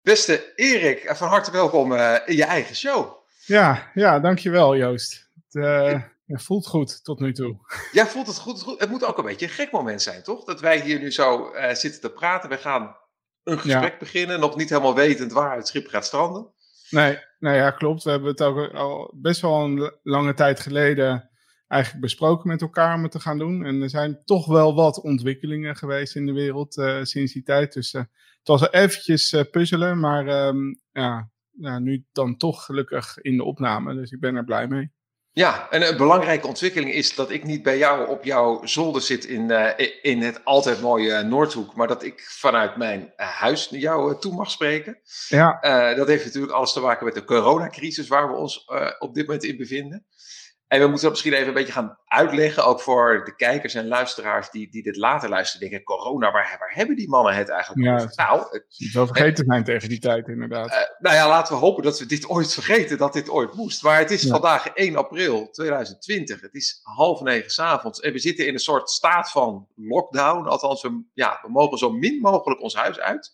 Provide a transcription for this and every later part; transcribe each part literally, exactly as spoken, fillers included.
Beste Erik, van harte welkom uh, in je eigen show. Ja, ja, dankjewel Joost. Het uh, het voelt goed tot nu toe. Ja, voelt het goed, goed. Het moet ook een beetje een gek moment zijn, toch? Dat wij hier nu zo uh, zitten te praten. We gaan een gesprek ja. beginnen, nog niet helemaal wetend waar het schip gaat stranden. Nee, nee, ja, klopt. We hebben het ook al best wel een lange tijd geleden eigenlijk besproken met elkaar om het te gaan doen. En er zijn toch wel wat ontwikkelingen geweest in de wereld uh, sinds die tijd. Dus uh, het was eventjes uh, puzzelen, maar um, ja, ja, nu dan toch gelukkig in de opname. Dus ik ben er blij mee. Ja, en een belangrijke ontwikkeling is dat ik niet bij jou op jouw zolder zit in, uh, in het altijd mooie Noordhoek, maar dat ik vanuit mijn uh, huis naar jou uh, toe mag spreken. Ja. Uh, dat heeft natuurlijk alles te maken met de coronacrisis waar we ons uh, op dit moment in bevinden. En we moeten dat misschien even een beetje gaan uitleggen, ook voor de kijkers en luisteraars die, die dit later luisteren, denken, corona, waar, waar hebben die mannen het eigenlijk ja, over? Nou, het moet wel vergeten zijn tegen die tijd, inderdaad. Uh, nou ja, laten we hopen dat we dit ooit vergeten, dat dit ooit moest. Maar het is ja. vandaag één april tweeduizend twintig, het is half negen 's avonds en we zitten in een soort staat van lockdown. Althans, we, ja, we mogen zo min mogelijk ons huis uit.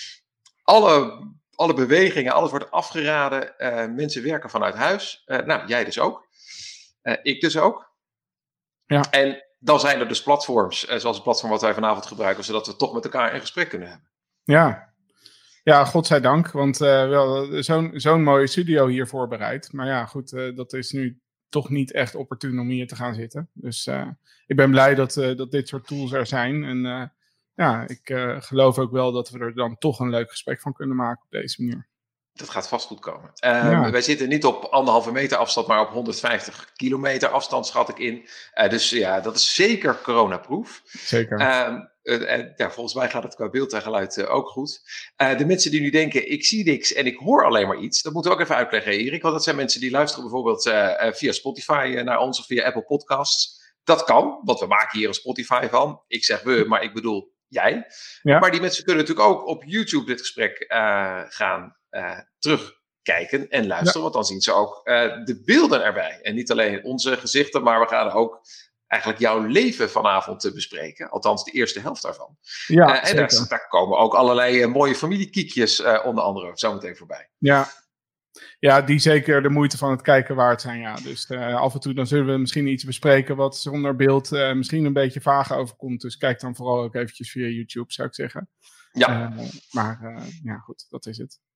Alle, alle bewegingen, alles wordt afgeraden. Uh, mensen werken vanuit huis. Uh, nou, jij dus ook. Uh, ik dus ook. Ja. En dan zijn er dus platforms, uh, zoals het platform wat wij vanavond gebruiken, zodat we toch met elkaar in gesprek kunnen hebben. Ja, ja godzijdank, want uh, wel zo'n, zo'n mooie studio hier voorbereid. Maar ja, goed, uh, dat is nu toch niet echt opportun om hier te gaan zitten. Dus uh, ik ben blij dat, uh, dat dit soort tools er zijn. En uh, ja, ik uh, geloof ook wel dat we er dan toch een leuk gesprek van kunnen maken op deze manier. Dat gaat vast goed komen. Uh, ja. Wij zitten niet op anderhalve meter afstand, maar op honderdvijftig kilometer afstand, schat ik in. Uh, dus ja, dat is zeker coronaproof. Zeker. Uh, uh, uh, ja, volgens mij gaat het qua beeld en geluid uh, ook goed. Uh, de mensen die nu denken, ik zie niks en ik hoor alleen maar iets. Dat moeten we ook even uitleggen, Erik. Want dat zijn mensen die luisteren bijvoorbeeld uh, uh, via Spotify uh, naar ons of via Apple Podcasts. Dat kan, want we maken hier een Spotify van. Ik zeg we, maar ik bedoel jij. Ja. Maar die mensen kunnen natuurlijk ook op YouTube dit gesprek uh, gaan Uh, terugkijken en luisteren, ja. Want dan zien ze ook uh, de beelden erbij. En niet alleen onze gezichten, maar we gaan ook eigenlijk jouw leven vanavond te bespreken. Althans, de eerste helft daarvan. Ja, uh, en daar, daar komen ook allerlei uh, mooie familiekiekjes uh, onder andere zo meteen voorbij. Ja. Ja, die zeker de moeite van het kijken waard zijn, ja. Dus uh, af en toe dan zullen we misschien iets bespreken wat zonder beeld uh, misschien een beetje vaag overkomt. Dus kijk dan vooral ook eventjes via YouTube, zou ik zeggen. Ja. Uh, maar uh, ja, goed, dat is het.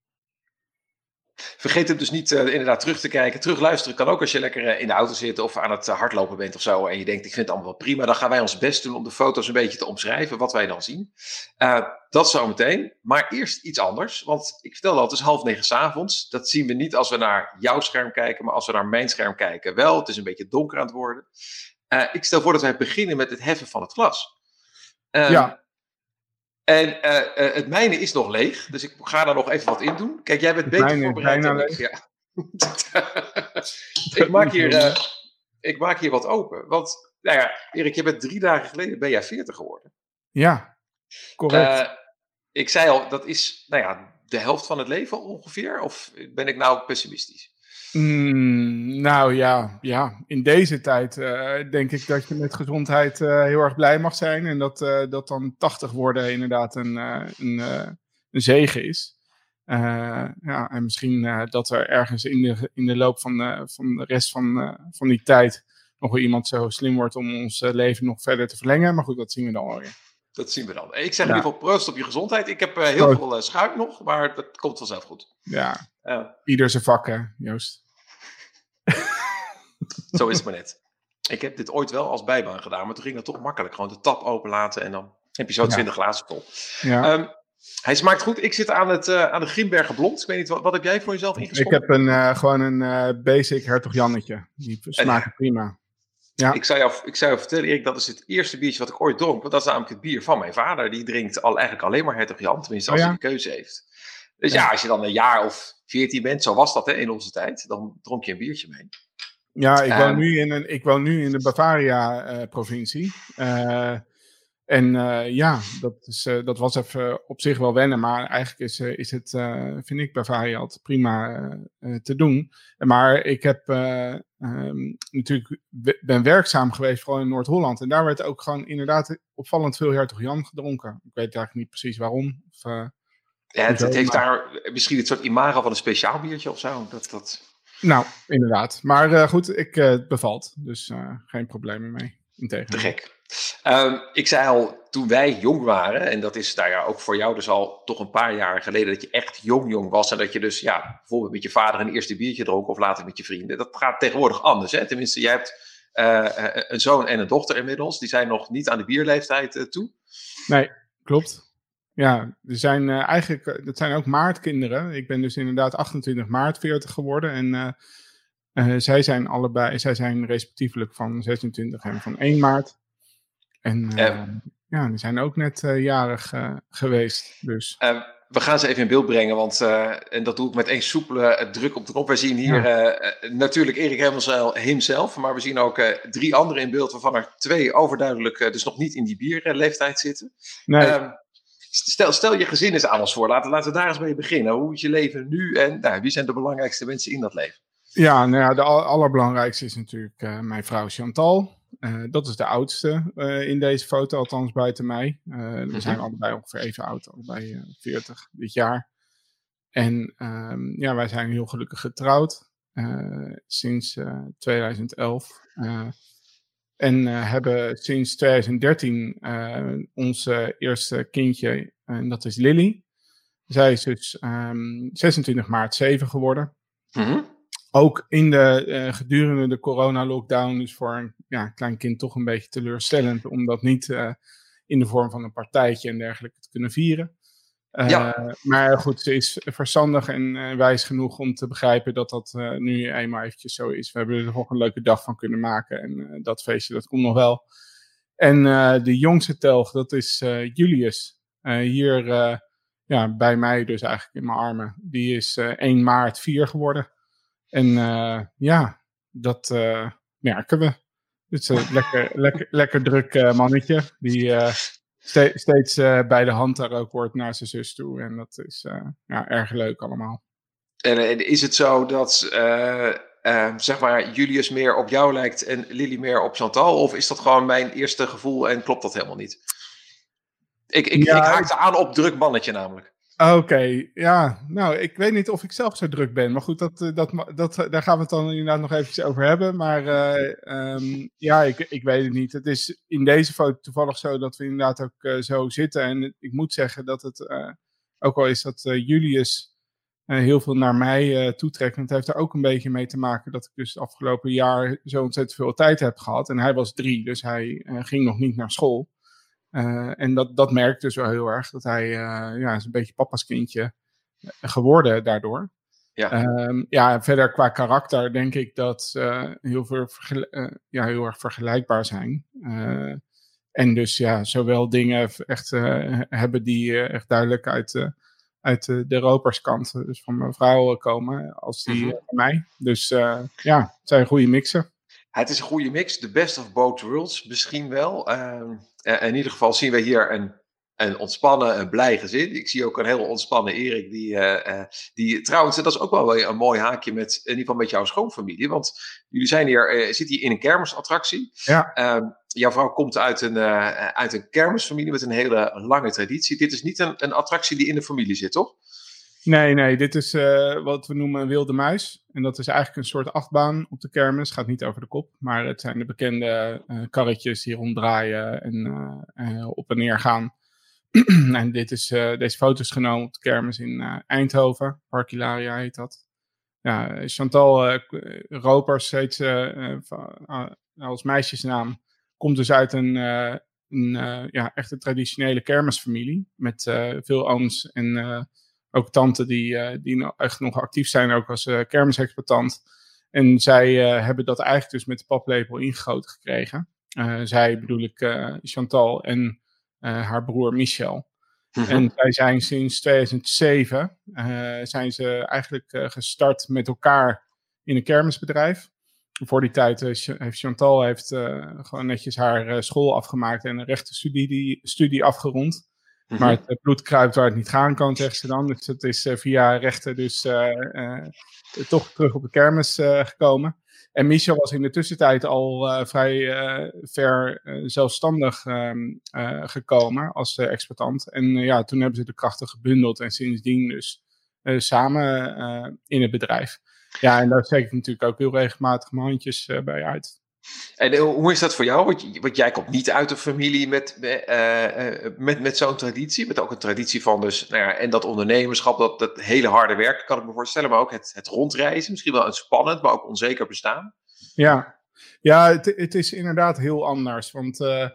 Vergeet het dus niet uh, inderdaad terug te kijken. Terugluisteren kan ook als je lekker uh, in de auto zit of aan het uh, hardlopen bent of zo. En je denkt, ik vind het allemaal wel prima. Dan gaan wij ons best doen om de foto's een beetje te omschrijven wat wij dan zien. Uh, dat zometeen. Maar eerst iets anders. Want ik vertelde al, het is half negen 's avonds. Dat zien we niet als we naar jouw scherm kijken, maar als we naar mijn scherm kijken wel. Het is een beetje donker aan het worden. Uh, ik stel voor dat wij beginnen met het heffen van het glas. Uh, ja. En uh, uh, het mijne is nog leeg, dus ik ga daar nog even wat in doen. Kijk, jij bent het beter voorbereid dan ik. Ja. ik, maak hier, uh, ik maak hier wat open. Want, nou ja, Erik, je bent drie dagen geleden ben jij veertig geworden. Ja, correct. Uh, ik zei al, dat is, nou ja, de helft van het leven ongeveer? Of ben ik nou pessimistisch? Mm, nou ja, ja, in deze tijd uh, denk ik dat je met gezondheid uh, heel erg blij mag zijn. En dat, uh, dat dan tachtig worden inderdaad een, uh, een, uh, een zegen is. Uh, ja, en misschien uh, dat er ergens in de, in de loop van, uh, van de rest van, uh, van die tijd nog wel iemand zo slim wordt om ons uh, leven nog verder te verlengen. Maar goed, dat zien we dan alweer. Dat zien we dan. Ik zeg in ieder geval proost op je gezondheid. Ik heb uh, heel proost. veel uh, schuim nog, maar dat komt vanzelf goed. Ja, uh, ieder zijn vak, hè, Joost. Zo is het maar net. Ik heb dit ooit wel als bijbaan gedaan, maar toen ging dat toch makkelijk. Gewoon de tap openlaten en dan heb je zo twintig ja. glazen vol. Ja. Um, hij smaakt goed. Ik zit aan, het, uh, aan de Grimbergen Blond. Ik weet niet, wat, wat heb jij voor jezelf ingeschonken? Ik heb een, uh, gewoon een uh, basic Hertog Jannetje. Die smaakt en, prima. Ja. Ik, zou jou, ik zou jou vertellen, Erik, dat is het eerste biertje wat ik ooit dronk. Want dat is namelijk het bier van mijn vader. Die drinkt al, eigenlijk alleen maar Hertog Jan, tenminste als oh, ja? hij de keuze heeft. Dus ja. ja, als je dan een jaar of veertien bent, zo was dat hè, in onze tijd, dan dronk je een biertje mee. Ja, ik woon, um, nu, in een, ik woon nu in de Bavaria-provincie. Uh, en uh, ja, dat, is, uh, dat was even op zich wel wennen. Maar eigenlijk is, uh, is het, uh, vind ik, Bavaria altijd prima uh, uh, te doen. Maar ik heb uh, um, natuurlijk ben werkzaam geweest, vooral in Noord-Holland. En daar werd ook gewoon inderdaad opvallend veel Hertog Jan gedronken. Ik weet eigenlijk niet precies waarom. Of, uh, Ja, het, het heeft daar misschien het soort imago van een speciaal biertje of zo. Dat, dat... Nou, inderdaad. Maar uh, goed, ik, uh, het bevalt. Dus uh, geen problemen mee. Integendeel. Te gek. Um, ik zei al, toen wij jong waren, en dat is nou ja, ook voor jou dus al toch een paar jaar geleden, dat je echt jong jong was en dat je dus ja, bijvoorbeeld met je vader een eerste biertje dronk of later met je vrienden. Dat gaat tegenwoordig anders. Hè? Tenminste, jij hebt uh, een zoon en een dochter inmiddels. Die zijn nog niet aan de bierleeftijd uh, toe. Nee, klopt. Ja, er zijn uh, eigenlijk, dat zijn ook maartkinderen. Ik ben dus inderdaad achtentwintig maart veertig geworden. En uh, uh, zij zijn allebei, zij zijn respectievelijk van zesentwintig en van één maart. En uh, uh, ja, die zijn ook net uh, jarig uh, geweest. Dus. Uh, we gaan ze even in beeld brengen, want uh, en dat doe ik met één soepele uh, druk op de knop. We zien hier ja. uh, natuurlijk Erik Hemelsel himself, maar we zien ook uh, drie anderen in beeld, waarvan er twee overduidelijk uh, dus nog niet in die bierleeftijd zitten. Nee. Uh, Stel, stel je gezin eens aan ons voor. Laten, laten we daar eens mee beginnen. Hoe is je leven nu en nou, wie zijn de belangrijkste mensen in dat leven? Ja, nou ja, de allerbelangrijkste is natuurlijk uh, mijn vrouw Chantal. Uh, dat is de oudste uh, in deze foto, althans buiten mij. Uh, mm-hmm. We zijn allebei ongeveer even oud, allebei uh, veertig dit jaar. En um, ja, wij zijn heel gelukkig getrouwd uh, sinds uh, tweeduizend elf. Uh, En uh, hebben sinds tweeduizend dertien uh, ons uh, eerste kindje, en dat is Lily. Zij is dus um, zesentwintig maart zeven geworden. Mm-hmm. Ook in de uh, gedurende de corona-lockdown, dus voor een ja, klein kind toch een beetje teleurstellend, om dat niet uh, in de vorm van een partijtje en dergelijke te kunnen vieren. Uh, ja. Maar goed, ze is verstandig en uh, wijs genoeg om te begrijpen dat dat uh, nu eenmaal eventjes zo is. We hebben er nog een leuke dag van kunnen maken en uh, dat feestje, dat komt nog wel. En uh, de jongste telg, dat is uh, Julius. Uh, hier uh, ja, bij mij dus eigenlijk in mijn armen. Die is uh, één maart vier geworden. En uh, ja, dat uh, merken we. Het is een lekker, lekker, lekker druk uh, mannetje die... Uh, Ste- steeds uh, bij de hand daar ook wordt naar zijn zus toe. En dat is uh, ja, erg leuk allemaal. En, en is het zo dat uh, uh, zeg maar Julius meer op jou lijkt en Lily meer op Chantal? Of is dat gewoon mijn eerste gevoel en klopt dat helemaal niet? Ik, ik, ja, ik haakte aan op druk mannetje namelijk. Oké, okay, ja. Nou, ik weet niet of ik zelf zo druk ben. Maar goed, dat, dat, dat, daar gaan we het dan inderdaad nog eventjes over hebben. Maar uh, um, ja, ik, ik weet het niet. Het is in deze foto toevallig zo dat we inderdaad ook uh, zo zitten. En ik moet zeggen dat het, uh, ook al is dat uh, Julius uh, heel veel naar mij uh, toetrekt. Want het heeft er ook een beetje mee te maken dat ik dus het afgelopen jaar zo ontzettend veel tijd heb gehad. En hij was drie, dus hij uh, ging nog niet naar school. Uh, en dat, dat merkt dus wel heel erg, dat hij uh, ja, is een beetje papa's kindje geworden daardoor. Ja. Um, ja, verder qua karakter denk ik dat uh, heel, veel vergel- uh, ja, heel erg vergelijkbaar zijn. Uh, en dus ja, zowel dingen echt uh, hebben die uh, echt duidelijk uit, uh, uit uh, de roperskant, dus van mijn vrouw komen, als die mm-hmm. uh, van mij. Dus uh, ja, het zijn goede mixen. Het is een goede mix, the best of both worlds misschien wel. Uh, in ieder geval zien we hier een, een ontspannen, een blij gezin. Ik zie ook een heel ontspannen Erik, die, uh, uh, die trouwens, dat is ook wel weer een mooi haakje met, in ieder geval met jouw schoonfamilie. Want jullie zijn hier, uh, zitten hier in een kermisattractie. Ja. Uh, jouw vrouw komt uit een, uh, uit een kermisfamilie met een hele lange traditie. Dit is niet een, een attractie die in de familie zit, toch? Nee, nee, dit is uh, wat we noemen een wilde muis. En dat is eigenlijk een soort achtbaan op de kermis. Gaat niet over de kop, maar het zijn de bekende uh, karretjes die ronddraaien en uh, uh, op en neer gaan. En dit is, uh, deze foto is genomen op de kermis in uh, Eindhoven. Park Hilaria heet dat. Ja, Chantal uh, Ropers heet ze uh, uh, als meisjesnaam. Komt dus uit een, uh, een uh, ja, echt een traditionele kermisfamilie. Met uh, veel ooms en... Uh, Ook tanten die, uh, die echt nog actief zijn, ook als uh, kermisexploitant. En zij uh, hebben dat eigenlijk dus met de paplepel ingegoten gekregen. Uh, zij bedoel ik uh, Chantal en uh, haar broer Michel. Mm-hmm. En zij zijn sinds tweeduizend zeven uh, zijn ze eigenlijk uh, gestart met elkaar in een kermisbedrijf. Voor die tijd uh, heeft Chantal heeft, uh, gewoon netjes haar uh, school afgemaakt en een rechtenstudie studie afgerond. Maar het uh, bloed kruipt waar het niet gaan kan, zegt ze dan. Dus het is uh, via rechten dus uh, uh, toch terug op de kermis uh, gekomen. En Michel was in de tussentijd al uh, vrij uh, ver uh, zelfstandig um, uh, gekomen als uh, exploitant. En uh, ja, toen hebben ze de krachten gebundeld en sindsdien dus uh, samen uh, in het bedrijf. Ja, en daar steek ik natuurlijk ook heel regelmatig mijn handjes uh, bij uit. En uh, hoe is dat voor jou? Want, want jij komt niet uit een familie met, uh, uh, met, met zo'n traditie. Met ook een traditie van dus, nou ja, en dat ondernemerschap, dat, dat hele harde werken, kan ik me voorstellen. Maar ook het, het rondreizen, misschien wel een spannend, maar ook onzeker bestaan. Ja, ja het, het is inderdaad heel anders. Want uh,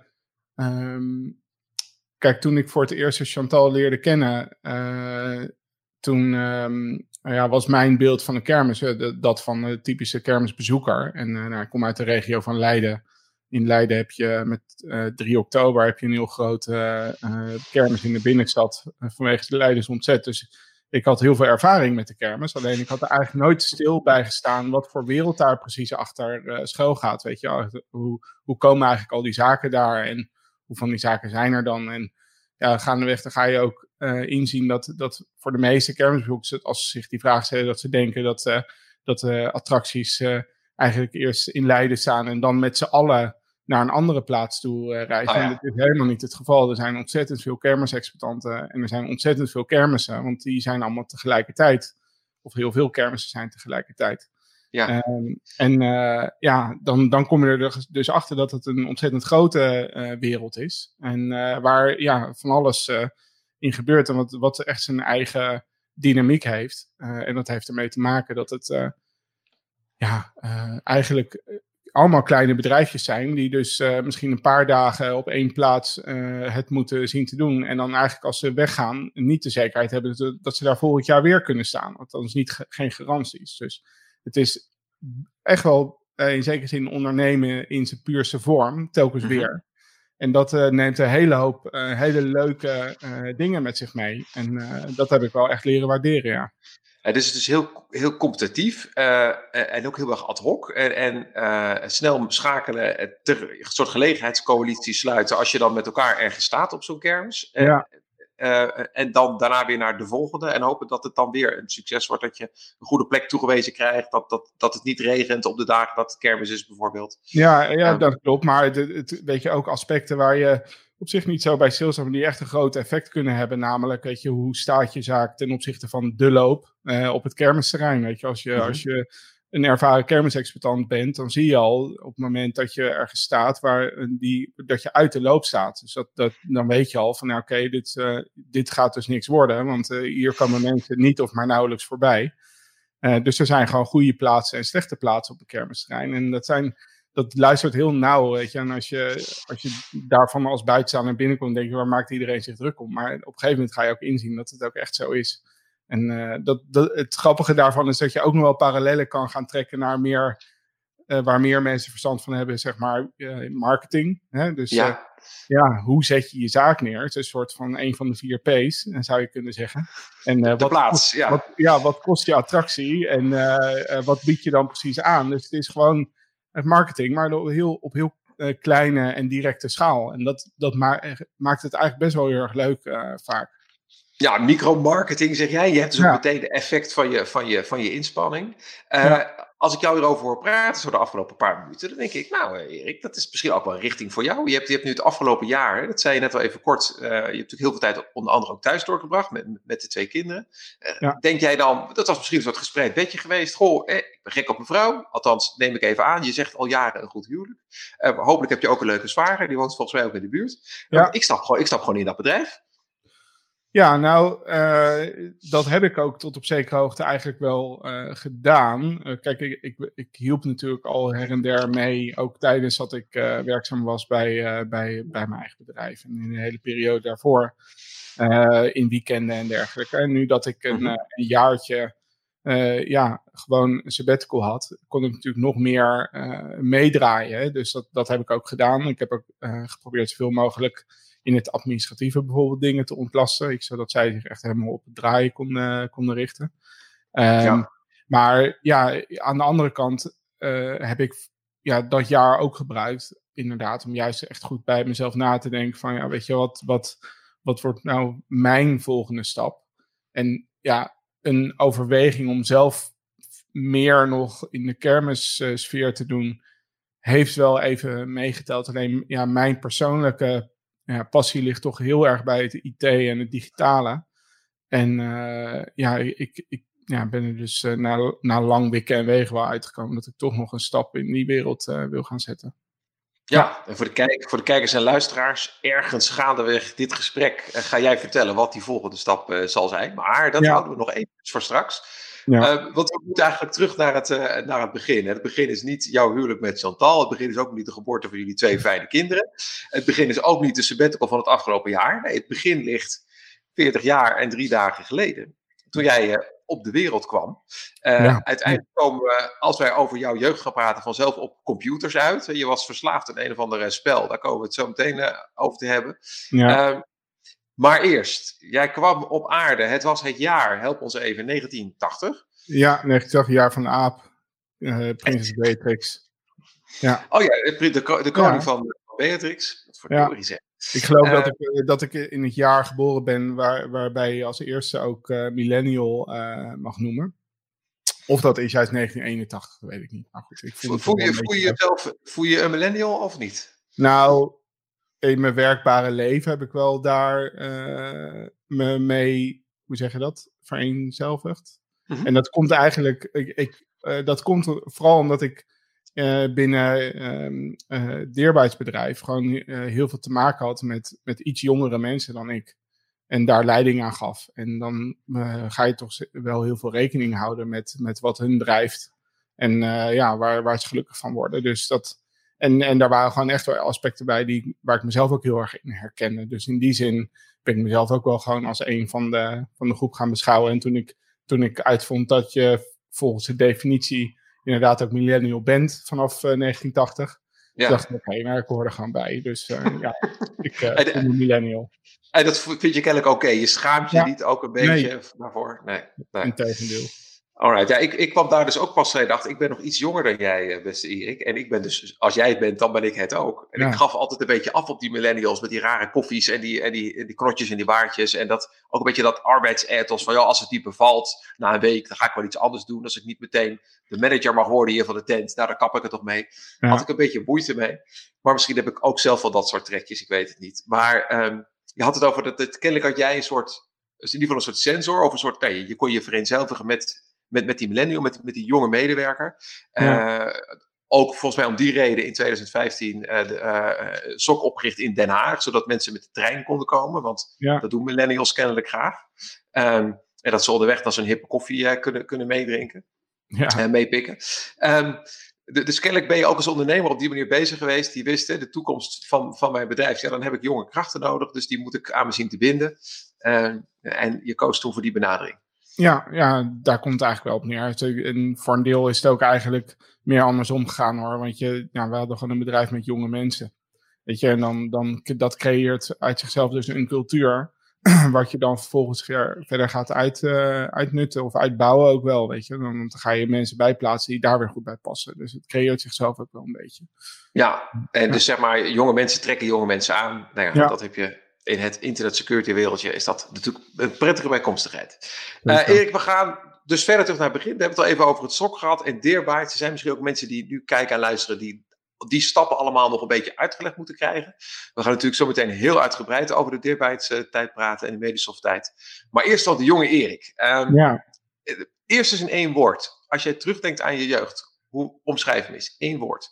um, kijk, toen ik voor het eerst Chantal leerde kennen, uh, toen um, ja, was mijn beeld van de kermis uh, dat van de typische kermisbezoeker. En uh, nou, ik kom uit de regio van Leiden. In Leiden heb je met uh, drie oktober heb je een heel grote uh, uh, kermis in de binnenstad uh, vanwege de Leidens ontzet. Dus ik had heel veel ervaring met de kermis. Alleen ik had er eigenlijk nooit stil bij gestaan wat voor wereld daar precies achter uh, schuil gaat. Weet je, hoe, hoe komen eigenlijk al die zaken daar en hoe van die zaken zijn er dan? En ja, gaandeweg dan ga je ook uh, inzien dat, dat voor de meeste kermisbezoekers, als ze zich die vraag stellen, dat ze denken dat, uh, dat uh, attracties uh, eigenlijk eerst in Leiden staan en dan met z'n allen naar een andere plaats toe uh, reizen. Oh, ja. En dat is helemaal niet het geval. Er zijn ontzettend veel kermisexploitanten en er zijn ontzettend veel kermissen, want die zijn allemaal tegelijkertijd, of heel veel kermissen zijn tegelijkertijd. Ja. Um, en uh, ja, dan, dan kom je er dus achter dat het een ontzettend grote uh, wereld is. En uh, waar ja, van alles uh, in gebeurt en wat, wat echt zijn eigen dynamiek heeft. Uh, en dat heeft ermee te maken dat het uh, ja, uh, eigenlijk allemaal kleine bedrijfjes zijn die dus uh, misschien een paar dagen op één plaats uh, het moeten zien te doen. En dan eigenlijk als ze weggaan niet de zekerheid hebben dat, dat ze daar volgend jaar weer kunnen staan. Want dat is niet ge- geen garanties. Dus het is echt wel uh, in zekere zin ondernemen in zijn puurste vorm, telkens mm-hmm. weer. En dat uh, neemt een hele hoop uh, hele leuke uh, dingen met zich mee. En uh, dat heb ik wel echt leren waarderen, ja. Het is dus heel, heel competitief uh, en ook heel erg ad hoc. En, en uh, snel schakelen, ter, een soort gelegenheidscoalitie sluiten als je dan met elkaar ergens staat op zo'n kermis. Ja. Uh, en dan daarna weer naar de volgende en hopen dat het dan weer een succes wordt, dat je een goede plek toegewezen krijgt, dat, dat, dat het niet regent op de dagen dat het kermis is bijvoorbeeld. Ja, ja um, dat klopt, maar het, het, weet je, ook aspecten waar je op zich niet zo bij stilstaan, maar die echt een groot effect kunnen hebben, namelijk, weet je, hoe staat je zaak ten opzichte van de loop uh, op het kermisterrein, weet je, als je, mm-hmm. als je een ervaren kermisexploitant bent, dan zie je al op het moment dat je ergens staat, waar die, dat je uit de loop staat. Dus dat, dat, dan weet je al van, nou, oké, okay, dit, uh, dit gaat dus niks worden, want uh, hier komen mensen niet of maar nauwelijks voorbij. Uh, dus er zijn gewoon goede plaatsen en slechte plaatsen op het kermisterrein. En dat zijn, dat luistert heel nauw, weet je. En als je, als je daarvan als buitenstaander binnenkomt, denk je, waar maakt iedereen zich druk om? Maar op een gegeven moment ga je ook inzien dat het ook echt zo is. En uh, dat, dat, het grappige daarvan is dat je ook nog wel parallellen kan gaan trekken naar meer, uh, waar meer mensen verstand van hebben, zeg maar, uh, marketing. Hè? Dus ja. Uh, ja, hoe zet je je zaak neer? Het is een soort van een van de vier P's, zou je kunnen zeggen. En, uh, de wat plaats, kost, ja. Wat, ja, wat kost je attractie en uh, uh, wat bied je dan precies aan? Dus het is gewoon het marketing, maar op heel, op heel uh, kleine en directe schaal. En dat, dat ma- maakt het eigenlijk best wel heel erg leuk uh, vaak. Ja, micromarketing zeg jij. Je hebt dus ja. ook meteen de effect van je, van je, van je inspanning. Uh, ja. Als ik jou hierover hoor praten, zo de afgelopen paar minuten, dan denk ik, nou Erik, dat is misschien ook wel een richting voor jou. Je hebt, je hebt nu het afgelopen jaar, dat zei je net al even kort, uh, je hebt natuurlijk heel veel tijd onder andere ook thuis doorgebracht met, met de twee kinderen. Uh, ja. Denk jij dan, dat was misschien een soort gespreid bedje geweest, goh, eh, ik ben gek op mijn vrouw, althans neem ik even aan, je zegt al jaren een goed huwelijk. Uh, hopelijk heb je ook een leuke zwager, die woont volgens mij ook in de buurt. Ja. Ik, stap gewoon, ik stap gewoon in dat bedrijf. Ja, nou, uh, dat heb ik ook tot op zekere hoogte eigenlijk wel uh, gedaan. Uh, kijk, ik, ik, ik hielp natuurlijk al her en der mee, ook tijdens dat ik uh, werkzaam was bij, uh, bij, bij mijn eigen bedrijf. En in de hele periode daarvoor, uh, in weekenden en dergelijke. En nu dat ik een, uh, een jaartje, uh, ja, gewoon een sabbatical had, kon ik natuurlijk nog meer uh, meedraaien. Dus dat, dat heb ik ook gedaan. Ik heb ook uh, geprobeerd zoveel mogelijk in het administratieve bijvoorbeeld dingen te ontlasten. Ik zodat zij zich echt helemaal op het draaien konden, konden richten. Um, ja. Maar ja, aan de andere kant uh, heb ik ja, dat jaar ook gebruikt, inderdaad, om juist echt goed bij mezelf na te denken van, ja, weet je, wat, wat, wat wordt nou mijn volgende stap? En ja, een overweging om zelf meer nog in de kermissfeer te doen, heeft wel even meegeteld. Alleen ja, mijn persoonlijke ja, passie ligt toch heel erg bij het I T en het digitale. En uh, ja, ik, ik ja, ben er dus uh, na, na lang wikken en wegen wel uitgekomen dat ik toch nog een stap in die wereld uh, wil gaan zetten. Ja, ja. En voor de, kijk, voor de kijkers en luisteraars, ergens gaandeweg dit gesprek uh, ga jij vertellen wat die volgende stap uh, zal zijn. Maar dat ja. houden we nog even voor straks. Ja. Uh, want we moeten eigenlijk terug naar het, uh, naar het begin. Het begin is niet jouw huwelijk met Chantal. Het begin is ook niet de geboorte van jullie twee fijne kinderen. Het begin is ook niet de sabbatical van het afgelopen jaar. Nee, het begin ligt veertig jaar en drie dagen geleden. Toen jij uh, op de wereld kwam. Uh, ja. Uiteindelijk komen we, als wij over jouw jeugd gaan praten, vanzelf op computers uit. Je was verslaafd aan een of andere spel. Daar komen we het zo meteen uh, over te hebben. Ja. Uh, maar eerst, jij kwam op aarde. Het was het jaar, help ons even, negentien tachtig. Ja, negentien tachtig, jaar van de aap. Uh, Prinses Beatrix. Ja. Oh ja, de, de, de koning ja. van Beatrix. Wat voor ja. zeg. Ik geloof uh, dat, ik, dat ik in het jaar geboren ben waar, waarbij je als eerste ook uh, millennial uh, mag noemen. Of dat is juist negentien eenentachtig, dat weet ik niet. Maar goed, ik voel, voel, je, voel, je jezelf, voel je een millennial of niet? Nou, in mijn werkbare leven heb ik wel daar uh, me mee, hoe zeg je dat, vereenzelvigd. Mm-hmm. En dat komt eigenlijk, ik, ik, uh, dat komt vooral omdat ik Uh, binnen um, uh, het dierbaarheidsbedrijf gewoon uh, heel veel te maken had met, met iets jongere mensen dan ik. En daar leiding aan gaf. En dan uh, ga je toch wel heel veel rekening houden met, met wat hun drijft. En uh, ja, waar, waar ze gelukkig van worden. Dus dat, en, en daar waren gewoon echt wel aspecten bij die, waar ik mezelf ook heel erg in herkende. Dus in die zin ben ik mezelf ook wel gewoon als een van de, van de groep gaan beschouwen. En toen ik, toen ik uitvond dat je volgens de definitie inderdaad ook millennial bent vanaf uh, negentien tachtig. Ja. Dacht ik, oké, okay, maar ik hoor er gewoon bij. Dus uh, ja, ik uh, ben een millennial. En dat vind je kennelijk oké. Okay. Je schaamt je ja. niet ook een beetje nee. daarvoor? Nee. nee. Integendeel. Alright, ja, ik, ik kwam daar dus ook pas bij. Dacht, ik ben nog iets jonger dan jij, beste Erik. En ik ben dus, als jij het bent, dan ben ik het ook. En ja. ik gaf altijd een beetje af op die millennials met die rare koffies en die, en die, die knotjes en die baardjes. En dat, ook een beetje dat arbeidsethos van, ja, als het niet bevalt na een week, dan ga ik wel iets anders doen. Als ik niet meteen de manager mag worden hier van de tent, nou, daar kap ik het toch mee. Ja. Had ik een beetje moeite mee. Maar misschien heb ik ook zelf wel dat soort trekjes, ik weet het niet. Maar um, je had het over, dat het, kennelijk had jij een soort, in ieder geval een soort sensor, of een soort, nee, je kon je vereenzelvigen met... Met, met die millennial, met, met die jonge medewerker. Ja. Uh, ook volgens mij om die reden in twintig vijftien uh, de uh, S O C opgericht in Den Haag. Zodat mensen met de trein konden komen. Want ja. dat doen millennials kennelijk graag. Um, en dat ze onderweg dan zo'n hippe koffie uh, kunnen, kunnen meedrinken. Ja. Uh, meepikken. Um, de, dus kennelijk ben je ook als ondernemer op die manier bezig geweest. Die wist, hè, de toekomst van, van mijn bedrijf. Ja, dan heb ik jonge krachten nodig. Dus die moet ik aan me zien te binden. Uh, en je koos toen voor die benadering. Ja, ja, daar komt het eigenlijk wel op neer. En voor een deel is het ook eigenlijk meer andersom gegaan hoor. Want je, ja, we hadden gewoon een bedrijf met jonge mensen. Weet je, en dan, dan dat creëert uit zichzelf dus een cultuur. Wat je dan vervolgens verder gaat uit, uh, uitnutten of uitbouwen ook wel. Weet je, dan, dan ga je mensen bijplaatsen die daar weer goed bij passen. Dus het creëert zichzelf ook wel een beetje. Ja, en dus zeg maar, jonge mensen trekken jonge mensen aan. Nou ja, ja. dat heb je. In het internet security wereldje is dat natuurlijk een prettige bijkomstigheid. Uh, Erik, we gaan dus verder terug naar het begin. We hebben het al even over het S O C gehad en dierbaarheid. Er zijn misschien ook mensen die nu kijken en luisteren die die stappen allemaal nog een beetje uitgelegd moeten krijgen. We gaan natuurlijk zo meteen heel uitgebreid over de dierbaarheidstijd praten en de Medisoft tijd. Maar eerst al de jonge Erik. Um, ja. Eerst eens in één woord. Als jij terugdenkt aan je jeugd, hoe omschrijf je hem eens? Eén woord.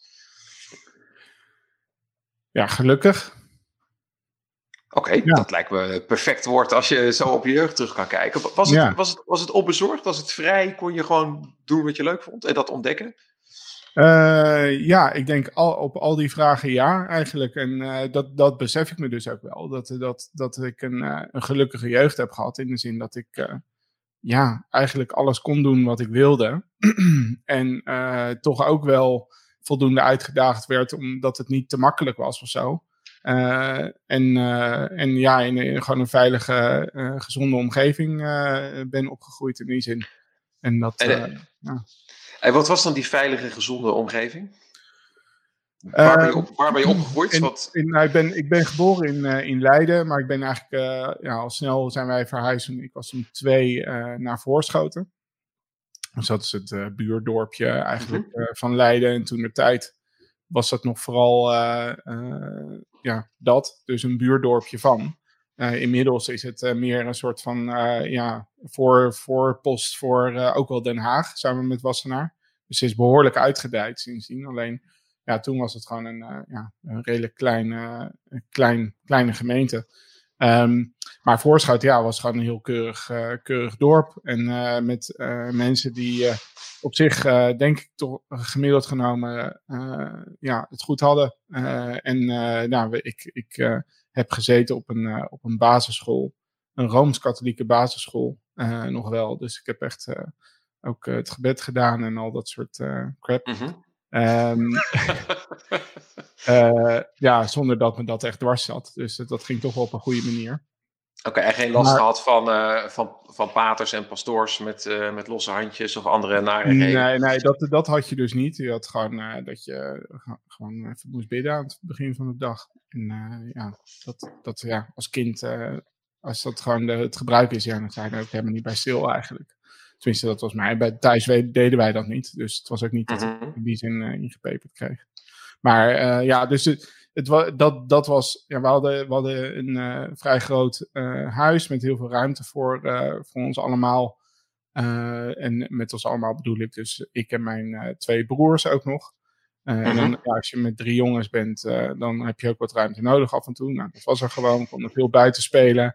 Ja, gelukkig. Oké, okay, ja. dat lijkt me een perfect woord als je zo op je jeugd terug kan kijken. Was het, ja. was het, was het onbezorgd? Was het vrij? Kon je gewoon doen wat je leuk vond en dat ontdekken? Uh, ja, ik denk al, op al die vragen ja eigenlijk. En uh, dat, dat besef ik me dus ook wel. Dat, dat, dat ik een, uh, een gelukkige jeugd heb gehad. In de zin dat ik uh, ja, eigenlijk alles kon doen wat ik wilde. en uh, toch ook wel voldoende uitgedaagd werd omdat het niet te makkelijk was of zo. Uh, en, uh, en ja, in, in gewoon een veilige, uh, gezonde omgeving uh, ben opgegroeid in die zin. En dat, en, uh, ja. En wat was dan die veilige, gezonde omgeving? Waar ben je, Uh, op, waar ben je opgegroeid? In, Wat... in, nou, ik, ben, ik ben geboren in, uh, in Leiden, maar ik ben eigenlijk uh, ja, al snel zijn wij verhuisd. Ik was toen twee uh, naar Voorschoten. Dus dat is het uh, buurdorpje eigenlijk uh, van Leiden. En toen de tijd was dat nog vooral uh, uh, ja, dat, dus een buurdorpje van. Uh, inmiddels is het uh, meer een soort van uh, ja, voor, voorpost voor uh, ook wel Den Haag, samen met Wassenaar. Dus het is behoorlijk uitgedijd sindsdien. Alleen, ja, toen was het gewoon een, uh, ja, een redelijk kleine, uh, klein, kleine gemeente. Um, maar Voorschoten, ja, was gewoon een heel keurig, uh, keurig dorp. En uh, met uh, mensen die uh, op zich, uh, denk ik, toch gemiddeld genomen uh, ja, het goed hadden. Uh, en uh, nou, ik, ik uh, heb gezeten op een, uh, op een basisschool. Een Rooms-Katholieke basisschool uh, nog wel. Dus ik heb echt uh, ook uh, het gebed gedaan en al dat soort uh, crap. Mm-hmm. Um, uh, ja, zonder dat me dat echt dwars zat. Dus dat, dat ging toch wel op een goede manier. Oké, okay, en geen last maar, gehad van, uh, van, van paters en pastoors met, uh, met losse handjes of andere narigheden? Nee, nee dat, dat had je dus niet. Je had gewoon uh, dat je uh, gewoon even moest bidden aan het begin van de dag. En uh, ja, dat, dat ja, als kind, uh, als dat gewoon de, het gebruik is, ja, dan sta je er ook helemaal niet bij stil eigenlijk. Tenminste, dat was mij. Bij thuis deden wij dat niet. Dus het was ook niet dat ik in die zin uh, ingepeperd kreeg. Maar uh, ja, dus het, het, dat, dat was... Ja, we hadden, we hadden een uh, vrij groot uh, huis met heel veel ruimte voor, uh, voor ons allemaal. Uh, en met ons allemaal bedoel ik dus ik en mijn uh, twee broers ook nog. Uh, mm-hmm. En dan, ja, als je met drie jongens bent, uh, dan heb je ook wat ruimte nodig af en toe. Nou, dat was er gewoon. We konden veel buiten spelen.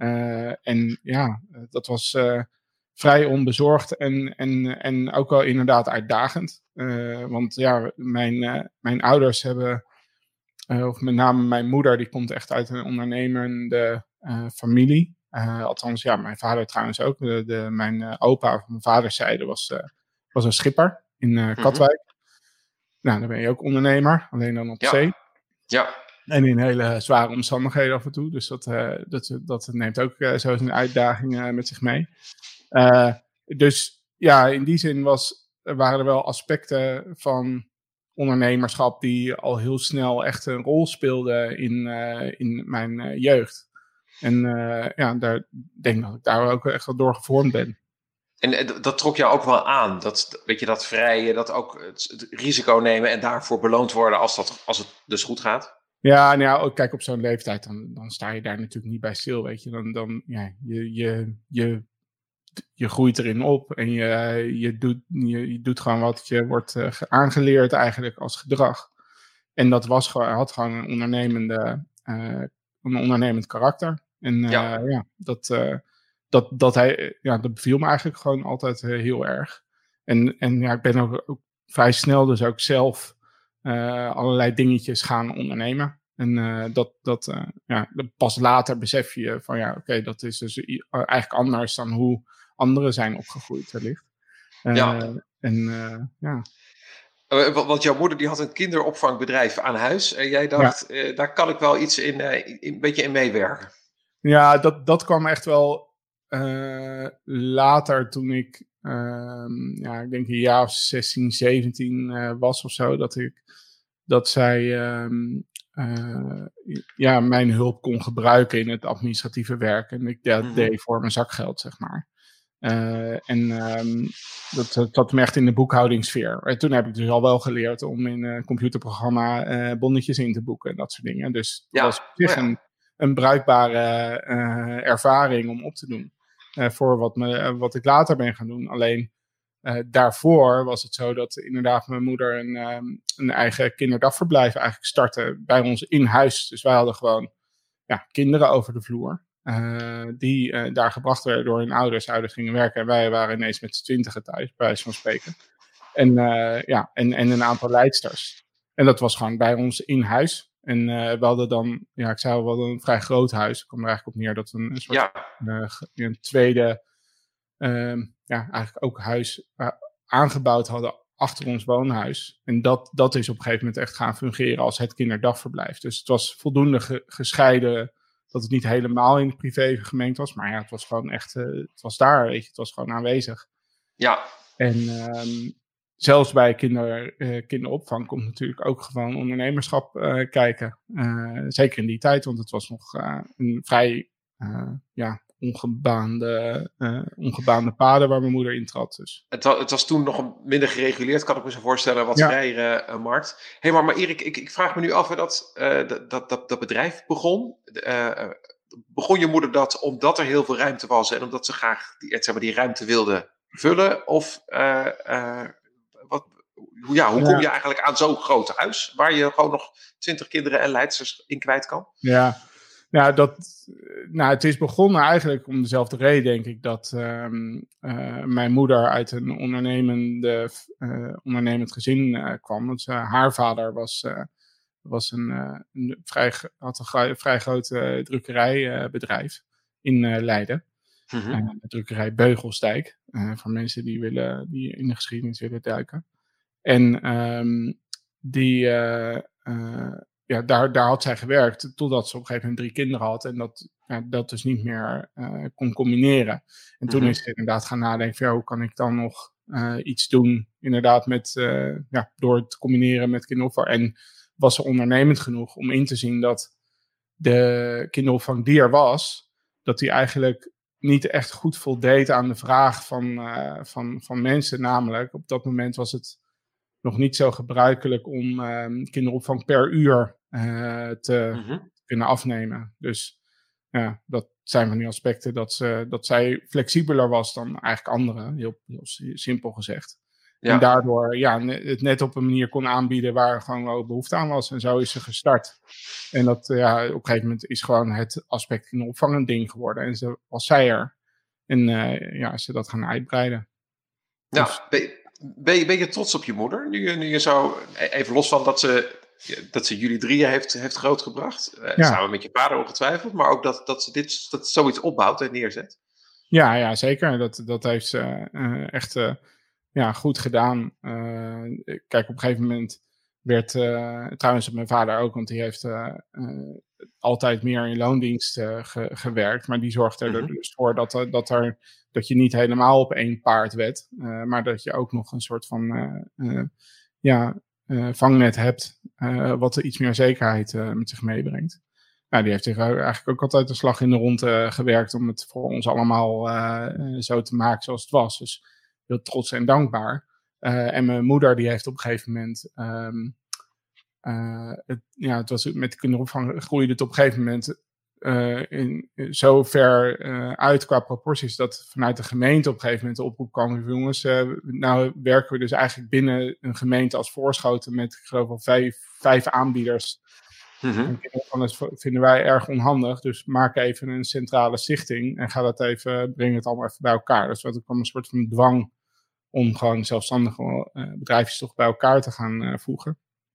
Uh, en ja, dat was... Uh, vrij onbezorgd en, en, en ook wel inderdaad uitdagend. Uh, want ja, mijn, uh, mijn ouders hebben, uh, of met name mijn moeder, die komt echt uit een ondernemende uh, familie. Uh, althans, ja, mijn vader trouwens ook. De, de, mijn uh, opa van mijn vaderszijde was, uh, was een schipper in uh, Katwijk. Mm-hmm. Nou, dan ben je ook ondernemer, alleen dan op ja. zee. Ja. En in hele zware omstandigheden af en toe. Dus dat, uh, dat, dat neemt ook uh, zo een uitdaging uh, met zich mee. Uh, dus ja, in die zin was, waren er wel aspecten van ondernemerschap die al heel snel echt een rol speelden in, uh, in mijn uh, jeugd. En uh, ja, daar denk ik dat ik daar ook echt wel door gevormd ben. En uh, dat trok jou ook wel aan, dat, weet je, dat vrije, dat ook het, het risico nemen en daarvoor beloond worden als, dat, als het dus goed gaat? Ja, nou ja, kijk, op zo'n leeftijd, dan, dan sta je daar natuurlijk niet bij stil, weet je. Dan, dan ja, je, je, je Je groeit erin op en je, je, doet, je, je doet gewoon wat je wordt uh, aangeleerd eigenlijk als gedrag. En dat was gewoon, had gewoon een, ondernemende, uh, een ondernemend karakter. En uh, ja. Ja, dat, uh, dat, dat, hij, ja, dat beviel me eigenlijk gewoon altijd uh, heel erg. En, en ja, ik ben ook, ook vrij snel dus ook zelf uh, allerlei dingetjes gaan ondernemen. En uh, dat, dat uh, ja, pas later besef je van ja, oké, okay, dat is dus eigenlijk anders dan hoe anderen zijn opgegroeid wellicht. Uh, ja. En uh, ja. Uh, want jouw moeder die had een kinderopvangbedrijf aan huis. En jij dacht, ja. uh, daar kan ik wel iets in, uh, in, een beetje in meewerken. Ja, dat, dat kwam echt wel uh, later toen ik, uh, ja, ik denk een jaar of zestien, zeventien uh, was of zo. Dat, ik, dat zij uh, uh, ja, mijn hulp kon gebruiken in het administratieve werk. En ik dat mm-hmm. deed voor mijn zakgeld, zeg maar. Uh, en um, dat, dat zat me echt in de boekhoudingsfeer. En toen heb ik dus al wel geleerd om in een computerprogramma uh, bonnetjes in te boeken en dat soort dingen. Dus dat ja. was op zich ja. een, een bruikbare uh, ervaring om op te doen. Uh, voor wat, me, uh, wat ik later ben gaan doen. Alleen uh, daarvoor was het zo dat inderdaad mijn moeder een, um, een eigen kinderdagverblijf eigenlijk startte bij ons in huis. Dus wij hadden gewoon ja, kinderen over de vloer. Uh, die uh, daar gebracht werden door hun ouders. Ouders gingen werken en wij waren ineens met z'n twintigen thuis, bij wijze van spreken. En, uh, ja, en, en een aantal leidsters. En dat was gewoon bij ons in huis. En uh, we hadden dan, ja, ik zei al, we hadden een vrij groot huis. Ik kwam er eigenlijk op neer dat we een, een soort ja. uh, een tweede, uh, ja, eigenlijk ook huis uh, aangebouwd hadden achter ons woonhuis. En dat, dat is op een gegeven moment echt gaan fungeren als het kinderdagverblijf. Dus het was voldoende ge- gescheiden. Dat het niet helemaal in het privé gemengd was. Maar ja, het was gewoon echt... Uh, het was daar, weet je. Het was gewoon aanwezig. Ja. En um, zelfs bij kinder, uh, kinderopvang komt natuurlijk ook gewoon ondernemerschap uh, kijken. Uh, zeker in die tijd, want het was nog uh, een vrij uh, ja, ongebaande, uh, ongebaande paden waar mijn moeder intrad. Dus. Het, was, het was toen nog een minder gereguleerd, kan ik me zo voorstellen, wat ja. vrijere uh, markt. Hé, hey, maar, maar Erik, ik, ik vraag me nu af, hè, dat, uh, dat, dat, dat, dat bedrijf begon. Uh, begon je moeder dat omdat er heel veel ruimte was en omdat ze graag die, zeg maar, die ruimte wilde vullen? Of uh, uh, wat, ja, hoe kom je ja. eigenlijk aan zo'n groot huis waar je gewoon nog twintig kinderen en leidsters in kwijt kan? Ja, ja dat, nou, het is begonnen eigenlijk om dezelfde reden, denk ik, dat um, uh, mijn moeder uit een ondernemende, uh, ondernemend gezin uh, kwam. Want uh, haar vader was, uh, was een, uh, een vrij, had een vrij groot uh, drukkerijbedrijf uh, in uh, Leiden. Mm-hmm. Uh, de drukkerij Beugelsdijk, uh, voor mensen die, willen, die in de geschiedenis willen duiken. En um, die, uh, uh, ja, daar, daar had zij gewerkt totdat ze op een gegeven moment drie kinderen had en dat, ja, dat dus niet meer uh, kon combineren. En toen mm-hmm. is ze inderdaad gaan nadenken van, ja, hoe kan ik dan nog uh, iets doen, inderdaad met, uh, ja, door het combineren met kinderopvang. En was ze ondernemend genoeg om in te zien dat de kinderopvang die er was, dat die eigenlijk niet echt goed voldeed aan de vraag van, uh, van, van mensen. Namelijk, op dat moment was het nog niet zo gebruikelijk om uh, kinderopvang per uur uh, te mm-hmm. kunnen afnemen. Dus ja, dat zijn van die aspecten dat, ze, dat zij flexibeler was dan eigenlijk anderen, heel, heel simpel gezegd. Ja. En daardoor ja, het net op een manier kon aanbieden waar gewoon wel behoefte aan was. En zo is ze gestart. En dat ja, op een gegeven moment is gewoon het aspect kinderopvang een ding geworden. En ze was zij er. En uh, ja, is ze dat gaan uitbreiden. Ja, dus, ben, ben, je, ben je trots op je moeder? Nu, nu je zo, even los van dat ze, dat ze jullie drieën heeft, heeft grootgebracht. Uh, ja. Samen met je vader ongetwijfeld. Maar ook dat, dat ze dit, dat zoiets opbouwt en neerzet. Ja, ja zeker. Dat, dat heeft ze uh, echt... Uh, Ja, goed gedaan. Uh, kijk, op een gegeven moment werd, uh, trouwens mijn vader ook, want die heeft uh, uh, altijd meer in loondienst uh, ge, gewerkt. Maar die zorgde er mm-hmm. dus voor dat, dat, er, dat je niet helemaal op één paard wed. Uh, maar dat je ook nog een soort van uh, uh, ja, uh, vangnet hebt, uh, wat er iets meer zekerheid uh, met zich meebrengt. Nou, die heeft eigenlijk ook altijd een slag in de ronde gewerkt om het voor ons allemaal uh, uh, zo te maken zoals het was. Dus heel trots en dankbaar. Uh, en mijn moeder die heeft op een gegeven moment... Um, uh, het, ja, het was met de kinderopvang groeide het op een gegeven moment uh, in, zo ver uh, uit qua proporties dat vanuit de gemeente op een gegeven moment de oproep kwam. Jongens, uh, nou werken we dus eigenlijk binnen een gemeente als Voorschoten met ik geloof wel vijf, vijf aanbieders. Mm-hmm. En kinderopvang vinden wij erg onhandig. Dus maak even een centrale stichting en ga dat even, breng het allemaal even bij elkaar. Dus er kwam een soort van dwang om gewoon zelfstandige uh, bedrijfjes toch bij elkaar te gaan uh, voegen.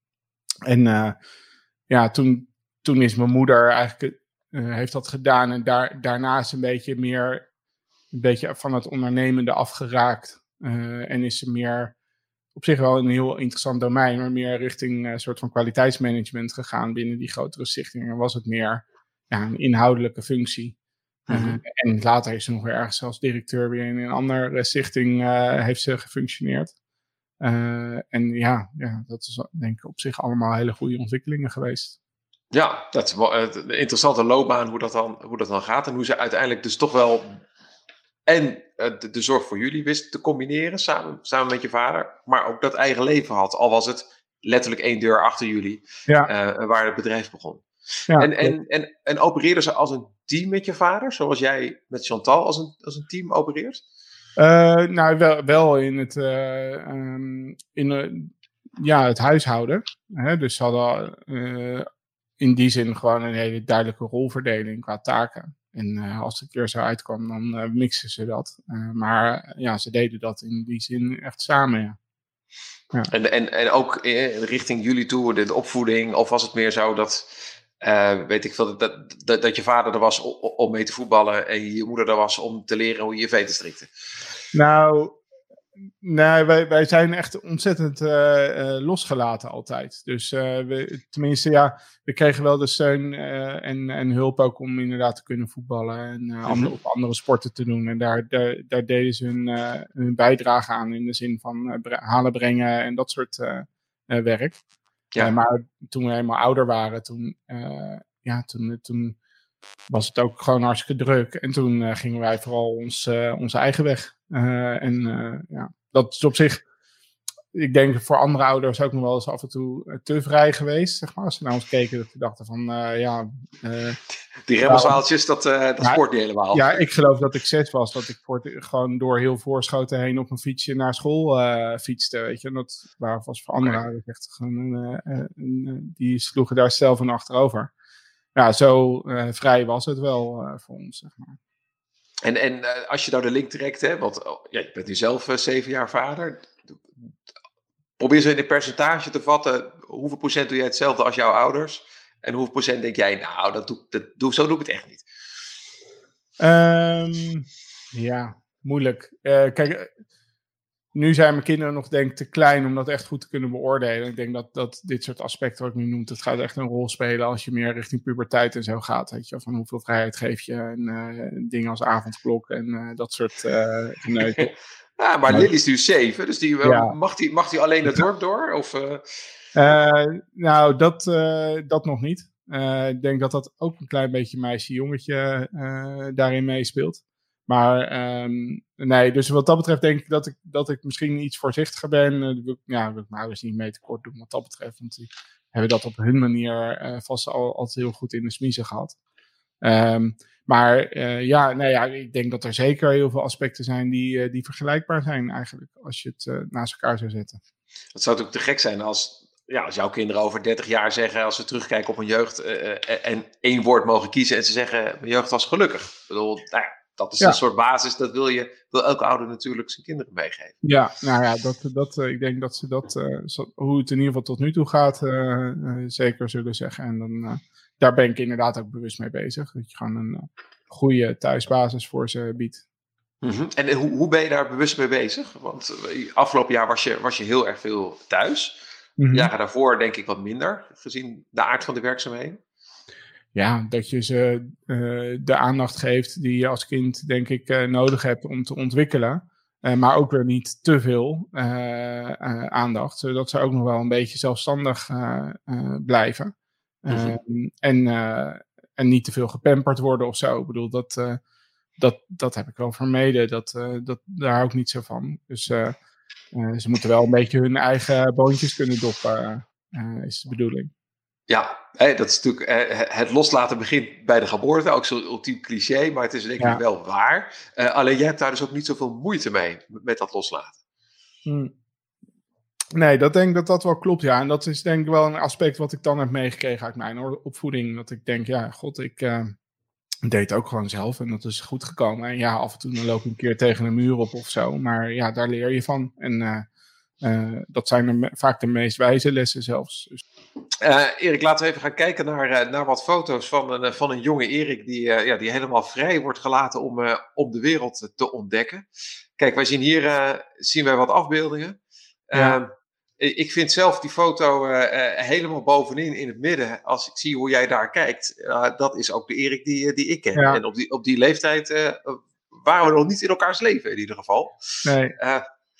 En uh, ja, toen, toen is mijn moeder eigenlijk, uh, heeft dat gedaan en daar, daarna is een beetje meer, een beetje van het ondernemende afgeraakt. Uh, en is ze meer, op zich wel een heel interessant domein, maar meer richting een uh, soort van kwaliteitsmanagement gegaan binnen die grotere stichtingen. En was het meer ja, een inhoudelijke functie. Uh, mm-hmm. En later is ze nog weer ergens als directeur weer in een andere stichting uh, heeft ze gefunctioneerd. Uh, en ja, ja, dat is denk ik op zich allemaal hele goede ontwikkelingen geweest. Ja, dat is een interessante loopbaan hoe dat dan, hoe dat dan gaat. En hoe ze uiteindelijk dus toch wel en uh, de, de zorg voor jullie wist te combineren samen, samen met je vader. Maar ook dat eigen leven had. Al was het letterlijk één deur achter jullie ja. uh, waar het bedrijf begon. Ja, en, en, en, en opereerden ze als een team met je vader? Zoals jij met Chantal als een, als een team opereert? Uh, nou, wel, wel in het, uh, um, in, uh, ja, het huishouden. Hè? Dus ze hadden uh, in die zin gewoon een hele duidelijke rolverdeling qua taken. En uh, als het een keer zo uitkwam, dan uh, mixen ze dat. Uh, maar ja, ze deden dat in die zin echt samen, ja. ja. En, en, en ook in, richting jullie toe, de, de opvoeding? Of was het meer zo dat... Uh, weet ik veel, dat, dat, dat je vader er was om, om mee te voetballen en je moeder er was om te leren hoe je je veten strikte? Nou, Nee, wij, wij zijn echt ontzettend uh, uh, losgelaten altijd. Dus uh, we, tenminste, ja, we kregen wel de steun uh, en, en hulp ook om inderdaad te kunnen voetballen en uh, mm-hmm. andere, of andere sporten te doen. En daar, daar, daar deden ze hun, uh, hun bijdrage aan in de zin van uh, bre- halen brengen en dat soort uh, uh, werk. Ja. Uh, maar toen we helemaal ouder waren, toen, uh, ja, toen, toen was het ook gewoon hartstikke druk. En toen uh, gingen wij vooral ons, uh, onze eigen weg. Uh, en uh, ja, dat is op zich, ik denk voor andere ouders ook nog wel eens af en toe te vrij geweest, zeg maar. Als ze naar ons keken, dat ze dachten van, uh, ja... Uh, Die remmelswaaltjes, dat, uh, dat ja, spoort niet helemaal. Ja, ik geloof dat ik zes was, dat ik voor het, gewoon door heel Voorschoten heen op een fietsje naar school uh, fietste, weet je. En dat was voor andere okay. ouders echt gewoon, uh, uh, uh, die sloegen daar zelf een achterover. Ja, zo uh, vrij was het wel uh, voor ons, zeg maar. En, en uh, als je nou de link trekt, hè, want oh, ja, je bent nu zelf uh, zeven jaar vader. Probeer ze in een percentage te vatten. Hoeveel procent doe jij hetzelfde als jouw ouders? En hoeveel procent denk jij, nou, dat doe, dat doe, zo doe ik het echt niet? Um, ja, moeilijk. Uh, kijk, nu zijn mijn kinderen nog denk ik te klein om dat echt goed te kunnen beoordelen. Ik denk dat, dat dit soort aspecten wat ik nu noem, dat gaat echt een rol spelen als je meer richting puberteit en zo gaat. Weet je, van hoeveel vrijheid geef je en uh, dingen als avondklok en uh, dat soort uh, geneuten. Ja, maar Lily is nu zeven, dus die, ja. mag die mag die alleen het dorp door? Of, uh... Uh, nou, dat, uh, dat nog niet. Uh, ik denk dat dat ook een klein beetje meisje-jongetje uh, daarin meespeelt. Maar um, nee, dus wat dat betreft denk ik dat ik, dat ik misschien iets voorzichtiger ben. Uh, wil, ja, wil ik mijn ouders niet mee tekort doen wat dat betreft. Want die hebben dat op hun manier uh, vast al, altijd heel goed in de smiezen gehad. Um, maar uh, ja, nee, ja, ik denk dat er zeker heel veel aspecten zijn die, uh, die vergelijkbaar zijn eigenlijk. Als je het uh, naast elkaar zou zetten. Het zou natuurlijk te gek zijn als... Ja, als jouw kinderen over dertig jaar zeggen, als ze terugkijken op hun jeugd uh, en één woord mogen kiezen en ze zeggen, mijn jeugd was gelukkig. Ik bedoel, nou ja, dat is ja. een soort basis, dat wil je, wil elke ouder natuurlijk zijn kinderen meegeven. Ja, nou ja, dat, dat, uh, ik denk dat ze dat, uh, zo, hoe het in ieder geval tot nu toe gaat, uh, uh, zeker zullen zeggen. En dan, uh, daar ben ik inderdaad ook bewust mee bezig. Dat je gewoon een uh, goede thuisbasis voor ze biedt. Mm-hmm. En hoe, hoe ben je daar bewust mee bezig? Want uh, afgelopen jaar was je, was je heel erg veel thuis. Mm-hmm. Jaren daarvoor denk ik wat minder, gezien de aard van de werkzaamheden. Ja, dat je ze uh, de aandacht geeft die je als kind denk ik uh, nodig hebt om te ontwikkelen. Uh, maar ook weer niet te veel uh, uh, aandacht, zodat ze ook nog wel een beetje zelfstandig uh, uh, blijven. Mm-hmm. Uh, en, uh, en niet te veel gepamperd worden of zo. Ik bedoel, dat, uh, dat, dat heb ik wel vermeden. Dat, uh, dat, daar hou ik niet zo van. Dus... Uh, Uh, ze moeten wel een beetje hun eigen boontjes kunnen doppen, uh, is de bedoeling. Ja, hè, dat is natuurlijk, uh, het loslaten begint bij de geboorte, ook zo'n ultiem cliché, maar het is denk ik ja. wel waar. Uh, alleen jij hebt daar dus ook niet zoveel moeite mee, met dat loslaten. Hmm. Nee, dat denk ik dat dat wel klopt, ja. En dat is denk ik wel een aspect wat ik dan heb meegekregen uit mijn opvoeding. Dat ik denk, ja, god, ik... Uh, deed het ook gewoon zelf en dat is goed gekomen. En ja, af en toe dan loop ik een keer tegen een muur op of zo. Maar ja, daar leer je van. En uh, uh, dat zijn er me- vaak de meest wijze lessen zelfs. Dus... Uh, Erik, laten we even gaan kijken naar, uh, naar wat foto's van een, van een jonge Erik die, uh, ja, die helemaal vrij wordt gelaten om, uh, om de wereld te ontdekken. Kijk, wij zien hier uh, zien wij wat afbeeldingen. Ja. Uh, Ik vind zelf die foto uh, uh, helemaal bovenin in het midden. Als ik zie hoe jij daar kijkt. Uh, dat is ook de Erik die, uh, die ik ken. Ja. En op die, op die leeftijd uh, waren we nog niet in elkaars leven in ieder geval. Nee. Uh,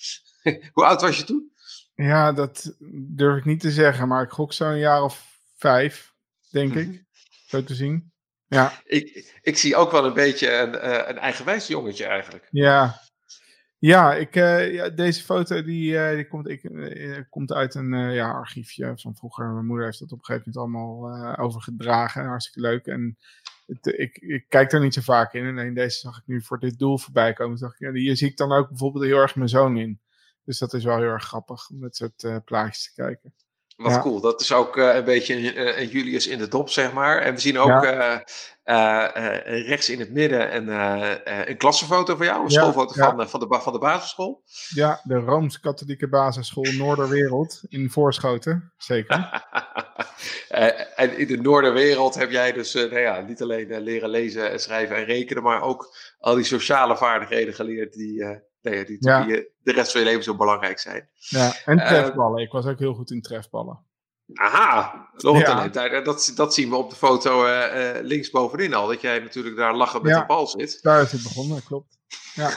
hoe oud was je toen? Ja, dat durf ik niet te zeggen. Maar ik gok zo'n jaar of vijf, denk mm-hmm. ik. Zo te zien. Ja. Ik, ik zie ook wel een beetje een, uh, een eigenwijs jongetje eigenlijk. Ja. Ja, ik, uh, ja, deze foto die, uh, die komt, ik, uh, komt uit een uh, ja, archiefje van vroeger. Mijn moeder heeft dat op een gegeven moment allemaal uh, overgedragen. Hartstikke leuk. En het, ik, ik kijk er niet zo vaak in. Alleen deze zag ik nu voor dit doel voorbij komen. Dacht ik, ja, hier zie ik dan ook bijvoorbeeld heel erg mijn zoon in. Dus dat is wel heel erg grappig om dit soort uh, plaatjes te kijken. Wat ja. Cool. Dat is ook uh, een beetje een, een Julius in de dop, zeg maar. En we zien ook ja. uh, uh, uh, rechts in het midden een, uh, uh, een klassenfoto van jou. Een ja, schoolfoto ja. van, uh, van, de, van de basisschool. Ja, de Rooms-Katholieke Basisschool Noorderwereld in Voorschoten. Zeker. uh, en in de Noorderwereld heb jij dus uh, nou ja, niet alleen uh, leren lezen en schrijven en rekenen, maar ook al die sociale vaardigheden geleerd die... Uh, nee, die Ja. je de rest van je leven zo belangrijk zijn. Ja, en Uh, trefballen. Ik was ook heel goed in trefballen. Aha, nog een Ja. talent. Daar, dat, dat zien we op de foto uh, uh, links bovenin al. Dat jij natuurlijk daar lachend met Ja, die bal zit. Daar is het begonnen, klopt. Ja.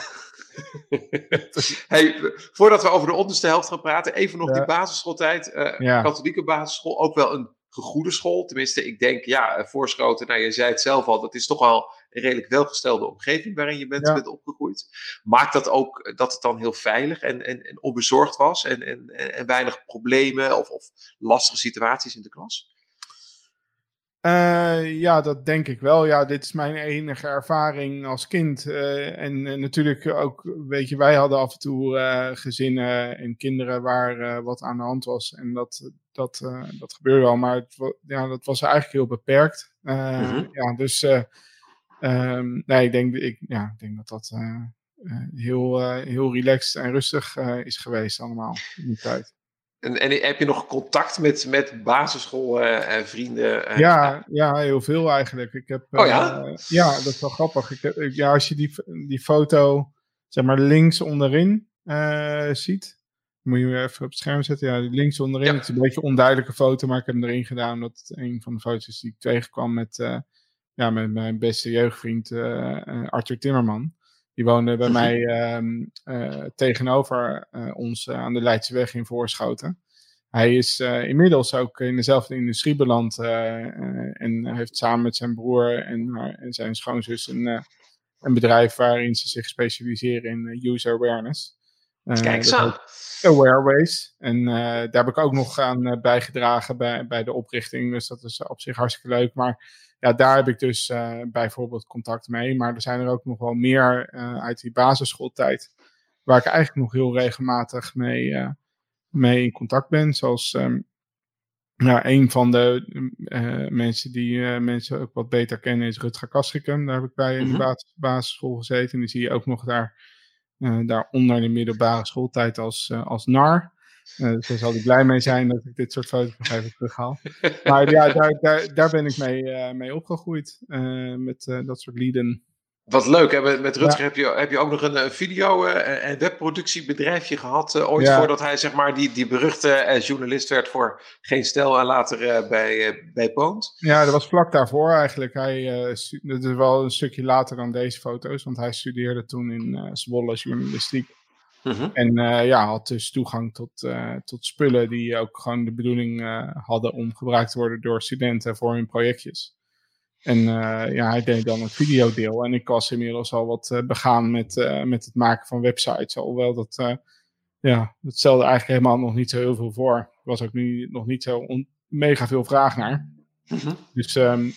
Hey, voordat we over de onderste helft gaan praten, even nog Ja. die basisschooltijd. Uh, Ja. Katholieke basisschool, ook wel een gegoede school. Tenminste, ik denk, ja, Voorschoten, nou, je zei het zelf al, dat is toch wel een redelijk welgestelde omgeving waarin je bent, Ja. bent opgegroeid. Maakt dat ook dat het dan heel veilig en, en, en onbezorgd was en, en, en weinig problemen of, of lastige situaties in de klas? Uh, ja, dat denk ik wel. Ja, dit is mijn enige ervaring als kind. Uh, en uh, natuurlijk ook, weet je, wij hadden af en toe uh, gezinnen en kinderen waar uh, wat aan de hand was. En dat, dat, uh, dat gebeurde wel, maar het, ja, dat was eigenlijk heel beperkt. Uh, mm-hmm. Ja, dus uh, um, nee, ik denk, ik, ja, ik denk dat dat uh, uh, heel, uh, heel relaxed en rustig uh, is geweest allemaal in die tijd. En, en heb je nog contact met, met basisschool uh, vrienden? Uh, ja, ja, heel veel eigenlijk. Ik heb, oh ja? Uh, ja, dat is wel grappig. Ik heb, ja, als je die, die foto, zeg maar, links onderin uh, ziet. Moet je hem even op het scherm zetten. Ja, links onderin. Ja. Het is een beetje een onduidelijke foto, maar ik heb hem erin gedaan. Omdat het een van de foto's is die ik tegenkwam met, uh, ja, met mijn beste jeugdvriend uh, uh, Arthur Timmerman. Die woonde bij mij uh, uh, tegenover uh, ons uh, aan de Leidseweg in Voorschoten. Hij is uh, inmiddels ook in dezelfde industrie beland uh, uh, en heeft samen met zijn broer en, uh, en zijn schoonzus een, uh, een bedrijf waarin ze zich specialiseren in uh, user awareness. Uh, Kijk zo. Awareways. En uh, daar heb ik ook nog aan uh, bijgedragen bij, bij de oprichting. Dus dat is op zich hartstikke leuk. Maar ja, daar heb ik dus uh, bijvoorbeeld contact mee. Maar er zijn er ook nog wel meer uh, uit die basisschooltijd. Waar ik eigenlijk nog heel regelmatig mee, uh, mee in contact ben. Zoals um, ja, een van de uh, mensen die uh, mensen ook wat beter kennen is Rutger Kastrikum. Daar heb ik bij in de bas- basisschool gezeten. En die zie je ook nog daar... Uh, daaronder in de middelbare schooltijd als, uh, als nar. Uh, dus daar zal ik blij mee zijn dat ik dit soort foto's nog even terughaal. Maar ja, daar, daar, daar ben ik mee, uh, mee opgegroeid. Uh, met uh, dat soort lieden. Wat leuk. Hè? Met, met Rutger ja. heb, je, heb je ook nog een, een video- uh, en webproductiebedrijfje gehad. Uh, ooit ja. voordat hij zeg maar die, die beruchte uh, journalist werd voor Geen Stijl en later uh, bij, uh, bij Poont. Ja, dat was vlak daarvoor eigenlijk. Hij, uh, stu- dat is wel een stukje later dan deze foto's. Want hij studeerde toen in uh, Zwolle journalistiek. Mm-hmm. En uh, ja, had dus toegang tot, uh, tot spullen die ook gewoon de bedoeling uh, hadden om gebruikt te worden door studenten voor hun projectjes. En uh, ja, hij deed dan een videodeel. En ik was inmiddels al wat uh, begaan met, uh, met het maken van websites. Alhoewel dat, uh, ja, dat stelde eigenlijk helemaal nog niet zo heel veel voor. Er was ook nu nog niet zo on- mega veel vraag naar. Mm-hmm. Dus um,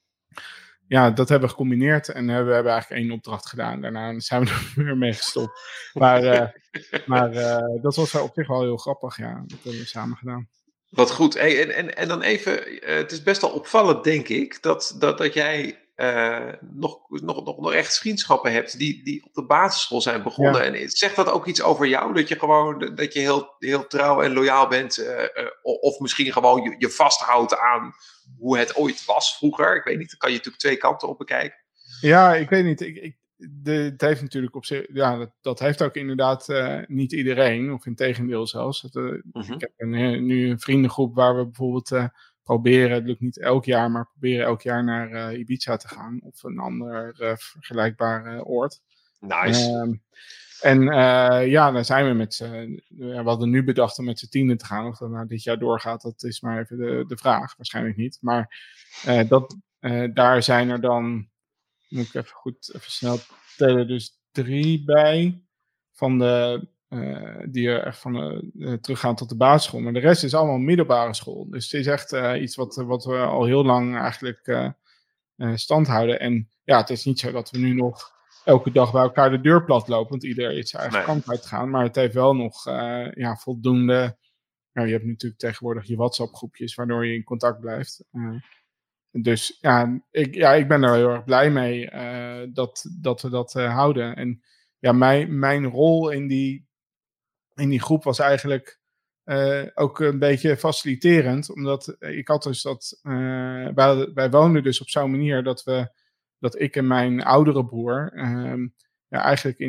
ja, dat hebben we gecombineerd. En uh, we hebben eigenlijk één opdracht gedaan. Daarna zijn we er weer mee gestopt. Maar, uh, maar uh, dat was op zich wel heel grappig. Ja, dat hebben we samen gedaan. Wat goed. Hey, en, en, en dan even, uh, het is best wel opvallend, denk ik, dat, dat, dat jij uh, nog, nog, nog, nog echt vriendschappen hebt die, die op de basisschool zijn begonnen. Ja. En zegt dat ook iets over jou? Dat je gewoon dat je heel, heel trouw en loyaal bent? Uh, uh, of misschien gewoon je, je vasthoudt aan hoe het ooit was vroeger? Ik weet niet, dan kan je natuurlijk twee kanten op bekijken. Ja, ik weet niet. Ik, ik, de, het heeft natuurlijk op zich, ja, dat, dat heeft ook inderdaad uh, niet iedereen, of in tegendeel zelfs. Het, uh, mm-hmm. Ik heb een, nu een vriendengroep waar we bijvoorbeeld uh, proberen, het lukt niet elk jaar, maar proberen elk jaar naar uh, Ibiza te gaan, of een ander uh, vergelijkbaar uh, oord. Nice. Um, en uh, ja, daar zijn we met z'n, uh, we hadden nu bedacht om met z'n tienen te gaan. Of dat nou dit jaar doorgaat, dat is maar even de, de vraag. Waarschijnlijk niet. Maar uh, dat, uh, daar zijn er dan, moet ik even goed, even snel tellen, dus drie bij van de, uh, die er echt van de, uh, teruggaan tot de basisschool. Maar de rest is allemaal middelbare school. Dus het is echt uh, iets wat, wat we al heel lang eigenlijk uh, uh, stand houden. En ja, het is niet zo dat we nu nog elke dag bij elkaar de deur plat lopen, want iedereen is zijn eigen nee. kant uitgaan. Maar het heeft wel nog uh, ja, voldoende. Nou, je hebt natuurlijk tegenwoordig je WhatsApp-groepjes, waardoor je in contact blijft. Uh, dus ja ik, ja, ik ben er heel erg blij mee uh, dat, dat we dat uh, houden. En ja, mijn, mijn rol in die, in die groep was eigenlijk uh, ook een beetje faciliterend. Omdat ik had dus dat. Uh, wij, wij woonden dus op zo'n manier dat we. Dat ik en mijn oudere broer um, ja, eigenlijk in het,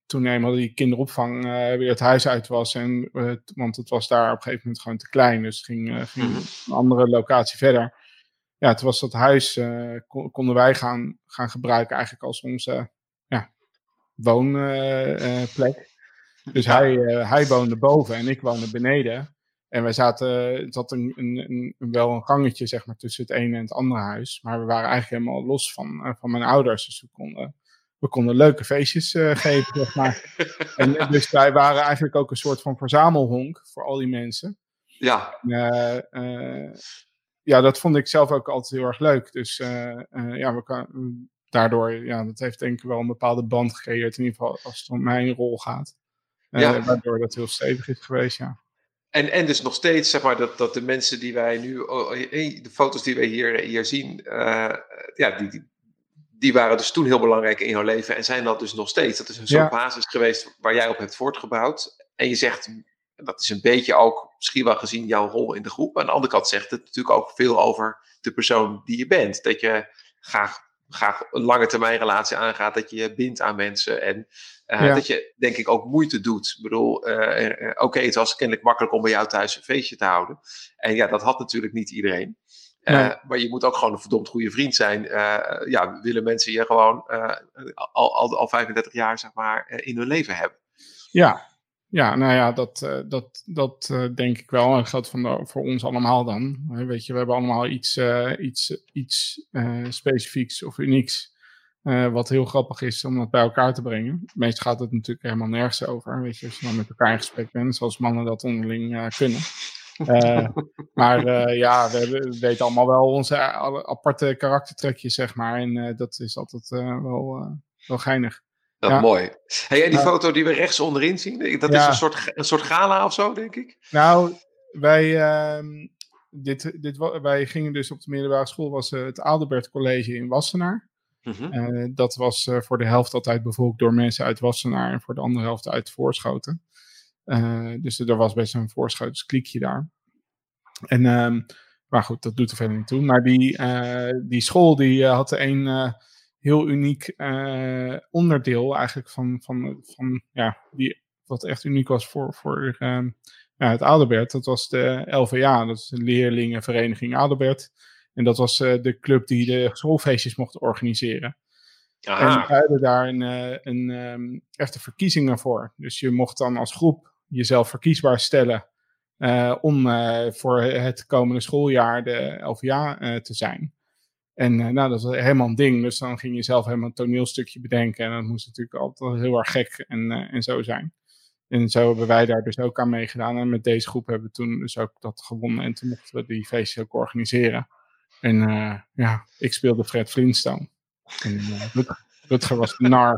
toen eenmaal die kinderopvang uh, weer het huis uit was. En, uh, t- want het was daar op een gegeven moment gewoon te klein. Dus het ging, uh, ging Mhm. een andere locatie verder. Ja, toen was dat huis, uh, kon, konden wij gaan, gaan gebruiken eigenlijk als onze ja, woonplek. Uh, dus Ja. hij, uh, hij woonde boven en ik woonde beneden. En wij zaten, het had een, een, een, wel een gangetje zeg maar, tussen het ene en het andere huis. Maar we waren eigenlijk helemaal los van, uh, van mijn ouders. Dus we konden, we konden leuke feestjes uh, geven, zeg maar. En dus wij waren eigenlijk ook een soort van verzamelhonk voor al die mensen. Ja. Uh, uh, ja, dat vond ik zelf ook altijd heel erg leuk. Dus uh, uh, ja, we kan, daardoor, ja, dat heeft denk ik wel een bepaalde band gecreëerd. In ieder geval als het om mijn rol gaat. Uh, ja. Waardoor dat heel stevig is geweest, ja. En, en dus nog steeds, zeg maar, dat, dat de mensen die wij nu, de foto's die wij hier, hier zien, uh, ja, die, die, die waren dus toen heel belangrijk in jouw leven en zijn dat dus nog steeds. Dat is een soort ja. basis geweest waar jij op hebt voortgebouwd. En je zegt, dat is een beetje ook misschien wel gezien jouw rol in de groep. Aan de andere kant zegt het natuurlijk ook veel over de persoon die je bent. Dat je graag, graag een lange termijn relatie aangaat, dat je je bindt aan mensen en uh, ja. dat je denk ik ook moeite doet. Ik bedoel, uh, uh, oké, okay, het was kennelijk makkelijk om bij jou thuis een feestje te houden. En ja, dat had natuurlijk niet iedereen. Uh, nee. Maar je moet ook gewoon een verdomd goede vriend zijn. Uh, ja, willen mensen je gewoon uh, al, al, al vijfendertig jaar zeg maar uh, in hun leven hebben. Ja, ja nou ja, dat, uh, dat, dat uh, denk ik wel. En dat geldt van de, voor ons allemaal dan. Weet je, we hebben allemaal iets, uh, iets, iets uh, specifieks of unieks. Uh, wat heel grappig is om dat bij elkaar te brengen. Meestal gaat het natuurlijk helemaal nergens over. Weet je, als je dan met elkaar in gesprek bent, zoals mannen dat onderling uh, kunnen. Uh, maar uh, ja, we, we weten allemaal wel onze aparte karaktertrekjes, zeg maar. En uh, dat is altijd uh, wel, uh, wel geinig. Dat ja. is mooi. Hey, en die ja. foto die we rechts onderin zien, dat ja. is een soort, een soort gala of zo, denk ik? Nou, wij, uh, dit, dit, wij gingen dus op de middelbare school, was uh, het Adelbert College in Wassenaar. Mm-hmm. Uh, dat was uh, voor de helft altijd bevolkt door mensen uit Wassenaar en voor de andere helft uit Voorschoten. Uh, dus er was best een Voorschotens kliekje daar. En, um, maar goed, dat doet er verder niet toe. Maar die, uh, die school die uh, had een uh, heel uniek uh, onderdeel eigenlijk van, van, van ja, die, wat echt uniek was voor, voor uh, ja, het Adelbert. Dat was de L V A, dat is de Leerlingenvereniging Adelbert. En dat was uh, de club die de schoolfeestjes mocht organiseren. Aha. En we hadden daar een, een, een echte verkiezingen voor. Dus je mocht dan als groep jezelf verkiesbaar stellen uh, om uh, voor het komende schooljaar de L V A uh, te zijn. En uh, nou, dat was helemaal een ding. Dus dan ging je zelf helemaal een toneelstukje bedenken. En dat moest natuurlijk altijd heel erg gek en, uh, en zo zijn. En zo hebben wij daar dus ook aan meegedaan. En met deze groep hebben we toen dus ook dat gewonnen. En toen mochten we die feestjes ook organiseren. En uh, ja, ik speelde Fred Flintstone. En uh, Rutger, Rutger was de nar.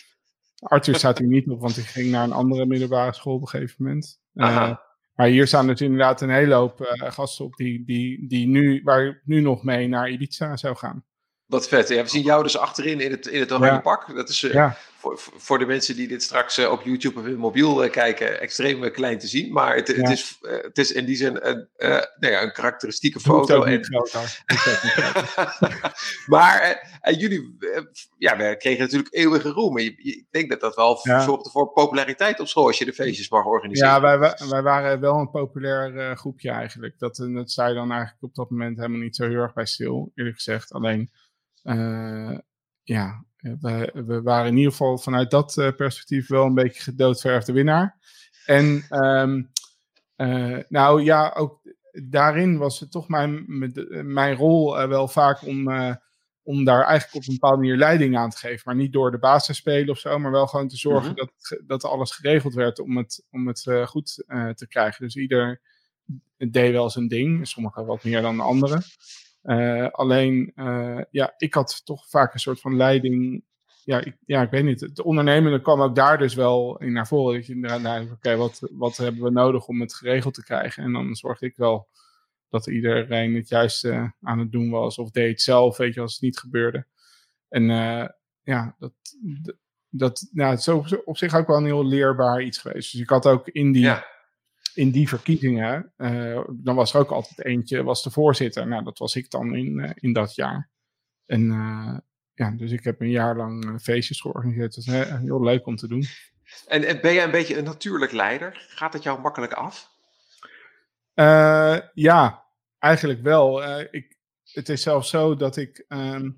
Arthur staat hier niet op, want hij ging naar een andere middelbare school op een gegeven moment. Uh, maar hier staan dus inderdaad een hele hoop uh, gasten op die, die, die nu, waar ik nu nog mee naar Ibiza zou gaan. Wat vet. Ja, we zien jou dus achterin in het, in het oranje ja. pak. Dat is uh, ja. voor, voor de mensen die dit straks uh, op YouTube of in mobiel uh, kijken, extreem uh, klein te zien. Maar het, ja. het, is, uh, het is in die zin een, uh, nou ja, een karakteristieke foto. En... maar uh, jullie uh, ja, we kregen natuurlijk eeuwige roem. Ik denk dat dat wel ja. zorgde voor populariteit op school als je de feestjes mag organiseren. Ja, wij, wij waren wel een populair uh, groepje eigenlijk. Dat, dat sta je dan eigenlijk op dat moment helemaal niet zo heel erg bij stil, eerlijk gezegd. Alleen... Uh, ja, we, we waren in ieder geval vanuit dat uh, perspectief wel een beetje gedoodverfde winnaar. En um, uh, nou ja, ook daarin was het toch mijn, mijn rol uh, wel vaak om, uh, om daar eigenlijk op een bepaalde manier leiding aan te geven. Maar niet door de baas te spelen of zo, maar wel gewoon te zorgen mm-hmm. dat, dat alles geregeld werd om het, om het uh, goed uh, te krijgen. Dus ieder deed wel zijn ding, sommigen wat meer dan de anderen. Uh, alleen, uh, ja, ik had toch vaak een soort van leiding. Ja, ik, ja, ik weet niet. Het ondernemende kwam ook daar dus wel in naar voren. Dat je nou, oké, okay, wat, wat hebben we nodig om het geregeld te krijgen? En dan zorgde ik wel dat iedereen het juiste aan het doen was. Of deed het zelf, weet je, als het niet gebeurde. En uh, ja, dat, dat nou, het is zo op zich ook wel een heel leerbaar iets geweest. Dus ik had ook in die... Ja. In die verkiezingen, uh, dan was er ook altijd eentje, was de voorzitter. Nou, dat was ik dan in, uh, in dat jaar. En uh, ja, dus ik heb een jaar lang uh, feestjes georganiseerd. Dat is heel, heel leuk om te doen. En, en ben jij een beetje een natuurlijk leider? Gaat het jou makkelijk af? Uh, ja, eigenlijk wel. Uh, ik, het is zelfs zo dat ik um,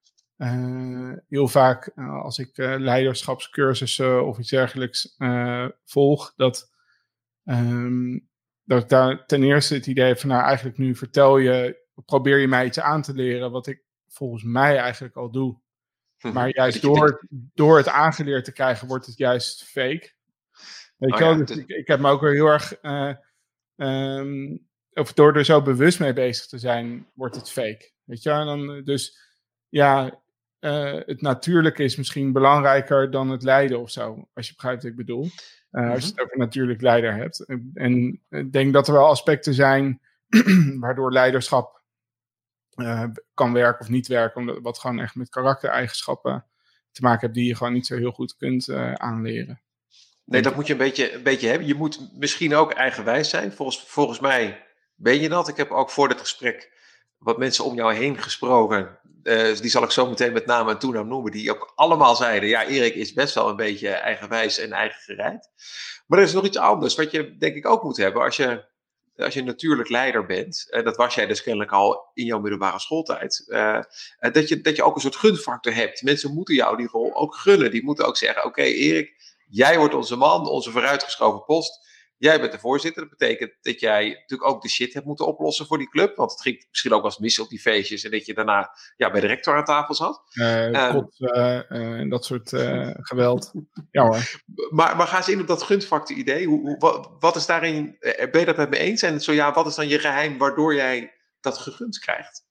uh, heel vaak uh, als ik uh, leiderschapscursussen of iets dergelijks uh, volg, dat, um, dat ik daar ten eerste het idee heb van nou eigenlijk nu vertel je, probeer je mij iets aan te leren wat ik volgens mij eigenlijk al doe. Maar juist door, door het aangeleerd te krijgen wordt het juist fake. Weet je oh, wel? Ja, dus ik, ik heb me ook weer heel erg... Uh, Um, of door er zo bewust mee bezig te zijn, wordt het fake. Weet je, en dan, dus ja, uh, het natuurlijke is misschien belangrijker dan het lijden of zo. Als je begrijpt wat ik bedoel. Uh, mm-hmm. Als je het over natuurlijk leider hebt. En ik denk dat er wel aspecten zijn waardoor leiderschap uh, kan werken of niet werken. Omdat, wat gewoon echt met karaktereigenschappen te maken heeft die je gewoon niet zo heel goed kunt uh, aanleren. Nee, dat moet je een beetje, een beetje hebben. Je moet misschien ook eigenwijs zijn. Volgens, volgens mij ben je dat. Ik heb ook voor dit gesprek wat mensen om jou heen gesproken. Uh, die zal ik zo meteen met naam en toenaam noemen. Die ook allemaal zeiden, ja, Erik is best wel een beetje eigenwijs en eigengereid. Maar er is nog iets anders wat je denk ik ook moet hebben. Als je, als je natuurlijk leider bent. En dat was jij dus kennelijk al in jouw middelbare schooltijd. Uh, dat, je, dat je ook een soort gunfactor hebt. Mensen moeten jou die rol ook gunnen. Die moeten ook zeggen, oké, okay, Erik... Jij wordt onze man, onze vooruitgeschoven post. Jij bent de voorzitter. Dat betekent dat jij natuurlijk ook de shit hebt moeten oplossen voor die club. Want het ging misschien ook wel eens mis op die feestjes. En dat je daarna ja, bij de rector aan tafel zat. Uh, um, kot, uh, uh, dat soort uh, geweld. Ja hoor. Maar, maar ga eens in op dat gunfactor idee. Hoe, hoe, wat, wat is daarin, ben je dat met me eens? En zo ja, wat is dan je geheim waardoor jij dat gegund krijgt?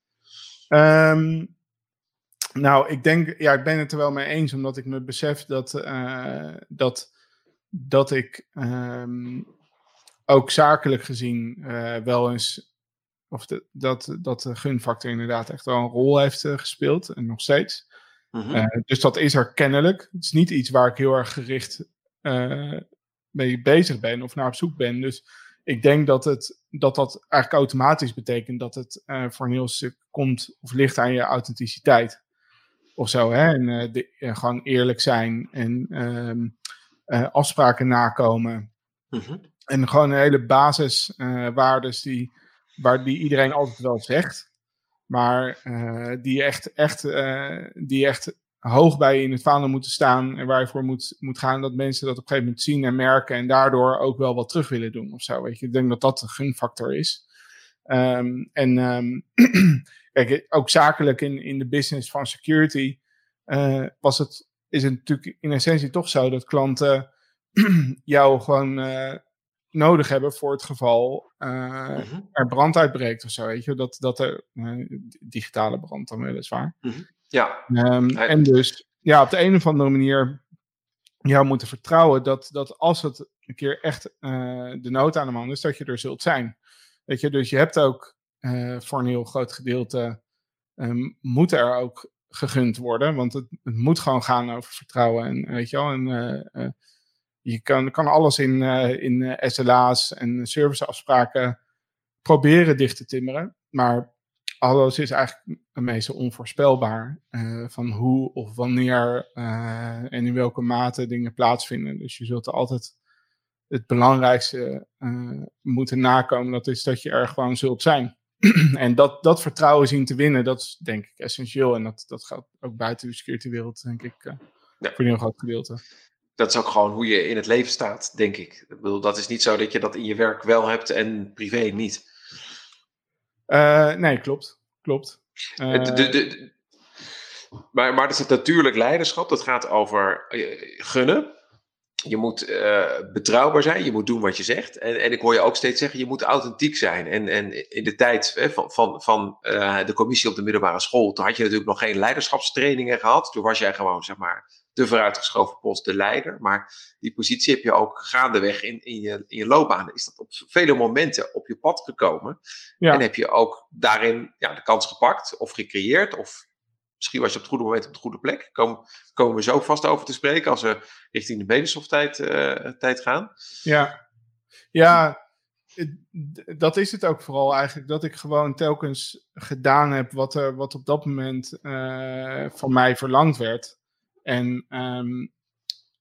Um, Nou, ik denk, ja, ik ben het er wel mee eens, omdat ik me besef dat, uh, dat, dat ik um, ook zakelijk gezien uh, wel eens, of de, dat, dat de gunfactor inderdaad echt wel een rol heeft uh, gespeeld, en nog steeds. Mm-hmm. Uh, dus dat is er kennelijk. Het is niet iets waar ik heel erg gericht uh, mee bezig ben of naar op zoek ben. Dus ik denk dat het, dat, dat eigenlijk automatisch betekent dat het uh, voor een heel stuk komt of ligt aan je authenticiteit. Of zo, hè? En uh, de, uh, gewoon eerlijk zijn en um, uh, afspraken nakomen. Mm-hmm. En gewoon een hele basiswaardes uh, die, waar die iedereen altijd wel zegt. Maar uh, die, echt, echt, uh, die echt hoog bij je in het vaandel moeten staan. En waar je voor moet, moet gaan dat mensen dat op een gegeven moment zien en merken. En daardoor ook wel wat terug willen doen of zo. Weet je? Ik denk dat dat een gunfactor is. Um, en... Um, Kijk, ook zakelijk in, in de business van security uh, was het, is het natuurlijk in essentie toch zo dat klanten jou gewoon uh, nodig hebben voor het geval uh, mm-hmm. er brand uitbreekt of zo, weet je. Dat, dat er, uh, digitale brand dan weliswaar. Mm-hmm. Ja. Um, en dus, ja, op de een of andere manier jou moeten vertrouwen dat, dat als het een keer echt uh, de nood aan de man is, dat je er zult zijn. Weet je, dus je hebt ook Uh, voor een heel groot gedeelte um, moet er ook gegund worden. Want het, het moet gewoon gaan over vertrouwen. En weet je wel, en, uh, uh, je kan, kan alles in, uh, in uh, S L A's en serviceafspraken proberen dicht te timmeren. Maar alles is eigenlijk meestal onvoorspelbaar. Uh, van hoe of wanneer uh, en in welke mate dingen plaatsvinden. Dus je zult er altijd het belangrijkste uh, moeten nakomen. Dat is dat je er gewoon zult zijn. En dat, dat vertrouwen zien te winnen, dat is denk ik essentieel. En dat, dat gaat ook buiten de security wereld, denk ik, uh, ja. voor een heel groot gedeelte. Dat is ook gewoon hoe je in het leven staat, denk ik. Ik bedoel, dat is niet zo dat je dat in je werk wel hebt en privé niet. Uh, nee, klopt. klopt. Uh, de, de, de, maar, maar dat is het natuurlijk leiderschap. Dat gaat over uh, gunnen. Je moet uh, betrouwbaar zijn, je moet doen wat je zegt. En, en ik hoor je ook steeds zeggen, je moet authentiek zijn. En, en in de tijd hè, van, van, van uh, de commissie op de middelbare school, toen had je natuurlijk nog geen leiderschapstrainingen gehad. Toen was jij gewoon, zeg maar, de vooruitgeschoven post, de leider. Maar die positie heb je ook gaandeweg in, in, je, in je loopbaan. Is dat op vele momenten op je pad gekomen. Ja. En heb je ook daarin ja, de kans gepakt of gecreëerd of... Misschien was je op het goede moment op de goede plek. Komen, komen we zo vast over te spreken als we richting de Benesoft-tijd uh, tijd gaan. Ja, ja d- dat is het ook vooral eigenlijk. Dat ik gewoon telkens gedaan heb wat, er, wat op dat moment uh, van mij verlangd werd. En um,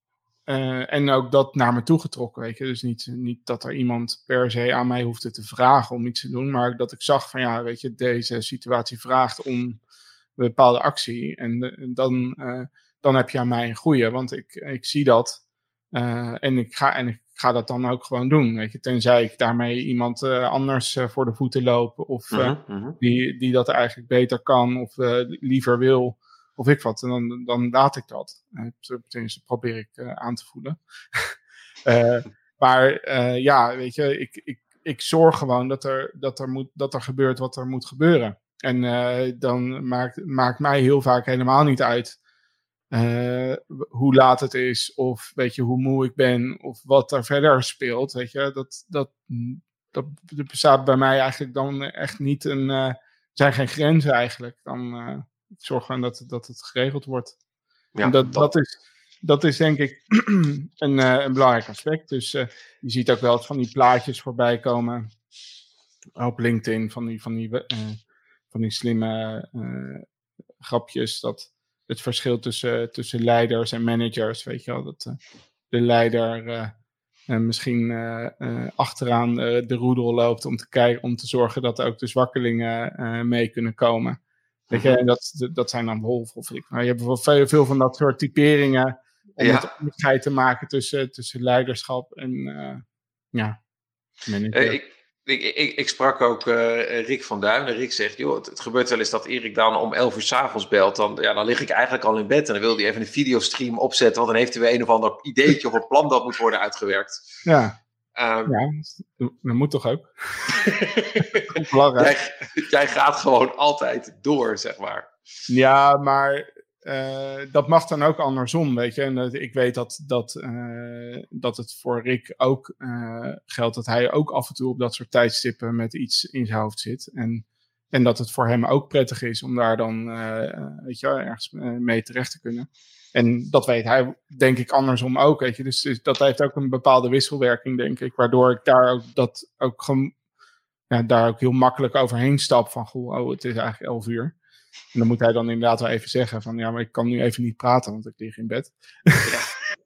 uh, en ook dat naar me toe getrokken, weet je. Dus niet, niet dat er iemand per se aan mij hoefde te vragen om iets te doen, maar dat ik zag van ja, weet je, deze situatie vraagt om een bepaalde actie. En uh, dan, uh, dan heb je aan mij een goeie, want ik, ik zie dat uh, en, ik ga, en ik ga dat dan ook gewoon doen, weet je. Tenzij ik daarmee iemand uh, anders uh, voor de voeten loop of uh, mm-hmm, mm-hmm. Die, die dat eigenlijk beter kan of uh, liever wil. Of ik wat, en dan, dan laat ik dat. Uh, tenminste, probeer ik uh, aan te voelen. uh, maar uh, ja, weet je, ik, ik, ik zorg gewoon dat er, dat, er moet, dat er gebeurt wat er moet gebeuren. En uh, dan maakt, maakt mij heel vaak helemaal niet uit uh, hoe laat het is, of weet je, hoe moe ik ben, of wat er verder speelt. Weet je, dat, dat, dat, dat bestaat bij mij eigenlijk dan echt niet een. Uh, er zijn geen grenzen eigenlijk. Dan. Uh, Ik zorg gewoon dat, dat het geregeld wordt. Ja, en dat, dat, dat, is, dat is denk ik een, uh, een belangrijk aspect. Dus uh, je ziet ook wel eens van die plaatjes voorbij komen op LinkedIn. Van die, van die, uh, van die slimme uh, grapjes. Dat het verschil tussen, tussen leiders en managers. Weet je wel, dat uh, de leider uh, uh, misschien uh, uh, achteraan uh, de roedel loopt. Om te, kijken, om te zorgen dat ook de zwakkelingen uh, mee kunnen komen. Weet je, en dat, dat zijn dan Wolf of ik. Maar je hebt wel veel, veel van dat soort typeringen om ja. het onderscheid te maken tussen, tussen leiderschap en uh, ja, manager. Uh, ik, ik, ik, ik sprak ook uh, Rick van Duin en Rick zegt, joh, het, het gebeurt wel eens dat Erik dan om elf uur 's avonds belt. Dan, ja, dan lig ik eigenlijk al in bed en dan wil hij even een videostream opzetten, want dan heeft hij weer een of ander ideetje of een plan dat moet worden uitgewerkt. Ja. Um, ja, dat moet toch ook. jij, jij gaat gewoon altijd door, zeg maar. Ja, maar uh, dat mag dan ook andersom, weet je. En dat, ik weet dat, dat, uh, dat het voor Rick ook uh, geldt dat hij ook af en toe op dat soort tijdstippen met iets in zijn hoofd zit. En, en dat het voor hem ook prettig is om daar dan uh, weet je, ergens mee terecht te kunnen. En dat weet hij, denk ik, andersom ook, weet je. Dus, dus dat heeft ook een bepaalde wisselwerking, denk ik. Waardoor ik daar ook, dat ook, gem, ja, daar ook heel makkelijk overheen stap. Van, goh, oh, het is eigenlijk elf uur. En dan moet hij dan inderdaad wel even zeggen van, ja, maar ik kan nu even niet praten, want ik lig in bed. Ja.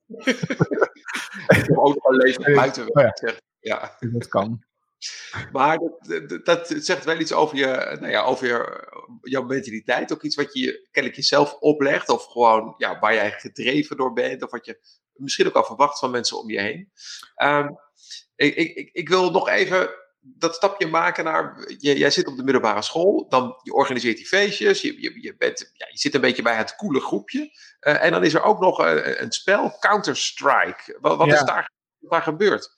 Ik heb ook nog een leven buiten. Oh ja. Ja. Dat kan. Maar dat, dat, dat zegt wel iets over, je, nou ja, over je, jouw mentaliteit. Ook iets wat je kennelijk jezelf oplegt. Of gewoon ja, waar jij gedreven door bent. Of wat je misschien ook al verwacht van mensen om je heen. Um, ik, ik, ik wil nog even dat stapje maken naar... Je, jij zit op de middelbare school. Dan je organiseert die feestjes. Je, je, je, bent, ja, je zit een beetje bij het coole groepje. Uh, en dan is er ook nog uh, een spel, Counter-Strike. Wat, wat ja. is daar, daar gebeurd?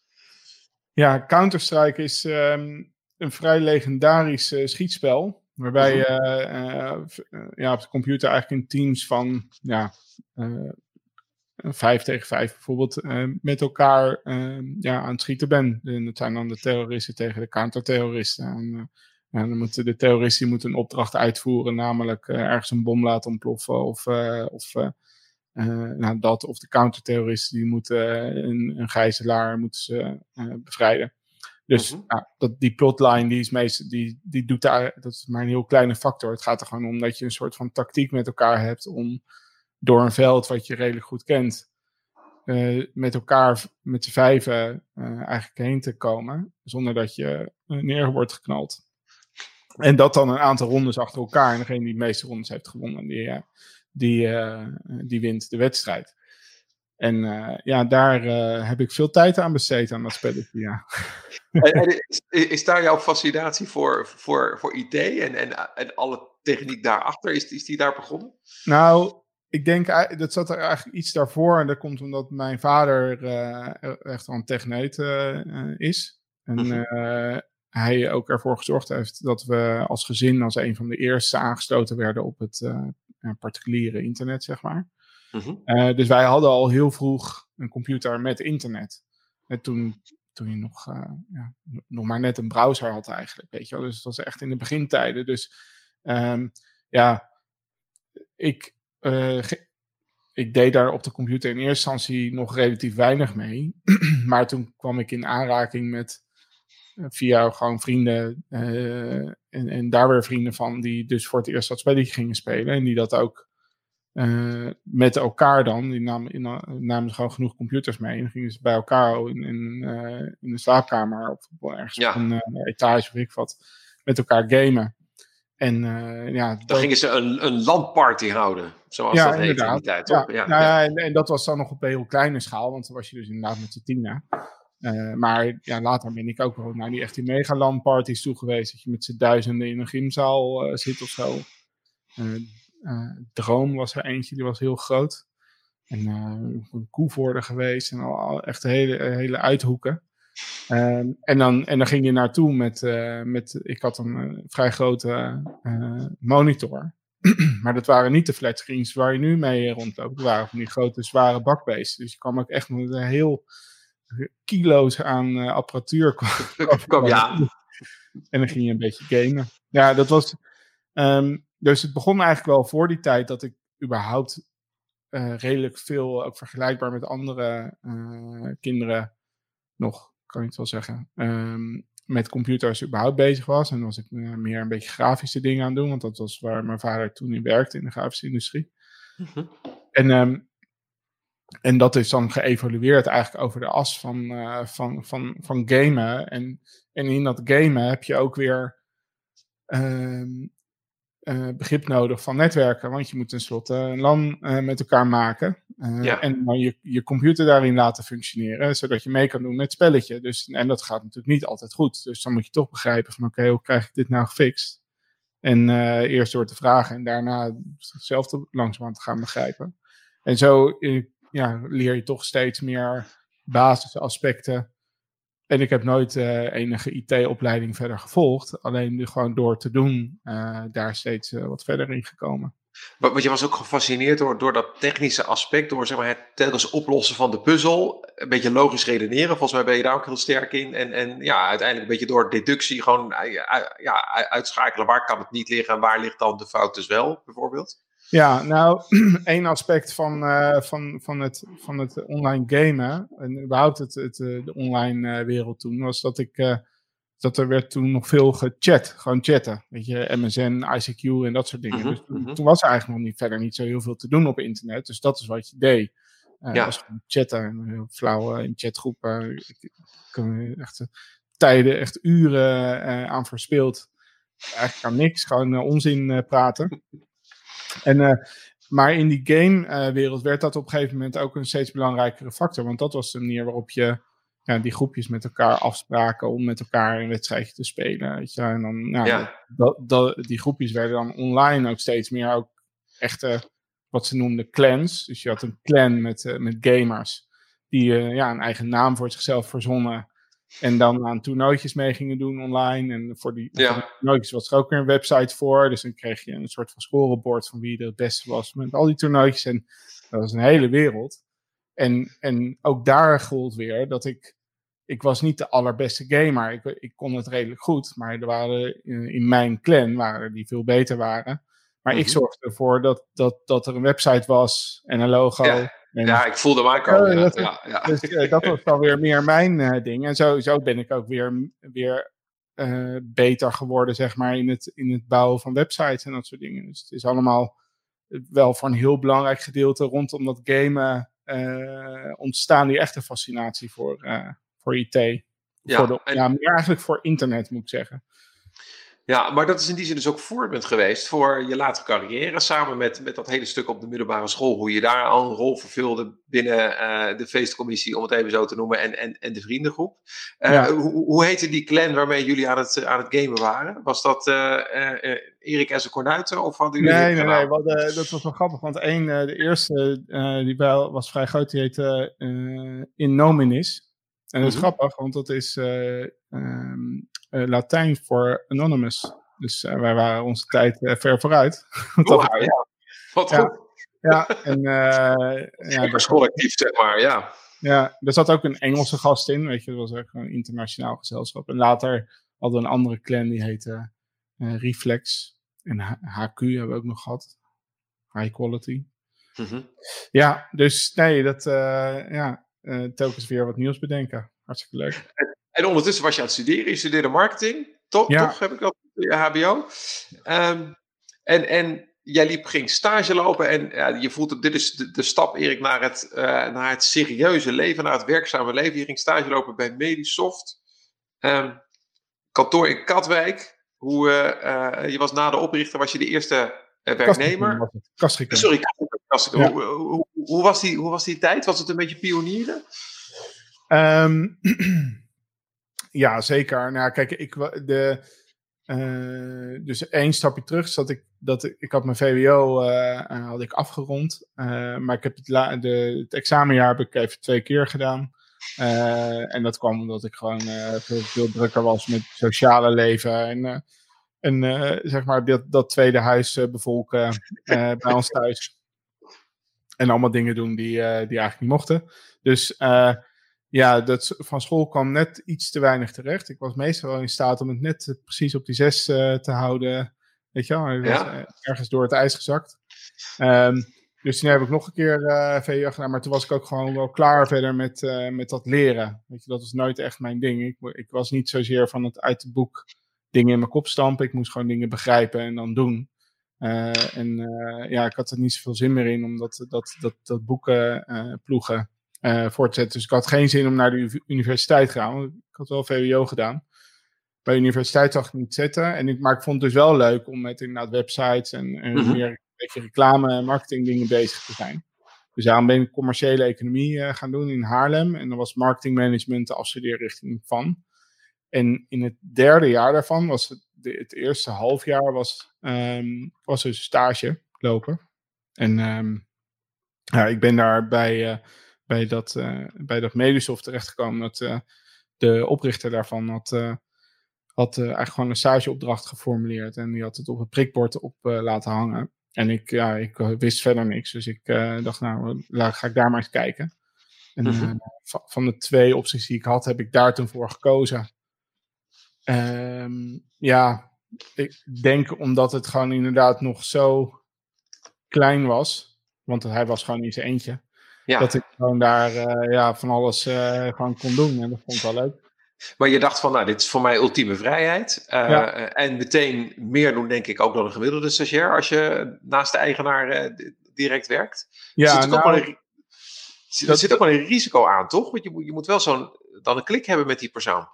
Ja, Counter-Strike is um, een vrij legendarisch uh, schietspel. Waarbij je uh, uh, ja, op de computer eigenlijk in teams van ja, uh, vijf tegen vijf bijvoorbeeld uh, met elkaar uh, ja, aan het schieten bent. En dat zijn dan de terroristen tegen de counterterroristen. En, uh, ja, dan moeten de terroristen moeten een opdracht uitvoeren, namelijk uh, ergens een bom laten ontploffen of... Uh, of uh, Uh, nou, dat of de counterterroristen die moeten uh, een, een gijzelaar moeten ze uh, bevrijden. Dus uh-huh. nou, dat, die plotline die is meest, die, die doet daar, dat is maar een heel kleine factor. Het gaat er gewoon om dat je een soort van tactiek met elkaar hebt om door een veld wat je redelijk goed kent uh, met elkaar met z'n vijven uh, eigenlijk heen te komen zonder dat je uh, neer wordt geknald. En dat dan een aantal rondes achter elkaar en degene die de meeste rondes heeft gewonnen, die uh, Die, uh, die wint de wedstrijd. En uh, ja, daar uh, heb ik veel tijd aan besteed aan dat spelletje, ja. En, en is, is daar jouw fascinatie voor, voor, voor I T en, en, en alle techniek daarachter, is, is die daar begonnen? Nou, ik denk, dat zat er eigenlijk iets daarvoor. En dat komt omdat mijn vader uh, echt wel een techneut uh, is. En uh, hij ook ervoor gezorgd heeft dat we als gezin als een van de eerste aangesloten werden op het... Uh, particuliere internet, zeg maar. Uh-huh. Uh, dus wij hadden al heel vroeg een computer met internet. En toen, toen je nog, uh, ja, nog maar net een browser had eigenlijk, weet je wel. Dus het was echt in de begintijden. Dus um, ja, ik, uh, ge- ik deed daar op de computer in eerste instantie nog relatief weinig mee. Maar toen kwam ik in aanraking met uh, via gewoon vrienden uh, en, en daar weer vrienden van die dus voor het eerst dat spelletje gingen spelen en die dat ook uh, met elkaar dan, die namen, in, namen ze gewoon genoeg computers mee. En dan gingen ze bij elkaar in, in, uh, in de slaapkamer of ergens ja. op een uh, etage of ik wat, met elkaar gamen. En uh, ja, dan dat... gingen ze een, een LAN-party houden, zoals ja, dat heette in die tijd, toch? Ja, ja, nou, ja. En, en dat was dan nog op een heel kleine schaal, want dan was je dus inderdaad met z'n tienen. Uh, maar ja, later ben ik ook wel naar die echt die mega LAN-parties toe geweest, dat je met z'n duizenden in een gymzaal uh, zit of zo. Uh, uh, Droom was er eentje, die was heel groot. En uh, Koevoorde geweest en al, al echt hele, hele uithoeken. Um, en, dan, en dan ging je naartoe met, uh, met ik had een uh, vrij grote uh, monitor. Maar dat waren niet de flatscreens waar je nu mee rondloopt. Dat waren van die grote zware bakbeesten. Dus je kwam ook echt met een heel kilo's aan uh, apparatuur. Kom, ja. En dan ging je een beetje gamen. Ja, dat was... Um, dus het begon eigenlijk wel voor die tijd dat ik überhaupt uh, redelijk veel, ook vergelijkbaar met andere uh, kinderen nog, kan ik het wel zeggen, um, met computers überhaupt bezig was. En was ik uh, meer een beetje grafische dingen aan het doen, want dat was waar mijn vader toen in werkte, in de grafische industrie. Mm-hmm. En, um, en dat is dan geëvolueerd eigenlijk over de as van, uh, van, van, van gamen. En, en in dat gamen heb je ook weer um, uh, begrip nodig van netwerken, want je moet tenslotte een LAN uh, met elkaar maken. Uh, ja. En dan je, je computer daarin laten functioneren, zodat je mee kan doen met het spelletje. Dus, en dat gaat natuurlijk niet altijd goed. Dus dan moet je toch begrijpen van oké, okay, hoe krijg ik dit nou gefixt? En uh, eerst door te vragen en daarna zelf te, langzamerhand te gaan begrijpen. En zo uh, ja, leer je toch steeds meer basisaspecten. En ik heb nooit uh, enige I T-opleiding verder gevolgd. Alleen gewoon door te doen, uh, daar steeds uh, wat verder in gekomen. Maar je was ook gefascineerd door, door dat technische aspect, door zeg maar, het telkens oplossen van de puzzel, een beetje logisch redeneren. Volgens mij ben je daar ook heel sterk in. En, en ja, uiteindelijk een beetje door deductie gewoon ja, uitschakelen waar kan het niet liggen en waar ligt dan de fout dus wel, bijvoorbeeld. Ja, nou, één aspect van, uh, van, van, het, van het online gamen en überhaupt het, het, de online uh, wereld toen, was dat ik... Uh, dat er werd toen nog veel gechat, gewoon chatten. Weet je, M S N, I C Q en dat soort dingen. Mm-hmm, dus toen, mm-hmm. toen was er eigenlijk nog niet, verder niet zo heel veel te doen op internet. Dus dat is wat je deed. Uh, ja. was gewoon chatten, heel flauw uh, in chatgroepen. Ik, ik heb echt uh, tijden, echt uren uh, aan verspeeld. Eigenlijk aan niks, gewoon uh, onzin uh, praten. En, uh, maar in die game-wereld uh, werd dat op een gegeven moment ook een steeds belangrijkere factor. Want dat was de manier waarop je ja, die groepjes met elkaar afspraken om met elkaar een wedstrijdje te spelen. Weet je? En dan, nou, ja. dat, dat, die groepjes werden dan online ook steeds meer ook echte, wat ze noemden clans. Dus je had een clan met, uh, met gamers die uh, ja, een eigen naam voor zichzelf verzonnen. En dan aan toernooitjes mee gingen doen online. En voor die, ja. voor die toernooitjes was er ook weer een website voor. Dus dan kreeg je een soort van scorebord van wie er het beste was met al die toernooitjes. En dat was een hele wereld. En, en ook daar gold weer dat ik... Ik was niet de allerbeste gamer. Ik, ik kon het redelijk goed. Maar er waren in, in mijn clan waren er die veel beter waren. Maar mm-hmm. ik zorgde ervoor dat, dat, dat er een website was en een logo. Ja, en, ja ik voelde hem aankomen. Uh, ja, dat, ja, ja. Dus uh, dat was dan weer meer mijn uh, ding. En zo, zo ben ik ook weer, weer uh, beter geworden, zeg maar, in het, in het bouwen van websites en dat soort dingen. Dus het is allemaal wel voor een heel belangrijk gedeelte rondom dat gamen uh, ontstaan die echte fascinatie voor... Uh, Voor I T. Ja, voor de, en, ja, meer eigenlijk voor internet, moet ik zeggen. Ja, maar dat is in die zin dus ook voorbeeld geweest voor je latere carrière. Samen met, met dat hele stuk op de middelbare school. Hoe je daar al een rol vervulde binnen uh, de feestcommissie, om het even zo te noemen. En, en, en de vriendengroep. Uh, ja. hoe, hoe heette die clan waarmee jullie aan het, aan het gamen waren? Was dat uh, uh, Erik en zijn Kornuiten? Of hadden jullie nee, nee, nee. Wat, uh, dat was wel grappig. Want één, uh, de eerste, uh, die wel was vrij groot, die heette uh, In Nominis. En dat is mm-hmm. grappig, want dat is uh, um, uh, Latijn voor anonymous. Dus uh, wij waren onze tijd uh, ver vooruit. Wow, ja. Wat ja, goed. Ja, en... Uh, ja, dat collectief, zeg maar, ja. Ja, er zat ook een Engelse gast in, weet je. Dat was ook een internationaal gezelschap. En later hadden we een andere clan, die heette uh, Reflex. En H Q hebben we ook nog gehad. High Quality. Mm-hmm. Ja, dus nee, dat... Uh, ja... Uh, telkens weer wat nieuws bedenken. Hartstikke leuk. En, en ondertussen was je aan het studeren. Je studeerde marketing. Toch? Ja. Toch heb ik dat. H B O. Um, en, en jij liep, ging stage lopen en ja, je voelt, dit is de, de stap, Erik, naar het, uh, naar het serieuze leven, naar het werkzame leven. Je ging stage lopen bij Medisoft, um, kantoor in Katwijk. Hoe, uh, uh, je was na de oprichter, was je de eerste uh, werknemer. Kastrikum. Sorry, Kastrikum. Ja. Hoe, hoe, hoe, was die, hoe was die tijd? Was het een beetje pionieren? Um, ja, zeker. Nou, kijk, ik de... Uh, dus één stapje terug zat ik dat ik, ik had mijn V W O uh, uh, had ik afgerond, uh, maar ik heb het, la, de, het examenjaar heb ik even twee keer gedaan. Uh, en dat kwam omdat ik gewoon uh, veel, veel drukker was met het sociale leven en, uh, en uh, zeg maar dat, dat tweede huis uh, bevolken uh, bij ons thuis. En allemaal dingen doen die, uh, die eigenlijk niet mochten. Dus uh, ja, dat, van school kwam net iets te weinig terecht. Ik was meestal wel in staat om het net uh, precies op die zes uh, te houden. Weet je wel, ik was ja. uh, ergens door het ijs gezakt. Um, dus toen heb ik nog een keer uh, V W O gedaan. Maar toen was ik ook gewoon wel klaar verder met, uh, met dat leren. Weet je, dat was nooit echt mijn ding. Ik, ik was niet zozeer van het uit het boek dingen in mijn kop stampen. Ik moest gewoon dingen begrijpen en dan doen. Uh, en uh, ja, ik had er niet zoveel zin meer in om dat, dat, dat, dat boeken uh, ploegen uh, voor te zetten. Dus ik had geen zin om naar de universiteit te gaan. Want ik had wel V W O gedaan. Bij de universiteit zag ik het niet zitten. En ik, maar ik vond het dus wel leuk om met inderdaad websites en, en mm-hmm. meer een beetje reclame en marketing dingen bezig te zijn. Dus daarom ben ik commerciële economie uh, gaan doen in Haarlem. En dan was marketingmanagement de afstudeerrichting van. En in het derde jaar daarvan was het, de, het eerste half jaar was, um, was dus stage lopen. En um, ja, ik ben daar bij, uh, bij dat, uh, bij dat Medisoft terechtgekomen. Dat uh, de oprichter daarvan had, uh, had uh, eigenlijk gewoon een stageopdracht geformuleerd. En die had het op het prikbord op uh, laten hangen. En ik, ja, ik wist verder niks. Dus ik uh, dacht, nou, ga ik daar maar eens kijken. En uh, mm-hmm. van, van de twee opties die ik had, heb ik daar toen voor gekozen. Um, ja, ik denk omdat het gewoon inderdaad nog zo klein was. Want hij was gewoon in zijn eentje. Ja. Dat ik gewoon daar uh, ja, van alles uh, gewoon kon doen. En dat vond ik wel leuk. Maar je dacht van, nou, dit is voor mij ultieme vrijheid. Uh, ja. En meteen meer doen, denk ik, ook dan een gemiddelde stagiair. Als je naast de eigenaar uh, direct werkt. Ja, er zit, nou, ook wel een, er dat, zit ook wel een risico aan, toch? Want je moet, je moet wel zo'n, dan een klik hebben met die persoon.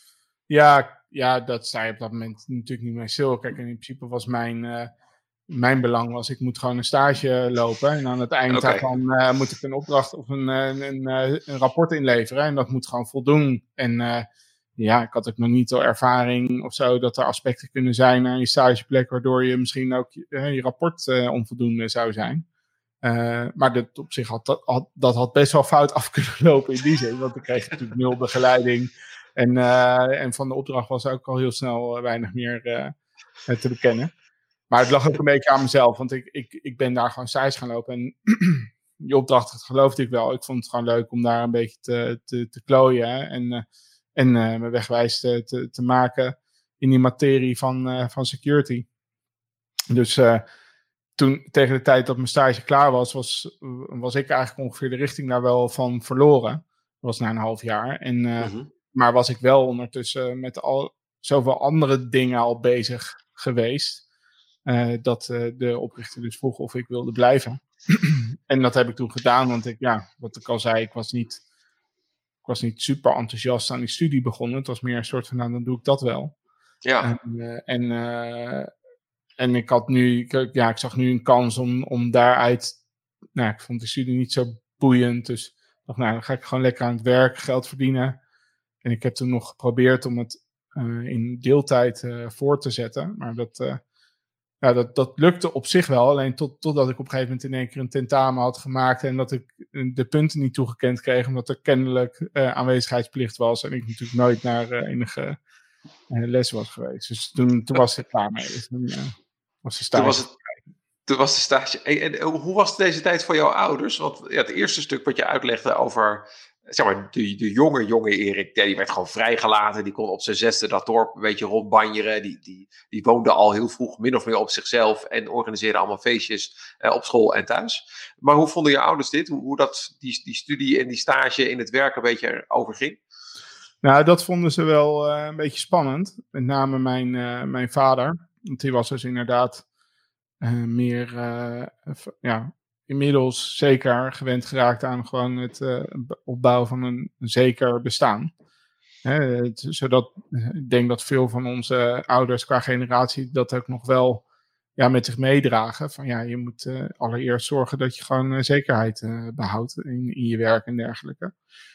Ja, ja, dat sta je op dat moment natuurlijk niet meer stil. Kijk, in principe was mijn, uh, mijn belang was, ik moet gewoon een stage lopen. En aan het eind okay. daarvan uh, moet ik een opdracht of een, een, een, een rapport inleveren. En dat moet gewoon voldoen. En uh, ja, ik had ook nog niet de ervaring of zo dat er aspecten kunnen zijn aan je stageplek, waardoor je misschien ook uh, je rapport uh, onvoldoende zou zijn. Uh, maar dat op zich had, had, dat had best wel fout af kunnen lopen in die zin. Want ik kreeg natuurlijk nul begeleiding. En, uh, en van de opdracht was ook al heel snel uh, weinig meer uh, te bekennen. Maar het lag ook een beetje aan mezelf. Want ik, ik, ik ben daar gewoon stage gaan lopen. En die opdracht, dat geloofde ik wel. Ik vond het gewoon leuk om daar een beetje te, te, te klooien. En, uh, en uh, mijn wegwijs te, te, te maken in die materie van, uh, van security. Dus uh, toen, tegen de tijd dat mijn stage klaar was, was, was ik eigenlijk ongeveer de richting daar wel van verloren. Dat was na een half jaar. En... Uh, mm-hmm. Maar was ik wel ondertussen met al zoveel andere dingen al bezig geweest. Uh, dat uh, de oprichter dus vroeg of ik wilde blijven. En dat heb ik toen gedaan. Want ik, ja, wat ik al zei, ik was niet, ik was niet super enthousiast aan die studie begonnen. Het was meer een soort van, nou, dan doe ik dat wel. Ja. En, uh, en, uh, en ik had nu, ik, ja, ik zag nu een kans om, om daaruit, nou, ik vond de studie niet zo boeiend. Dus ik dacht, nou, dan ga ik gewoon lekker aan het werk, geld verdienen. En ik heb toen nog geprobeerd om het uh, in deeltijd uh, voor te zetten. Maar dat, uh, ja, dat, dat lukte op zich wel. Alleen tot, totdat ik op een gegeven moment in één keer een tentamen had gemaakt. En dat ik de punten niet toegekend kreeg. Omdat er kennelijk uh, aanwezigheidsplicht was. En ik natuurlijk nooit naar uh, enige uh, les was geweest. Dus toen, toen was het klaar mee. Dus toen uh, was de stage. Toen was het, toen was de stage. En, en hoe was deze tijd voor jouw ouders? Want ja, het eerste stuk wat je uitlegde over... Zeg maar, de, de jonge, jonge Erik, die werd gewoon vrijgelaten. Die kon op zijn zesde dat dorp een beetje rondbanjeren. Die, die, die woonde al heel vroeg min of meer op zichzelf. En organiseerde allemaal feestjes uh, op school en thuis. Maar hoe vonden je ouders dit? Hoe, hoe dat, die, die studie en die stage in het werk een beetje overging? Nou, dat vonden ze wel uh, een beetje spannend. Met name mijn, uh, mijn vader. Want die was dus inderdaad uh, meer, uh, v- ja, inmiddels zeker gewend geraakt aan gewoon het uh, opbouwen van een, een zeker bestaan. Hè, het, zodat ik denk dat veel van onze ouders qua generatie dat ook nog wel ja, met zich meedragen. Van ja, je moet uh, allereerst zorgen dat je gewoon uh, zekerheid uh, behoudt in, in je werk en dergelijke.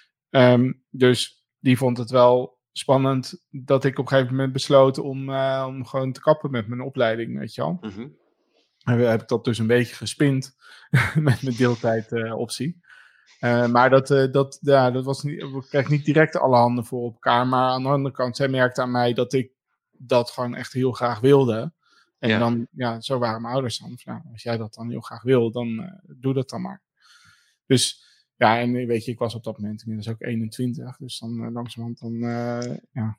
Um, dus die vond het wel spannend dat ik op een gegeven moment besloot om, uh, om gewoon te kappen met mijn opleiding, weet je wel. Mm-hmm. En heb ik dat dus een beetje gespind met mijn deeltijd uh, optie. Uh, maar dat, uh, dat, ja, dat was niet, ik kreeg niet direct alle handen voor op elkaar. Maar aan de andere kant, zij merkte aan mij dat ik dat gewoon echt heel graag wilde. En ja. dan, ja, zo waren mijn ouders dan. Nou, als jij dat dan heel graag wil, dan uh, doe dat dan maar. Dus ja, en weet je, ik was op dat moment inmiddels ook eenentwintig. Dus dan uh, langzamerhand dan, uh, ja,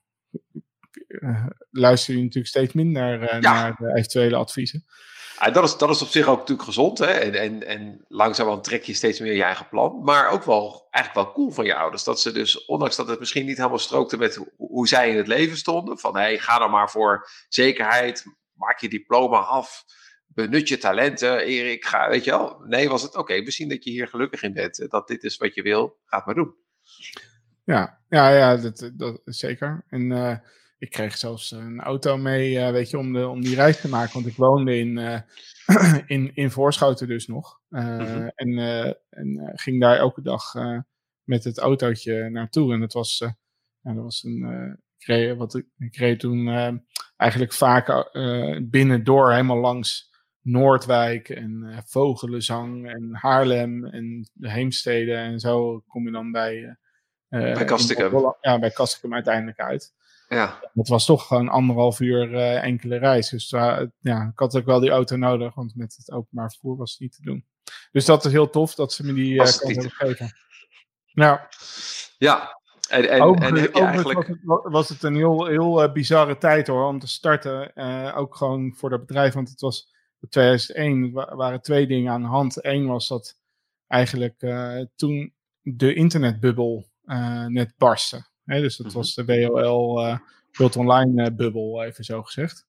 uh, luister je natuurlijk steeds minder uh, ja. naar de eventuele adviezen. Ja, dat, is, dat is op zich ook natuurlijk gezond. Hè? En, en, en langzamerhand trek je steeds meer je eigen plan. Maar ook wel eigenlijk wel cool van je ouders. Dat ze dus, ondanks dat het misschien niet helemaal strookte met hoe, hoe zij in het leven stonden. Van hé, hey, ga dan maar voor zekerheid. Maak je diploma af. Benut je talenten. Erik, ga, weet je wel. Nee, was het oké. Okay, we zien dat je hier gelukkig in bent. Dat dit is wat je wil. Ga het maar doen. Ja, ja, ja dat, dat zeker. En uh, ik kreeg zelfs een auto mee, uh, weet je, om, de, om die reis te maken. Want ik woonde in, uh, in, in Voorschoten dus nog. Uh, mm-hmm. En, uh, en uh, ging daar elke dag uh, met het autootje naartoe. En dat was, uh, ja, dat was een... Uh, ik reed, wat ik, ik reed toen uh, eigenlijk vaak uh, binnendoor helemaal langs Noordwijk en uh, Vogelenzang en Haarlem en de Heemstede. En zo kom je dan bij... Uh, Uh, bij Castricum. Ja, bij Castricum uiteindelijk uit. Ja. Het was toch gewoon anderhalf uur uh, enkele reis. Dus uh, ja, ik had ook wel die auto nodig, want met het openbaar vervoer was het niet te doen. Dus dat is heel tof dat ze me die uh, kans hebben gegeven. Nou, ja, en, en, overigens, en heb je eigenlijk... was, het, was het een heel, heel uh, bizarre tijd hoor, om te starten. Uh, ook gewoon voor dat bedrijf, want het was tweeduizend één, er waren twee dingen aan de hand. Eén was dat eigenlijk uh, toen de internetbubbel Uh, net barsten. Hè? Dus dat mm-hmm. was de W O L uh, World Online uh, bubbel, even zo gezegd.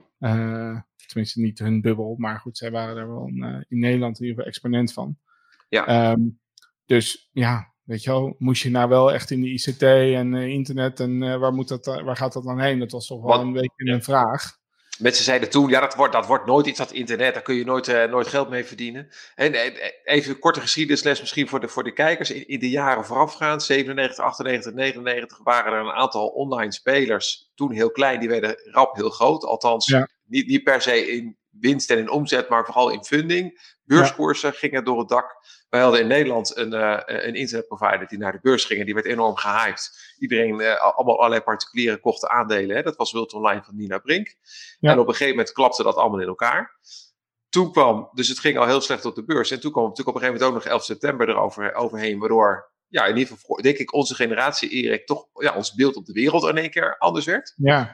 Uh, tenminste niet hun bubbel, maar goed, zij waren er wel een, uh, in Nederland in ieder geval exponent van. Ja. Um, dus ja, weet je wel, moest je nou wel echt in de I C T en uh, internet en uh, waar, moet dat, uh, waar gaat dat dan heen? Dat was toch wel Wat? een beetje ja. een vraag. Mensen zeiden toen, ja, dat wordt, dat wordt nooit iets, dat internet, daar kun je nooit, uh, nooit geld mee verdienen. En even een korte geschiedenisles misschien voor de, voor de kijkers. In, in de jaren voorafgaand, zevenennegentig, achtennegentig, negenennegentig, waren er een aantal online spelers, toen heel klein, die werden rap heel groot. Althans, ja. niet, niet per se in winst en in omzet, maar vooral in funding. Beurskoersen ja. gingen door het dak. Wij hadden in Nederland een, uh, een internetprovider die naar de beurs ging en die werd enorm gehyped. Iedereen, uh, allemaal allerlei particulieren kochten aandelen. Hè? Dat was World Online van Nina Brink. Ja. En op een gegeven moment klapte dat allemaal in elkaar. Toen kwam, dus het ging al heel slecht op de beurs. En toen kwam natuurlijk op een gegeven moment ook nog elf september erover overheen. Waardoor, ja, in ieder geval, denk ik, onze generatie, Erik, toch ja, ons beeld op de wereld in één keer anders werd. Ja.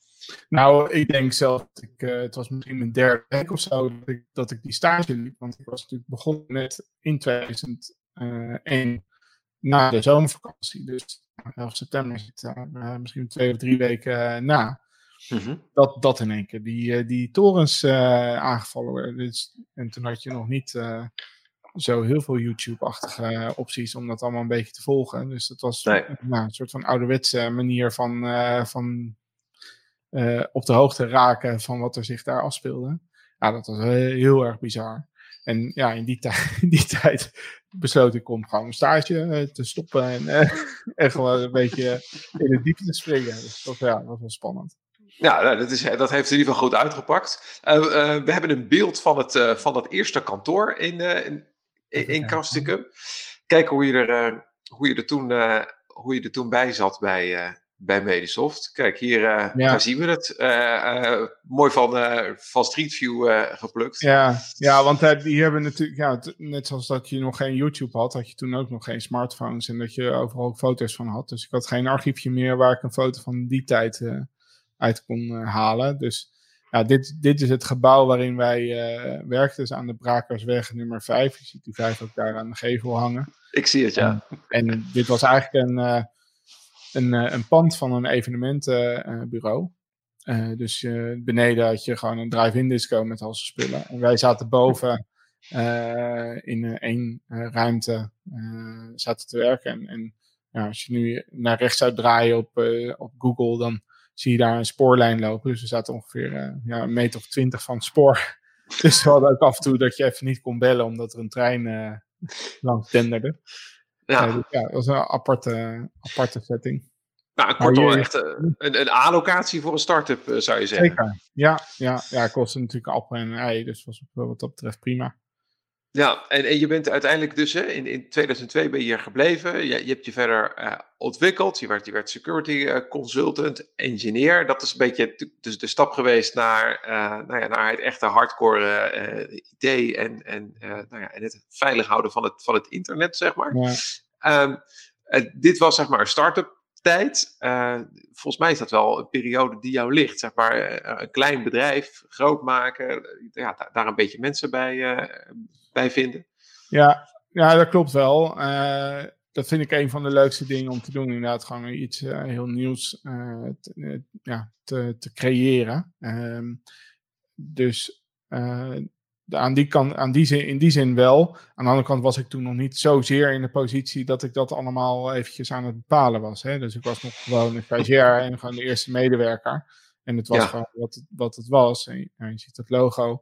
Nou, ik denk zelf, dat ik, uh, het was misschien mijn derde week of zo, dat ik, dat ik die stage liep. Want ik was natuurlijk begonnen net in tweeduizend één, na de zomervakantie. Dus elf september zit daar uh, misschien twee of drie weken uh, na. Mm-hmm. Dat, dat in één keer, die, uh, die torens uh, aangevallen werden. Dus, en toen had je nog niet uh, zo heel veel YouTube-achtige uh, opties om dat allemaal een beetje te volgen. Dus dat was nee. nou, een soort van ouderwetse manier van... Uh, van Uh, op de hoogte raken van wat er zich daar afspeelde. Ja, dat was uh, heel erg bizar. En ja, in die, tij- in die tijd besloot ik om gewoon een stage uh, te stoppen en uh, echt wel een beetje in het diepte te springen. Dus dat, ja, dat was wel spannend. Ja, dat, is, dat heeft in ieder geval goed uitgepakt. Uh, uh, we hebben een beeld van het, uh, van het eerste kantoor in, uh, in, in, in Castricum. Kijken hoe je er, uh, hoe je er, toen, uh, hoe je er toen bij zat bij... Uh, bij Medisoft. Kijk, hier uh, ja. daar zien we het. Uh, uh, mooi van, uh, van Street View uh, geplukt. Ja, ja want uh, die hebben natuurlijk... Ja, t- net zoals dat je nog geen YouTube had, had je toen ook nog geen smartphones en dat je overal ook foto's van had. Dus ik had geen archiefje meer waar ik een foto van die tijd uh, uit kon uh, halen. Dus ja, dit, dit is het gebouw waarin wij uh, werkten. Dus aan de Brakersweg nummer vijf. Je ziet die vijf ook daar aan de gevel hangen. Ik zie het, ja. En, en dit was eigenlijk een... Uh, Een, een pand van een evenementenbureau. Uh, dus uh, beneden had je gewoon een drive-in disco met al zijn spullen. En wij zaten boven uh, in uh, één uh, ruimte uh, zaten te werken. En, en ja, als je nu naar rechts zou draaien op, uh, op Google, dan zie je daar een spoorlijn lopen. Dus we zaten ongeveer uh, ja, een meter of twintig van het spoor. Dus we hadden ook af en toe dat je even niet kon bellen, omdat er een trein uh, langs denderde. Ja. Uh, dus ja, dat was een aparte, aparte setting. Nou, kortom, echt uh, een, een A-locatie voor een start-up, uh, zou je zeggen. Zeker, ja. Ja, ja, kostte natuurlijk appel en een ei, dus was wat dat betreft prima. Ja, en, en je bent uiteindelijk dus, hè, in, in tweeduizend twee ben je hier gebleven. Je, je hebt je verder uh, ontwikkeld. Je werd, je werd security uh, consultant, engineer. Dat is een beetje dus de stap geweest naar, uh, nou ja, naar het echte hardcore uh, I T en, en, uh, nou ja, en het veilig houden van het, van het internet, zeg maar. Ja. Um, uh, dit was zeg maar een start-up tijd. Uh, volgens mij is dat wel een periode die jou ligt. Zeg maar uh, een klein bedrijf groot maken. Uh, ja, daar, daar een beetje mensen bij, uh, bij vinden. Ja, ja, dat klopt wel. Uh, dat vind ik een van de leukste dingen om te doen. Inderdaad, gewoon iets uh, heel nieuws uh, te, uh, ja, te, te creëren. Um, dus uh, aan die kant, aan die zin, in die zin wel. Aan de andere kant was ik toen nog niet zozeer in de positie dat ik dat allemaal eventjes aan het bepalen was. Hè? Dus ik was nog gewoon een stagiair en gewoon de eerste medewerker. En het was ja. gewoon wat het, wat het was. En je, je ziet het logo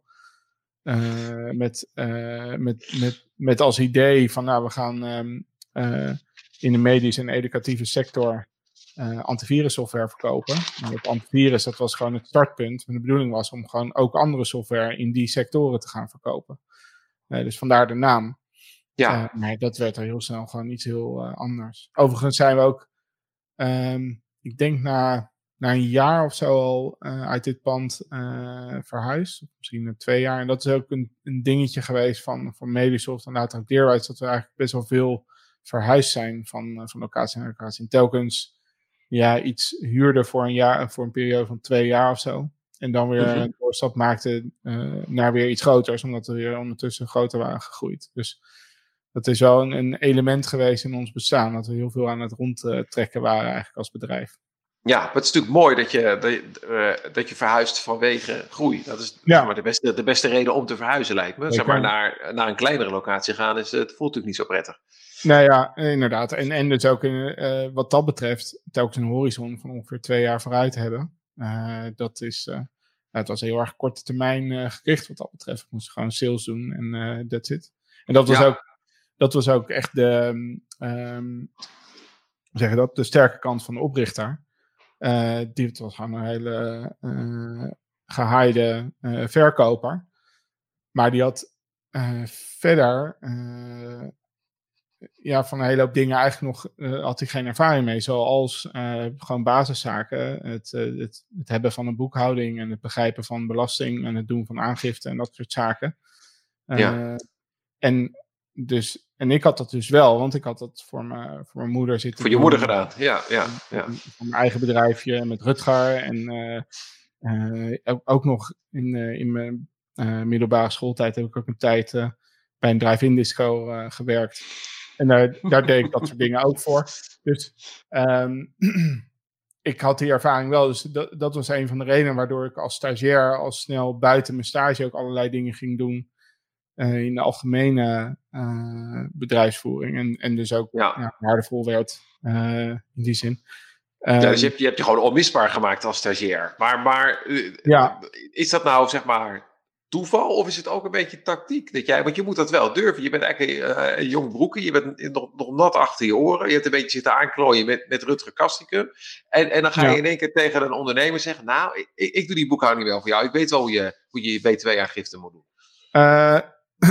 uh, met, uh, met, met, met als idee van nou, we gaan um, uh, in de medische en educatieve sector Uh, antivirussoftware verkopen. En dat antivirus, dat was gewoon het startpunt. En de bedoeling was om gewoon ook andere software in die sectoren te gaan verkopen. Uh, dus vandaar de naam. Ja. Uh, maar dat werd er heel snel gewoon iets heel uh, anders. Overigens zijn we ook, um, ik denk na, na een jaar of zo al uh, uit dit pand uh, verhuisd. Misschien twee jaar. En dat is ook een, een dingetje geweest van, van Medisoft en later ook Deerwijs, dat we eigenlijk best wel veel verhuisd zijn van, uh, van locatie naar locatie. En telkens ja, iets huurde voor een jaar, voor een periode van twee jaar of zo. En dan weer mm-hmm. een doorstap maakte uh, naar weer iets groters, omdat we weer ondertussen groter waren gegroeid. Dus dat is wel een, een element geweest in ons bestaan, dat we heel veel aan het rondtrekken waren eigenlijk als bedrijf. Ja, maar het is natuurlijk mooi dat je, dat je, uh, dat je verhuist vanwege groei. Dat is ja. zeg maar, de, beste, de beste reden om te verhuizen, lijkt me. Zeg maar, naar, naar een kleinere locatie gaan, is, het voelt natuurlijk niet zo prettig. Nou ja, inderdaad. En, en dus ook in, uh, wat dat betreft, telkens een horizon van ongeveer twee jaar vooruit hebben. Uh, dat is, uh, het was heel erg korte termijn uh, gericht wat dat betreft. We moesten gewoon sales doen en uh, that's it. En dat was, ja. ook, dat was ook echt de, um, hoe zeg je dat, de sterke kant van de oprichter. Uh, die was gewoon een hele uh, gehaaide uh, verkoper. Maar die had uh, verder... Uh, ja, van een hele hoop dingen eigenlijk nog uh, had ik geen ervaring mee. Zoals uh, gewoon basiszaken. Het, uh, het, het hebben van een boekhouding en het begrijpen van belasting en het doen van aangifte en dat soort zaken. Uh, ja. En, dus, en ik had dat dus wel, want ik had dat voor, me, voor mijn moeder zitten. Voor je moeder gedaan, ja. ja, ja. Voor mijn eigen bedrijfje met Rutger. En uh, uh, ook, ook nog in, uh, in mijn uh, middelbare schooltijd heb ik ook een tijd uh, bij een drive-in disco uh, gewerkt. En daar, daar deed ik dat soort dingen ook voor. Dus um, ik had die ervaring wel. Dus dat, dat was een van de redenen waardoor ik als stagiair al snel buiten mijn stage ook allerlei dingen ging doen. Uh, in de algemene uh, bedrijfsvoering. En, en dus ook ja. Ja, waardevol werd uh, in die zin. Um, ja, dus je hebt, je hebt je gewoon onmisbaar gemaakt als stagiair. Maar, maar uh, ja. is dat nou zeg maar... toeval of is het ook een beetje tactiek? Dat jij, want je moet dat wel durven. Je bent eigenlijk uh, een jong broekje. Je bent nog, nog nat achter je oren. Je hebt een beetje zitten aanklooien met, met Rutger Kastikum. En, en dan ga je ja. in één keer tegen een ondernemer zeggen... nou, ik, ik, ik doe die boekhouding wel voor jou. Ik weet wel hoe je hoe je, je B twee-aangifte moet doen. Uh,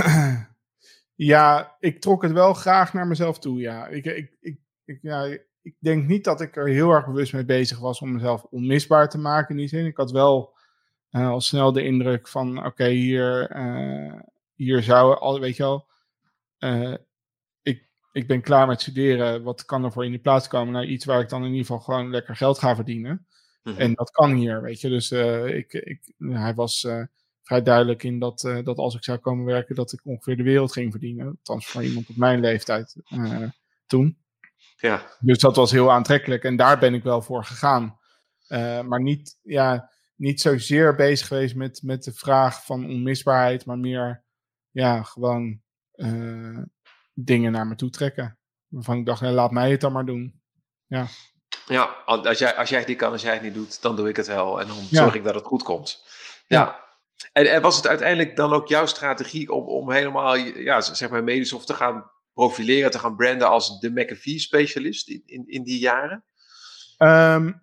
ja, ik trok het wel graag naar mezelf toe. Ja. Ik, ik, ik, ik, ja, ik denk niet dat ik er heel erg bewust mee bezig was... om mezelf onmisbaar te maken in die zin. Ik had wel... Uh, al snel de indruk van, oké, okay, hier, uh, hier zou, al, weet je wel, uh, ik, ik ben klaar met studeren, wat kan er voor in die plaats komen? Nou, iets waar ik dan in ieder geval gewoon lekker geld ga verdienen. Mm-hmm. En dat kan hier, weet je. Dus uh, ik, ik, hij was uh, vrij duidelijk in dat, uh, dat als ik zou komen werken, dat ik ongeveer de wereld ging verdienen. Althans voor iemand op mijn leeftijd uh, toen. Ja. Dus dat was heel aantrekkelijk en daar ben ik wel voor gegaan. Uh, maar niet, ja... niet zozeer bezig geweest met, met de vraag van onmisbaarheid, maar meer ja, gewoon uh, dingen naar me toe trekken. Waarvan ik dacht, nee, laat mij het dan maar doen. Ja, ja als, jij, als jij het niet kan, als jij het niet doet, dan doe ik het wel. En dan ja. zorg ik dat het goed komt. Ja. ja. En, en was het uiteindelijk dan ook jouw strategie om, om helemaal, ja, zeg maar, Medisoft te gaan profileren, te gaan branden als de McAfee-specialist in, in, in die jaren? Um,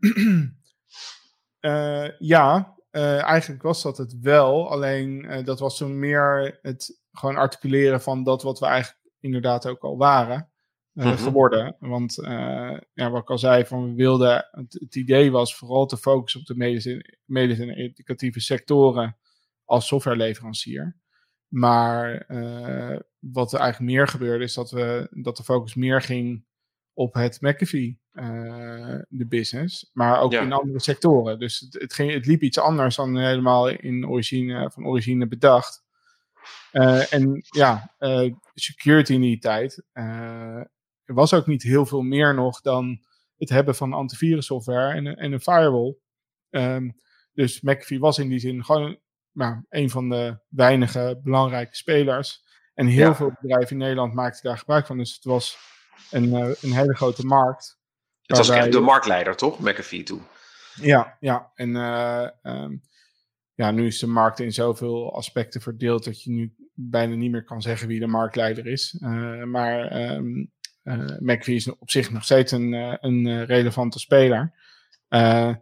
uh, ja, uh, eigenlijk was dat het wel. Alleen uh, dat was toen meer het gewoon articuleren van dat wat we eigenlijk inderdaad ook al waren uh, mm-hmm. geworden. Want uh, ja, wat ik al zei, van we wilden, het, het idee was vooral te focussen op de medische, medische en educatieve sectoren als softwareleverancier. Maar uh, wat er eigenlijk meer gebeurde is dat, we, dat de focus meer ging op het McAfee, uh, de business, maar ook ja. in andere sectoren. Dus het, het, ging, het liep iets anders dan helemaal in origine, van origine bedacht. Uh, en ja, uh, security in die tijd uh, er was ook niet heel veel meer nog dan het hebben van antivirussoftware en, en een firewall. Um, dus McAfee was in die zin gewoon nou, een van de weinige belangrijke spelers. En heel ja. veel bedrijven in Nederland maakten daar gebruik van. Dus het was een, uh, een hele grote markt. Het was echt de marktleider, toch? McAfee toen. Ja, ja. En uh, um, ja, nu is de markt in zoveel aspecten verdeeld dat je nu bijna niet meer kan zeggen wie de marktleider is. Uh, maar um, uh, McAfee is op zich nog steeds een, uh, een relevante speler. Uh,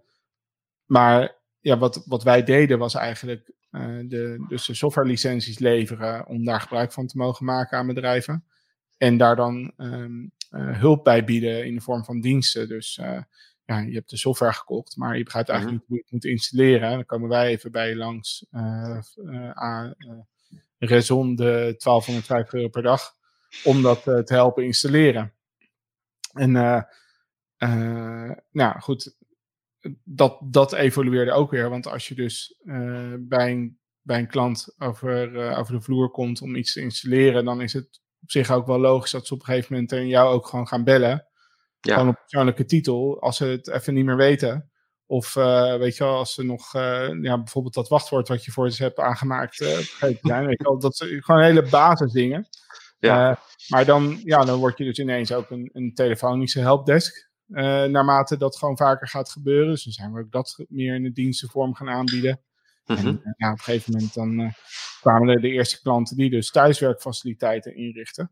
maar ja, wat, wat wij deden was eigenlijk uh, de, dus de softwarelicenties leveren om daar gebruik van te mogen maken aan bedrijven. En daar dan um, uh, hulp bij bieden in de vorm van diensten. Dus uh, ja, je hebt de software gekocht, maar je begrijpt eigenlijk mm-hmm. niet hoe je het moet installeren. Dan komen wij even bij je langs. Uh, uh, uh, uh, raison de twaalfhonderdvijftig euro per dag. Om dat uh, te helpen installeren. En uh, uh, nou goed, dat, dat evolueerde ook weer. Want als je dus uh, bij, een, bij een klant over, uh, over de vloer komt om iets te installeren, dan is het op zich ook wel logisch dat ze op een gegeven moment en jou ook gewoon gaan bellen. Ja. Gewoon op persoonlijke titel, als ze het even niet meer weten. Of uh, weet je wel, als ze nog uh, ja, bijvoorbeeld dat wachtwoord wat je voor ze hebt aangemaakt uh, vergeten zijn. Weet je wel, dat zijn gewoon hele basisdingen. Ja. Uh, maar dan, ja, dan word je dus ineens ook een, een telefonische helpdesk. Uh, naarmate dat gewoon vaker gaat gebeuren. Dus dan zijn we ook dat meer in de dienstenvorm gaan aanbieden. Mm-hmm. En uh, ja, op een gegeven moment dan uh, kwamen er de eerste klanten die dus thuiswerkfaciliteiten inrichten.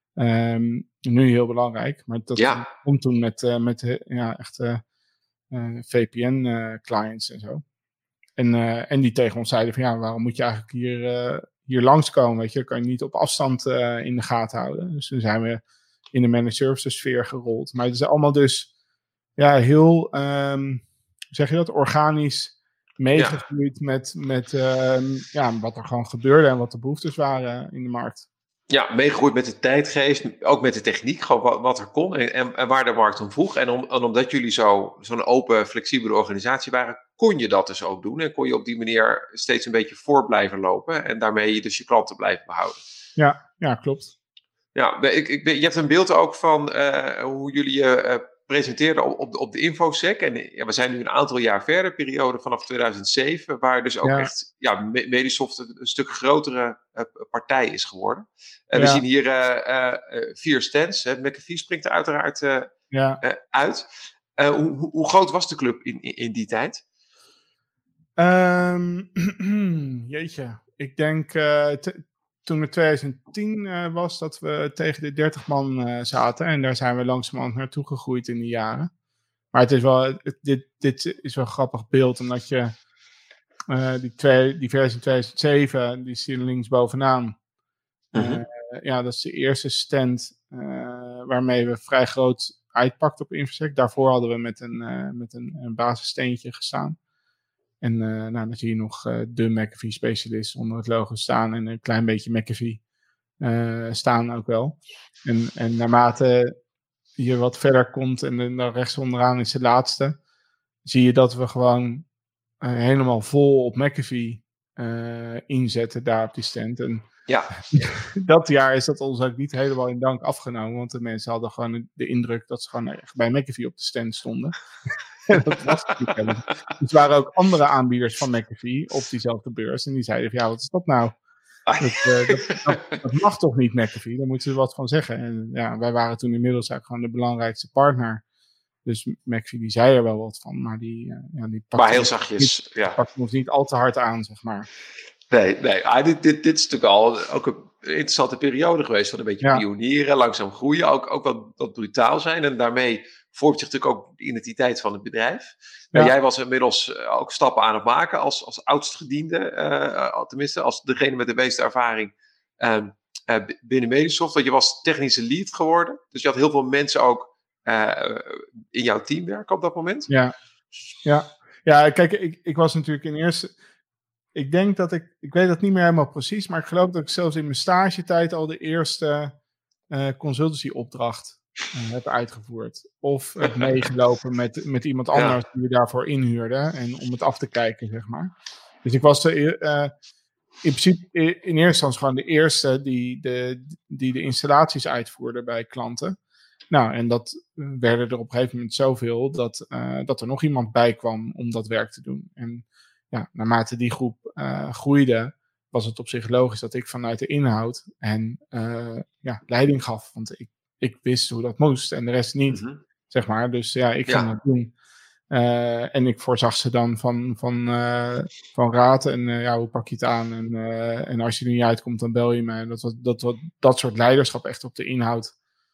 Um, nu heel belangrijk, maar dat ja. komt toen met, uh, met uh, ja, echt uh, uh, V P N-clients uh, en zo. En, uh, en die tegen ons zeiden van ja, waarom moet je eigenlijk hier, uh, hier langskomen? Weet je, kan je niet op afstand uh, in de gaten houden. Dus toen zijn we in de managed services sfeer gerold. Maar het is allemaal dus ja, heel, um, hoe zeg je dat, organisch meegegroeid ja. met, met uh, ja, wat er gewoon gebeurde en wat de behoeftes waren in de markt. Ja, meegegroeid met de tijdgeest, ook met de techniek, gewoon wat, wat er kon en, en, en waar de markt om vroeg. En, om, en omdat jullie zo, zo'n open, flexibele organisatie waren, kon je dat dus ook doen. En kon je op die manier steeds een beetje voor blijven lopen en daarmee je dus je klanten blijven behouden. Ja, ja klopt. Ja, ik, ik, je hebt een beeld ook van uh, hoe jullie je uh, presenteerden op, op, de, op de InfoSec. En ja, we zijn nu een aantal jaar verder, periode vanaf tweeduizend zeven, waar dus ook ja. echt ja, Medisoft een, een stuk grotere uh, partij is geworden. En ja. we zien hier uh, uh, vier stands. Hè. McAfee springt er uiteraard uh, ja. uh, uit. Uh, hoe, hoe, hoe groot was de club in, in, in die tijd? Um, jeetje, ik denk uh, t- toen het tweeduizend tien uh, was dat we tegen de dertig man uh, zaten. En daar zijn we langzamerhand naartoe gegroeid in die jaren. Maar het is wel, het, dit, dit is wel een grappig beeld, omdat je uh, die, twee, die versie tweeduizend zeven, die zie je links bovenaan. Uh, uh-huh. Ja, dat is de eerste stand uh, waarmee we vrij groot uitpakten op InfoSec. Daarvoor hadden we met een, uh, met een, een basissteentje gestaan. En uh, nou, dan zie je nog uh, de McAfee specialist onder het logo staan. En een klein beetje McAfee uh, staan ook wel. En, en naarmate je wat verder komt en dan rechts onderaan is de laatste, zie je dat we gewoon uh, helemaal vol op McAfee uh, inzetten daar op die stand. En ja. dat jaar is dat ons ook niet helemaal in dank afgenomen. Want de mensen hadden gewoon de indruk dat ze gewoon echt bij McAfee op de stand stonden. dat was natuurlijk helemaal. Dus er waren ook andere aanbieders van McAfee op diezelfde beurs. En die zeiden van, ja, wat is dat nou? Dat, uh, dat, dat, dat mag toch niet, McAfee? Daar moeten ze wat van zeggen. En ja, wij waren toen inmiddels eigenlijk gewoon de belangrijkste partner. Dus McAfee die zei er wel wat van, maar die, uh, ja, die pakte maar heel zachtjes, niet, ja. pakte ons niet al te hard aan, zeg maar. Nee, nee. Ah, dit, dit, dit is natuurlijk al ook een interessante periode geweest van een beetje ja. pionieren, langzaam groeien, ook, ook wat, wat brutaal zijn. En daarmee vormt zich natuurlijk ook de identiteit van het bedrijf. Maar ja. jij was inmiddels ook stappen aan het maken als, als oudstgediende, uh, tenminste als degene met de meeste ervaring uh, uh, binnen Medisoft. Want je was technische lead geworden, dus je had heel veel mensen ook uh, in jouw team werken op dat moment. Ja, ja. ja kijk, ik, ik was natuurlijk in eerste... Ik denk dat ik, ik weet dat niet meer helemaal precies, maar ik geloof dat ik zelfs in mijn stagetijd al de eerste uh, consultancy-opdracht uh, heb uitgevoerd. Of heb meegelopen met, met iemand anders ja. die we daarvoor inhuurden en om het af te kijken, zeg maar. Dus ik was de, uh, in principe in eerste instantie gewoon de eerste die de, die de installaties uitvoerde bij klanten. Nou, en dat werden er op een gegeven moment zoveel dat, uh, dat er nog iemand bij kwam om dat werk te doen. En ja, naarmate die groep uh, groeide, was het op zich logisch dat ik vanuit de inhoud en uh, ja, leiding gaf. Want ik, ik wist hoe dat moest en de rest niet, mm-hmm. zeg maar. Dus ja, ik ging ja. dat doen. Uh, en ik voorzag ze dan van, van, uh, van raad en uh, ja, hoe pak je het aan? En, uh, en als je er niet uitkomt, dan bel je me. Dat, dat, dat, dat, dat soort leiderschap echt op de inhoud.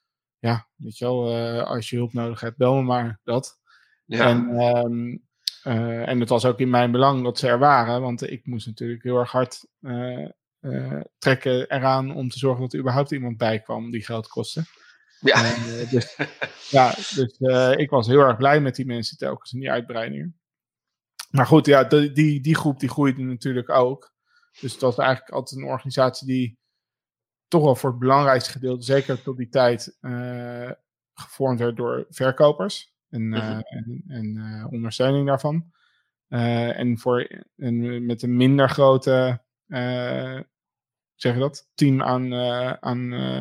Ja, weet je wel, uh, als je hulp nodig hebt, bel me maar, dat. Ja. En... Um, Uh, en het was ook in mijn belang dat ze er waren, want ik moest natuurlijk heel erg hard uh, uh, trekken eraan om te zorgen dat er überhaupt iemand bij kwam die geld kostte. Ja. Uh, dus ja, dus uh, ik was heel erg blij met die mensen telkens in die uitbreidingen. Maar goed, ja, die, die, die groep die groeide natuurlijk ook. Dus het was eigenlijk altijd een organisatie die toch wel voor het belangrijkste gedeelte, zeker tot die tijd, uh, gevormd werd door verkopers. En, uh, mm-hmm. en, en uh, ondersteuning daarvan. Uh, en, voor, en met een minder grote uh, zeg je dat? team aan, uh, aan uh,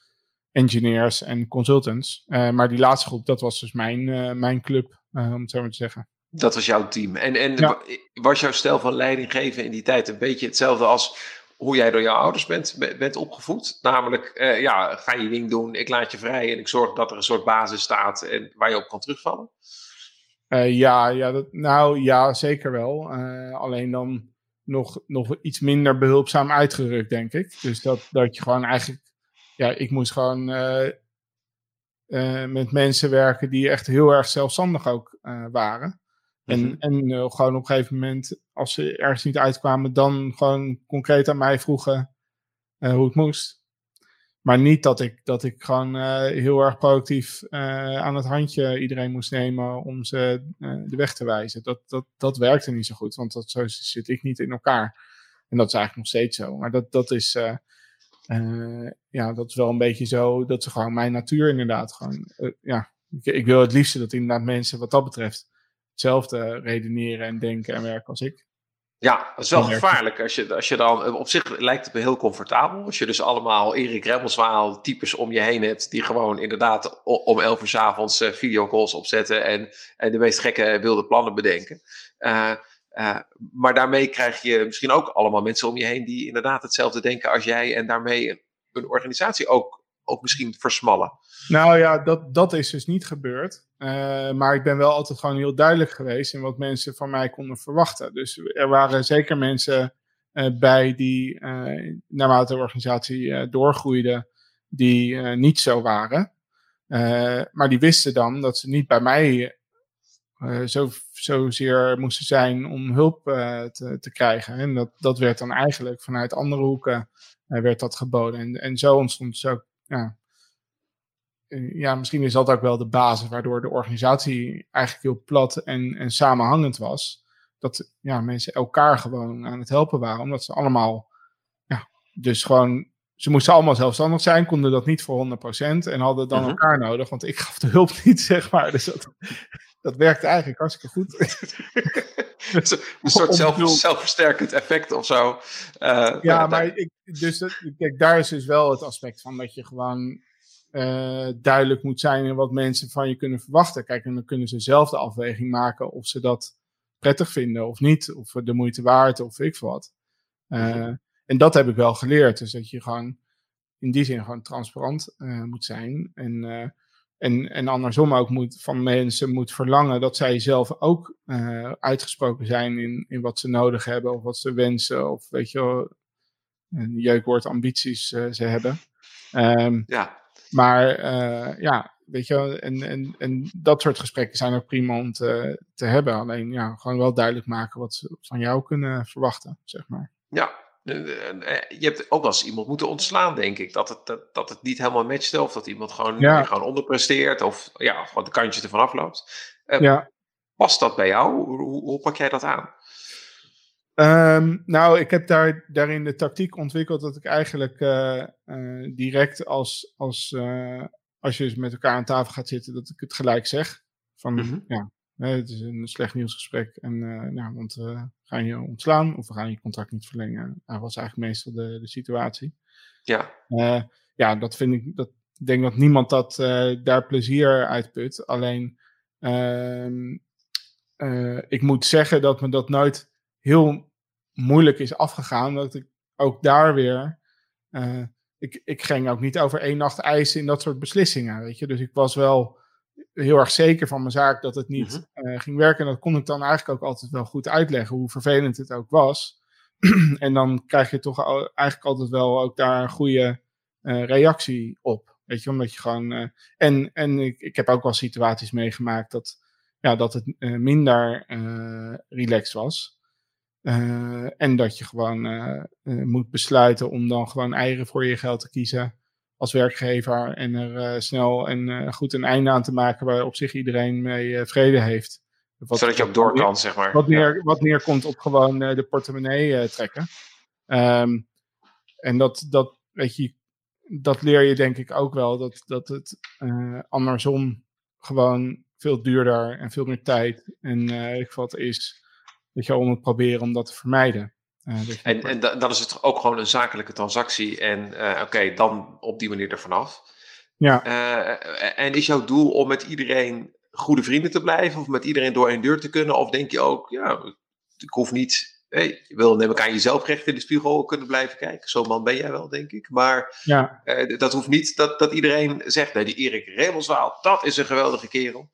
engineers en consultants. Uh, maar die laatste groep, dat was dus mijn, uh, mijn club, uh, om het zo maar te zeggen. Dat was jouw team. En, en ja. was jouw stijl van leiding geven in die tijd een beetje hetzelfde als hoe jij door jouw ouders bent, bent opgevoed? Namelijk, uh, ja, ga je ding doen, ik laat je vrij en ik zorg dat er een soort basis staat en waar je op kan terugvallen? Uh, ja, ja dat, nou ja, zeker wel. Uh, alleen dan nog, nog iets minder behulpzaam uitgerukt, denk ik. Dus dat, dat je gewoon eigenlijk... Ja, ik moest gewoon uh, uh, met mensen werken die echt heel erg zelfstandig ook uh, waren. Mm-hmm. En, en uh, gewoon op een gegeven moment, als ze ergens niet uitkwamen, dan gewoon concreet aan mij vroegen uh, hoe het moest. Maar niet dat ik, dat ik gewoon uh, heel erg proactief uh, aan het handje iedereen moest nemen om ze uh, de weg te wijzen. Dat, dat, dat werkte niet zo goed, want dat, zo zit ik niet in elkaar. En dat is eigenlijk nog steeds zo. Maar dat, dat is... Uh, uh, ja, dat is wel een beetje zo, dat is gewoon mijn natuur inderdaad. Gewoon, uh, ja, ik, ik wil het liefste dat inderdaad mensen wat dat betreft hetzelfde redeneren en denken en werken als ik. Ja, dat is wel gevaarlijk. Als je, als je dan, op zich lijkt het me heel comfortabel. Als je dus allemaal Erik Remmelswaal types om je heen hebt die gewoon inderdaad om elf uur 's avonds uh, videocalls opzetten en, en de meest gekke wilde plannen bedenken. Uh, uh, maar daarmee krijg je misschien ook allemaal mensen om je heen die inderdaad hetzelfde denken als jij en daarmee een, een organisatie ook, ook misschien versmallen. Nou ja, dat, dat is dus niet gebeurd. Uh, maar ik ben wel altijd gewoon heel duidelijk geweest in wat mensen van mij konden verwachten. Dus er waren zeker mensen uh, bij die, uh, naarmate de organisatie uh, doorgroeide, die uh, niet zo waren. Uh, maar die wisten dan dat ze niet bij mij uh, zo, zozeer moesten zijn om hulp uh, te, te krijgen. En dat, dat werd dan eigenlijk vanuit andere hoeken uh, werd dat geboden. En, en zo ontstond dus ook... Ja, Ja, misschien is dat ook wel de basis waardoor de organisatie eigenlijk heel plat en, en samenhangend was. Dat ja, mensen elkaar gewoon aan het helpen waren. Omdat ze allemaal, ja, dus gewoon, ze moesten allemaal zelfstandig zijn, konden dat niet voor honderd procent en hadden dan uh-huh. elkaar nodig. Want ik gaf de hulp niet, zeg maar. Dus dat, dat werkte eigenlijk hartstikke goed. Een soort zelf, zelfversterkend effect of zo. Uh, ja, maar ik, dus dat, kijk, daar is dus wel het aspect van dat je gewoon... uh, duidelijk moet zijn in wat mensen van je kunnen verwachten. Kijk, en dan kunnen ze zelf de afweging maken of ze dat prettig vinden of niet. Of de moeite waard of ik wat. Uh, mm-hmm. En dat heb ik wel geleerd. Dus dat je gewoon in die zin gewoon transparant uh, moet zijn. En, uh, en, en andersom ook moet, van mensen moet verlangen dat zij zelf ook uh, uitgesproken zijn in, in wat ze nodig hebben. Of wat ze wensen. Of weet je wel, een jeukwoord ambities uh, ze hebben. Um, ja. Maar uh, ja, weet je wel, en, en, en dat soort gesprekken zijn ook prima om te, te hebben. Alleen ja, gewoon wel duidelijk maken wat ze van jou kunnen verwachten, zeg maar. Ja, je hebt ook wel eens iemand moeten ontslaan, denk ik. Dat het, dat, dat het niet helemaal matchte of dat iemand gewoon, ja. gewoon onderpresteert of ja, gewoon de kantjes ervan afloopt. Uh, ja. Past dat bij jou? Hoe, hoe pak jij dat aan? Um, nou, ik heb daar, daarin de tactiek ontwikkeld dat ik eigenlijk uh, uh, direct als, als, uh, als je dus met elkaar aan tafel gaat zitten, dat ik het gelijk zeg. Van, mm-hmm. ja, het is een slecht nieuwsgesprek en uh, nou, want we uh, gaan je ontslaan of we gaan je contract niet verlengen. Dat was eigenlijk meestal de, de situatie. Ja. Uh, ja, dat vind ik, dat, ik denk dat niemand dat uh, daar plezier uit put. Alleen, uh, uh, ik moet zeggen dat me dat nooit heel moeilijk is afgegaan, dat ik ook daar weer uh, ik, ik ging ook niet over één nacht eisen in dat soort beslissingen, weet je, dus ik was wel heel erg zeker van mijn zaak dat het niet mm-hmm. uh, ging werken en dat kon ik dan eigenlijk ook altijd wel goed uitleggen, hoe vervelend het ook was. En dan krijg je toch eigenlijk altijd wel ook daar een goede uh, reactie op, weet je, omdat je gewoon uh, en, en ik, ik heb ook wel situaties meegemaakt dat, ja, dat het uh, minder uh, relaxed was. Uh, en dat je gewoon uh, uh, moet besluiten om dan gewoon eieren voor je geld te kiezen als werkgever en er uh, snel en uh, goed een einde aan te maken waar op zich iedereen mee uh, vrede heeft. Wat, Zodat je ook door kan, zeg maar. Wat, neer, ja. wat neerkomt op gewoon uh, de portemonnee uh, trekken. Um, en dat, dat, weet je, dat leer je denk ik ook wel, dat, dat het uh, andersom gewoon veel duurder en veel meer tijd en uh, ik wat is. Dat je om het proberen om dat te vermijden. Uh, dat en en da- dan is het ook gewoon een zakelijke transactie. En uh, oké, okay, dan op die manier ervan af. Ja. Uh, en is jouw doel om met iedereen goede vrienden te blijven? Of met iedereen door een deur te kunnen? Of denk je ook, ja, ik hoef niet... Hey, je wil neem ik aan jezelf recht in de spiegel kunnen blijven kijken. Zo'n man ben jij wel, denk ik. Maar ja. uh, dat hoeft niet dat, dat iedereen zegt... Nee, die Erik Rebelswaal, dat is een geweldige kerel.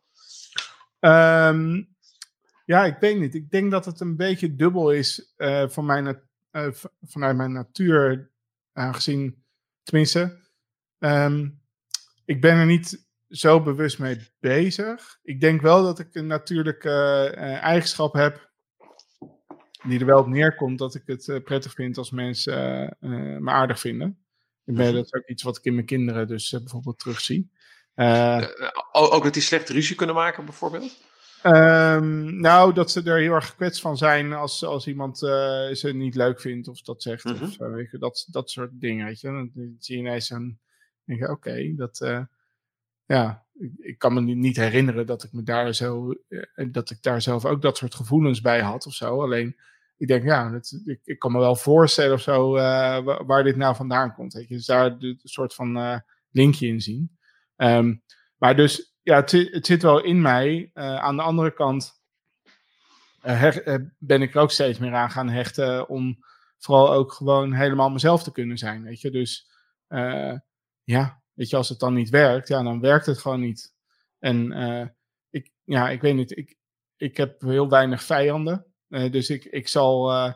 Um... Ja, ik weet niet. Ik denk dat het een beetje dubbel is uh, van mijn nat- uh, v- vanuit mijn natuur, aangezien, tenminste, um, ik ben er niet zo bewust mee bezig. Ik denk wel dat ik een natuurlijke uh, eigenschap heb, die er wel op neerkomt, dat ik het uh, prettig vind als mensen uh, uh, me aardig vinden. Ik ben, dat is ook iets wat ik in mijn kinderen dus uh, bijvoorbeeld terugzie. Uh, uh, ook dat die slecht ruzie kunnen maken, bijvoorbeeld? Um, nou, dat ze er heel erg gekwetst van zijn als, als iemand uh, ze niet leuk vindt of dat zegt. Mm-hmm. Of zo, weet je, dat, dat soort dingen, weet je. Dan zie je ineens een... denk je, oké, okay, dat... Uh, ja, ik, ik kan me niet herinneren dat ik me daar zo... Uh, dat ik daar zelf ook dat soort gevoelens bij had of zo. Alleen, ik denk, ja, dat, ik, ik kan me wel voorstellen of zo... Uh, waar, waar dit nou vandaan komt, weet je. Dus daar een soort van uh, linkje in zien. Um, maar dus... Ja, het, het zit wel in mij. Uh, aan de andere kant uh, her, uh, ben ik er ook steeds meer aan gaan hechten om vooral ook gewoon helemaal mezelf te kunnen zijn, weet je. Dus uh, ja, weet je, als het dan niet werkt, ja, dan werkt het gewoon niet. En uh, ik, ja, ik weet niet, ik, ik heb heel weinig vijanden. Uh, dus ik, ik zal... Uh,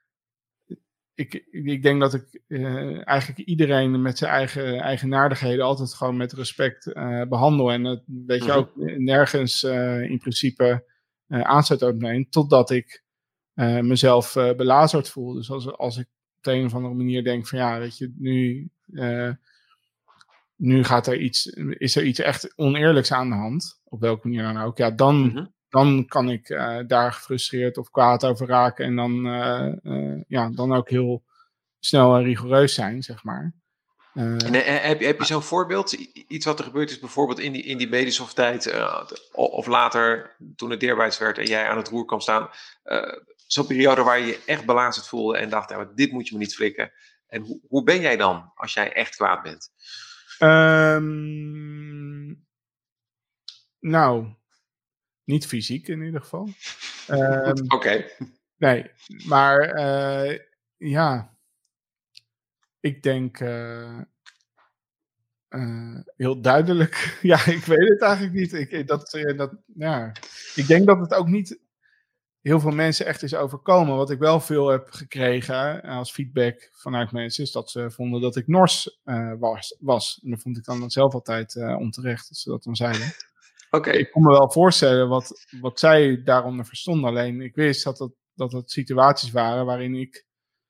Ik, ik denk dat ik uh, eigenlijk iedereen met zijn eigen eigenaardigheden altijd gewoon met respect uh, behandel. En dat weet je mm-hmm. ook nergens uh, in principe uh, aanzet opneemt. Totdat ik uh, mezelf uh, belazerd voel. Dus als, als ik op een of andere manier denk van ja, weet je, nu, uh, nu gaat er iets, is er iets echt oneerlijks aan de hand. Op welke manier dan ook. Ja, dan... Mm-hmm. Dan kan ik uh, daar gefrustreerd of kwaad over raken. En dan, uh, uh, ja, dan ook heel snel en rigoureus zijn, zeg maar. Uh, en, heb, heb je zo'n voorbeeld? Iets wat er gebeurd is bijvoorbeeld in die, in die Medisoft-tijd... Uh, of later, toen het deerwaarts werd en jij aan het roer kwam staan... Uh, zo'n periode waar je je echt belazerd voelde... en dacht, ja, dit moet je me niet flikken. En hoe, hoe ben jij dan als jij echt kwaad bent? Um, nou, niet fysiek in ieder geval. Um, Oké. Okay. Nee, maar uh, ja, ik denk uh, uh, heel duidelijk. Ja, ik weet het eigenlijk niet. Ik, dat, dat, ja. ik denk dat het ook niet heel veel mensen echt is overkomen. Wat ik wel veel heb gekregen als feedback vanuit mensen, is dat ze vonden dat ik nors uh, was, was. En dat vond ik dan zelf altijd uh, onterecht, dat ze dat dan zeiden. Oké. Okay. Ik kon me wel voorstellen wat, wat zij daaronder verstonden. Alleen ik wist dat het, dat het situaties waren waarin ik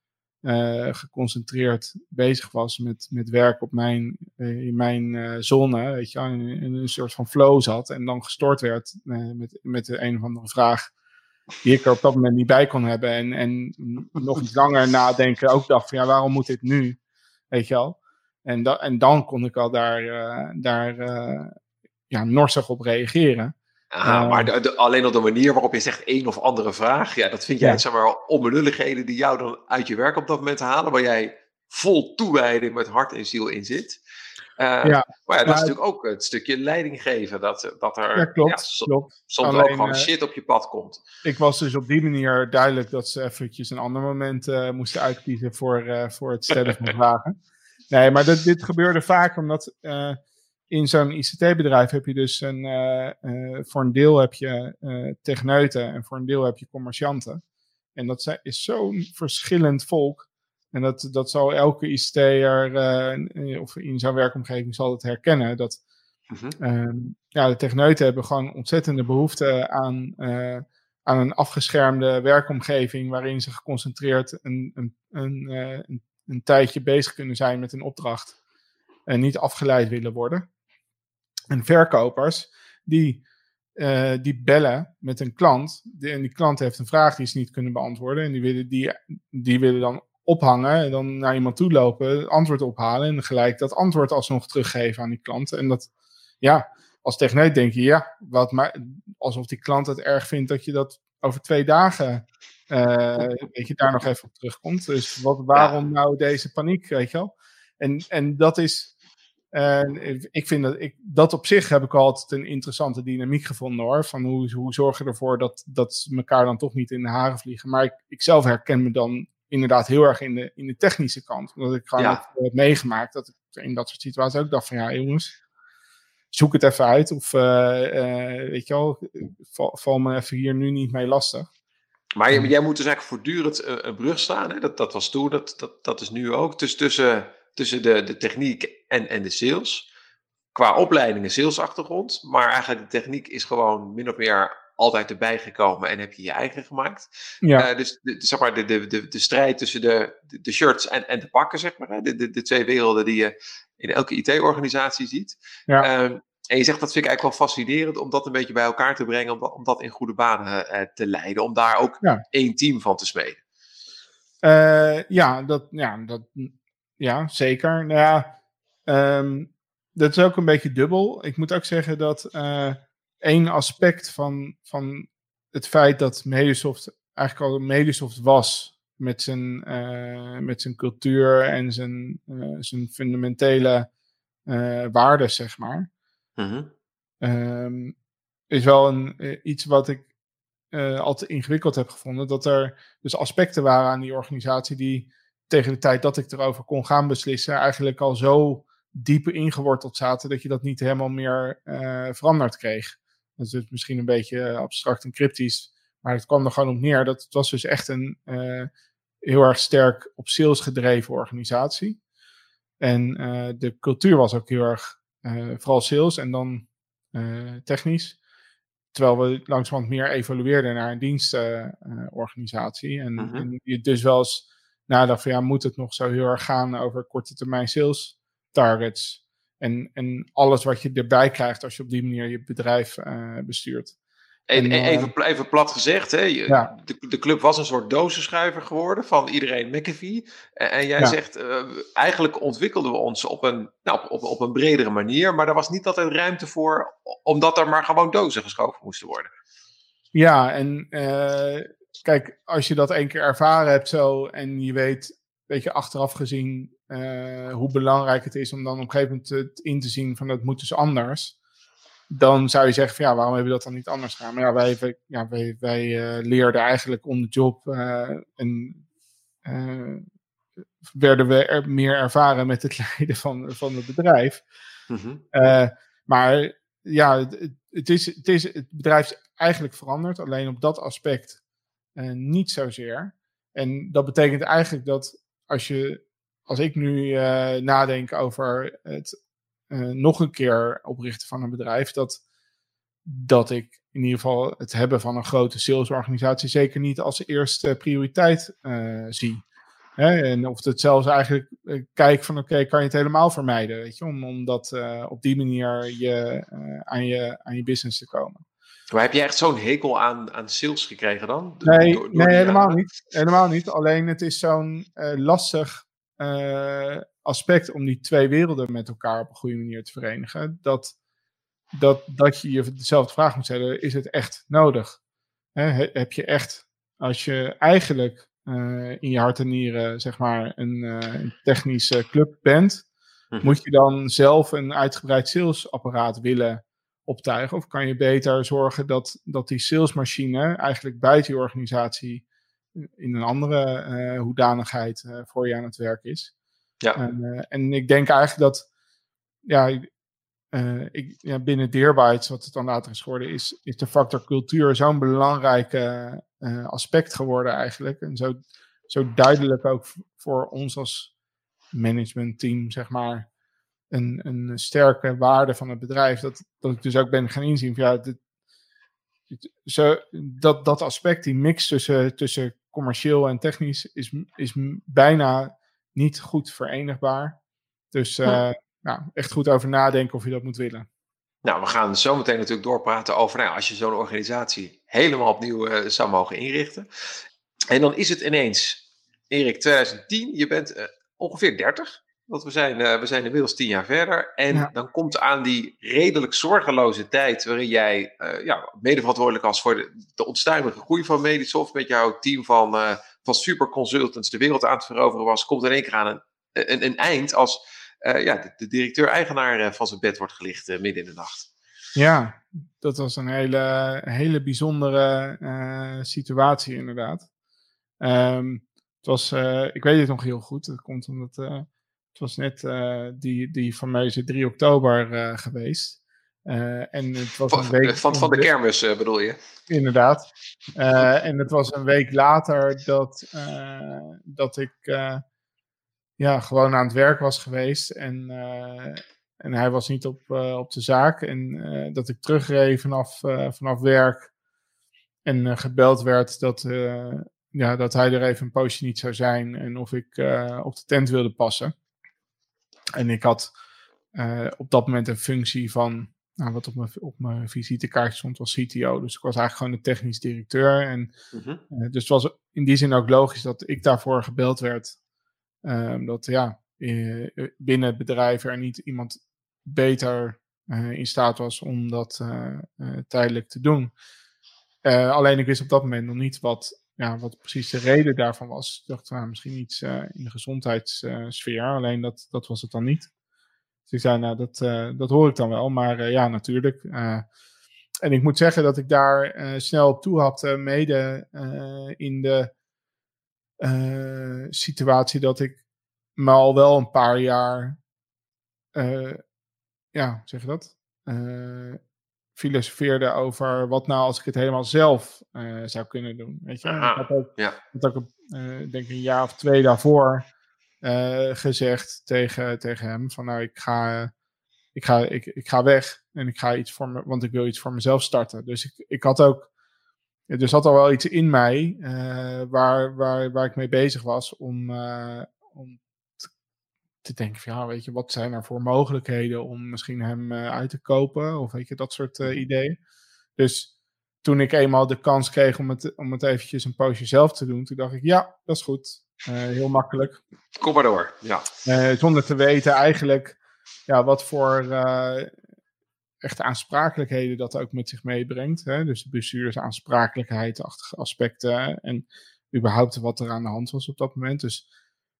uh, geconcentreerd bezig was met, met werk op mijn, uh, in mijn uh, zone, weet je, in, in een soort van flow zat en dan gestoord werd uh, met, met de een of andere vraag die ik er op dat moment niet bij kon hebben. En, en nog iets langer nadenken ook dacht van ja, waarom moet dit nu? Weet je wel? En, da- en dan kon ik al daar, uh, daar uh, ja, norsig op reageren. Aha, uh, maar de, de, alleen op de manier waarop je zegt een of andere vraag, ja, dat vind jij, ja. zeg maar, onbenulligheden die jou dan uit je werk op dat moment halen, waar jij vol toewijding met hart en ziel in zit. Uh, ja, maar ja, dat maar, is natuurlijk ook het stukje leiding geven, dat, dat er ja, klopt, ja, so, klopt. soms Alleen, ook gewoon uh, shit op je pad komt. Ik was dus op die manier duidelijk dat ze eventjes een ander moment uh, moesten uitkiezen voor, uh, voor het stellen van vragen. Nee, maar dat, dit gebeurde vaak omdat uh, in zo'n I C T-bedrijf heb je dus een, uh, uh, voor een deel heb je uh, techneuten en voor een deel heb je commercianten. En dat is zo'n verschillend volk. En dat, dat zal elke I C T'er uh, of in zo'n werkomgeving zal het herkennen. Dat uh-huh. uh, ja, de techneuten hebben gewoon ontzettende behoefte aan, uh, aan een afgeschermde werkomgeving waarin ze geconcentreerd een, een, een, uh, een, een tijdje bezig kunnen zijn met een opdracht en niet afgeleid willen worden. En verkopers die, uh, die bellen met een klant die, en die klant heeft een vraag die ze niet kunnen beantwoorden en die willen, die, die willen dan ophangen en dan naar iemand toe lopen, het antwoord ophalen en gelijk dat antwoord alsnog teruggeven aan die klant. En dat, ja, als techneut denk je, ja, wat maar, alsof die klant het erg vindt dat je dat over twee dagen, uh, weet je, daar nog even op terugkomt. Dus wat, waarom ja. nou deze paniek, weet je wel? En, en dat is, uh, ik vind dat, ik, dat op zich heb ik altijd een interessante dynamiek gevonden hoor, van hoe, hoe zorg je ervoor dat, dat ze elkaar dan toch niet in de haren vliegen. Maar ik, ik zelf herken me dan inderdaad heel erg in de, in de technische kant. Omdat ik gewoon ja. heb meegemaakt dat ik in dat soort situaties ook dacht van ja jongens, zoek het even uit. Of uh, uh, weet je wel, val, val me even hier nu niet mee lastig. Maar jij, jij moet dus eigenlijk voortdurend uh, een brug slaan. Hè? Dat, dat was toen, dat, dat, dat is nu ook. Dus tussen, tussen de, de techniek en, en de sales. Qua opleiding en salesachtergrond. Maar eigenlijk de techniek is gewoon min of meer altijd erbij gekomen en heb je je eigen gemaakt. Ja. Uh, dus de, de, zeg maar de, de, de, de strijd tussen de, de, de shirts en, en de pakken, zeg maar. Hè? De, de, de twee werelden die je in elke I T-organisatie ziet. Ja. Uh, en je zegt, dat vind ik eigenlijk wel fascinerend om dat een beetje bij elkaar te brengen, om dat, om dat in goede banen uh, te leiden, om daar ook ja. één team van te smeden. Uh, ja, dat, ja, dat, ja, zeker. Nou ja, um, dat is ook een beetje dubbel. Ik moet ook zeggen dat uh, één aspect van, van het feit dat Mediasoft eigenlijk al Mediasoft was met zijn, uh, met zijn cultuur en zijn, uh, zijn fundamentele uh, waarden, zeg maar. Mm-hmm. Um, is wel een, uh, iets wat ik uh, altijd ingewikkeld heb gevonden. Dat er dus aspecten waren aan die organisatie die tegen de tijd dat ik erover kon gaan beslissen eigenlijk al zo diep ingeworteld zaten dat je dat niet helemaal meer uh, veranderd kreeg. Dat is misschien een beetje abstract en cryptisch, maar het kwam er gewoon op neer dat het was dus echt een uh, heel erg sterk op sales gedreven organisatie. En uh, de cultuur was ook heel erg Uh, vooral sales en dan uh, technisch. Terwijl we langzamerhand meer evolueerden naar een dienstorganisatie. Uh, en, uh-huh. en je dus wel eens nadacht van ja, moet het nog zo heel erg gaan over korte termijn sales targets. En, en alles wat je erbij krijgt als je op die manier je bedrijf uh, bestuurt. En, en, even, even plat gezegd, hè, je, ja. de, de club was een soort dozenschuiver geworden van iedereen McAfee. En, en jij ja. zegt, uh, eigenlijk ontwikkelden we ons op een, nou, op, op een bredere manier, maar er was niet altijd ruimte voor, omdat er maar gewoon dozen geschoven moesten worden. Ja, en uh, kijk, als je dat één keer ervaren hebt zo en je weet, weet je, achteraf gezien uh, hoe belangrijk het is om dan op een gegeven moment het in te zien van dat moet dus anders. Dan zou je zeggen van ja, waarom hebben we dat dan niet anders gedaan? Maar ja, wij, ja, wij, wij uh, leerden eigenlijk on the job uh, en uh, werden we er meer ervaren met het leiden van, van het bedrijf. Mm-hmm. Uh, maar ja, het, het, is, het, is, het bedrijf is eigenlijk veranderd, alleen op dat aspect uh, niet zozeer. En dat betekent eigenlijk dat als je, als ik nu uh, nadenk over het uh, nog een keer oprichten van een bedrijf, dat, dat ik in ieder geval het hebben van een grote salesorganisatie zeker niet als eerste prioriteit uh, zie. Hè? En of het zelfs eigenlijk uh, kijk van oké, okay, kan je het helemaal vermijden, weet je, om, om dat uh, op die manier je, uh, aan, je, aan je business te komen. Maar heb je echt zo'n hekel aan, aan sales gekregen dan? Nee, door, door nee helemaal niet. Helemaal niet. Alleen het is zo'n uh, lastig uh, aspect om die twee werelden met elkaar op een goede manier te verenigen. Dat, dat, dat je je dezelfde vraag moet stellen, is het echt nodig? He, heb je echt, als je eigenlijk uh, in je hart en nieren zeg maar een, uh, een technische club bent, mm-hmm. moet je dan zelf een uitgebreid salesapparaat willen optuigen? Of kan je beter zorgen dat, dat die salesmachine eigenlijk buiten je organisatie in een andere uh, hoedanigheid uh, voor je aan het werk is? Ja. En, uh, en ik denk eigenlijk dat ja, uh, ik, ja, binnen Deerbytes, wat het dan later is geworden, is, is de factor cultuur zo'n belangrijk uh, uh, aspect geworden eigenlijk. En zo, zo duidelijk ook voor ons als managementteam, zeg maar, Een, een sterke waarde van het bedrijf, dat, dat ik dus ook ben gaan inzien van ja, dit, dit, zo, dat, dat aspect, die mix tussen, tussen commercieel en technisch is, is bijna niet goed verenigbaar. Dus uh, hm. nou, echt goed over nadenken of je dat moet willen. Nou, we gaan zo meteen natuurlijk doorpraten over nou, als je zo'n organisatie helemaal opnieuw uh, zou mogen inrichten. En dan is het ineens, Erik, twintig tien, je bent uh, ongeveer dertig. Want we zijn, uh, we zijn inmiddels tien jaar verder. En ja. dan komt aan die redelijk zorgeloze tijd waarin jij uh, ja, medeverantwoordelijk was voor de, de onstuimige groei van Medisoft, met jouw team van, uh, van superconsultants de wereld aan het veroveren was, komt in één keer aan een, een, een eind als uh, ja, de, de directeur-eigenaar uh, van zijn bed wordt gelicht uh, midden in de nacht. Ja, dat was een hele, hele bijzondere uh, situatie inderdaad. Um, het was, uh, ik weet het nog heel goed, dat komt omdat Uh, Het was net uh, die, die fameuze drie oktober uh, geweest. Uh, en het was van, een week van, van de kermis uh, bedoel je? Inderdaad. Uh, en het was een week later dat, uh, dat ik uh, ja, gewoon aan het werk was geweest. En, uh, en hij was niet op, uh, op de zaak. En uh, dat ik terugreed vanaf, uh, vanaf werk. En uh, gebeld werd dat, uh, ja, dat hij er even een poosje niet zou zijn. En of ik uh, op de tent wilde passen. En ik had uh, op dat moment een functie van, nou, wat op mijn, op mijn visitekaartje stond, was C T O. Dus ik was eigenlijk gewoon de technisch directeur. En, mm-hmm. uh, dus het was in die zin ook logisch dat ik daarvoor gebeld werd. Uh, dat ja, uh, binnen het bedrijf er niet iemand beter uh, in staat was om dat uh, uh, tijdelijk te doen. Uh, alleen ik wist op dat moment nog niet wat, ja, wat precies de reden daarvan was. Ik dacht, nou, misschien iets uh, in de gezondheidssfeer, uh, alleen dat, dat was het dan niet. Dus ik zei, nou, dat, uh, dat hoor ik dan wel, maar uh, ja, natuurlijk. Uh, en ik moet zeggen dat ik daar uh, snel op toe had, uh, mede uh, in de uh, situatie dat ik me al wel een paar jaar, uh, ja, hoe zeg je dat? Uh, filosofeerde over wat nou als ik het helemaal zelf uh, zou kunnen doen. Weet je? Aha, ik had ook, ja. had ook uh, denk ik een jaar of twee daarvoor uh, gezegd tegen, tegen hem van nou, ik ga, uh, ik, ga, ik, ik ga weg en ik ga iets voor me, want ik wil iets voor mezelf starten. Dus ik, ik had ook, er zat al wel iets in mij uh, waar, waar, waar ik mee bezig was om, uh, om te denken van ja, weet je, wat zijn er voor mogelijkheden om misschien hem uh, uit te kopen of weet je, dat soort uh, ideeën. Dus toen ik eenmaal de kans kreeg om het, om het eventjes een poosje zelf te doen, toen dacht ik ja, dat is goed. Uh, heel makkelijk. Kom maar door, ja. Uh, zonder te weten eigenlijk ja, wat voor uh, echte aansprakelijkheden dat ook met zich meebrengt. Hè? Dus de bestuursaansprakelijkheid-achtige aspecten en überhaupt wat er aan de hand was op dat moment. Dus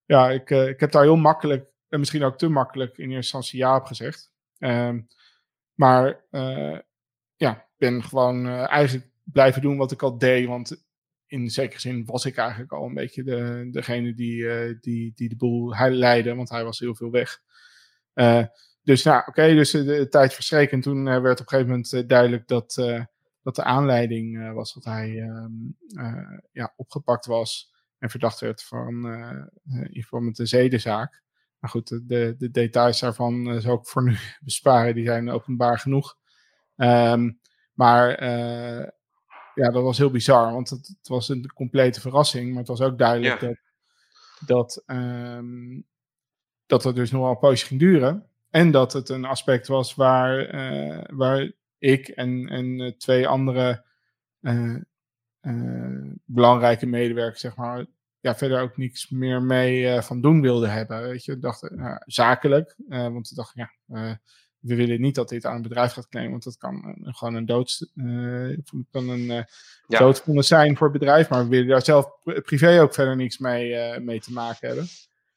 ja, ik, uh, ik heb daar heel makkelijk, en misschien ook te makkelijk, in eerste instantie ja op gezegd. Um, maar uh, ja, ik ben gewoon uh, eigenlijk blijven doen wat ik al deed. Want in zekere zin was ik eigenlijk al een beetje de, degene die, uh, die, die de boel leidde. Want hij was heel veel weg. Uh, dus nou, oké, okay, dus de, de tijd verstreek. En toen uh, werd op een gegeven moment uh, duidelijk dat, uh, dat de aanleiding uh, was dat hij uh, uh, ja, opgepakt was. En verdacht werd van uh, in verband met de zedenzaak. Maar goed, de, de, de details daarvan uh, zal ik voor nu besparen. Die zijn openbaar genoeg. Um, maar uh, ja, dat was heel bizar. Want het, het was een complete verrassing. Maar het was ook duidelijk ja. dat, dat, um, dat het dus nog wel een poosje ging duren. En dat het een aspect was waar, uh, waar ik en, en uh, twee andere uh, uh, belangrijke medewerkers, zeg maar, ja, verder ook niks meer mee uh, van doen wilden hebben. Weet je, dachten, uh, zakelijk. Uh, want we dachten, ja, uh, we willen niet dat dit aan het bedrijf gaat claimen, want dat kan uh, gewoon een dood, uh, kan een uh, ja. doodvonnis zijn voor het bedrijf. Maar we willen daar zelf privé ook verder niks mee, uh, mee te maken hebben.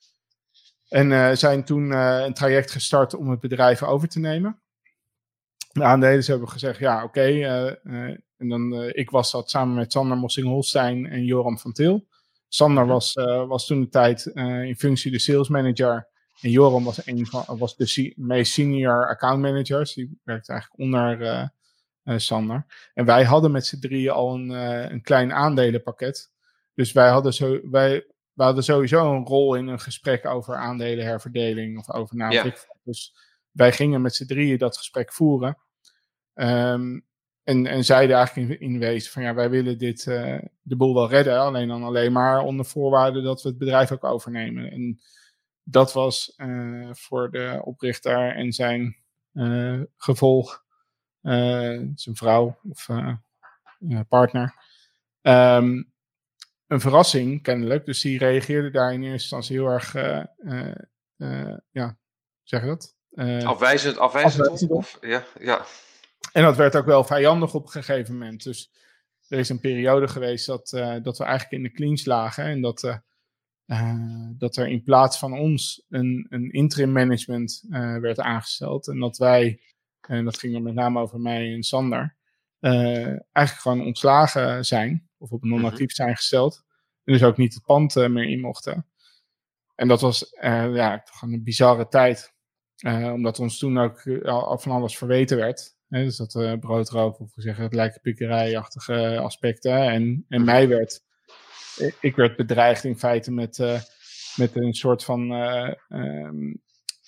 En uh, zijn toen uh, een traject gestart om het bedrijf over te nemen. De aandeelhouders hebben gezegd, ja, oké. Okay, uh, uh, en dan, uh, ik was dat samen met Sander Mossing-Holstein en Joram van Til. Sander was, uh, was toen de tijd uh, in functie de sales manager. En Joram was, een van, was de si- meest senior account managers. Die werkte eigenlijk onder uh, uh, Sander. En wij hadden met z'n drieën al een, uh, een klein aandelenpakket. Dus wij hadden, zo, wij, wij hadden sowieso een rol in een gesprek over aandelenherverdeling of overname. Ja. Dus wij gingen met z'n drieën dat gesprek voeren. Um, En, en zeiden eigenlijk in, in wezen van ja, wij willen dit, uh, de boel wel redden. Alleen dan alleen maar onder voorwaarde dat we het bedrijf ook overnemen. En dat was uh, voor de oprichter en zijn uh, gevolg, uh, zijn vrouw of uh, uh, partner, um, een verrassing kennelijk. Dus die reageerde daar in eerste instantie heel erg, uh, uh, uh, ja, zeg je dat? Uh, afwijzend, afwijzend, afwijzend of, ja, ja. En dat werd ook wel vijandig op een gegeven moment. Dus er is een periode geweest dat, uh, dat we eigenlijk in de clinch lagen. En dat, uh, uh, dat er in plaats van ons een, een interim management uh, werd aangesteld. En dat wij, en dat ging dan met name over mij en Sander, uh, eigenlijk gewoon ontslagen zijn. Of op non-actief zijn gesteld. En dus ook niet het pand uh, meer in mochten. En dat was uh, ja, gewoon een bizarre tijd. Uh, omdat ons toen ook uh, van alles verweten werd. He, dus dat uh, broodroof, of we zeggen het lijkenpikkerijachtige aspecten. En, en mij werd, ik werd bedreigd in feite met, uh, met een soort van, uh, um,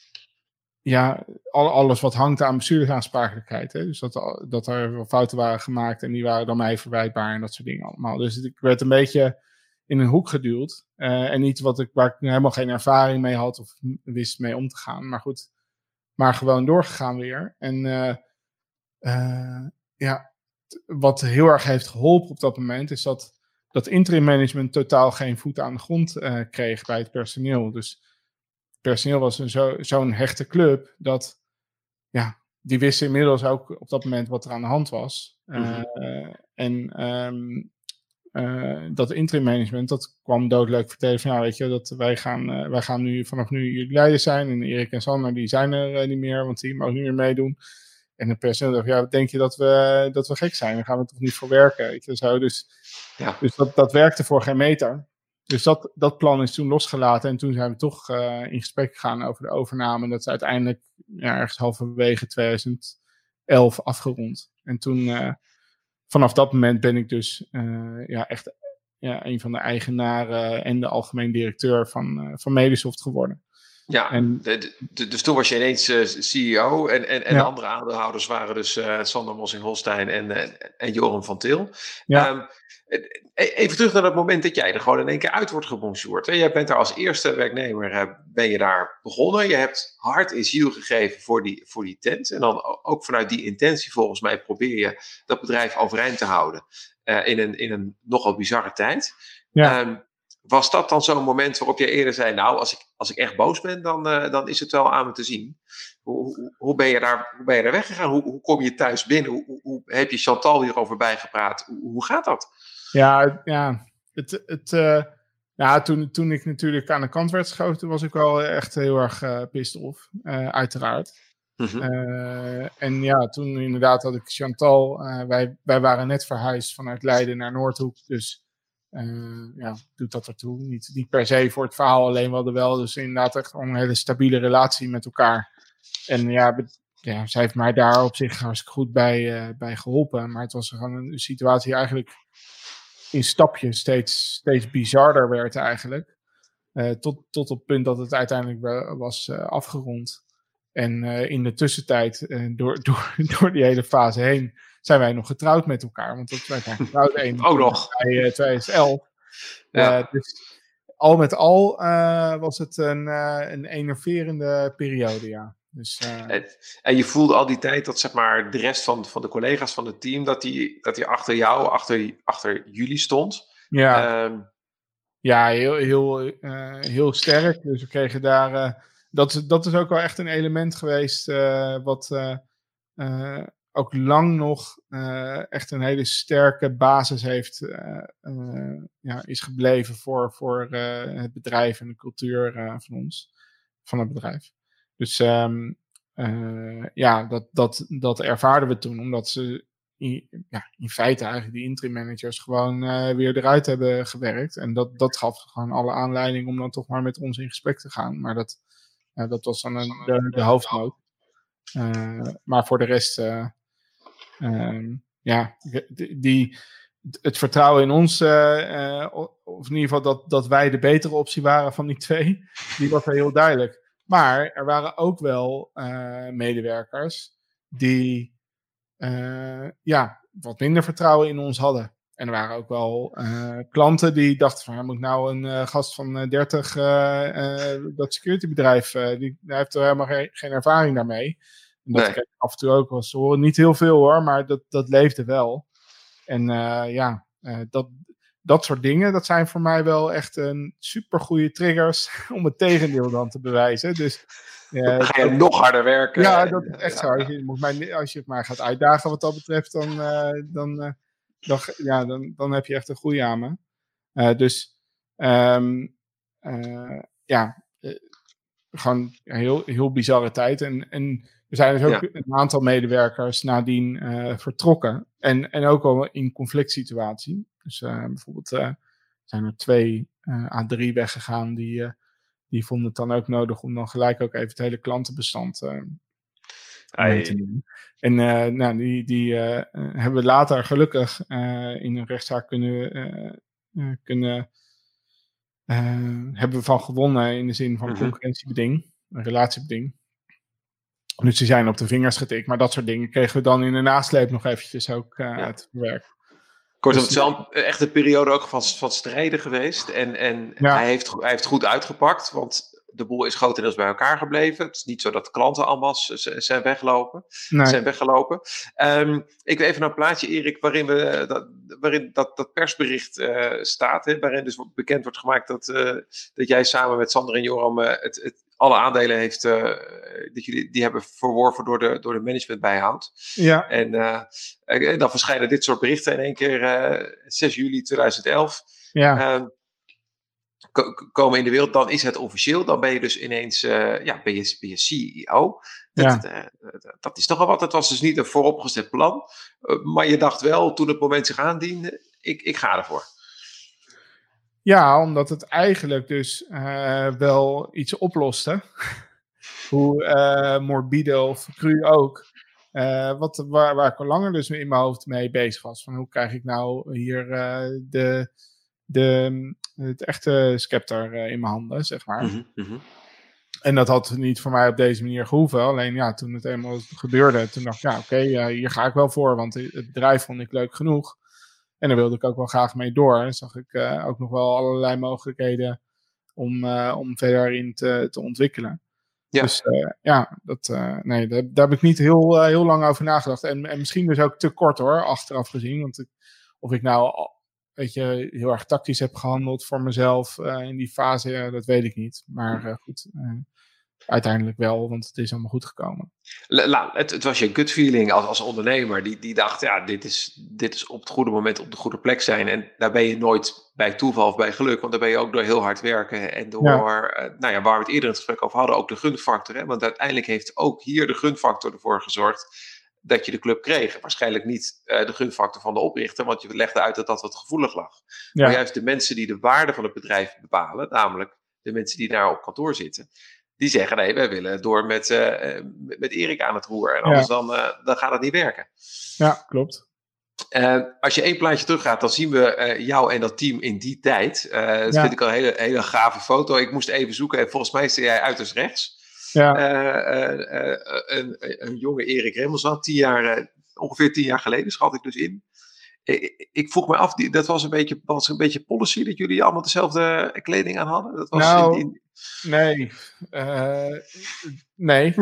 ja, al, alles wat hangt aan bestuurdersaansprakelijkheid. Hè? Dus dat, dat er fouten waren gemaakt en die waren dan mij verwijtbaar en dat soort dingen allemaal. Dus ik werd een beetje in een hoek geduwd. Uh, en niet wat ik, waar ik helemaal geen ervaring mee had of wist mee om te gaan. Maar goed, maar gewoon doorgegaan weer. En uh, Uh, ja, t- wat heel erg heeft geholpen op dat moment is dat, dat interim management totaal geen voet aan de grond uh, kreeg bij het personeel. Dus het personeel was een zo, zo'n hechte club dat, ja, die wisten inmiddels ook op dat moment wat er aan de hand was. Uh, mm-hmm. En um, uh, dat interim management, dat kwam doodleuk vertellen van, ja, weet je, dat wij gaan, uh, wij gaan nu vanaf nu jullie leiders zijn. En Erik en Sander, die zijn er uh, niet meer, want die mogen niet meer meedoen. En het personeel dacht, ja, denk je dat we, dat we gek zijn? Dan gaan we toch niet voor werken, weet je, zo. Dus, ja. dus dat, dat werkte voor geen meter. Dus dat, dat plan is toen losgelaten. En toen zijn we toch uh, in gesprek gegaan over de overname. En dat is uiteindelijk ja, ergens halverwege twintig elf afgerond. En toen, uh, vanaf dat moment ben ik dus uh, ja, echt ja, een van de eigenaren en de algemeen directeur van, uh, van Medisoft geworden. Ja, en, de, de, dus toen was je ineens uh, C E O en, en, en ja. de andere aandeelhouders waren dus uh, Sander Mossing-Holstein en, en, en Joram van Til. Ja. Um, even terug naar dat moment dat jij er gewoon in één keer uit wordt gebonjourd. Jij bent daar als eerste werknemer, ben je daar begonnen. Je hebt hart en ziel gegeven voor die, voor die tent. En dan ook vanuit die intentie volgens mij probeer je dat bedrijf overeind te houden uh, in, een, in een nogal bizarre tijd. Ja. Um, Was dat dan zo'n moment waarop je eerder zei, nou, als ik, als ik echt boos ben, dan, uh, dan is het wel aan me te zien. Hoe, hoe, hoe, ben, je daar, hoe ben je daar weggegaan? Hoe, hoe kom je thuis binnen? Hoe, hoe, hoe heb je Chantal hierover bijgepraat? Hoe, hoe gaat dat? Ja, ja het, het, uh, Nou, toen, toen ik natuurlijk aan de kant werd geschoten, was ik wel echt heel erg uh, pissed off, uh, uiteraard. Mm-hmm. Uh, en ja, toen inderdaad had ik Chantal, uh, wij, wij waren net verhuisd vanuit Leiden naar Noordhoek, dus uh, ja, doet dat ertoe. Niet, niet per se voor het verhaal, alleen we hadden wel dus inderdaad echt een hele stabiele relatie met elkaar. En ja, be- ja zij heeft mij daar op zich hartstikke goed bij, uh, bij geholpen, maar het was gewoon een situatie die eigenlijk in stapjes steeds, steeds bizarder werd eigenlijk. Uh, tot, tot op het punt dat het uiteindelijk was uh, afgerond. En uh, in de tussentijd, uh, door, door, door die hele fase heen, zijn wij nog getrouwd met elkaar. Want dat, wij zijn getrouwd één oh, nog. bij uh, twintig elf. Ja. Uh, dus al met al uh, was het een, uh, een enerverende periode, ja. Dus, uh... en, en je voelde al die tijd dat zeg maar de rest van, van de collega's van het team, dat die, dat die achter jou, achter, achter jullie stond. Ja, um... ja heel, heel, uh, heel sterk. Dus we kregen daar... Uh, dat, dat is ook wel echt een element geweest uh, wat uh, uh, ook lang nog uh, echt een hele sterke basis heeft, uh, uh, ja, is gebleven voor, voor uh, het bedrijf en de cultuur uh, van ons, van het bedrijf. Dus um, uh, ja, dat, dat, dat ervaarden we toen, omdat ze in, ja, in feite eigenlijk die interim managers gewoon uh, weer eruit hebben gewerkt. En dat, dat gaf gewoon alle aanleiding om dan toch maar met ons in gesprek te gaan. Maar dat, uh, dat was dan een, de, de hoofdnoot. Uh, maar voor de rest, uh, uh, ja, die, die, het vertrouwen in ons, uh, uh, of in ieder geval dat, dat wij de betere optie waren van die twee, die was wel heel duidelijk. Maar er waren ook wel uh, medewerkers die uh, ja, wat minder vertrouwen in ons hadden. En er waren ook wel uh, klanten die dachten van, ja, moet nou een uh, gast van uh, dertig, uh, uh, dat securitybedrijf, uh, die hij heeft er helemaal geen, geen ervaring daarmee. En dat nee. kreeg ik af en toe ook wel te horen. Niet heel veel hoor, maar dat, dat leefde wel. En uh, ja, uh, dat, dat soort dingen, dat zijn voor mij wel echt een supergoeie triggers om het tegendeel dan te bewijzen. Dus uh, ga je dat, nog harder werken. Ja, dat is echt ja, zo. Als je, moet mij, als je het maar gaat uitdagen wat dat betreft, dan, uh, dan, uh, dan, ja, dan, dan heb je echt een goeie aan me. Uh, dus um, uh, ja, uh, gewoon een heel, heel bizarre tijd. En, en er zijn dus ook ja. een aantal medewerkers nadien uh, vertrokken. En, en ook al in conflict situatie. Dus uh, bijvoorbeeld uh, zijn er twee uh, à drie weggegaan die, uh, die vonden het dan ook nodig om dan gelijk ook even het hele klantenbestand uh, mee te doen. En uh, nou, die, die uh, hebben we later gelukkig uh, in een rechtszaak kunnen, uh, uh, kunnen uh, hebben we van gewonnen in de zin van mm-hmm. concurrentiebeding, een relatiebeding. Dus die zijn op de vingers getikt. Maar dat soort dingen kregen we dan in de nasleep nog eventjes ook uh, ja. uit werk. Kortom, dus, het is wel echt een periode ook van, van strijden geweest. En, en ja. hij, heeft, hij heeft goed uitgepakt. Want de boel is grotendeels bij elkaar gebleven. Het is niet zo dat de klanten allemaal zijn weggelopen. Nee. Zijn weggelopen. Um, ik wil even naar een plaatje, Erik, waarin, we, dat, waarin dat, dat persbericht uh, staat. Hè, waarin dus bekend wordt gemaakt dat, uh, dat jij samen met Sander en Joram uh, het, het, alle aandelen heeft, uh, dat jullie die hebben verworven door de, door de managementbijhoud. Ja. En uh, dan verschijnen dit soort berichten in één keer uh, zes juli tweeduizend elf. Ja. Uh, komen in de wereld, dan is het officieel. Dan ben je dus ineens uh, ja, ben je, ben je C E O. Dat, ja. uh, dat is toch wel wat. Het was dus niet een vooropgezet plan. Uh, maar je dacht wel, toen het moment zich aandiende, ik, ik ga ervoor. Ja, omdat het eigenlijk dus uh, wel iets oploste. Hoe uh, morbide of cru ook. Uh, wat, waar, waar ik al langer dus in mijn hoofd mee bezig was. Van hoe krijg ik nou hier uh, de... De, het echte scepter uh, in mijn handen, zeg maar. Mm-hmm, mm-hmm. En dat had niet voor mij op deze manier gehoeven. Alleen ja, toen het eenmaal gebeurde, toen dacht ik, ja, oké, okay, uh, hier ga ik wel voor. Want het bedrijf vond ik leuk genoeg. En daar wilde ik ook wel graag mee door. En zag ik uh, ook nog wel allerlei mogelijkheden om, uh, om verder in te, te ontwikkelen. Ja. Dus uh, ja, dat, uh, nee, daar, daar heb ik niet heel, uh, heel lang over nagedacht. En, en misschien dus ook te kort hoor, achteraf gezien. Want ik, of ik nou... weet je, heel erg tactisch heb gehandeld voor mezelf uh, in die fase, ja, dat weet ik niet. Maar uh, goed. Uh, uiteindelijk wel, want het is allemaal goed gekomen. La, het, het was je gut feeling als, als ondernemer. Die, die dacht, ja, dit is, dit is op het goede moment op de goede plek zijn. En daar ben je nooit bij toeval of bij geluk. Want daar ben je ook door heel hard werken. En door, ja. Uh, nou ja, waar we het eerder in het gesprek over hadden, ook de gunfactor. Hè? Want uiteindelijk heeft ook hier de gunfactor ervoor gezorgd dat je de club kreeg. Waarschijnlijk niet uh, de gunfactor van de oprichter, want je legde uit dat dat wat gevoelig lag. Ja. Maar juist de mensen die de waarde van het bedrijf bepalen, namelijk de mensen die daar op kantoor zitten, die zeggen, nee, wij willen door met, uh, met Erik aan het roer. En anders ja. dan, uh, dan gaat het niet werken. Ja, klopt. Uh, als je één plaatje teruggaat, dan zien we uh, jou en dat team in die tijd. Uh, dat ja. vind ik al een hele, hele gave foto. Ik moest even zoeken en volgens mij sta jij uiterst rechts. Ja. Uh, uh, uh, een, een jonge Erik Remmelswand, tien jaar, uh, ongeveer tien jaar geleden, schat ik dus in. Ik, ik vroeg me af, die, dat was een, beetje, was een beetje policy dat jullie allemaal dezelfde kleding aan hadden? Dat was nou, in, in... nee. Uh, nee.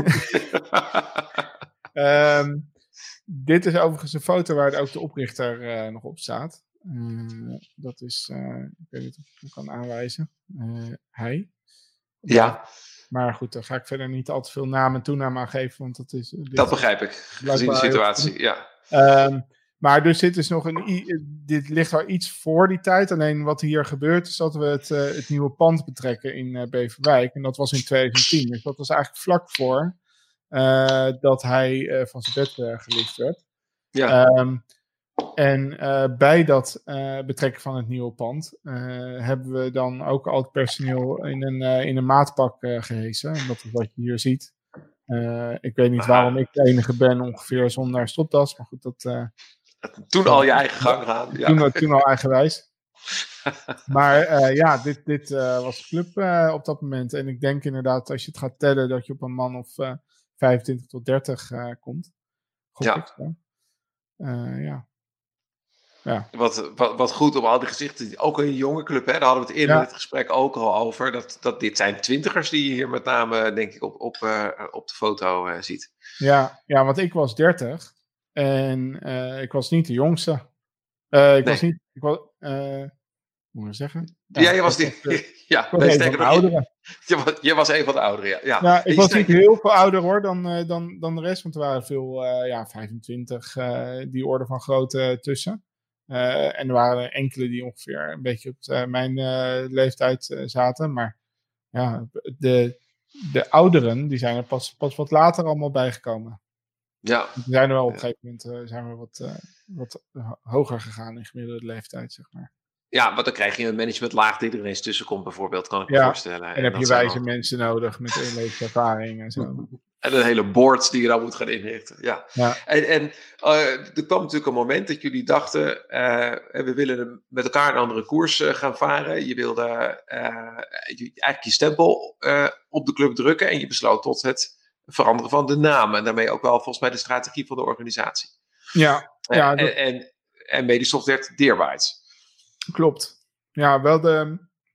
um, dit is overigens een foto waar ook de oprichter uh, nog op staat. Uh, dat is, uh, ik weet niet of ik hem kan aanwijzen. Uh, hij. Ja. Maar goed, daar ga ik verder niet al te veel namen en toenamen aan geven, want dat is... Dat begrijp ik, gezien de situatie, ja. Um, maar dus dit is nog een... Dit ligt wel iets voor die tijd. Alleen wat hier gebeurt is dat we het, uh, het nieuwe pand betrekken in uh, Beverwijk. En dat was in twintig tien. Dus dat was eigenlijk vlak voor uh, dat hij uh, van zijn bed uh, gelicht werd. Ja. Um, en uh, bij dat uh, betrekken van het nieuwe pand uh, hebben we dan ook al het personeel in een, uh, in een maatpak uh, gehesen. En dat is wat je hier ziet. Uh, ik weet niet waarom ik de enige ben ongeveer zonder stropdas. Maar goed, dat... Uh, Toen al je eigen gang gaan. Ja. Toen, toen al eigenwijs. Maar uh, ja, dit, dit uh, was de club uh, op dat moment. En ik denk inderdaad, als je het gaat tellen, dat je op een man of uh, vijfentwintig tot dertig uh, komt. Goed, ja. Ik, uh, ja. Ja. Wat, wat, wat goed om al die gezichten. Ook een jonge club, hè? Daar hadden we het eerder ja. in het gesprek ook al over. Dat, dat dit zijn twintigers die je hier met name, denk ik, op, op, uh, op de foto uh, ziet. Ja, ja, want ik was dertig. En uh, ik was niet de jongste. Uh, ik nee. was niet... Ik was, uh, hoe moet ik zeggen? Ja, ja je was die... Uh, ja, ik was een van de ouderen. Je was, je was een van de ouderen, ja. ja. ja ik was niet heel veel ouder, hoor, dan, uh, dan, dan de rest. Want er waren veel, uh, ja, vijfentwintig, uh, die orde van grootte tussen. Uh, en er waren enkele die ongeveer een beetje op uh, mijn uh, leeftijd uh, zaten. Maar ja, de, de ouderen, die zijn er pas, pas wat later allemaal bijgekomen. Ja. We zijn er wel op een gegeven moment uh, zijn we wat, uh, wat hoger gegaan in gemiddelde leeftijd, zeg maar. Ja, want dan krijg je een managementlaag die er ineens tussenkomt, bijvoorbeeld, kan ik me ja, voorstellen. En, en heb je wijze dan... mensen nodig met een levenservaring en zo. En een hele board die je dan moet gaan inrichten. Ja. ja. En, en uh, er kwam natuurlijk een moment dat jullie dachten, uh, we willen met elkaar een andere koers uh, gaan varen. Je wilde uh, je, eigenlijk je stempel uh, op de club drukken en je besloot tot het veranderen van de naam. En daarmee ook wel volgens mij de strategie van de organisatie. Ja. ja en, dat... en, en Medisoft werd Deerwaarts. Klopt. Ja, wel de...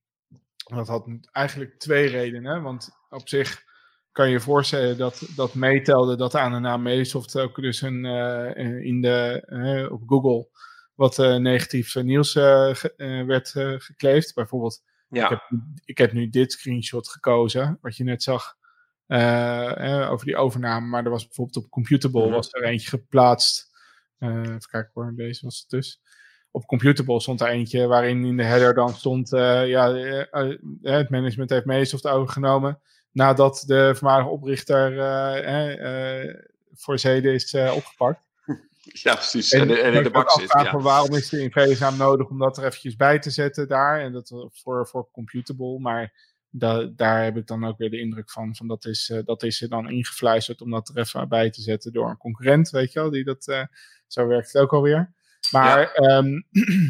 Dat had eigenlijk twee redenen. Want op zich kan je je voorstellen dat, dat meetelde dat aan de naam Medisoft ook dus een, uh, in de, uh, op Google wat uh, negatief nieuws uh, ge, uh, werd uh, gekleefd. Bijvoorbeeld, ja. ik, heb, ik heb nu dit screenshot gekozen, wat je net zag uh, uh, over die overname. Maar er was bijvoorbeeld op Computable mm-hmm. was er eentje geplaatst. Uh, even kijken hoor, deze was het dus. Op Computable stond er eentje waarin in de header dan stond... Uh, ja, uh, uh, het management heeft Medisoft overgenomen nadat de voormalige oprichter uh, uh, voor zeden is uh, opgepakt. Ja, precies. En, en, en in de bak zit. Ja. Waarom is er in vredesnaam nodig om dat er eventjes bij te zetten daar? En dat voor, voor Computable. Maar da, daar heb ik dan ook weer de indruk van. van dat, is, uh, dat is er dan ingefluisterd om dat er even bij te zetten door een concurrent, weet je wel. Die dat, uh, zo werkt het ook alweer. Maar, ja. um,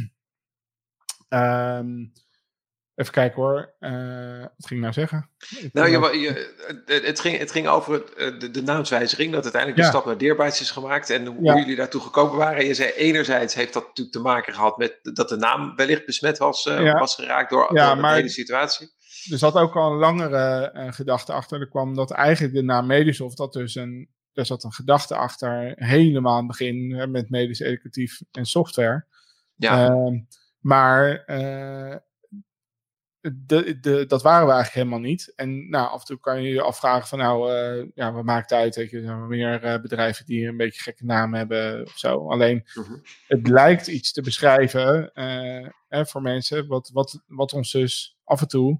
um, even kijken hoor, uh, wat ging ik nou zeggen? Ik nou, je, je, het, ging, het ging over het, de, de naamswijziging, dat uiteindelijk ja. de stap naar Deerwaarts is gemaakt en hoe ja. jullie daartoe gekomen waren. Je zei, enerzijds heeft dat natuurlijk te maken gehad met dat de naam wellicht besmet was, uh, ja. was geraakt door, ja, door de hele situatie. Er zat ook al een langere uh, gedachte achter. Er kwam dat eigenlijk de naam Medisoft, dat dus een... Daar zat een gedachte achter, helemaal aan het begin, hè, met medisch educatief en software. Ja. Uh, maar uh, de, de, dat waren we eigenlijk helemaal niet. En nou, af en toe kan je je afvragen van nou, uh, ja, wat maakt het uit? Weet je, er zijn meer uh, bedrijven die een beetje gekke naam hebben of zo. Alleen, mm-hmm. het lijkt iets te beschrijven uh, eh, voor mensen, wat, wat, wat ons dus af en toe,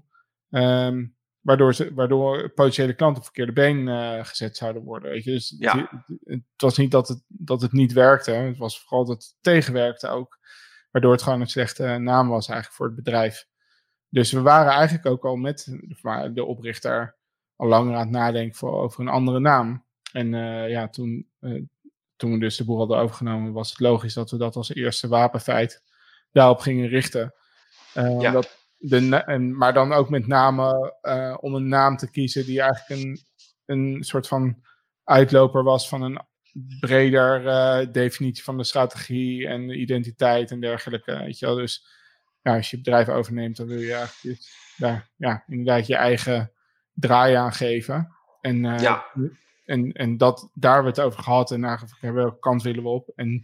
um, waardoor, ze, waardoor potentiële klanten op verkeerde been uh, gezet zouden worden. Weet je? Dus ja. het, het was niet dat het, dat het niet werkte, het was vooral dat het tegenwerkte ook. Waardoor het gewoon een slechte naam was eigenlijk voor het bedrijf. Dus we waren eigenlijk ook al met de oprichter al langer aan het nadenken voor, over een andere naam. En uh, ja, toen, uh, toen we dus de boel hadden overgenomen, was het logisch dat we dat als eerste wapenfeit daarop gingen richten. Uh, ja. dat de, en, maar dan ook met name uh, om een naam te kiezen die eigenlijk een, een soort van uitloper was van een breder uh, definitie van de strategie en de identiteit en dergelijke. Weet je wel. Dus ja, als je bedrijf overneemt, dan wil je eigenlijk daar ja, inderdaad je eigen draai aan geven. En, uh, ja. en, en dat, daar hebben we het over gehad en nagedacht, welke kant willen we op? En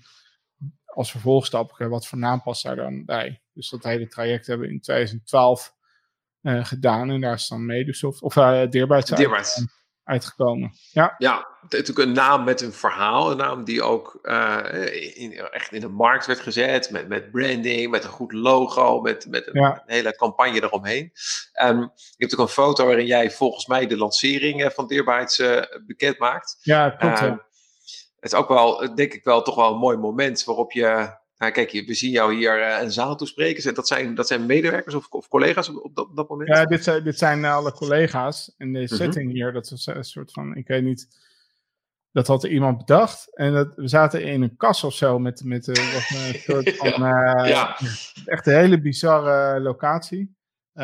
als vervolgstap, wat voor naam past daar dan bij? Dus dat hele traject hebben we in twintig twaalf uh, gedaan en daar is dan Medusoft, of uh, Deerbytes uit, uitgekomen. Ja, ja, natuurlijk een naam met een verhaal, een naam die ook uh, in, echt in de markt werd gezet, met, met branding, met een goed logo, met, met een, ja. een hele campagne eromheen. Um, je hebt ook een foto waarin jij volgens mij de lancering uh, van Deerbytes uh, bekend maakt. Ja, klopt. Um, ja. Het is ook wel, denk ik wel, toch wel een mooi moment waarop je... Nou, kijk, we zien jou hier uh, een zaal toespreken. Dat zijn, dat zijn medewerkers of, of collega's op, op, dat, op dat moment? Ja, dit zijn, dit zijn alle collega's. En de mm-hmm. setting hier, dat was een soort van... Ik weet niet... Dat had iemand bedacht. En dat, we zaten in een kas of zo met, met uh, een soort van... Uh, ja. Echt een hele bizarre locatie.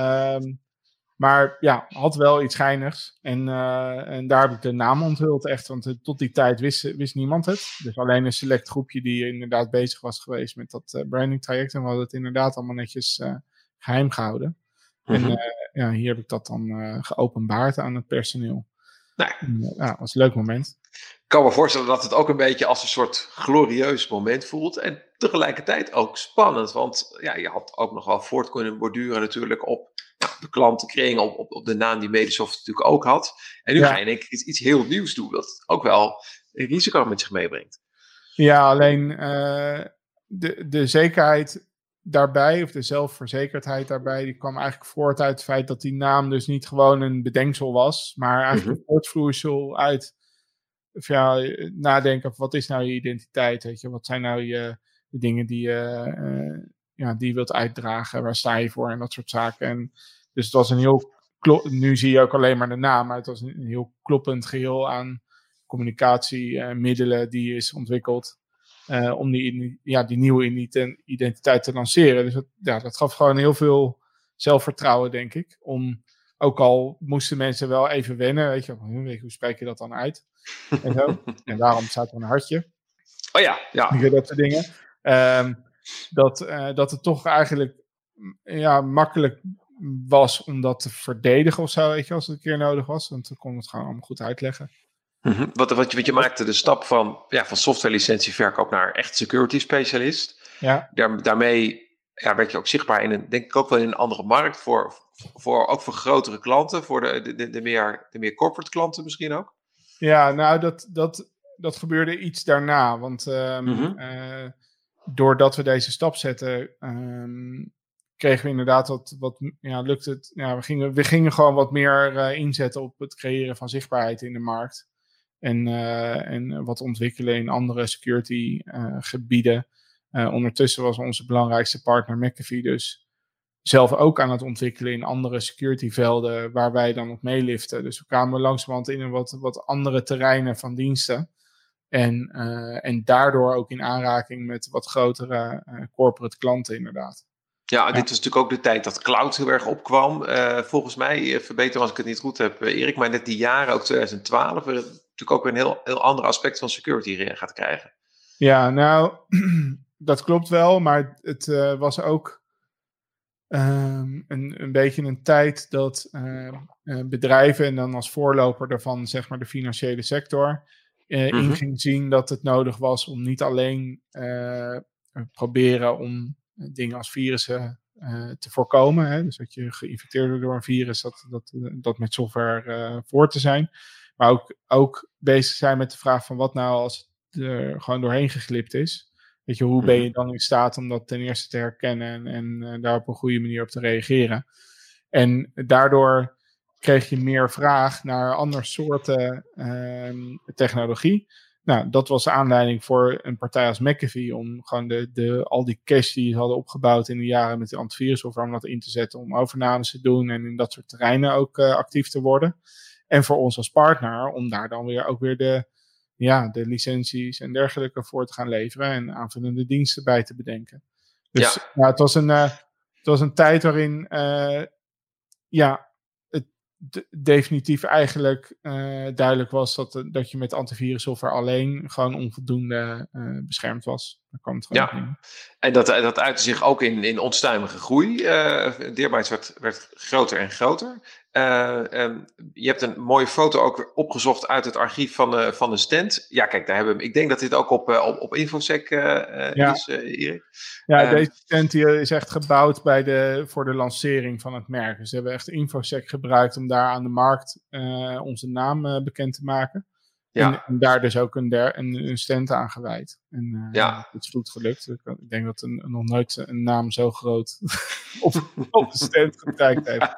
Um, maar ja, had wel iets geinigs. En, uh, en daar heb ik de naam onthuld echt. Want uh, tot die tijd wist, wist niemand het. Dus alleen een select groepje die inderdaad bezig was geweest met dat uh, branding traject. En we hadden het inderdaad allemaal netjes uh, geheim gehouden. Mm-hmm. En uh, ja, hier heb ik dat dan uh, geopenbaard aan het personeel. Nee. En, uh, ja, dat was een leuk moment. Ik kan me voorstellen dat het ook een beetje als een soort glorieus moment voelt. En tegelijkertijd ook spannend. Want ja, je had ook nog wel voort kunnen borduren natuurlijk op ja, de klantenkring. Op, op, op de naam die Medusoft natuurlijk ook had. En nu ja. ga je denk ik iets, iets heel nieuws doen. Dat ook wel een risico met zich meebrengt. Ja, alleen uh, de, de zekerheid daarbij, of de zelfverzekerdheid daarbij, die kwam eigenlijk voort uit het feit dat die naam dus niet gewoon een bedenksel was. Maar eigenlijk mm-hmm. een voortvloeisel uit... Of ja, nadenken, wat is nou je identiteit, weet je? Wat zijn nou je, de dingen die je, uh, ja, die je wilt uitdragen? Waar sta je voor? En dat soort zaken. En dus het was een heel, klo- nu zie je ook alleen maar de naam, maar het was een, een heel kloppend geheel aan communicatiemiddelen uh, die is ontwikkeld uh, om die, ja, die nieuwe identiteit te lanceren. Dus dat, ja, dat gaf gewoon heel veel zelfvertrouwen, denk ik, om... Ook al moesten mensen wel even wennen, weet je, hoe spreek je dat dan uit? En zo. En daarom staat er een hartje. Oh ja, ja. Dat soort dingen. Um, dat, uh, dat het toch eigenlijk ja, makkelijk was om dat te verdedigen of zo, weet je, als het een keer nodig was. Want dan kon het gewoon allemaal goed uitleggen. Mm-hmm. Wat, wat, je, wat je maakte de stap van, ja, van software-licentieverkoop naar echt security specialist. Ja. Daar, daarmee ja, werd je ook zichtbaar in een, denk ik ook wel in een andere markt voor, voor ook voor grotere klanten, voor de, de, de, meer, de meer corporate klanten misschien ook. Ja, nou dat, dat, dat gebeurde iets daarna, want um, mm-hmm. uh, doordat we deze stap zetten, um, kregen we inderdaad wat, wat ja, lukt het, ja, we gingen, we gingen gewoon wat meer uh, inzetten op het creëren van zichtbaarheid in de markt en, uh, en wat ontwikkelen in andere security uh, gebieden. Uh, ondertussen was onze belangrijkste partner McAfee dus zelf ook aan het ontwikkelen in andere securityvelden waar wij dan op meeliften. Dus we kwamen langzamerhand in een wat, wat andere terreinen van diensten. En, uh, en daardoor ook in aanraking met wat grotere uh, corporate klanten inderdaad. Ja, ja, dit was natuurlijk ook de tijd dat cloud heel erg opkwam. Uh, volgens mij, verbeter als ik het niet goed heb, uh, Erik, maar net die jaren, ook twintig twaalf, waar het natuurlijk ook weer een heel, heel ander aspect van security gaat krijgen. Ja, nou, dat klopt wel, maar het uh, was ook um, een, een beetje een tijd dat uh, uh, bedrijven, en dan als voorloper daarvan zeg maar de financiële sector, uh, mm-hmm. in ging zien dat het nodig was om niet alleen uh, proberen om dingen als virussen uh, te voorkomen. Hè? Dus dat je geïnfecteerd wordt door een virus, dat, dat, dat met software uh, voor te zijn. Maar ook, ook bezig zijn met de vraag van wat nou als het er gewoon doorheen geglipt is. Weet je, hoe ben je dan in staat om dat ten eerste te herkennen en, en uh, daar op een goede manier op te reageren. En daardoor kreeg je meer vraag naar andere soorten uh, technologie. Nou, dat was de aanleiding voor een partij als McAfee om gewoon de, de, al die cache die ze hadden opgebouwd in de jaren met de antivirussoftware om dat in te zetten, om overnames te doen en in dat soort terreinen ook uh, actief te worden. En voor ons als partner om daar dan weer ook weer de, ja, de licenties en dergelijke voor te gaan leveren en aanvullende diensten bij te bedenken. Dus ja. Nou, het, was een, uh, het was een tijd waarin uh, ja, De, definitief eigenlijk uh, duidelijk was dat, dat je met antivirussoftware alleen gewoon onvoldoende uh, beschermd was. Daar kwam het gewoon ja, in. En dat, dat uitte zich ook in, in onstuimige groei. Uh, Deerbytes werd, werd groter en groter. Uh, um, je hebt een mooie foto ook weer opgezocht uit het archief van de, van de stand. Ja, kijk, daar hebben we, ik denk dat dit ook op, uh, op, op Infosec uh, ja. is, uh, Erik. Ja, um, deze stand hier is echt gebouwd bij de, voor de lancering van het merk. Dus we hebben echt Infosec gebruikt om daar aan de markt uh, onze naam uh, bekend te maken. Ja. En, en daar dus ook een, der, een, een stand aan gewijd. En uh, ja. Het is goed gelukt. Ik, ik denk dat een, nog nooit een naam zo groot op, op de stand gebruikt heeft.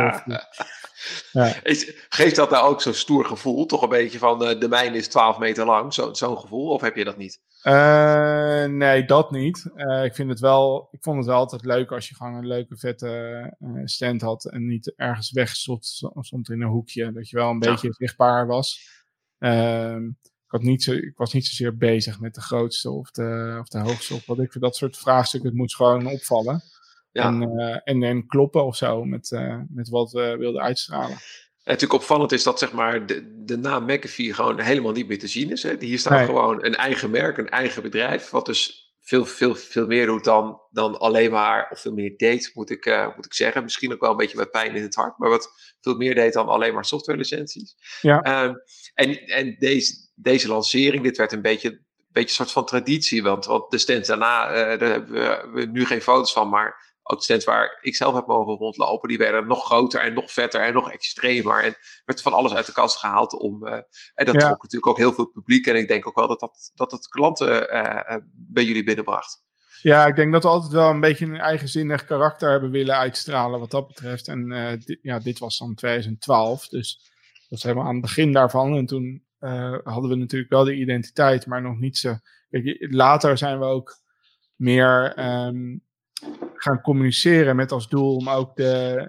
Ja. Is, geeft dat nou ook zo'n stoer gevoel? Toch een beetje van uh, de mijn is twaalf meter lang, zo, zo'n gevoel? Of heb je dat niet? Uh, nee, dat niet. Uh, ik, vind het wel, ik vond het wel altijd leuk als je gewoon een leuke vette uh, stand had en niet ergens weg stond, stond in een hoekje. Dat je wel een ja. beetje zichtbaar was. Uh, ik, had niet zo, ik was niet zozeer bezig met de grootste of de, of de hoogste of wat ik vind. Dat soort vraagstukken, het moet gewoon opvallen. Ja. En, uh, en, en kloppen of zo met, uh, met wat we wilden uitstralen. En natuurlijk opvallend is dat zeg maar de, de naam McAfee gewoon helemaal niet meer te zien is. Hè? Hier staat nee. gewoon een eigen merk, een eigen bedrijf. Wat dus veel, veel, veel meer doet dan, dan alleen maar, of veel meer deed, moet ik, uh, moet ik zeggen. Misschien ook wel een beetje met pijn in het hart. Maar wat veel meer deed dan alleen maar softwarelicenties. Ja. Um, en en deze, deze lancering, dit werd een beetje, een beetje een soort van traditie. Want, want de stand daarna, uh, daar hebben we, we nu geen foto's van, maar ook de stands waar ik zelf heb mogen rondlopen, die werden nog groter en nog vetter en nog extremer. En werd van alles uit de kast gehaald om. Uh, en dat ja. trok natuurlijk ook heel veel publiek. En ik denk ook wel dat dat, dat het klanten uh, bij jullie binnenbracht. Ja, ik denk dat we altijd wel een beetje een eigenzinnig karakter hebben willen uitstralen wat dat betreft. En uh, dit, ja, dit was dan twintig twaalf, dus dat was helemaal aan het begin daarvan. En toen uh, hadden we natuurlijk wel de identiteit, maar nog niet zo. Kijk, later zijn we ook meer Um, gaan communiceren met als doel om ook de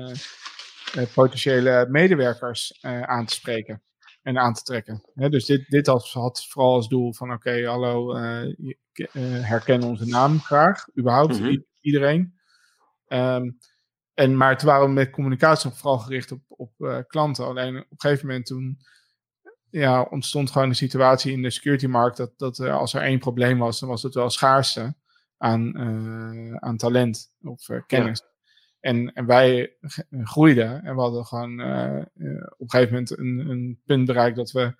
uh, uh, potentiële medewerkers uh, aan te spreken en aan te trekken. He, dus dit, dit had, had vooral als doel van oké, okay, hallo, uh, uh, herken onze naam graag, überhaupt, mm-hmm. i- iedereen. Um, en, maar toen waren we met communicatie nog vooral gericht op, op uh, klanten. Alleen op een gegeven moment toen ja, ontstond gewoon een situatie in de securitymarkt dat, dat uh, als er één probleem was, dan was het wel schaarste aan, uh, aan talent of uh, kennis. Ja. En, en wij g- groeiden en we hadden gewoon uh, uh, op een gegeven moment een, een punt bereikt dat we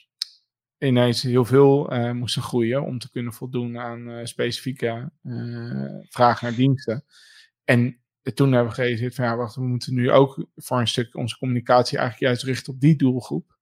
ineens heel veel uh, moesten groeien om te kunnen voldoen aan uh, specifieke uh, vragen naar diensten. En toen hebben we gerealiseerd van ja, wacht, we moeten nu ook voor een stuk onze communicatie eigenlijk juist richten op die doelgroep.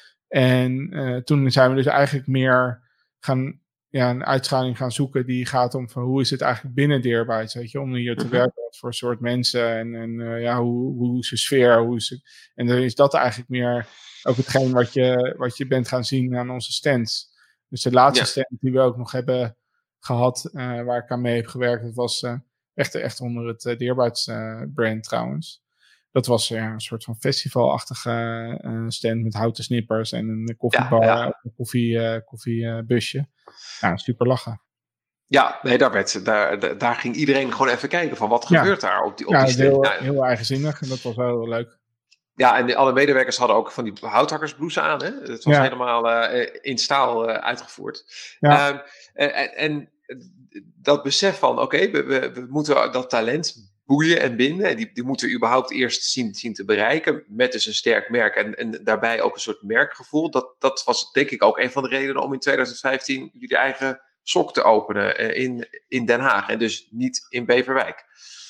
En uh, toen zijn we dus eigenlijk meer gaan ja, een uitschaling gaan zoeken die gaat om van hoe is het eigenlijk binnen Deerbytes, weet je, om hier te uh-huh. werken voor een soort mensen en, en uh, ja, hoe, hoe is de sfeer, hoe is het, en dan is dat eigenlijk meer ook hetgeen wat je, wat je bent gaan zien aan onze stands. Dus de laatste ja. stand die we ook nog hebben gehad, uh, waar ik aan mee heb gewerkt, dat was uh, echt, echt onder het uh, Deerbytes uh, brand trouwens. Dat was ja, een soort van festivalachtige uh, stand met houten snippers en een koffiebar, ja, ja. een koffie, uh, koffiebusje. Ja, super lachen. Ja, nee, daar, werd, daar, daar ging iedereen gewoon even kijken van wat ja. gebeurt daar op die, op ja, die stand. Heel, nou, heel eigenzinnig en dat was wel heel leuk. Ja, en de, alle medewerkers hadden ook van die houthakkersblouses aan. Hè? Het was ja. helemaal uh, in staal uh, uitgevoerd. Ja. Um, en, en dat besef van, oké, okay, we, we, we moeten dat talent boeien en binden. En die, die moeten we überhaupt eerst zien, zien te bereiken. Met dus een sterk merk. En, en daarbij ook een soort merkgevoel. Dat, dat was denk ik ook een van de redenen om in twintig vijftien jullie eigen sok te openen uh, in, in Den Haag. En dus niet in Beverwijk.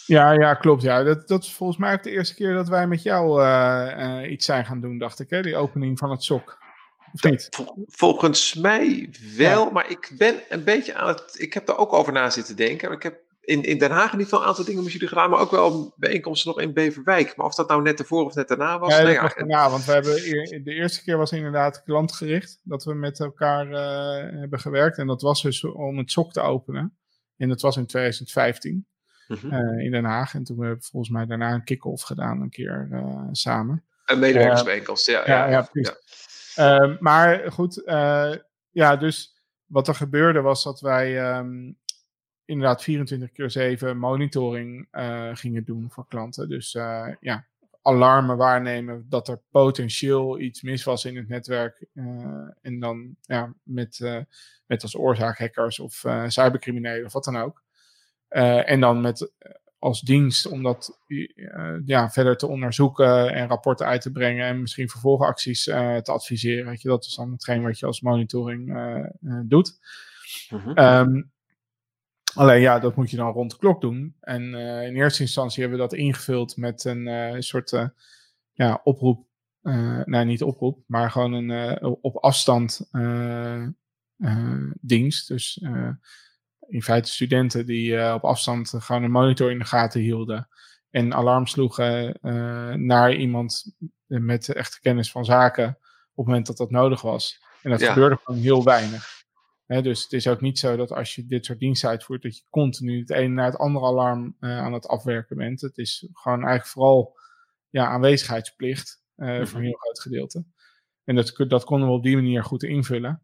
Ja, ja, klopt. Ja. Dat, dat is volgens mij ook de eerste keer dat wij met jou uh, uh, iets zijn gaan doen, dacht ik. Hè? Die opening van het sok. Of niet? Vol, volgens mij wel, ja. Maar ik ben een beetje aan het... Ik heb er ook over na zitten denken. Ik heb in, in Den Haag in ieder geval een aantal dingen met jullie gedaan, maar ook wel bijeenkomsten nog in Beverwijk. Maar of dat nou net ervoor of net daarna was? Ja, dat nou ja, was daarna, want we hebben de eerste keer was inderdaad klantgericht, dat we met elkaar uh, hebben gewerkt. En dat was dus om het sok te openen. En dat was in twintig vijftien mm-hmm. uh, in Den Haag. En toen hebben we volgens mij daarna een kick-off gedaan, een keer uh, samen. Een medewerkersbijeenkomst, uh, ja. Ja, ja, ja, ja, ja. Uh, maar goed, uh, ja, dus wat er gebeurde was dat wij um, inderdaad vierentwintig keer zeven monitoring uh, gingen doen voor klanten. Dus uh, ja, alarmen waarnemen dat er potentieel iets mis was in het netwerk. Uh, en dan ja, met, uh, met als oorzaak hackers of uh, cybercriminelen of wat dan ook. Uh, en dan met uh, als dienst om dat uh, ja, verder te onderzoeken en rapporten uit te brengen en misschien vervolgacties uh, te adviseren. Weet je, dat is dan hetgeen wat je als monitoring uh, uh, doet. Mm-hmm. Um, alleen ja, dat moet je dan rond de klok doen. En uh, in eerste instantie hebben we dat ingevuld met een uh, soort uh, ja, oproep. Uh, nee, niet oproep, maar gewoon een uh, op afstand uh, uh, dienst. Dus uh, in feite studenten die uh, op afstand gewoon een monitor in de gaten hielden. En alarm sloegen uh, naar iemand met echte kennis van zaken op het moment dat dat nodig was. En dat ja. gebeurde gewoon heel weinig. He, dus het is ook niet zo dat als je dit soort diensten uitvoert, dat je continu het ene naar het andere alarm uh, aan het afwerken bent. Het is gewoon eigenlijk vooral ja, aanwezigheidsplicht uh, mm-hmm. voor een heel groot gedeelte. En dat, dat konden we op die manier goed invullen.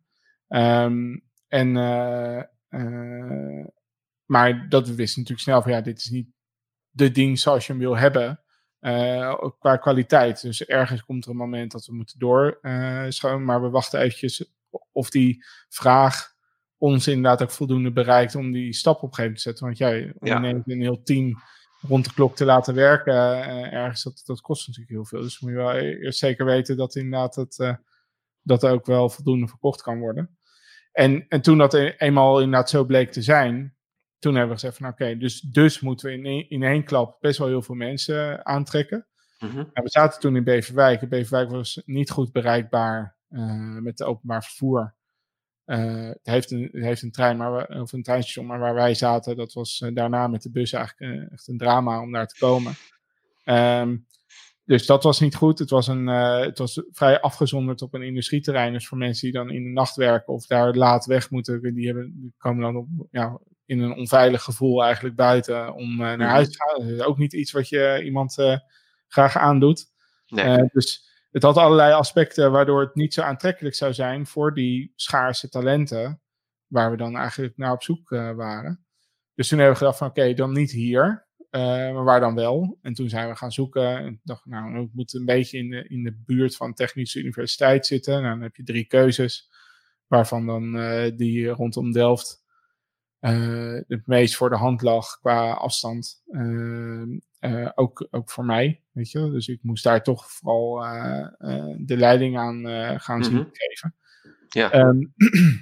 Um, en, uh, uh, maar dat we wisten natuurlijk snel van ja, dit is niet de dienst zoals je hem wil hebben uh, qua kwaliteit. Dus ergens komt er een moment dat we moeten doorschoon, uh, maar we wachten eventjes of die vraag ons inderdaad ook voldoende bereikt om die stap op een gegeven moment te zetten. Want jij, om ja. ineens een heel team rond de klok te laten werken, uh, ergens, dat, dat kost natuurlijk heel veel. Dus moet je wel eerst zeker weten dat inderdaad het, uh, dat ook wel voldoende verkocht kan worden. En, en toen dat eenmaal inderdaad zo bleek te zijn, toen hebben we gezegd van oké, okay, dus, dus moeten we in één, in één klap best wel heel veel mensen aantrekken. Mm-hmm. En we zaten toen in Beverwijk. Beverwijk was niet goed bereikbaar uh, met het openbaar vervoer. Uh, het, heeft een, het heeft een trein, maar we, of een treinstation, maar waar wij zaten, dat was uh, daarna met de bus eigenlijk uh, echt een drama om daar te komen. Um, dus dat was niet goed. Het was, een, uh, het was vrij afgezonderd op een industrieterrein. Dus voor mensen die dan in de nacht werken of daar laat weg moeten, die, hebben, die komen dan op, ja, in een onveilig gevoel eigenlijk buiten om uh, naar mm-hmm. huis te gaan. Dat is ook niet iets wat je iemand uh, graag aandoet. Nee. Uh, dus het had allerlei aspecten waardoor het niet zo aantrekkelijk zou zijn voor die schaarse talenten waar we dan eigenlijk naar op zoek uh, waren. Dus toen hebben we gedacht van oké, okay, dan niet hier, uh, maar waar dan wel? En toen zijn we gaan zoeken en dacht nou, we moeten een beetje in de, in de buurt van Technische Universiteit zitten. Nou, dan heb je drie keuzes, waarvan dan uh, die rondom Delft uh, het meest voor de hand lag qua afstand. Uh, uh, ook, ook voor mij, weet je. Dus ik moest daar toch vooral uh, uh, de leiding aan uh, gaan zien mm-hmm. geven. Ja. Um,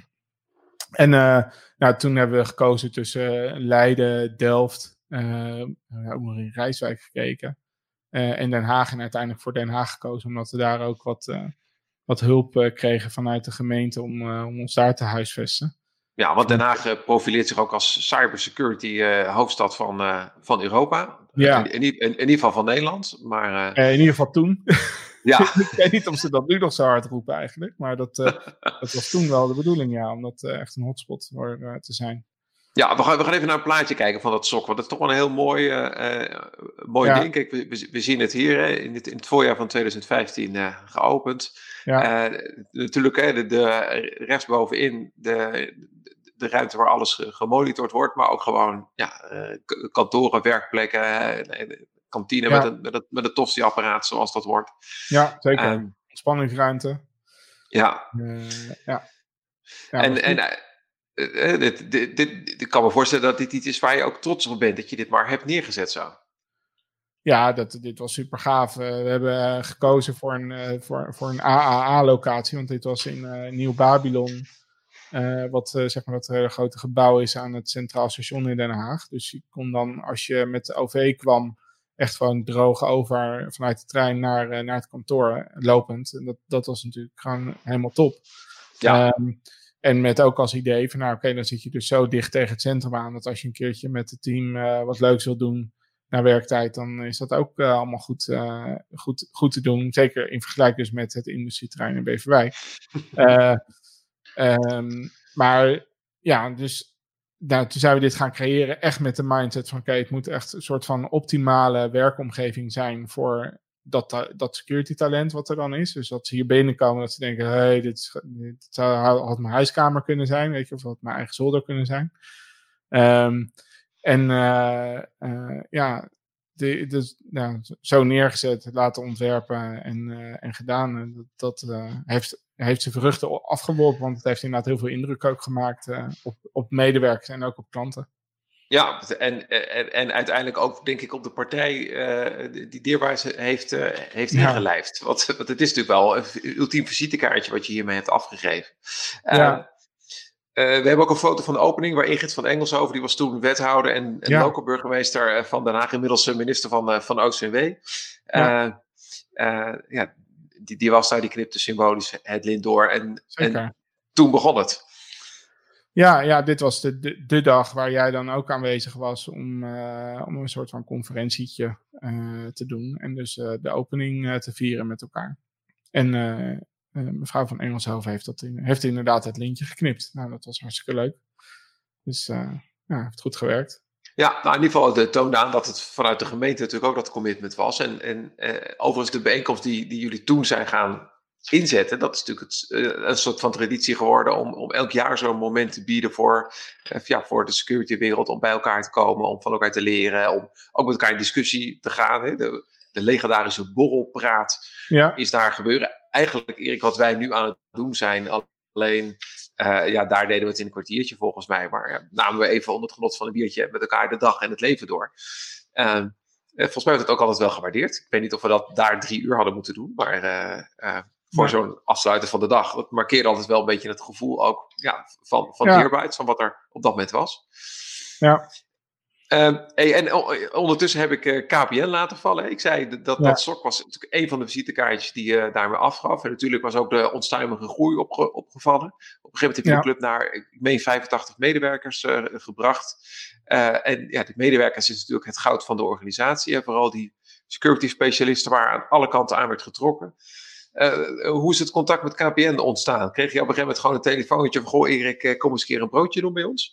en uh, nou, toen hebben we gekozen tussen Leiden, Delft, uh, ook nog in Rijswijk gekeken. Uh, en Den Haag en uiteindelijk voor Den Haag gekozen, omdat we daar ook wat, uh, wat hulp uh, kregen vanuit de gemeente om, uh, om ons daar te huisvesten. Ja, want Den Haag uh, profileert zich ook als cybersecurity uh, hoofdstad van, uh, van Europa. Ja. In, in, in, in ieder geval van Nederland. Maar, uh... uh, in ieder geval toen. Ja. Ik weet niet of ze dat nu nog zo hard roepen eigenlijk. Maar dat, uh, dat was toen wel de bedoeling, ja. Om dat uh, echt een hotspot voor uh, te zijn. Ja, we gaan, we gaan even naar een plaatje kijken van dat sok. Want dat is toch wel een heel mooi, uh, mooi ja. ding. Kijk, we, we, we zien het hier hè, in, het, in het voorjaar van twintig vijftien uh, geopend. Ja. Uh, natuurlijk, hè, de, de rechtsbovenin de, de ruimte waar alles gemonitord wordt. Maar ook gewoon ja, uh, kantoren, werkplekken, uh, kantine ja. met, een, met, het, met het tosti-apparaat zoals dat wordt. Ja, zeker. Um, Spanningsruimte. Ja. Uh, ja. ja. En... en uh, uh, dit, dit, dit, ik kan me voorstellen dat dit iets is waar je ook trots op bent. Dat je dit maar hebt neergezet zo. Ja, dat, dit was super gaaf. Uh, we hebben uh, gekozen voor een, uh, voor, voor een A A A-locatie. Want dit was in uh, Nieuw Babylon. Uh, wat uh, zeg maar dat hele grote gebouw is aan het Centraal Station in Den Haag. Dus je kon dan, als je met de O V kwam, echt gewoon droog over vanuit de trein naar, uh, naar het kantoor lopend. En dat, dat was natuurlijk gewoon helemaal top. Ja. Um, en met ook als idee van, nou oké, okay, dan zit je dus zo dicht tegen het centrum aan, dat als je een keertje met het team uh, wat leuks wil doen na werktijd, dan is dat ook uh, allemaal goed, uh, goed, goed te doen. Zeker in vergelijking dus met het industrieterrein in Beverwijk. Uh, um, maar ja, dus nou, toen zijn we dit gaan creëren echt met de mindset van, oké, okay, het moet echt een soort van optimale werkomgeving zijn voor dat, dat security talent wat er dan is. Dus dat ze hier binnenkomen, dat ze denken, hé, hey, dit, is, dit zou, had mijn huiskamer kunnen zijn, weet je, of had mijn eigen zolder kunnen zijn. Um, en uh, uh, ja, de, de, nou, zo neergezet, laten ontwerpen en, uh, en gedaan. Dat, dat uh, heeft, heeft zijn vruchten afgeworpen, want het heeft inderdaad heel veel indruk ook gemaakt uh, op, op medewerkers en ook op klanten. Ja, en, en, en uiteindelijk ook, denk ik, op de partij uh, die Deerwijs heeft, uh, heeft ja. ingelijfd. Want, want het is natuurlijk wel een ultiem visitekaartje wat je hiermee hebt afgegeven. Ja. Uh, Uh, we hebben ook een foto van de opening waar Ingrid van Engelshoven, die was toen wethouder en, en ja. local burgemeester van Den Haag, inmiddels minister van, uh, van O C M W. Uh, ja. Uh, ja, die, die was daar, die knipte symbolisch het lint door en, en toen begon het. Ja, ja, dit was de, de, de dag waar jij dan ook aanwezig was om, uh, om een soort van conferentietje uh, te doen en dus uh, de opening uh, te vieren met elkaar. En uh, Uh, mevrouw van Engelshoven heeft, dat in, heeft inderdaad het lintje geknipt. Nou, dat was hartstikke leuk. Dus uh, ja, heeft goed gewerkt. Ja, nou in ieder geval de toonde aan dat het vanuit de gemeente natuurlijk ook dat commitment was. En, en uh, overigens de bijeenkomst die, die jullie toen zijn gaan inzetten, dat is natuurlijk het, uh, een soort van traditie geworden om, om elk jaar zo'n moment te bieden voor, uh, ja, voor de security wereld, om bij elkaar te komen, om van elkaar te leren, om ook met elkaar in discussie te gaan. Hè. De, de legendarische borrelpraat ja. is daar gebeuren. Eigenlijk, Erik, wat wij nu aan het doen zijn, alleen, uh, ja, daar deden we het in een kwartiertje volgens mij, maar ja, namen we even onder het genot van een biertje met elkaar de dag en het leven door. Uh, volgens mij werd het ook altijd wel gewaardeerd. Ik weet niet of we dat daar drie uur hadden moeten doen, maar uh, uh, voor ja. zo'n afsluiten van de dag, dat markeerde altijd wel een beetje het gevoel ook ja, van, van ja. Deerwijs, van wat er op dat moment was. Ja. Uh, hey, en ondertussen heb ik uh, K P N laten vallen. Ik zei dat dat, ja. dat S O C was natuurlijk een van de visitekaartjes die uh, daarmee afgaf. En natuurlijk was ook de onstuimige groei opge- opgevallen. Op een gegeven moment heb je ja. de club naar, ik meen, vijfentachtig medewerkers uh, gebracht. Uh, en ja, de medewerkers is natuurlijk het goud van de organisatie. En vooral die security specialisten waar aan alle kanten aan werd getrokken. Uh, hoe is het contact met K P N ontstaan? Kreeg je op een gegeven moment gewoon een telefoontje van, goh Erik, kom eens een keer een broodje doen bij ons?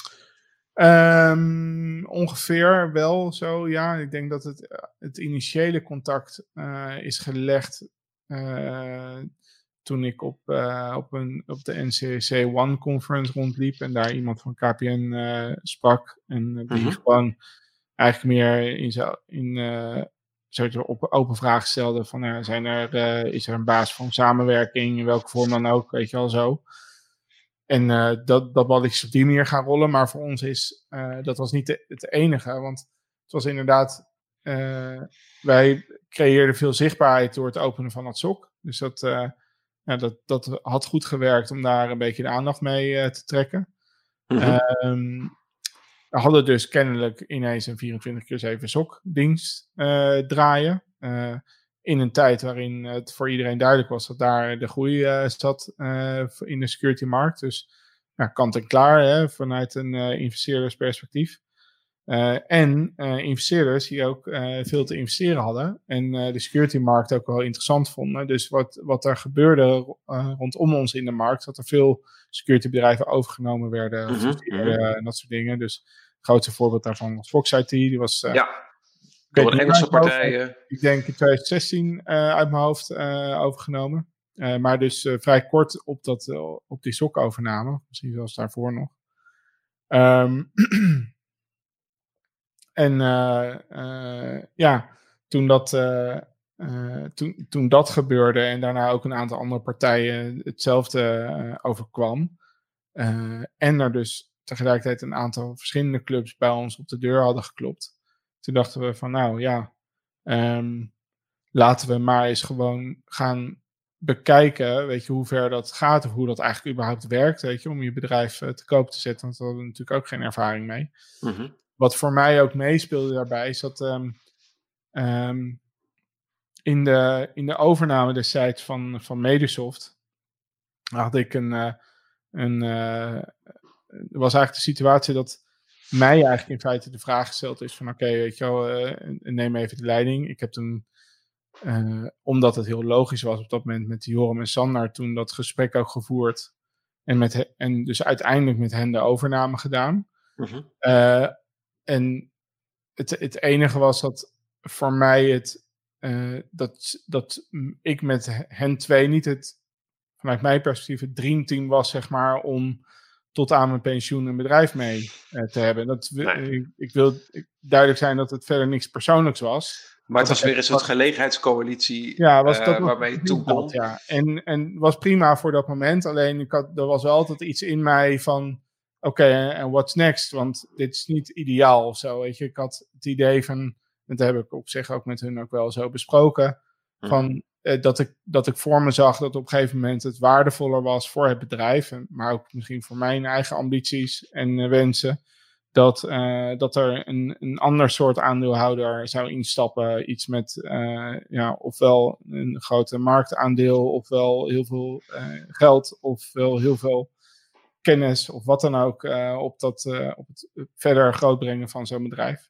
Um, ongeveer wel zo, ja. Ik denk dat het, het initiële contact uh, is gelegd uh, toen ik op, uh, op, een, op de N C C One conference rondliep en daar iemand van K P N uh, sprak. En uh, die uh-huh. gewoon eigenlijk meer in, zo, in uh, soort op open vragen stelde van uh, zijn er, uh, is er een basis van samenwerking, in welke vorm dan ook, weet je wel zo. En uh, dat, dat balletjes op die manier gaan rollen. Maar voor ons is, uh, dat was niet de, het enige. Want het was inderdaad, uh, wij creëerden veel zichtbaarheid door het openen van het S O C. Dus dat, uh, ja, dat, dat had goed gewerkt om daar een beetje de aandacht mee uh, te trekken. Mm-hmm. Um, we hadden dus kennelijk ineens een vierentwintig keer zeven S O C-dienst uh, draaien. Uh, In een tijd waarin het voor iedereen duidelijk was dat daar de groei uh, zat uh, in de security-markt. Dus ja, kant en klaar hè, vanuit een uh, investeerdersperspectief. Uh, en uh, investeerders die ook uh, veel te investeren hadden. En uh, de security-markt ook wel interessant vonden. Dus wat, wat er gebeurde uh, rondom ons in de markt, dat er veel security-bedrijven overgenomen werden. Mm-hmm, of mm-hmm. uh, en dat soort dingen. Dus het grootste voorbeeld daarvan was Fox I T. Die was... Uh, ja. Door een Engelse partij. Ik denk in twintig zestien uh, uit mijn hoofd uh, overgenomen. Uh, maar dus uh, vrij kort op, dat, uh, op die S O C-overname. Misschien zelfs daarvoor nog. Um, en uh, uh, ja, toen dat, uh, uh, toen, toen dat gebeurde en daarna ook een aantal andere partijen hetzelfde uh, overkwam. Uh, en er dus tegelijkertijd een aantal verschillende clubs bij ons op de deur hadden geklopt. Toen dachten we van nou ja, um, laten we maar eens gewoon gaan bekijken, weet je, hoe ver dat gaat of hoe dat eigenlijk überhaupt werkt, weet je, om je bedrijf uh, te koop te zetten, want daar hadden we natuurlijk ook geen ervaring mee. Mm-hmm. Wat voor mij ook meespeelde daarbij is dat um, um, in, de, in de overname destijds van, van Mediasoft had ik een, uh, een uh, er was eigenlijk de situatie dat mij eigenlijk in feite de vraag gesteld is van oké, okay, weet je wel, uh, neem even de leiding. Ik heb toen Uh, omdat het heel logisch was op dat moment met Joram en Sander toen dat gesprek ook gevoerd. En, met he- en dus uiteindelijk met hen de overname gedaan. Mm-hmm. Uh, en het, het enige was dat voor mij het, uh, dat, dat ik met hen twee niet het, vanuit mijn perspectief, het dreamteam was, zeg maar, om tot aan mijn pensioen een bedrijf mee uh, te hebben. Dat, nee. ik, ik wil ik, duidelijk zijn dat het verder niks persoonlijks was. Maar het was weer een soort gelegenheidscoalitie ja, was, dat uh, was waarmee je toen kon. Ja. En, en was prima voor dat moment. Alleen ik had, er was wel altijd iets in mij van oké, okay, en what's next? Want dit is niet ideaal of zo. Weet je, ik had het idee van, en dat heb ik op zich ook met hun ook wel zo besproken, van mm-hmm. uh, dat, ik, dat ik voor me zag dat op een gegeven moment het waardevoller was voor het bedrijf, en, maar ook misschien voor mijn eigen ambities en uh, wensen. Dat, uh, dat er een, een ander soort aandeelhouder zou instappen. Iets met uh, ja, ofwel een grote marktaandeel, ofwel heel veel uh, geld, ofwel heel veel kennis, of wat dan ook, uh, op, dat, uh, op het verder grootbrengen van zo'n bedrijf.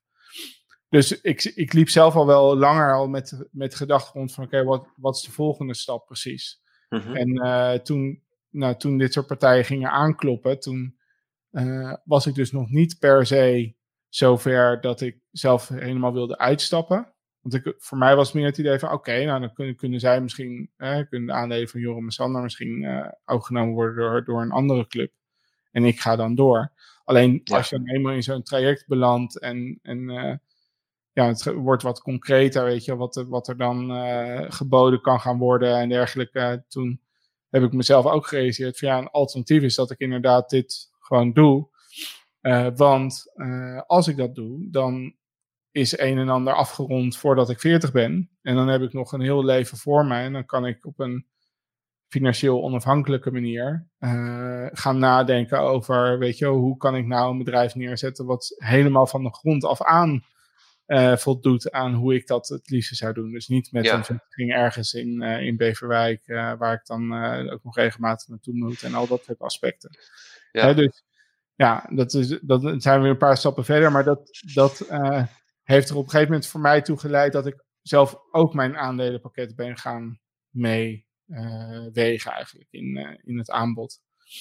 Dus ik, ik liep zelf al wel langer al met, met gedachten rond van oké, okay, wat, wat is de volgende stap precies? Mm-hmm. En uh, toen, nou, toen dit soort partijen gingen aankloppen, toen Uh, was ik dus nog niet per se zover dat ik zelf helemaal wilde uitstappen. Want ik, voor mij was het meer het idee van oké, okay, nou dan kunnen, kunnen zij misschien, eh, kunnen de aandelen van Joram en Sander misschien uh, overgenomen worden door, door een andere club. En ik ga dan door. Alleen ja. Als je dan eenmaal in zo'n traject belandt en, en uh, ja, het wordt wat concreter, weet je, wat, wat er dan uh, geboden kan gaan worden en dergelijke. Uh, toen heb ik mezelf ook gerealiseerd van ja, een alternatief is dat ik inderdaad dit gewoon doe. Uh, want uh, als ik dat doe, dan is een en ander afgerond voordat ik veertig ben. En dan heb ik nog een heel leven voor mij. En dan kan ik op een financieel onafhankelijke manier uh, gaan nadenken over, weet je, hoe kan ik nou een bedrijf neerzetten wat helemaal van de grond af aan uh, voldoet aan hoe ik dat het liefst zou doen. Dus niet met ja. een vestiging ergens in, uh, in Beverwijk, uh, waar ik dan uh, ook nog regelmatig naartoe moet en al dat soort aspecten. Ja. He, dus ja, dat, is, dat zijn we weer een paar stappen verder. Maar dat, dat uh, heeft er op een gegeven moment voor mij toe geleid dat ik zelf ook mijn aandelenpakket ben gaan mee uh, wegen eigenlijk in, uh, in het aanbod.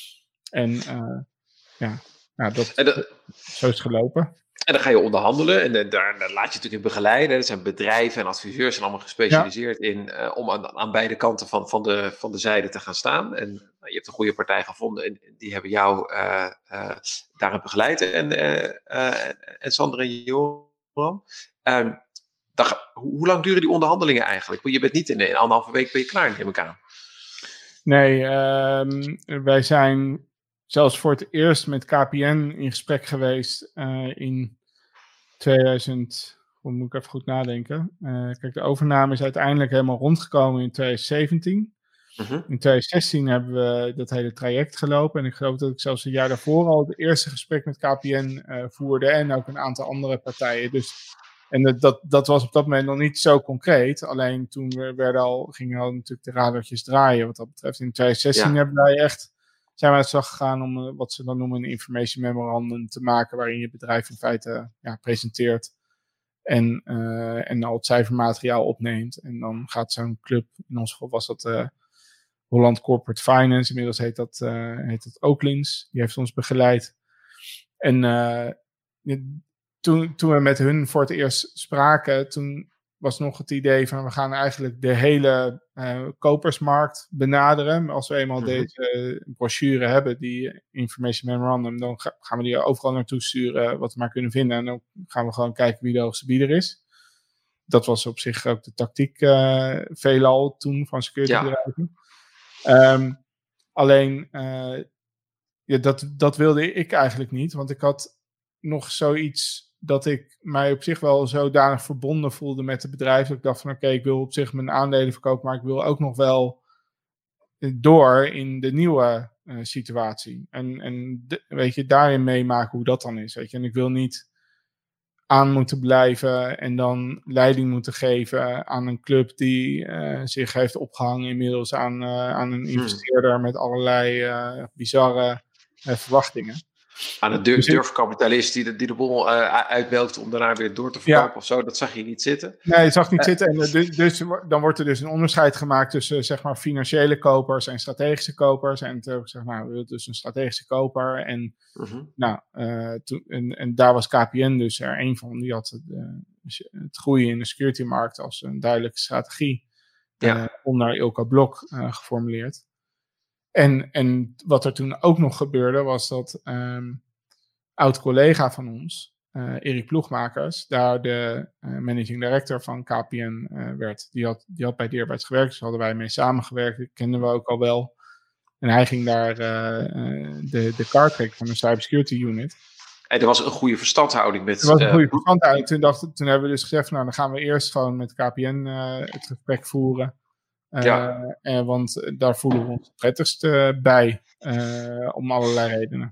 En uh, ja, nou, dat, en de, zo is het gelopen. En dan ga je onderhandelen en uh, daar, daar laat je natuurlijk in begeleiden. Er zijn bedrijven en adviseurs zijn allemaal gespecialiseerd ja. in uh, om aan, aan beide kanten van, van, de, van de zijde te gaan staan. En uh, je hebt een goede partij gevonden en die hebben jou uh, uh, daarin begeleid. En, uh, uh, en Sander en Joram. Uh, dan, hoe, hoe lang duren die onderhandelingen eigenlijk? Want je bent niet in, in anderhalve week ben je klaar, neem ik aan. Nee, um, wij zijn zelfs voor het eerst met K P N in gesprek geweest uh, in tweeduizend, hoe moet ik even goed nadenken. Uh, kijk, de overname is uiteindelijk helemaal rondgekomen in twintig zeventien. Uh-huh. In twintig zestien hebben we dat hele traject gelopen. En ik geloof dat ik zelfs een jaar daarvoor al het eerste gesprek met K P N uh, voerde. En ook een aantal andere partijen. Dus, en dat, dat, dat was op dat moment nog niet zo concreet. Alleen toen we werden al, gingen al natuurlijk de radartjes draaien wat dat betreft. In twintig zestien ja. hebben wij echt... zijn we uit de slag gegaan om uh, wat ze dan noemen een information memorandum te maken, waarin je bedrijf in feite ja, presenteert en, uh, en al het cijfermateriaal opneemt. En dan gaat zo'n club, in ons geval was dat uh, Holland Corporate Finance, inmiddels heet dat, uh, heet dat Oaklins, die heeft ons begeleid. En uh, toen, toen we met hun voor het eerst spraken, toen was nog het idee van we gaan eigenlijk de hele uh, kopersmarkt benaderen. Als we eenmaal mm-hmm. deze uh, brochure hebben, die information memorandum, dan ga, gaan we die overal naartoe sturen wat we maar kunnen vinden. En dan gaan we gewoon kijken wie de hoogste bieder is. Dat was op zich ook de tactiek uh, veelal toen van securitybedrijven. Ja. Um, alleen, uh, ja, dat, dat wilde ik eigenlijk niet, want ik had nog zoiets dat ik mij op zich wel zodanig verbonden voelde met het bedrijf. Dat ik dacht van oké, okay, ik wil op zich mijn aandelen verkopen, maar ik wil ook nog wel door in de nieuwe uh, situatie. En, en de, weet je, daarin meemaken hoe dat dan is. Weet je? En ik wil niet aan moeten blijven en dan leiding moeten geven aan een club die uh, zich heeft opgehangen inmiddels aan, uh, aan een investeerder hmm. met allerlei uh, bizarre uh, verwachtingen. Aan een durf, durfkapitalist die de, die de bol uh, uitmelkt om daarna weer door te verkopen ja. of zo. Dat zag je niet zitten. Nee, je zag niet uh, zitten. En uh, dus, dus, dan wordt er dus een onderscheid gemaakt tussen uh, zeg maar financiële kopers en strategische kopers. En uh, zeg maar, dus een strategische koper. En, uh-huh. nou, uh, to, en, en daar was K P N dus er een van. Die had het, uh, het groeien in de securitymarkt als een duidelijke strategie. Ja. Uh, onder Ilka Blok uh, geformuleerd. En, en wat er toen ook nog gebeurde was dat um, oud-collega van ons, uh, Erik Ploegmakers, daar de uh, managing director van K P N uh, werd. Die had, die had bij Deerbaert gewerkt, dus hadden wij mee samengewerkt. Dat kenden we ook al wel. En hij ging daar uh, uh, de, de car track van de cybersecurity unit. En er was een goede verstandhouding met... Er was een goede uh, verstandhouding. Toen, dacht, toen hebben we dus gezegd, nou dan gaan we eerst gewoon met K P N uh, het gesprek voeren. Uh, ja. uh, want daar voelen we ons het prettigst uh, bij, uh, om allerlei redenen.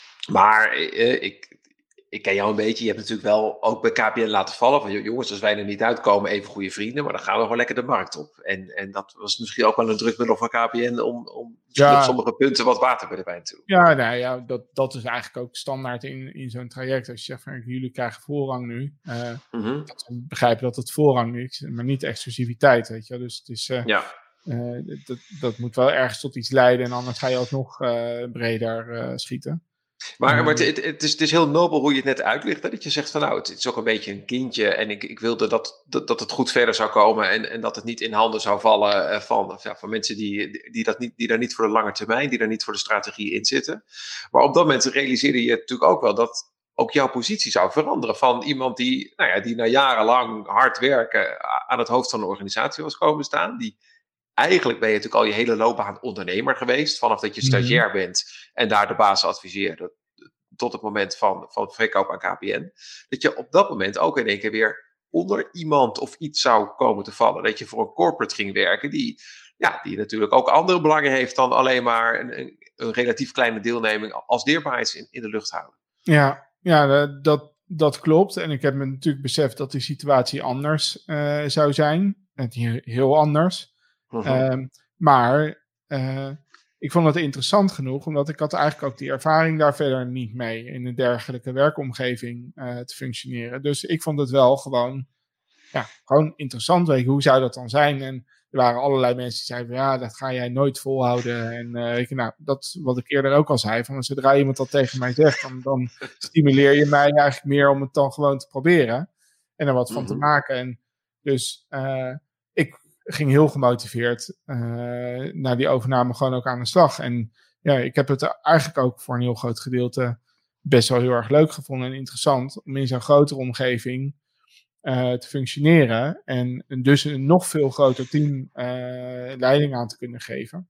Maar uh, ik, ik ken jou een beetje. Je hebt natuurlijk wel ook bij K P N laten vallen van jongens, als wij er niet uitkomen, even goede vrienden, maar dan gaan we gewoon lekker de markt op. En, en dat was misschien ook wel een drukmiddel van K P N om, om ja. op sommige punten wat water bij de wijn te doen. Ja, nou ja, dat, dat is eigenlijk ook standaard in, in zo'n traject. Als je zegt van jullie krijgen voorrang nu, uh, mm-hmm. dat we begrijpen dat het voorrang is, maar niet exclusiviteit, weet je. Dus het is... Uh, ja. Uh, dat, dat moet wel ergens tot iets leiden en anders ga je alsnog uh, breder uh, schieten. Maar, um, maar het, het, het, is, het is heel nobel hoe je het net uitlegt. Hè? Dat je zegt van nou, het, het is ook een beetje een kindje en ik, ik wilde dat, dat, dat het goed verder zou komen en, en dat het niet in handen zou vallen uh, van, ja, van mensen die, die, dat niet, die daar niet voor de lange termijn, die daar niet voor de strategie in zitten. Maar op dat moment realiseerde je natuurlijk ook wel dat ook jouw positie zou veranderen van iemand die, nou ja, die na jarenlang hard werken aan het hoofd van een organisatie was komen staan, die eigenlijk ben je natuurlijk al je hele loopbaan ondernemer geweest. Vanaf dat je stagiair mm-hmm. bent en daar de baas adviseerde. Tot het moment van, van verkoop aan K P N. Dat je op dat moment ook in één keer weer onder iemand of iets zou komen te vallen. Dat je voor een corporate ging werken. Die, ja, die natuurlijk ook andere belangen heeft dan alleen maar een, een, een relatief kleine deelneming als Deerbaert in, in de lucht houden. Ja, ja dat, dat klopt. En ik heb me natuurlijk beseft dat die situatie anders uh, zou zijn. En heel anders. Uh-huh. Um, maar uh, ik vond het interessant genoeg, omdat ik had eigenlijk ook die ervaring daar verder niet mee in een dergelijke werkomgeving uh, te functioneren. Dus ik vond het wel gewoon, ja, gewoon interessant. Weet je, hoe zou dat dan zijn? En er waren allerlei mensen die zeiden, ja, dat ga jij nooit volhouden. En uh, weet je, nou, dat wat ik eerder ook al zei, van zodra iemand dat tegen mij zegt, dan, dan stimuleer je mij eigenlijk meer om het dan gewoon te proberen en er wat van uh-huh. te maken. En dus uh, ik ging heel gemotiveerd uh, naar die overname gewoon ook aan de slag. En ja, ik heb het eigenlijk ook voor een heel groot gedeelte best wel heel erg leuk gevonden en interessant om in zo'n grotere omgeving uh, te functioneren en dus een nog veel groter team uh, leiding aan te kunnen geven.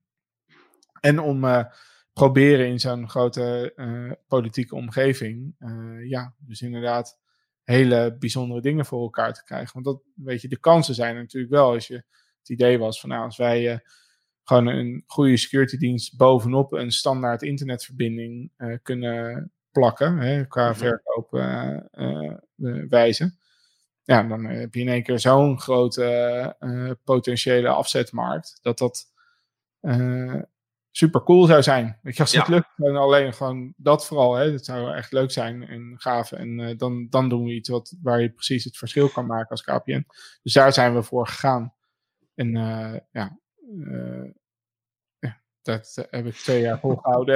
En om uh, proberen in zo'n grote uh, politieke omgeving, uh, ja, dus inderdaad hele bijzondere dingen voor elkaar te krijgen. Want dat, weet je, de kansen zijn er natuurlijk wel als je het idee was van nou, als wij uh, gewoon een goede security dienst bovenop een standaard internetverbinding uh, kunnen plakken, hè, qua mm-hmm. verkoop uh, uh, uh, wijze. Ja, dan uh, heb je in één keer zo'n grote uh, potentiële afzetmarkt, dat dat uh, super cool zou zijn. Weet je, als het ja. lukt, dan alleen gewoon dat vooral, hè, dat zou echt leuk zijn en gaaf. En uh, dan, dan doen we iets wat, waar je precies het verschil kan maken als K P N. Dus daar zijn we voor gegaan. En uh, ja, uh, ja, dat uh, heb ik twee jaar volgehouden.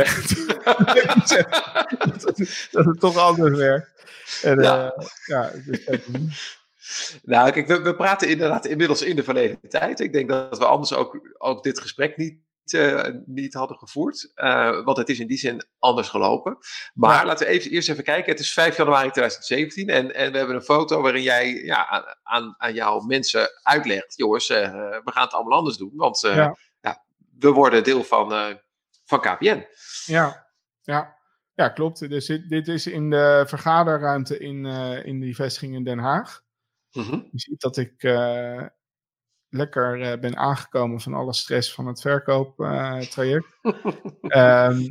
dat, dat het toch anders werkt. En, ja. Uh, ja, dus dat nou, kijk, we, we praten inderdaad inmiddels in de verleden tijd. Ik denk dat we anders ook, ook dit gesprek niet, uh, niet hadden gevoerd. Uh, want het is in die zin anders gelopen. Maar ja. laten we even, eerst even kijken. Het is vijf januari tweeduizend zeventien. En, en we hebben een foto waarin jij ja, aan, aan, aan jouw mensen uitlegt. Jongens, uh, we gaan het allemaal anders doen. Want uh, ja. Ja, we worden deel van, uh, van K P N. Ja, ja. Ja, klopt. Dus dit, dit is in de vergaderruimte in, uh, in die vestiging in Den Haag. Mm-hmm. Je ziet dat ik uh, lekker uh, ben aangekomen van alle stress van het verkooptraject. Uh, um,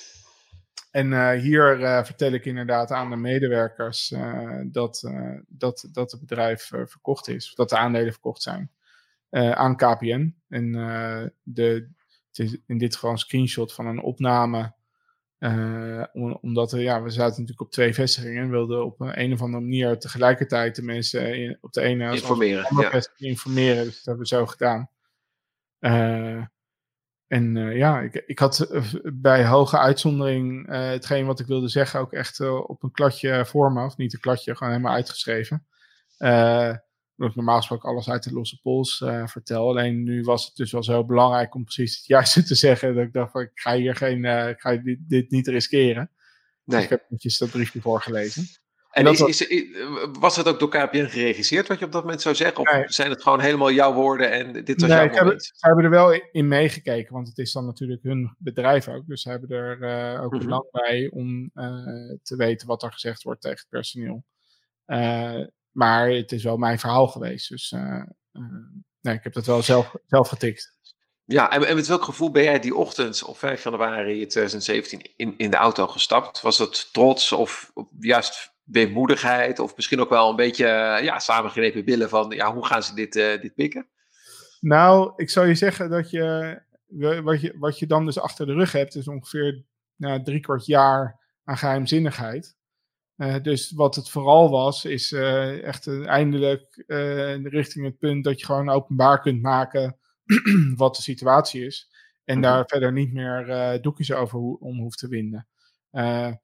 en uh, hier uh, vertel ik inderdaad aan de medewerkers uh, dat, uh, dat, dat het bedrijf uh, verkocht is. Dat de aandelen verkocht zijn uh, aan K P N. En uh, de, het is in dit geval een screenshot van een opname. Uh, om, omdat er, ja, we zaten natuurlijk op twee vestigingen en wilden op een, een of andere manier tegelijkertijd de mensen in, op de ene als informeren, andere ja. vestiging informeren. Dus dat hebben we zo gedaan. Uh, en uh, ja, ik, ik had uh, bij hoge uitzondering uh, hetgeen wat ik wilde zeggen ook echt uh, op een kladje voor me, of niet een kladje, gewoon helemaal uitgeschreven. Uh, omdat ik normaal gesproken alles uit de losse pols uh, vertel. Alleen nu was het dus wel zo belangrijk om precies het juiste te zeggen. Dat ik dacht, van, ik ga hier geen, uh, ik ga dit, dit niet riskeren. Nee. Dus ik heb netjes dat briefje voorgelezen. En, en is, was... Is, was het ook door K P N geregisseerd wat je op dat moment zou zeggen? Of nee. zijn het gewoon helemaal jouw woorden en dit was nee, jouw moment? Ze hebben er wel in meegekeken, want het is dan natuurlijk hun bedrijf ook. Dus ze hebben er uh, ook mm-hmm. belang bij om uh, te weten wat er gezegd wordt tegen het personeel. Uh, maar het is wel mijn verhaal geweest. Dus uh, uh, nee, ik heb dat wel zelf, zelf getikt. Ja, en, en met welk gevoel ben jij die ochtend op vijf januari tweeduizend zeventien in, in de auto gestapt? Was dat trots of, of juist weemoedigheid? Of misschien ook wel een beetje ja, samengrepen billen van ja, hoe gaan ze dit, uh, dit pikken? Nou, ik zou je zeggen dat je wat, je wat je dan dus achter de rug hebt, is ongeveer nou, drie kwart jaar aan geheimzinnigheid. Uh, dus wat het vooral was, is uh, echt uh, eindelijk uh, richting het punt dat je gewoon openbaar kunt maken wat de situatie is. En mm-hmm. daar verder niet meer uh, doekjes over ho- om hoeft te winden. Uh,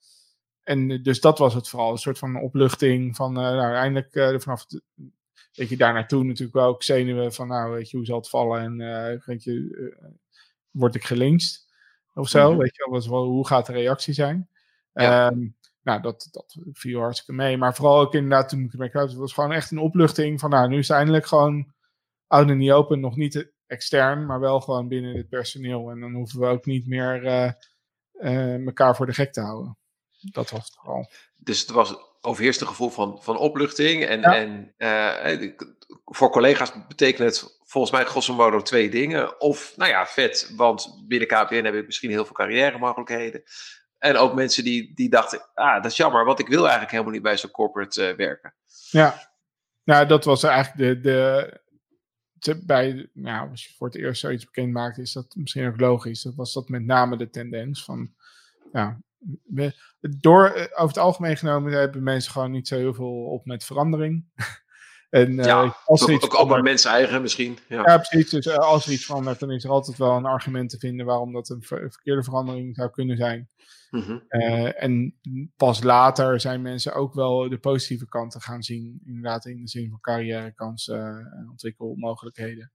en dus dat was het vooral. Een soort van opluchting van uh, nou, eindelijk uh, vanaf het, weet je, daar naartoe natuurlijk wel ook zenuwen van nou, weet je, hoe zal het vallen en uh, weet je, uh, word ik gelincht of zo. Mm-hmm. Weet je, was wel, hoe gaat de reactie zijn? Ja. Um, Nou, dat, dat viel hartstikke mee. Maar vooral ook inderdaad toen ik ermee uit, het was gewoon echt een opluchting van, nou, nu is het eindelijk gewoon oud en niet open, nog niet extern, maar wel gewoon binnen het personeel. En dan hoeven we ook niet meer uh, uh, elkaar voor de gek te houden. Dat was het vooral. Dus het was overheerst een gevoel van, van opluchting. En, ja. en uh, voor collega's betekent het volgens mij grosso modo twee dingen. Of, nou ja, vet, want binnen K P N heb ik misschien heel veel carrière mogelijkheden. En ook mensen die, die dachten, ah, dat is jammer, want ik wil eigenlijk helemaal niet bij zo'n corporate uh, werken. Ja, nou, dat was eigenlijk de, de, de bij, nou, als je voor het eerst zoiets bekend maakt, is dat misschien ook logisch. Dat was dat met name de tendens van, ja, we, door, over het algemeen genomen hebben mensen gewoon niet zo heel veel op met verandering. En, ja, uh, als ook, iets ook allemaal mensen eigen misschien. Ja, ja precies. Dus uh, als er iets verandert, dan is er altijd wel een argument te vinden waarom dat een ver- verkeerde verandering zou kunnen zijn. Mm-hmm. Uh, en pas later zijn mensen ook wel de positieve kanten gaan zien. Inderdaad in de zin van carrièrekansen en uh, ontwikkelmogelijkheden.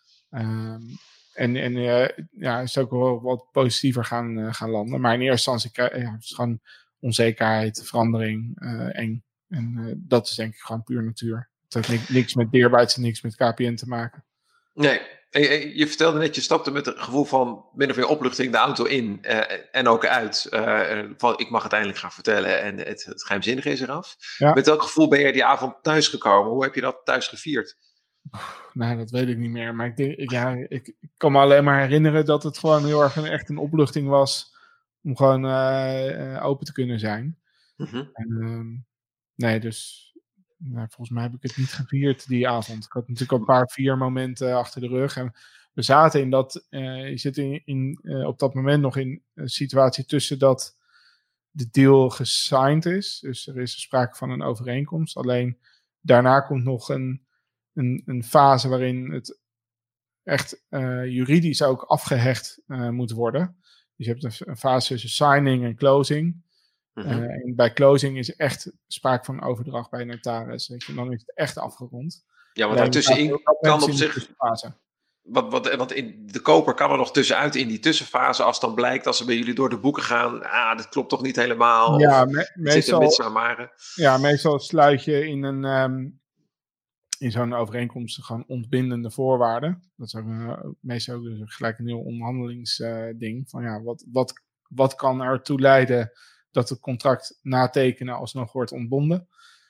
Um, en en uh, ja, is ook wel wat positiever gaan, uh, gaan landen. Maar in eerste instantie ja, is het gewoon onzekerheid, verandering, uh, eng. En uh, dat is denk ik gewoon puur natuur. Het heeft niks met Deerbytes en niks met K P N te maken. Nee, je, je vertelde net, je stapte met een gevoel van min of meer opluchting de auto in uh, en ook uit. Uh, van ik mag het eindelijk gaan vertellen en het, het geheimzinnige is eraf. Ja. Met welk gevoel ben je die avond thuisgekomen? Hoe heb je dat thuis gevierd? Nou, dat weet ik niet meer. Maar ik, denk, ik, ja, ik, ik kan me alleen maar herinneren dat het gewoon heel erg een, echt een opluchting was om gewoon uh, uh, open te kunnen zijn. Mm-hmm. En, um, nee, dus... Nou, volgens mij heb ik het niet gevierd die avond. Ik had natuurlijk al een paar vier momenten achter de rug. En we zaten in dat... Uh, je zit in, in, uh, op dat moment nog in een situatie tussen dat de deal gesigned is. Dus er is sprake van een overeenkomst. Alleen daarna komt nog een, een, een fase waarin het echt uh, juridisch ook afgehecht uh, moet worden. Dus je hebt een, een fase tussen signing en closing. Uh, en bij closing is echt sprake van overdracht bij een notaris. Weet je, dan is het echt afgerond. Ja, want daartussenin kan op zich... Wat, wat, want in, de koper kan er nog tussenuit in die tussenfase, als dan blijkt, als ze bij jullie door de boeken gaan, ah, dat klopt toch niet helemaal? Ja, of me, meestal, ja meestal sluit je in, een, um, in zo'n overeenkomst gewoon ontbindende voorwaarden. Dat is ook uh, meestal ook dus gelijk een heel onderhandelingsding. Uh, van ja, wat, wat, wat kan ertoe leiden dat het contract na tekenen alsnog wordt ontbonden.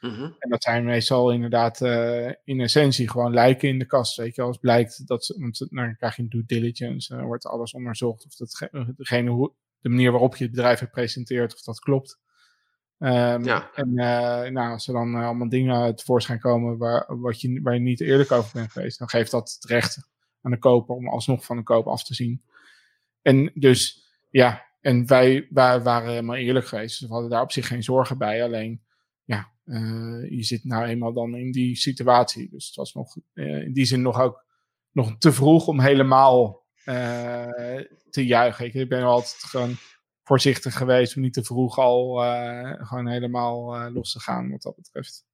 Mm-hmm. En dat zijn meestal inderdaad uh, in essentie gewoon lijken in de kast. Weet je, als blijkt dat ze, want dan krijg je een due diligence, dan wordt alles onderzocht of dat degene hoe, de manier waarop je het bedrijf hebt presenteert, of dat klopt. Um, ja. En uh, nou, als er dan uh, allemaal dingen tevoorschijn komen waar, wat je, waar je niet eerlijk over bent geweest, dan geeft dat het recht aan de koper om alsnog van de koop af te zien. En dus, ja, en wij, wij waren helemaal eerlijk geweest. Dus we hadden daar op zich geen zorgen bij. Alleen, ja, uh, je zit nou eenmaal dan in die situatie. Dus het was nog uh, in die zin nog ook nog te vroeg om helemaal uh, te juichen. Ik ben altijd gewoon voorzichtig geweest om niet te vroeg al uh, gewoon helemaal uh, los te gaan wat dat betreft.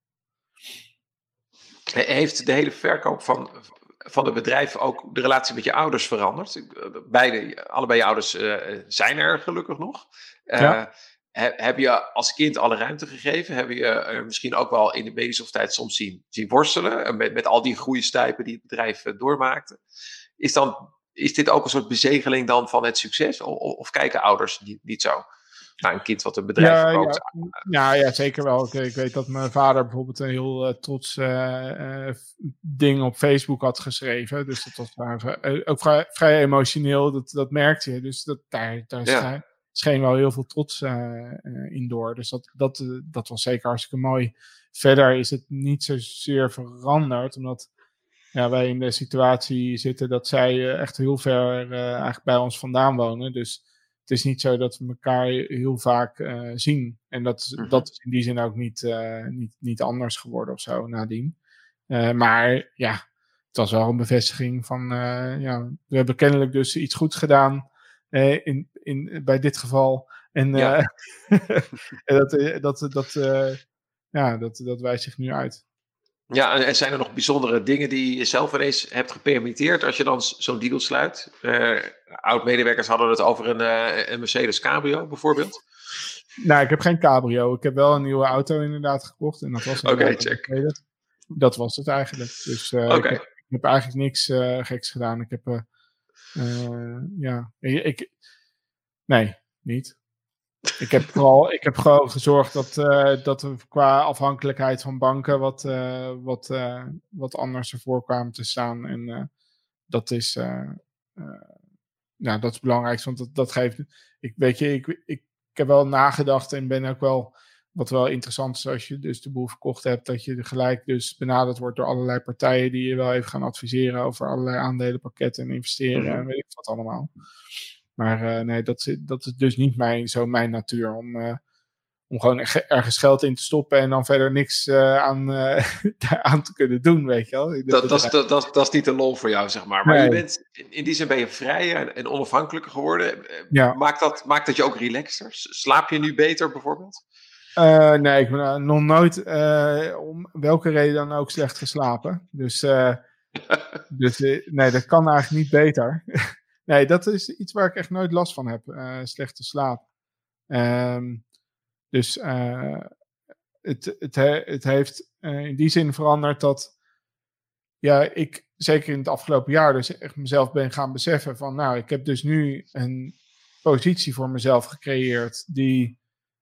Heeft de hele verkoop van, van het bedrijf ook de relatie met je ouders veranderd? Beide, allebei je ouders uh, zijn er gelukkig nog. Uh, ja. he, heb je als kind alle ruimte gegeven? Heb je uh, misschien ook wel in de medische tijd soms zien, zien worstelen met, met al die groeistuipen die het bedrijf uh, doormaakte? Is dan... Is dit ook een soort bezegeling dan van het succes? Of, of kijken ouders niet, niet zo naar een kind wat een bedrijf ja, verkoopt? Ja, ja, ja, zeker wel. Ik, ik weet dat mijn vader bijvoorbeeld een heel uh, trots uh, uh, ding op Facebook had geschreven. Dus dat was uh, ook vrij, vrij emotioneel. Dat, dat merkte je. Dus dat, daar, daar ja. scheen wel heel veel trots uh, uh, in door. Dus dat, dat, uh, dat was zeker hartstikke mooi. Verder is het niet zozeer veranderd, omdat... Ja, wij in de situatie zitten dat zij uh, echt heel ver uh, eigenlijk bij ons vandaan wonen. Dus het is niet zo dat we elkaar heel vaak uh, zien. En dat, mm-hmm. dat is in die zin ook niet, uh, niet, niet anders geworden of zo nadien. Uh, maar ja, het was wel een bevestiging van... Uh, ja, we hebben kennelijk dus iets goeds gedaan uh, in, in, bij dit geval. En, uh, ja. en dat, dat, dat, uh, ja, dat, dat wijst zich nu uit. Ja, en zijn er nog bijzondere dingen die je zelf ineens hebt gepermitteerd als je dan zo'n deal sluit? Uh, Oud-medewerkers hadden het over een, uh, een Mercedes Cabrio bijvoorbeeld. Nou, ik heb geen Cabrio. Ik heb wel een nieuwe auto inderdaad gekocht. En dat was Oké, okay, check. Dat was het eigenlijk. Dus uh, okay. ik, heb, ik heb eigenlijk niks uh, geks gedaan. Ik heb, uh, uh, ja, ik, ik, nee, niet. Ik heb vooral, ik heb gewoon gezorgd dat, uh, dat we qua afhankelijkheid van banken wat, uh, wat, uh, wat anders ervoor kwamen te staan. En uh, dat is, uh, uh, nou, dat is belangrijk, want dat, dat geeft, ik weet je, ik, ik, ik heb wel nagedacht en ben ook wel, wat wel interessant is als je dus de boel verkocht hebt, dat je gelijk dus benaderd wordt door allerlei partijen die je wel even gaan adviseren over allerlei aandelenpakketten en investeren mm-hmm. en weet ik wat allemaal. Maar uh, nee, dat is, dat is dus niet mijn, zo mijn natuur. Om, uh, om gewoon ergens geld in te stoppen en dan verder niks uh, aan, uh, aan te kunnen doen, weet je wel. Dat, dat, dat, is, dat, dat, dat is niet de lol voor jou, zeg maar. Maar nee. je bent, in die zin ben je vrijer en onafhankelijker geworden. Ja. Maakt, dat, maakt dat je ook relaxter? Slaap je nu beter bijvoorbeeld? Uh, nee, ik ben uh, nog nooit uh, om welke reden dan ook slecht geslapen. Dus, uh, dus uh, nee, dat kan eigenlijk niet beter. Nee, dat is iets waar ik echt nooit last van heb. Uh, slechte slaap. Um, dus uh, het, het, he, het heeft uh, in die zin veranderd dat... Ja, ik zeker in het afgelopen jaar dus echt mezelf ben gaan beseffen van... Nou, ik heb dus nu een positie voor mezelf gecreëerd die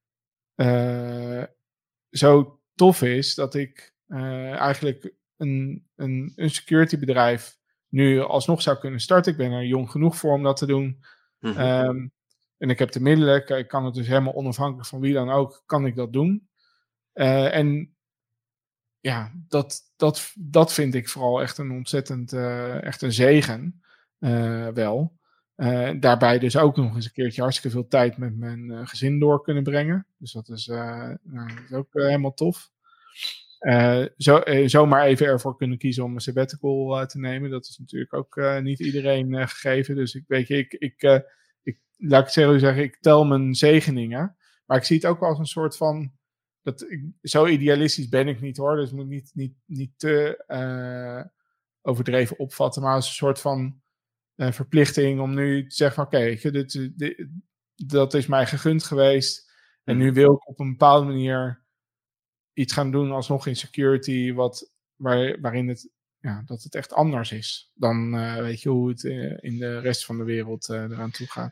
uh, zo tof is... dat ik uh, eigenlijk een, een, een security bedrijf... nu alsnog zou kunnen starten. Ik ben er jong genoeg voor om dat te doen. Mm-hmm. Um, en ik heb de middelen. Ik kan het dus helemaal onafhankelijk van wie dan ook, kan ik dat doen. Uh, en ja, dat, dat, dat vind ik vooral echt een ontzettend, uh, echt een zegen. Uh, wel. Uh, daarbij dus ook nog eens een keertje hartstikke veel tijd met mijn uh, gezin door kunnen brengen. Dus dat is, uh, nou, dat is ook uh, helemaal tof. Uh, zo, uh, zomaar even ervoor kunnen kiezen om een sabbatical uh, te nemen. Dat is natuurlijk ook uh, niet iedereen uh, gegeven. Dus ik weet je, ik, ik, uh, ik laat ik het zeggen, ik tel mijn zegeningen. Maar ik zie het ook wel als een soort van, dat ik, zo idealistisch ben ik niet hoor. Dus het moet niet, niet, niet te uh, overdreven opvatten. Maar als een soort van uh, verplichting om nu te zeggen van oké, okay, dit, dit, dat is mij gegund geweest. En nu wil ik op een bepaalde manier iets gaan doen alsnog in security, wat, waar, waarin het, ja, dat het echt anders is dan uh, weet je hoe het uh, in de rest van de wereld uh, eraan toe gaat.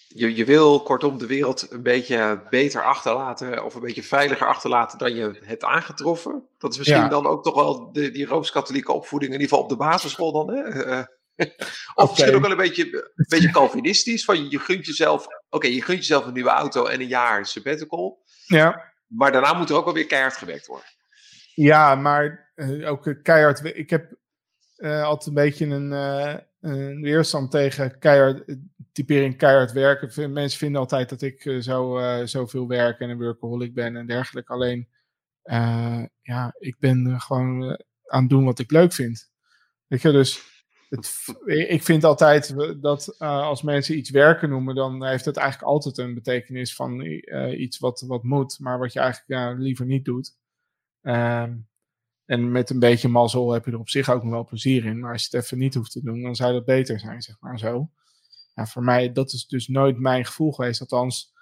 Je, je wil kortom de wereld een beetje beter achterlaten of een beetje veiliger achterlaten dan je hebt aangetroffen. Dat is misschien Ja, dan ook toch wel de, die Rooms-Katholieke opvoeding, in ieder geval op de basisschool dan. Hè? Uh, of oké. misschien ook wel een beetje, een beetje Calvinistisch. Van je, je gunt jezelf, oké, okay, je gunt jezelf een nieuwe auto en een jaar sabbatical. Ja. Maar daarna moet er ook wel weer keihard gewerkt worden. Ja, maar uh, ook keihard. Ik heb uh, altijd een beetje een, uh, een weerstand tegen keihard, typering keihard werken. Mensen vinden altijd dat ik uh, zo, uh, zoveel werk en een workaholic ben en dergelijke. Alleen, uh, ja, ik ben uh, gewoon uh, aan het doen wat ik leuk vind. Weet je, dus het, ik vind altijd dat uh, als mensen iets werken noemen, dan heeft het eigenlijk altijd een betekenis van uh, iets wat, wat moet, maar wat je eigenlijk uh, liever niet doet. Um, en met een beetje mazzel heb je er op zich ook nog wel plezier in. Maar als je het even niet hoeft te doen, dan zou dat beter zijn, zeg maar zo. Ja, voor mij, dat is dus nooit mijn gevoel geweest. Althans,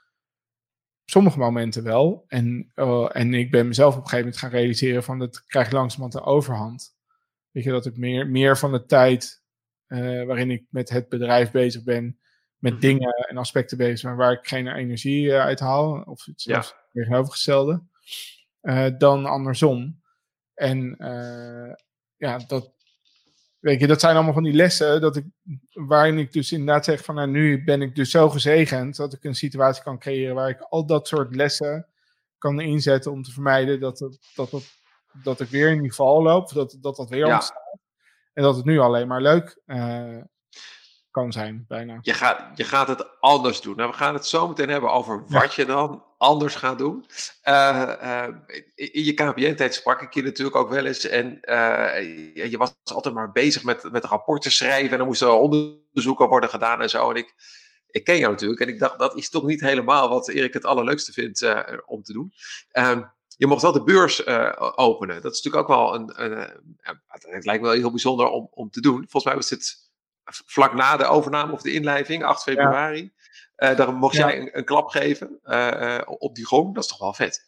op sommige momenten wel. En, uh, en ik ben mezelf op een gegeven moment gaan realiseren van, dat krijg ik langzamerhand de overhand. Weet je, dat ik meer, meer van de tijd uh, waarin ik met het bedrijf bezig ben, met mm-hmm. dingen en aspecten bezig ben waar ik geen energie uh, uit haal. Of het zelfs ja. tegenovergestelde. Uh, dan andersom. En uh, ja, dat, weet je, dat zijn allemaal van die lessen dat ik, waarin ik dus inderdaad zeg van, nou, nu ben ik dus zo gezegend dat ik een situatie kan creëren waar ik al dat soort lessen kan inzetten om te vermijden dat, het, dat, dat, dat ik weer in die val loop, dat dat, dat weer ja. ontstaat. En dat het nu alleen maar leuk uh, kan zijn, bijna. Je gaat, je gaat het anders doen. Nou, we gaan het zo meteen hebben over wat ja. je dan anders gaat doen. Uh, uh, in je K P N-tijd sprak ik je natuurlijk ook wel eens. En uh, je was altijd maar bezig met, met rapporten schrijven. En dan moesten er onderzoeken worden gedaan en zo. En ik, ik ken jou natuurlijk. En ik dacht, dat is toch niet helemaal wat Erik het allerleukste vindt uh, om te doen. Uh, je mocht wel de beurs uh, openen. Dat is natuurlijk ook wel een... een uh, het lijkt me wel heel bijzonder om, om te doen. Volgens mij was dit vlak na de overname of de inlijving, acht februari. Ja. Uh, daar mocht ja. jij een, een klap geven uh, uh, op die gong. Dat is toch wel vet?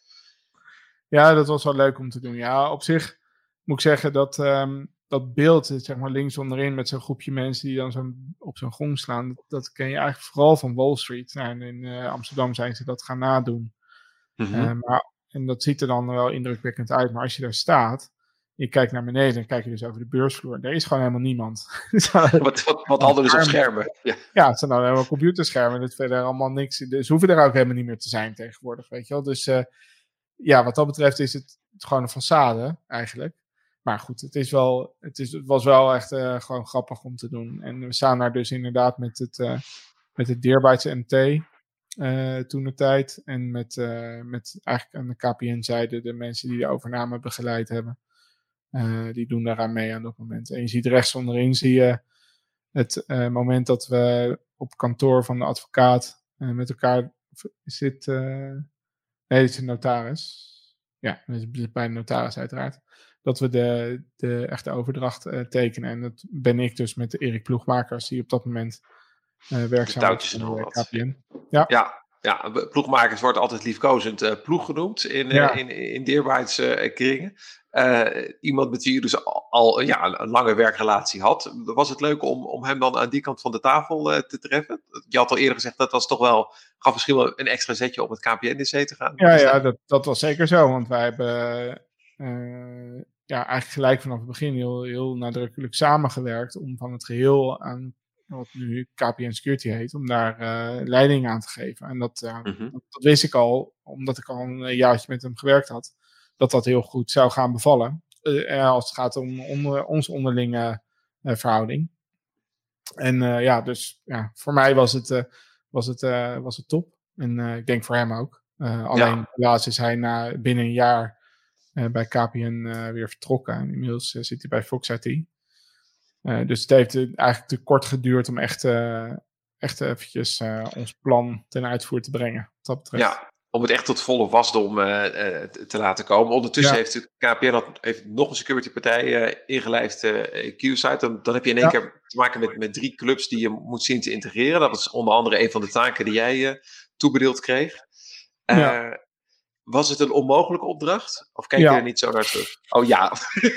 Ja, dat was wel leuk om te doen. Ja, op zich moet ik zeggen dat um, dat beeld, zeg maar links onderin met zo'n groepje mensen die dan zo op zo'n gong slaan, dat, dat ken je eigenlijk vooral van Wall Street. Nou, en in uh, Amsterdam zijn ze dat gaan nadoen. Mm-hmm. Uh, maar, en dat ziet er dan wel indrukwekkend uit. Maar als je daar staat, je kijkt naar beneden en kijk je dus over de beursvloer. Er is gewoon helemaal niemand. wat wat, wat hadden dus op schermen? Ja, ja, het zijn dan helemaal computerschermen. Het verder allemaal niks. Dus hoeven er ook helemaal niet meer te zijn tegenwoordig, weet je wel. Dus uh, ja, wat dat betreft is het gewoon een façade eigenlijk. Maar goed, het, is wel, het, is, het was wel echt uh, gewoon grappig om te doen. En we staan daar dus inderdaad met het, uh, met het Deerbaitse M T uh, toen de tijd. En met, uh, met eigenlijk aan de K P N-zijde de mensen die de overname begeleid hebben. Uh, die doen daaraan mee aan dat moment. En je ziet rechts onderin zie je het uh, moment dat we op kantoor van de advocaat uh, met elkaar zit. Uh, nee, dit is een notaris. Ja, dat is bij een notaris uiteraard. Dat we de, de echte overdracht uh, tekenen. En dat ben ik dus met Erik Ploegmakers, die op dat moment uh, werkzaam is in de K P N. Ja. ja. Ja, Ploegmakers wordt altijd liefkozend uh, ploeg genoemd in, uh, ja. in, in Deerbaitse uh, kringen. Uh, iemand met wie je dus al, al ja, een lange werkrelatie had. Was het leuk om, om hem dan aan die kant van de tafel uh, te treffen? Je had al eerder gezegd dat was toch wel, gaf misschien wel een extra zetje om het K P N D C te gaan. Ja, ja dat, dat was zeker zo. Want wij hebben uh, ja, eigenlijk gelijk vanaf het begin heel, heel nadrukkelijk samengewerkt om van het geheel aan wat nu K P N Security heet, om daar uh, leiding aan te geven. En dat, uh, mm-hmm. dat, dat wist ik al, omdat ik al een jaartje met hem gewerkt had, dat dat heel goed zou gaan bevallen. Uh, als het gaat om onder, onze onderlinge uh, verhouding. En uh, ja, dus ja, voor mij was het, uh, was het, uh, was het top. En uh, ik denk voor hem ook. Uh, alleen ja. helaas is hij na, binnen een jaar uh, bij K P N uh, weer vertrokken. En inmiddels uh, zit hij bij Fox I T. Uh, dus het heeft eigenlijk te kort geduurd om echt, uh, echt eventjes uh, ons plan ten uitvoer te brengen. Wat dat betreft. Ja, om het echt tot volle wasdom uh, uh, te laten komen. Ondertussen ja. heeft de K P N had, heeft nog een securitypartij uh, ingelijfd, uh, Q-Site. Dan, dan heb je in één ja. keer te maken met, met drie clubs die je moet zien te integreren. Dat is onder andere een van de taken die jij uh, toebedeeld kreeg. Uh, ja. Was het een onmogelijke opdracht? Of kijk ja. je er niet zo naar terug? Oh ja.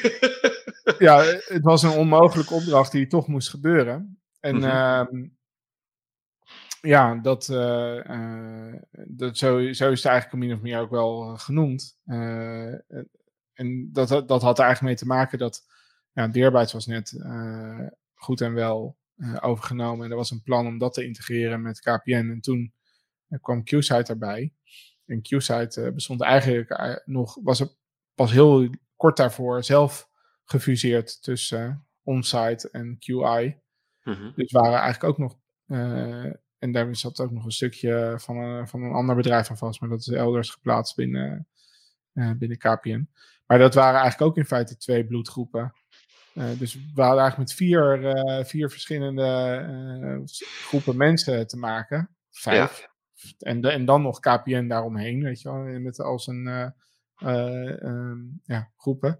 Ja, het was een onmogelijke opdracht die toch moest gebeuren. En mm-hmm. uh, ja, dat, uh, uh, dat zo, zo is het eigenlijk min of meer ook wel uh, genoemd. Uh, en dat, dat had er eigenlijk mee te maken dat ja, Deerbytes was net uh, goed en wel uh, overgenomen. En er was een plan om dat te integreren met K P N. En toen uh, kwam Qsite erbij. En Qsite uh, bestond eigenlijk uh, nog, was er pas heel kort daarvoor zelf gefuseerd tussen uh, Onsite en Q I. Mm-hmm. Dus waren eigenlijk ook nog... Uh, en daar zat ook nog een stukje van een, van een ander bedrijf aan vast. Maar dat is elders geplaatst binnen, uh, binnen K P N. Maar dat waren eigenlijk ook in feite twee bloedgroepen. Uh, dus we hadden eigenlijk met vier, uh, vier verschillende uh, groepen mensen te maken. Vijf. Ja. En, de, en dan nog K P N daaromheen, weet je wel. Met als een uh, uh, um, ja, groepen.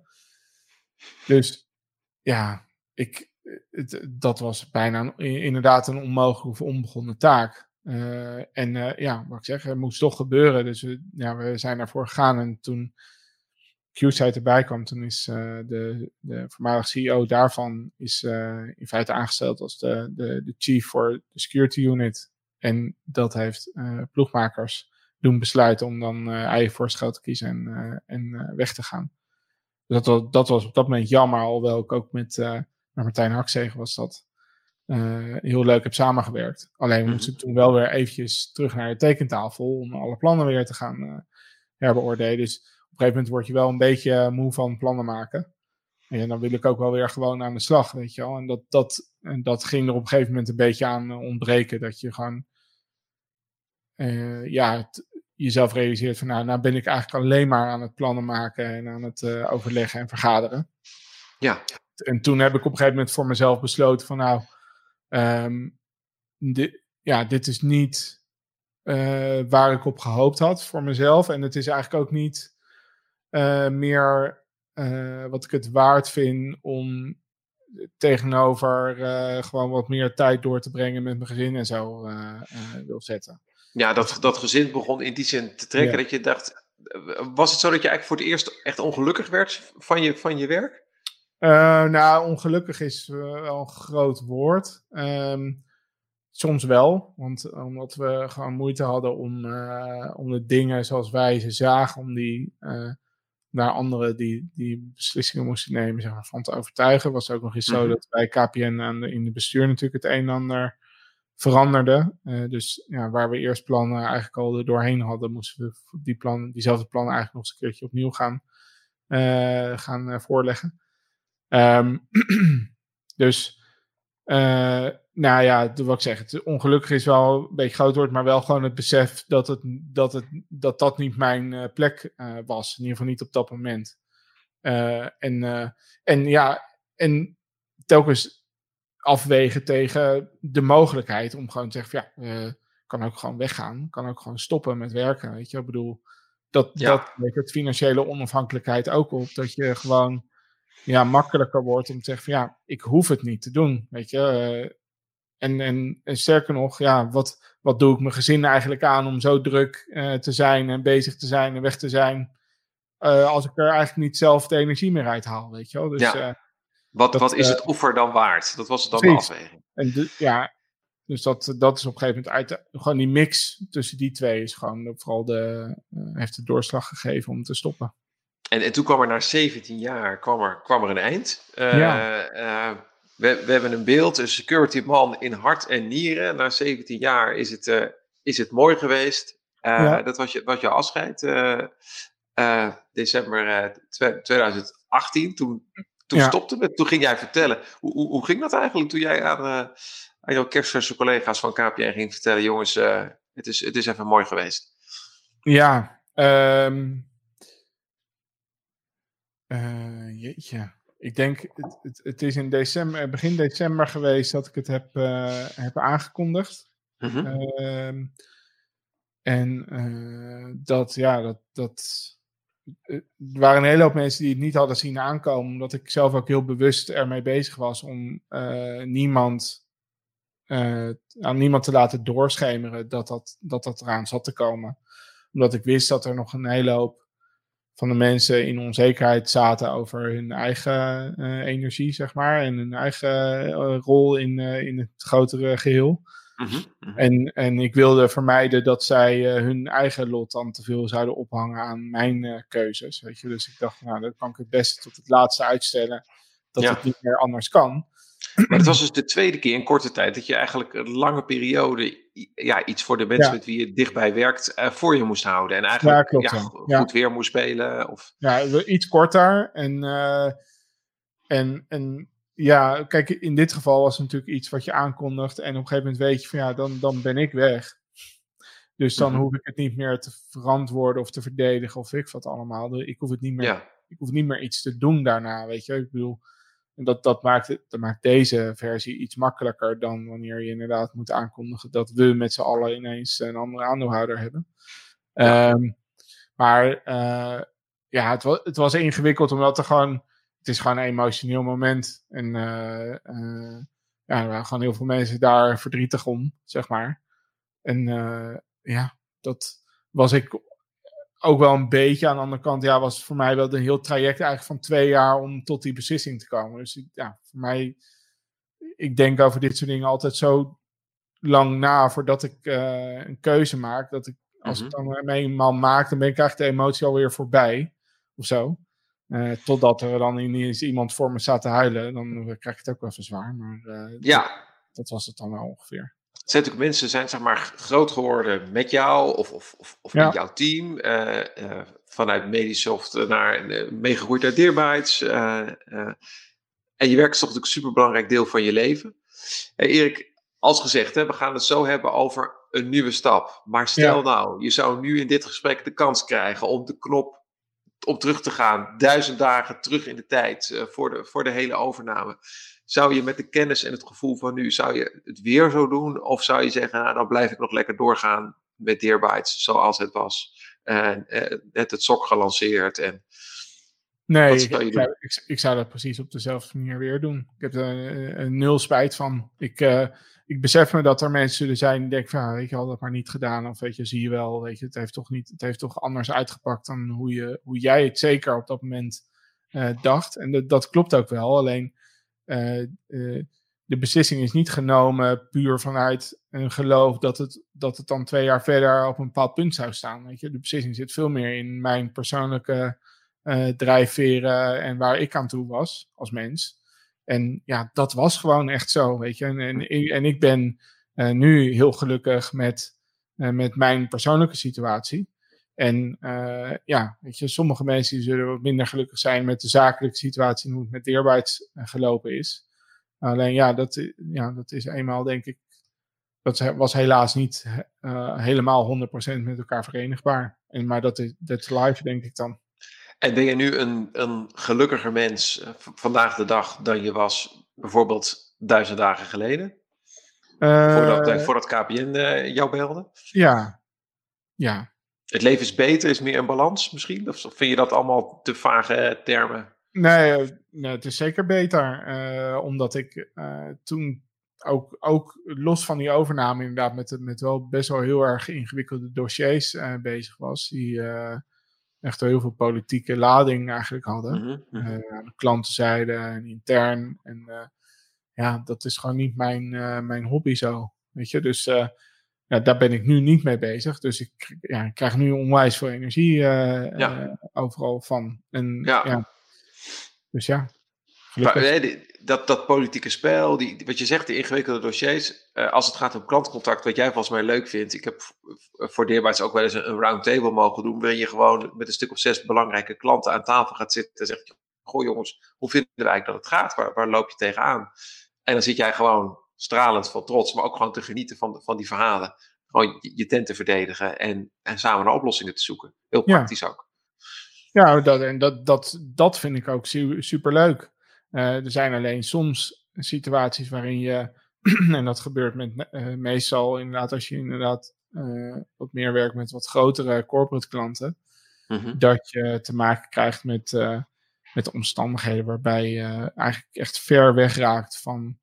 Dus ja, ik... Het, dat was bijna inderdaad een onmogelijke of onbegonnen taak. Uh, en uh, ja, wat ik zeg, het moest toch gebeuren. Dus we, ja, we zijn daarvoor gegaan. En toen Qsite erbij kwam, toen is uh, de, de voormalige C E O daarvan is uh, in feite aangesteld als de, de, de chief voor de security unit. En dat heeft uh, ploegmakers doen besluiten om dan uh, eigen voorschot te kiezen en, uh, en uh, weg te gaan. Dus dat, dat was op dat moment jammer, alhoewel ik ook met... Uh, Maar Martijn Haksegen was dat uh, heel leuk heb samengewerkt. Alleen we moesten mm-hmm. toen wel weer eventjes terug naar de tekentafel om alle plannen weer te gaan uh, herbeoordelen. Dus op een gegeven moment word je wel een beetje moe van plannen maken. En dan wil ik ook wel weer gewoon aan de slag, weet je wel. En dat, dat, en dat ging er op een gegeven moment een beetje aan uh, ontbreken. Dat je gewoon uh, ja, het, jezelf realiseert van nou, nou ben ik eigenlijk alleen maar aan het plannen maken en aan het uh, overleggen en vergaderen. Ja. En toen heb ik op een gegeven moment voor mezelf besloten van nou, um, dit, ja, dit is niet uh, waar ik op gehoopt had voor mezelf. En het is eigenlijk ook niet uh, meer uh, wat ik het waard vind om tegenover uh, gewoon wat meer tijd door te brengen met mijn gezin en zo uh, uh, wil zetten. Ja, dat, dat gezin begon in die zin te trekken ja. Dat je dacht, was het zo dat je eigenlijk voor het eerst echt ongelukkig werd van je, van je werk? Uh, nou, ongelukkig is uh, wel een groot woord. Um, soms wel, want omdat we gewoon moeite hadden om, uh, om de dingen zoals wij ze zagen, om die uh, naar anderen die, die beslissingen moesten nemen, zeg maar, van te overtuigen. Was het ook nog eens mm-hmm. zo dat bij K P N aan de, in het bestuur natuurlijk het een en ander veranderde. Uh, dus ja, waar we eerst plannen eigenlijk al er doorheen hadden, moesten we die plan, diezelfde plannen eigenlijk nog eens een keertje opnieuw gaan, uh, gaan uh, voorleggen. Um, dus, uh, nou ja, wat ik zeg, het ongelukkig is wel een beetje groot woord, maar wel gewoon het besef dat het, dat, het, dat, dat niet mijn uh, plek uh, was. In ieder geval niet op dat moment. Uh, en, uh, en ja, en telkens afwegen tegen de mogelijkheid om gewoon te zeggen, van, ja, uh, kan ook gewoon weggaan, kan ook gewoon stoppen met werken, weet je. Ik bedoel, dat, ja. dat levert financiële onafhankelijkheid ook op, dat je gewoon ja, makkelijker wordt om te zeggen van ja, ik hoef het niet te doen, weet je. Uh, en, en, en sterker nog, ja, wat, wat doe ik mijn gezin eigenlijk aan om zo druk uh, te zijn en bezig te zijn en weg te zijn, uh, als ik er eigenlijk niet zelf de energie meer uit haal, weet je wel. Dus, ja. uh, wat, dat, wat is uh, het offer dan waard? Dat was het dan precies. de afweging. En de, ja, dus dat, dat is op een gegeven moment uit, gewoon die mix tussen die twee is gewoon vooral de, uh, heeft de doorslag gegeven om te stoppen. En, en toen kwam er na zeventien jaar kwam er, kwam er een eind. Uh, ja. uh, we, we hebben een beeld, een security man in hart en nieren. Na zeventien jaar is het, uh, is het mooi geweest. Uh, ja. Dat was, je, was jouw afscheid. Uh, uh, december uh, twintig achttien. Toen, toen ja. stopte het. Toen ging jij vertellen. Hoe, hoe, hoe ging dat eigenlijk toen jij aan, uh, aan jouw kerstverse collega's van K P N ging vertellen. Jongens, uh, het, is, het is even mooi geweest. Ja, um... Uh, jeetje. Ik denk, het, het, het is in december, begin december geweest dat ik het heb, uh, heb aangekondigd. Mm-hmm. Uh, en uh, dat, ja, dat, dat... Er waren een hele hoop mensen die het niet hadden zien aankomen, omdat ik zelf ook heel bewust ermee bezig was om uh, niemand, uh, aan niemand te laten doorschemeren dat dat, dat dat eraan zat te komen. Omdat ik wist dat er nog een hele hoop van de mensen in onzekerheid zaten over hun eigen uh, energie, zeg maar. En hun eigen uh, rol in, uh, in het grotere geheel. Mm-hmm, mm-hmm. En, en ik wilde vermijden dat zij uh, hun eigen lot dan te veel zouden ophangen aan mijn uh, keuzes. Weet je? Dus ik dacht, nou, dan kan ik het beste tot het laatste uitstellen. Dat Ja. het niet meer anders kan. Maar het was dus de tweede keer in korte tijd dat je eigenlijk een lange periode ja, iets voor de mensen Ja. met wie je dichtbij werkt uh, voor je moest houden. En eigenlijk ja, klopt, ja, ja. goed ja. weer moest spelen. Of... Ja, iets korter. En, uh, en, en ja, kijk, in dit geval was het natuurlijk iets wat je aankondigt. En op een gegeven moment weet je van ja, dan, dan ben ik weg. Dus dan mm-hmm. hoef ik het niet meer te verantwoorden of te verdedigen of ik wat allemaal. Ik hoef het niet meer, ja. ik hoef niet meer iets te doen daarna, weet je. Ik bedoel, dat, dat, maakt, dat maakt deze versie iets makkelijker dan wanneer je inderdaad moet aankondigen dat we met z'n allen ineens een andere aandeelhouder hebben. Ja. Um, maar uh, ja, het was, het was ingewikkeld omdat er gewoon, het is gewoon een emotioneel moment. En uh, uh, ja, er waren gewoon heel veel mensen daar verdrietig om, zeg maar. En uh, ja, dat was ik ook wel een beetje. Aan de andere kant, ja, was voor mij wel een heel traject eigenlijk van twee jaar om tot die beslissing te komen. Dus ja, voor mij, ik denk over dit soort dingen altijd zo lang na voordat ik uh, een keuze maak. Dat ik, als mm-hmm. ik dan eenmaal maak, dan ben ik eigenlijk de emotie alweer voorbij. Of zo. Uh, totdat er dan ineens iemand voor me staat te huilen. Dan krijg ik het ook wel even zwaar. Maar uh, ja. dat, dat was het dan wel ongeveer. Het zijn natuurlijk mensen zijn zeg maar groot geworden met jou of, of, of, of ja. in jouw team. Uh, uh, vanuit Medisoft naar uh, meegegroeid naar Deerbytes. Uh, uh, en je werk is toch natuurlijk een superbelangrijk deel van je leven. Hey Erik, als gezegd, hè, we gaan het zo hebben over een nieuwe stap. Maar stel ja. nou, je zou nu in dit gesprek de kans krijgen om de knop om terug te gaan. Duizend dagen terug in de tijd uh, voor, de, voor de hele overname. Zou je met de kennis en het gevoel van nu, zou je het weer zo doen? Of zou je zeggen, nou, dan blijf ik nog lekker doorgaan met Deerbytes zoals het was. En uh, net het sok gelanceerd. En nee, ik, ik, zou, ik, ik zou dat precies op dezelfde manier weer doen. Ik heb er een, een nul spijt van. Ik, uh, ik besef me dat er mensen zullen zijn die denken van, ja, weet je, had dat maar niet gedaan. Of weet je, zie je wel, weet je, het heeft toch niet, het heeft toch anders uitgepakt dan hoe, je, hoe jij het zeker op dat moment uh, dacht. En dat, dat klopt ook wel, alleen Uh, uh, de beslissing is niet genomen puur vanuit een geloof dat het, dat het dan twee jaar verder op een bepaald punt zou staan. Weet je? De beslissing zit veel meer in mijn persoonlijke uh, drijfveren en waar ik aan toe was als mens. En ja, dat was gewoon echt zo, weet je. En, en, en ik ben uh, nu heel gelukkig met, uh, met mijn persoonlijke situatie. En uh, ja, weet je, sommige mensen die zullen wat minder gelukkig zijn met de zakelijke situatie en hoe het met Deerbytes uh, gelopen is. Alleen ja dat, ja, dat is eenmaal denk ik, dat was helaas niet uh, helemaal honderd procent met elkaar verenigbaar. En, maar dat is that's life, denk ik dan. En ben je nu een, een gelukkiger mens uh, v- vandaag de dag dan je was bijvoorbeeld duizend dagen geleden? Uh, voordat, uh, voordat K P N uh, jou belde? Ja, ja. Het leven is beter, is meer in balans misschien? Of vind je dat allemaal te vage termen? Nee, nee het is zeker beter. Uh, omdat ik uh, toen ook, ook los van die overname inderdaad met, met wel best wel heel erg ingewikkelde dossiers uh, bezig was. Die uh, echt wel heel veel politieke lading eigenlijk hadden. Mm-hmm, mm-hmm. Uh, aan de klantenzijde en intern. En uh, ja, dat is gewoon niet mijn, uh, mijn hobby zo. Weet je, dus... Uh, Ja, daar ben ik nu niet mee bezig. Dus ik, ja, ik krijg nu onwijs veel energie uh, ja. uh, overal van. En, ja. ja. Dus ja. Maar, nee, dat, dat politieke spel, die, wat je zegt, de ingewikkelde dossiers. Uh, als het gaat om klantcontact, wat jij volgens mij leuk vindt. Ik heb voor Deerbytes ook wel eens een, een roundtable mogen doen. Waarin je gewoon met een stuk of zes belangrijke klanten aan tafel gaat zitten. En zegt, goh jongens, hoe vinden we eigenlijk dat het gaat? Waar, waar loop je tegenaan? En dan zit jij gewoon stralend van trots, maar ook gewoon te genieten van, van die verhalen. Gewoon je, je tent te verdedigen en, en samen naar oplossingen te zoeken. Heel praktisch ja. ook. Ja, dat, en dat, dat, dat vind ik ook su- superleuk. Uh, er zijn alleen soms situaties waarin je, en dat gebeurt met, uh, meestal inderdaad als je inderdaad uh, wat meer werkt met wat grotere corporate klanten, mm-hmm. dat je te maken krijgt met, uh, met omstandigheden waarbij je eigenlijk echt ver weg raakt van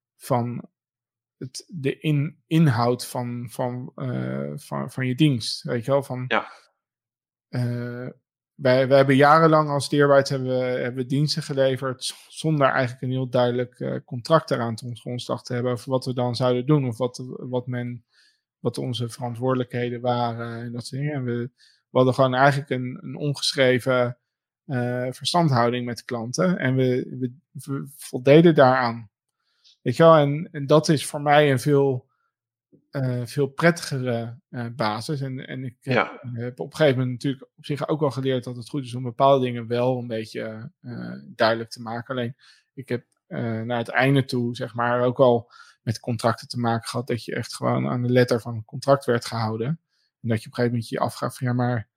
van het, de in, inhoud van, van, uh, van, van je dienst. Weet je wel? Van, ja. uh, wij, wij hebben jarenlang als Deerbyte hebben we, hebben we diensten geleverd zonder eigenlijk een heel duidelijk uh, contract eraan te ons grondslag te hebben over wat we dan zouden doen of wat, wat, men, wat onze verantwoordelijkheden waren en dat soort dingen. En we, we hadden gewoon eigenlijk een, een ongeschreven uh, verstandhouding met klanten en we, we, we voldeden daaraan. Weet je wel, en, en dat is voor mij een veel... Uh, veel prettigere uh, basis. En, en ik heb, Ja. heb op een gegeven moment natuurlijk op zich ook al geleerd dat het goed is om bepaalde dingen wel een beetje uh, duidelijk te maken. Alleen ik heb uh, naar het einde toe, zeg maar, ook al met contracten te maken gehad dat je echt gewoon aan de letter van een contract werd gehouden. En dat je op een gegeven moment je afgaat van ja, maar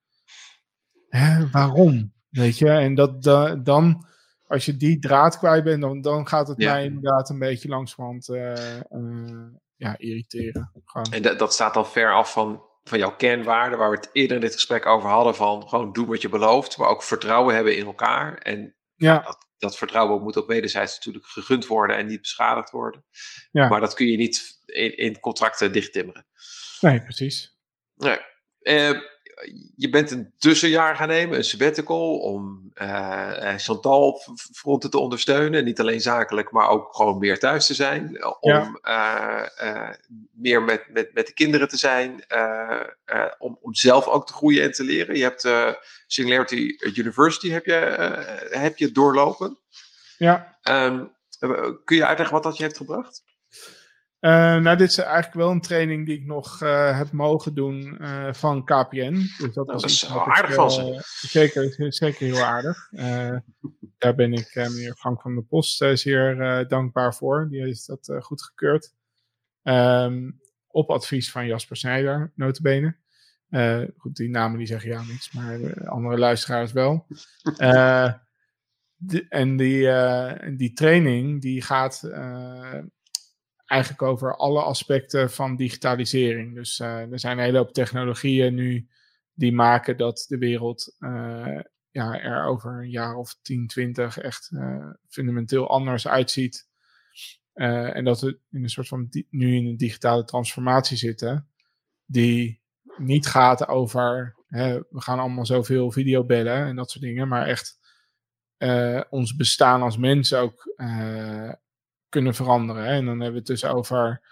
hè, waarom? Weet je? En dat da, dan, als je die draad kwijt bent, dan, dan gaat het Ja. mij inderdaad een beetje langzamerhand uh, uh, ja, irriteren. Gewoon. En dat, dat staat dan ver af van, van jouw kernwaarden, waar we het eerder in dit gesprek over hadden, van gewoon doen wat je belooft, maar ook vertrouwen hebben in elkaar. En ja. Ja, dat, dat vertrouwen moet ook wederzijds natuurlijk gegund worden en niet beschadigd worden. Ja. Maar dat kun je niet in, in contracten dichttimmeren. Nee, precies. Nee. Uh, je bent een tussenjaar gaan nemen, een sabbatical, om uh, Chantal op fronten te ondersteunen. Niet alleen zakelijk, maar ook gewoon meer thuis te zijn. Om ja. uh, uh, meer met, met, met de kinderen te zijn. Uh, uh, om, om zelf ook te groeien en te leren. Je hebt uh, Singularity University heb je, uh, heb je doorlopen. Ja. Um, kun je uitleggen wat dat je heeft gebracht? Uh, nou, dit is eigenlijk wel een training die ik nog uh, heb mogen doen uh, van K P N. Dus dat, nou, was dat is wel ik, aardig uh, van ze. Zeker, zeker heel aardig. Uh, daar ben ik uh, meneer Frank van der Post uh, zeer uh, dankbaar voor. Die heeft dat uh, goedgekeurd. Um, op advies van Jasper Snijder, nota bene. Uh, goed, die namen die zeggen ja niks, maar uh, andere luisteraars wel. Uh, de, en die, uh, die training die gaat... Uh, eigenlijk over alle aspecten van digitalisering. Dus uh, er zijn een hele hoop technologieën nu die maken dat de wereld uh, ja, er over een jaar of tien, twintig echt uh, fundamenteel anders uitziet. Uh, en dat we in een soort van di- nu in een digitale transformatie zitten, die niet gaat over hè, we gaan allemaal zoveel videobellen en dat soort dingen, maar echt uh, ons bestaan als mensen ook uh, kunnen veranderen. Hè? En dan hebben we het dus over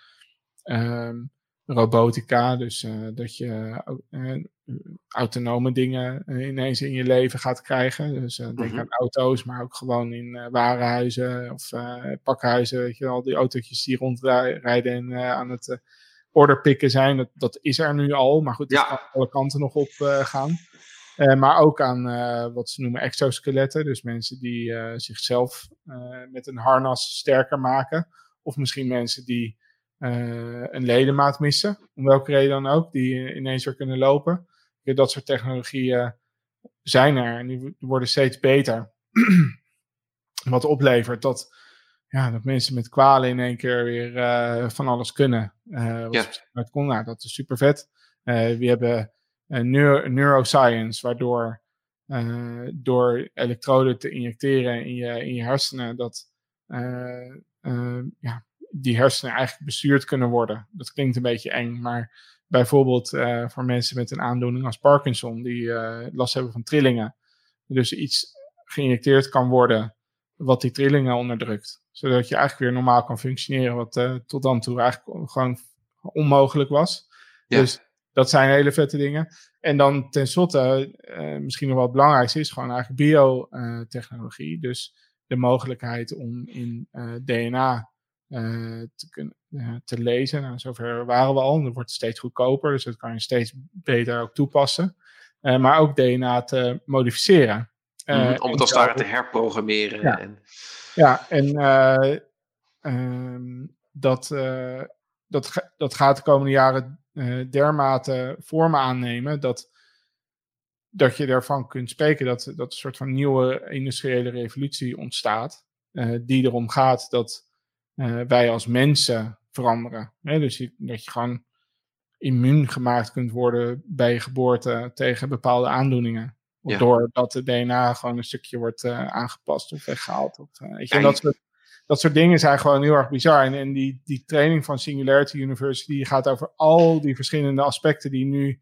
um, robotica, dus uh, dat je uh, autonome dingen uh, ineens in je leven gaat krijgen. Dus uh, denk mm-hmm. aan auto's, maar ook gewoon in uh, warenhuizen of uh, pakhuizen. Weet je, al die autootjes die rondrijden en uh, aan het uh, orderpikken zijn. Dat, dat is er nu al, maar goed, dat ja. kan alle kanten nog op uh, gaan. Uh, maar ook aan uh, wat ze noemen exoskeletten. Dus mensen die uh, zichzelf uh, met een harnas sterker maken. Of misschien mensen die uh, een ledemaat missen. Om welke reden dan ook. Die uh, ineens weer kunnen lopen. Ja, dat soort technologieën zijn er. En die worden steeds beter. Wat oplevert dat, ja, dat mensen met kwalen in één keer weer uh, van alles kunnen. Uh, wat ja. uit kon. Nou, dat is super vet. Uh, we hebben... Uh, neuro- neuroscience, waardoor uh, door elektroden te injecteren in je, in je hersenen, dat uh, uh, ja, die hersenen eigenlijk bestuurd kunnen worden. Dat klinkt een beetje eng, maar bijvoorbeeld uh, voor mensen met een aandoening als Parkinson, die uh, last hebben van trillingen, dus iets geïnjecteerd kan worden wat die trillingen onderdrukt, zodat je eigenlijk weer normaal kan functioneren, wat uh, tot dan toe eigenlijk gewoon onmogelijk was. Ja. Dus dat zijn hele vette dingen. En dan tenslotte, uh, misschien nog wel het belangrijkste is gewoon eigenlijk biotechnologie. Uh, dus de mogelijkheid om in uh, D N A uh, te, kun, uh, te lezen. Nou, zover waren we al. Dat wordt steeds goedkoper, dus dat kan je steeds beter ook toepassen. Uh, maar ook D N A te modificeren. Uh, mm, om het als het ware te herprogrammeren. Ja, en, ja, en uh, um, dat, uh, dat, dat gaat de komende jaren Uh, dermate vormen aannemen dat, dat je ervan kunt spreken dat, dat een soort van nieuwe industriële revolutie ontstaat, uh, die erom gaat dat uh, wij als mensen veranderen. Hè? Dus je, dat je gewoon immuun gemaakt kunt worden bij je geboorte tegen bepaalde aandoeningen. Ja. Doordat de D N A gewoon een stukje wordt uh, aangepast of weggehaald. Of, uh, weet je, en dat soort Dat soort dingen zijn gewoon heel erg bizar. En, en die, die training van Singularity University gaat over al die verschillende aspecten die nu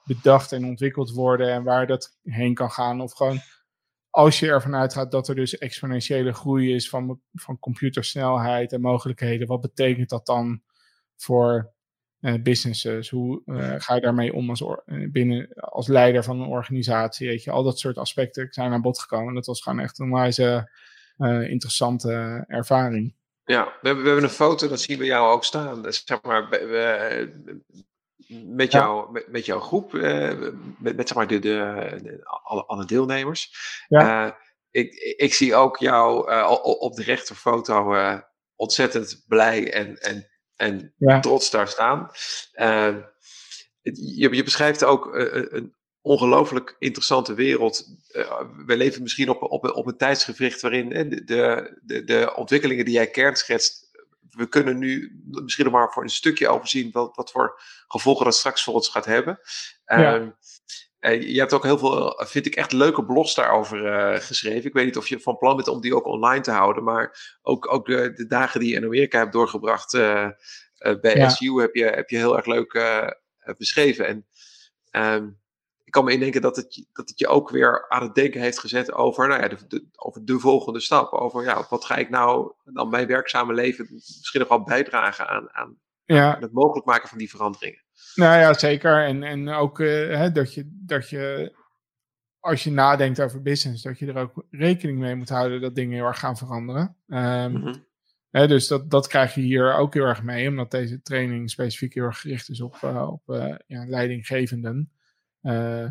bedacht en ontwikkeld worden en waar dat heen kan gaan. Of gewoon als je ervan uitgaat dat er dus exponentiële groei is van, van computersnelheid en mogelijkheden, wat betekent dat dan voor uh, businesses? Hoe uh, ga je daarmee om als, or- binnen, als leider van een organisatie? Weet je? Al dat soort aspecten zijn aan bod gekomen. Dat was gewoon echt een wijze uh, interessante ervaring. Ja, we hebben, we hebben een foto, dat zien we jou ook staan. Dus zeg maar, we, met, jou, ja. met, met jouw groep, uh, met, met zeg maar de, de, de, alle, alle deelnemers. Ja. Uh, ik, ik zie ook jou uh, op de rechterfoto uh, ontzettend blij en, en, en ja. trots daar staan. Uh, je, je beschrijft ook uh, een ongelooflijk interessante wereld. Uh, we leven misschien op, op, op een tijdsgewricht waarin uh, de, de, de ontwikkelingen die jij kernschetst, we kunnen nu misschien nog maar voor een stukje overzien wat, wat voor gevolgen dat straks voor ons gaat hebben. Ja. Uh, uh, je hebt ook heel veel, vind ik, echt leuke blogs daarover uh, geschreven. Ik weet niet of je van plan bent om die ook online te houden, maar ook, ook de, de dagen die je in Amerika hebt doorgebracht uh, uh, bij ja. S U heb je, heb je heel erg leuk uh, beschreven. En um, ik kan me indenken dat het, dat het je ook weer aan het denken heeft gezet over, nou ja, de, de, over de volgende stap. Over ja, wat ga ik nou dan mijn werkzame leven misschien nog wel bijdragen aan, aan, ja. aan het mogelijk maken van die veranderingen. Nou ja, zeker. En, en ook uh, hè, dat, je, dat je, als je nadenkt over business, dat je er ook rekening mee moet houden dat dingen heel erg gaan veranderen. Um, mm-hmm. Hè, dus dat, dat krijg je hier ook heel erg mee, omdat deze training specifiek heel erg gericht is op, uh, op uh, ja, leidinggevenden. Uh,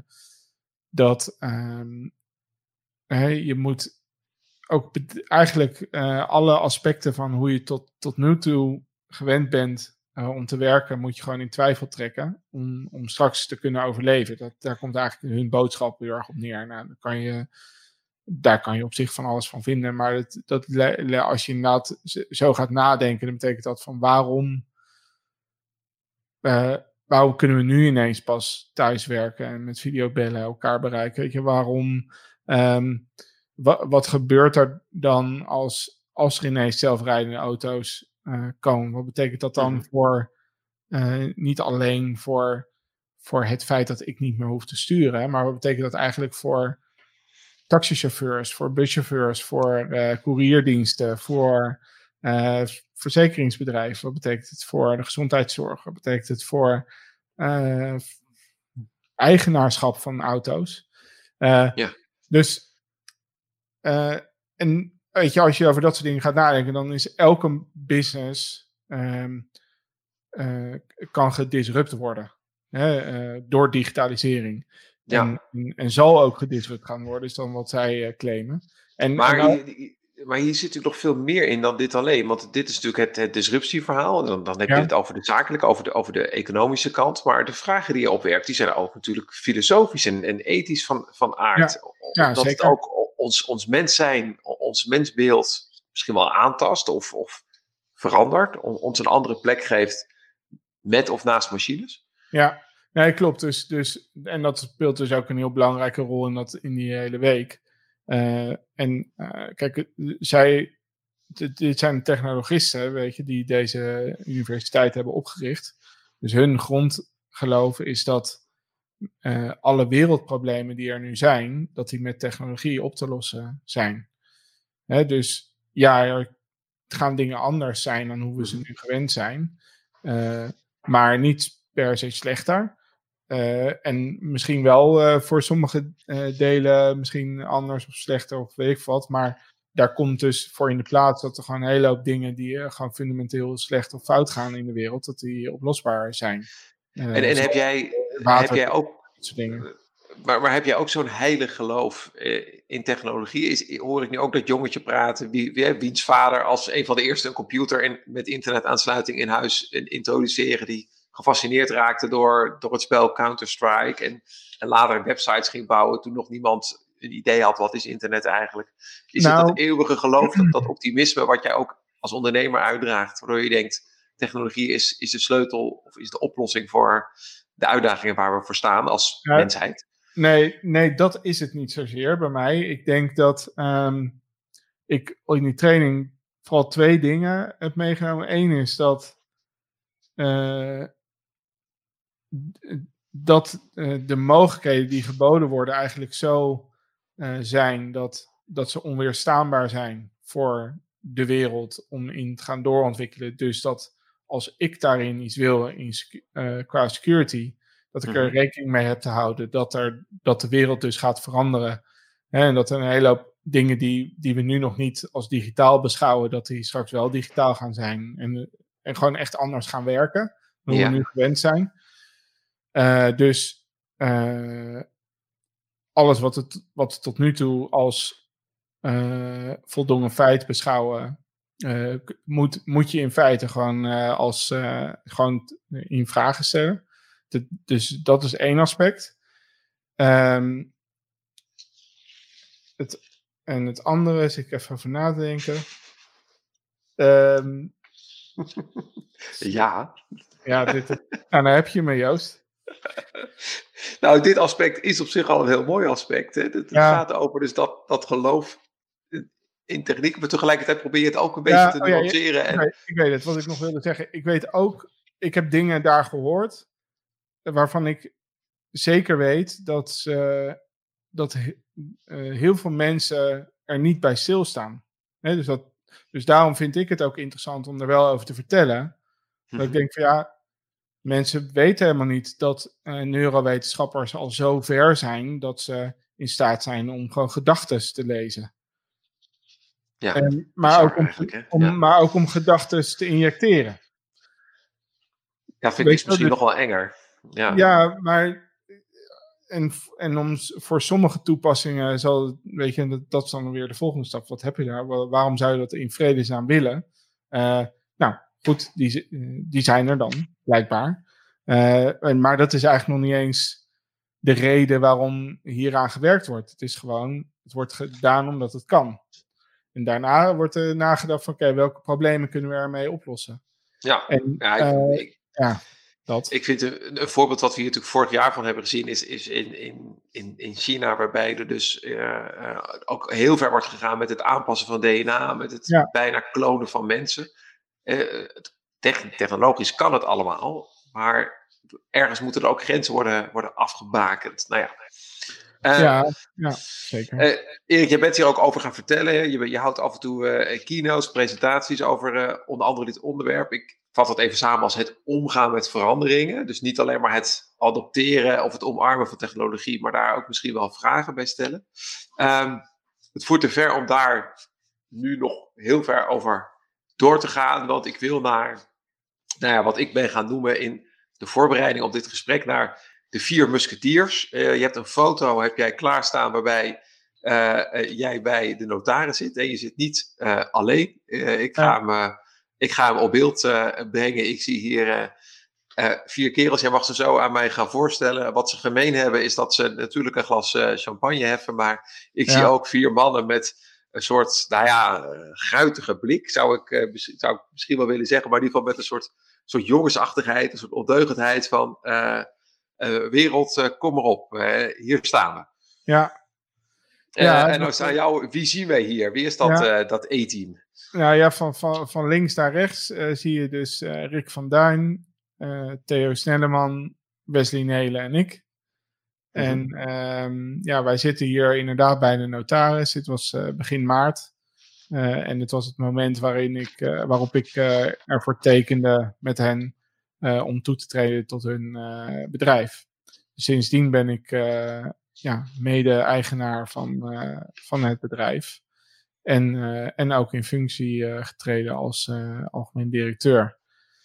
dat um, hè, je moet ook be- eigenlijk uh, alle aspecten van hoe je tot, tot nu toe gewend bent uh, om te werken, moet je gewoon in twijfel trekken om, om straks te kunnen overleven. Dat, daar komt eigenlijk hun boodschap heel erg op neer. Nou, dan kan je, daar kan je op zich van alles van vinden, maar dat, dat, als je inderdaad zo gaat nadenken, dan betekent dat van waarom uh, waarom kunnen we nu ineens pas thuiswerken en met videobellen elkaar bereiken? Weet je, waarom, um, wa- wat gebeurt er dan als, als er ineens zelfrijdende auto's uh, komen? Wat betekent dat dan mm-hmm. voor, uh, niet alleen voor, voor het feit dat ik niet meer hoef te sturen, maar wat betekent dat eigenlijk voor taxichauffeurs, voor buschauffeurs, voor uh, courierdiensten, voor uh, verzekeringsbedrijven? Wat betekent het voor de gezondheidszorg? Wat betekent het voor uh, eigenaarschap van auto's? Uh, ja. Dus, uh, en weet je, als je over dat soort dingen gaat nadenken, dan is elke business um, uh, kan gedisrupt worden hè, uh, door digitalisering. Ja. En, en, en zal ook gedisrupt gaan worden, is dan wat zij uh, claimen. En, maar, en nou, hier, maar hier zit natuurlijk nog veel meer in dan dit alleen. Want dit is natuurlijk het, het disruptieverhaal. Dan, dan heb ja. je het over de zakelijke, over de, over de economische kant. Maar de vragen die je opwerpt, die zijn ook natuurlijk filosofisch en, en ethisch van, van aard. Ja. Ja, Omdat zeker. het ook ons, ons mens zijn, ons mensbeeld misschien wel aantast of, of verandert. Ons een andere plek geeft met of naast machines. Ja. Nee, klopt. Dus, dus, en dat speelt dus ook een heel belangrijke rol in, dat, in die hele week. Uh, en uh, kijk, zij, dit, dit zijn technologisten, weet je, die deze universiteit hebben opgericht. Dus hun grondgeloof is dat uh, alle wereldproblemen die er nu zijn, dat die met technologie op te lossen zijn. Hè, dus ja, er gaan dingen anders zijn dan hoe we ze nu gewend zijn. Uh, maar niet per se slechter. Uh, en misschien wel uh, voor sommige uh, delen misschien anders of slechter of weet ik wat. Maar daar komt dus voor in de plaats dat er gewoon een hele hoop dingen die uh, gewoon fundamenteel slecht of fout gaan in de wereld, dat die oplosbaar zijn. Uh, en en heb, jij, water, heb jij ook... Dat soort dingen. Maar, maar heb jij ook zo'n heilig geloof uh, in technologie? Is, hoor ik nu ook dat jongetje praten, wie, wie, wiens vader als een van de eerste een computer in, met internetaansluiting in huis uh, introduceren, die gefascineerd raakte door, door het spel Counter-Strike en, en later websites ging bouwen toen nog niemand een idee had wat is internet eigenlijk. Is nou, het dat eeuwige geloof, dat, dat optimisme wat jij ook als ondernemer uitdraagt, waardoor je denkt technologie is, is de sleutel of is de oplossing voor de uitdagingen waar we voor staan als ja, mensheid? Nee, nee, dat is het niet zozeer bij mij. Ik denk dat um, ik in die training vooral twee dingen heb meegenomen. Eén is dat uh, dat uh, de mogelijkheden die geboden worden eigenlijk zo uh, zijn dat, dat ze onweerstaanbaar zijn voor de wereld om in te gaan doorontwikkelen. Dus dat als ik daarin iets wil in, uh, qua security, dat ik er rekening mee heb te houden dat, er, dat de wereld dus gaat veranderen. Hè, en dat er een hele hoop dingen die, die we nu nog niet als digitaal beschouwen, dat die straks wel digitaal gaan zijn. En, en gewoon echt anders gaan werken dan ja. we nu gewend zijn. Uh, dus uh, alles wat, het, wat we tot nu toe als uh, voldongen feit beschouwen, uh, moet, moet je in feite gewoon uh, als uh, gewoon in vragen stellen. De, dus dat is één aspect. Um, het, en het andere is, ik even over nadenken. Um, ja. Ja, dit, nou, daar heb je me, Joost. Nou, dit aspect is op zich al een heel mooi aspect. Hè? Het, het ja. gaat over dus dat, dat geloof in techniek, maar tegelijkertijd probeer je het ook een beetje ja, te oh nuanceren. Ja, en... ik, weet, ik weet het, wat ik nog wilde zeggen. Ik weet ook, ik heb dingen daar gehoord waarvan ik zeker weet dat, ze, dat uh, heel veel mensen er niet bij stilstaan. He, dus, dat, dus daarom vind ik het ook interessant om er wel over te vertellen. Mm-hmm. Dat ik denk van ja, mensen weten helemaal niet dat uh, neurowetenschappers al zo ver zijn dat ze in staat zijn om gewoon gedachten te lezen. Ja, en, maar, ook om, om, ja. maar ook om gedachten te injecteren. Ja, vind ik misschien dus, nog wel enger. Ja, ja maar en, en om, voor sommige toepassingen zal, weet je, dat, dat is dan weer de volgende stap. Wat heb je daar? Waarom zou je dat in vredesnaam willen? Uh, nou, goed, die, die zijn er dan, blijkbaar. Uh, maar dat is eigenlijk nog niet eens de reden waarom hieraan gewerkt wordt. Het is gewoon, het wordt gedaan omdat het kan. En daarna wordt er nagedacht van, oké, okay, welke problemen kunnen we ermee oplossen? Ja, en, ja, ik, uh, ik, ja dat. Ik vind een, een voorbeeld wat we hier natuurlijk vorig jaar van hebben gezien, is, is in, in, in, in China, waarbij er dus uh, uh, ook heel ver wordt gegaan met het aanpassen van D N A, met het ja. bijna klonen van mensen. Uh, technologisch kan het allemaal, maar ergens moeten er ook grenzen worden, worden afgebakend. Nou ja. Uh, ja, ja, zeker. Uh, Erik, je bent hier ook over gaan vertellen. Je, je houdt af en toe uh, keynotes, presentaties over uh, onder andere dit onderwerp. Ik vat dat even samen als het omgaan met veranderingen. Dus niet alleen maar het adopteren of het omarmen van technologie, maar daar ook misschien wel vragen bij stellen. Um, het voert te ver om daar nu nog heel ver over door te gaan, want ik wil naar, nou ja, wat ik ben gaan noemen in de voorbereiding op dit gesprek, naar de vier musketiers. Uh, je hebt een foto, heb jij klaarstaan, waarbij uh, uh, jij bij de notaris zit. En je zit niet uh, alleen. Uh, ik, ga ja. hem, uh, ik ga hem op beeld uh, brengen. Ik zie hier uh, uh, vier kerels. Jij mag ze zo aan mij gaan voorstellen. Wat ze gemeen hebben is dat ze natuurlijk een glas uh, champagne heffen. Maar ik ja. zie ook vier mannen met een soort, nou ja, uh, guitige blik. Zou ik, uh, zou ik misschien wel willen zeggen. Maar in ieder geval met een soort, soort jongensachtigheid. Een soort ondeugendheid van... Uh, Uh, wereld, uh, kom erop. Uh, hier staan we. Ja. Uh, ja en als aan jou, wie zien wij hier? Wie is dat, ja. uh, dat E-team? Nou ja, van, van, van links naar rechts uh, zie je dus uh, Rick van Duin, uh, Theo Snelleman, Wesley Nelen en ik. Mm-hmm. En um, ja, wij zitten hier inderdaad bij de notaris. Dit was uh, begin maart. Uh, en dit was het moment waarin ik, uh, waarop ik uh, ervoor tekende met hen Uh, om toe te treden tot hun uh, bedrijf. Dus sindsdien ben ik uh, ja, mede-eigenaar van, uh, van het bedrijf. En, uh, en ook in functie uh, getreden als uh, algemeen directeur.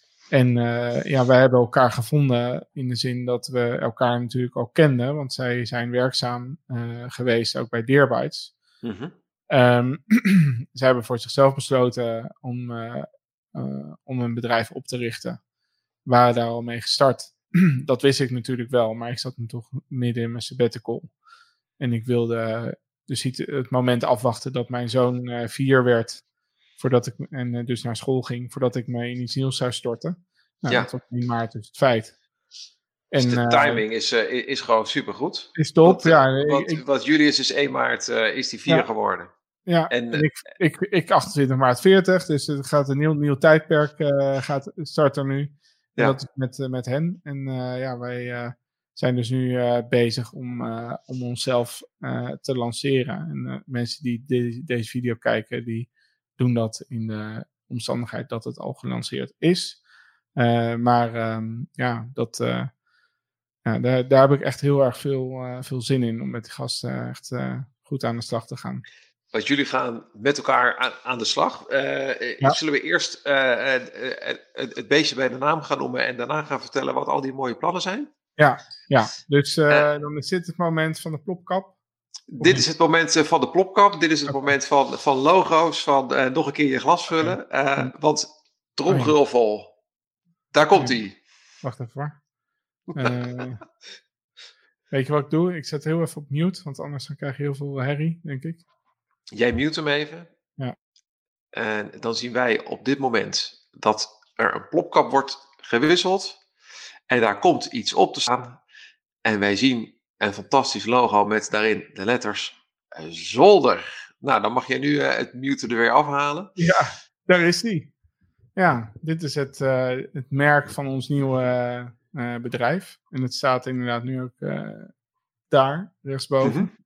En uh, ja, wij hebben elkaar gevonden in de zin dat we elkaar natuurlijk ook kenden. Want zij zijn werkzaam uh, geweest ook bij Deerbytes. Mm-hmm. Um, zij hebben voor zichzelf besloten om, uh, uh, om een bedrijf op te richten. We waren daar al mee gestart. Dat wist ik natuurlijk wel, maar ik zat nu toch midden in mijn sabbatical. En ik wilde dus het moment afwachten dat mijn zoon uh, vier werd. Voordat ik, en uh, dus naar school ging, voordat ik me in iets nieuws zou storten. Nou, ja. Dat was in maart dus het feit. En, dus de timing uh, is, uh, is gewoon supergoed. Is top, want, ja. Uh, want, ik, want Julius is één maart, uh, is die vier ja. geworden. Ja, en, en ik, ik, ik achtentwintig maart veertig, dus het gaat een nieuw, nieuw tijdperk uh, gaat starten nu. En ja. dat is met, uh, met hen. En uh, ja, wij uh, zijn dus nu uh, bezig om, uh, om onszelf uh, te lanceren. En uh, mensen die de, deze video kijken, die doen dat in de omstandigheid dat het al gelanceerd is. Uh, maar um, ja, dat, uh, ja daar, daar heb ik echt heel erg veel, uh, veel zin in om met die gasten echt uh, goed aan de slag te gaan. Want jullie gaan met elkaar aan, aan de slag. Uh, ja. Zullen we eerst uh, uh, uh, het, het beestje bij de naam gaan noemen en daarna gaan vertellen wat al die mooie plannen zijn? Ja, ja. dus uh, uh, dan is dit het moment van de plopkap. Dit is het moment van de plopkap. Dit is het okay. moment van, van logo's, van uh, nog een keer je glas vullen. Uh, want tromgeroffel, oh, ja. daar komt hij. Ja. Wacht even hoor. Uh, weet je wat ik doe? Ik zet heel even op mute, want anders dan krijg je heel veel herrie, denk ik. Jij mute hem even. Ja. En dan zien wij op dit moment dat er een plopkap wordt gewisseld. En daar komt iets op te staan. En wij zien een fantastisch logo met daarin de letters Zolder. Nou, dan mag jij nu uh, het mute er weer afhalen. Ja, daar is die. Ja, dit is het, uh, het merk van ons nieuwe uh, uh, bedrijf. En het staat inderdaad nu ook uh, daar, rechtsboven. Mm-hmm.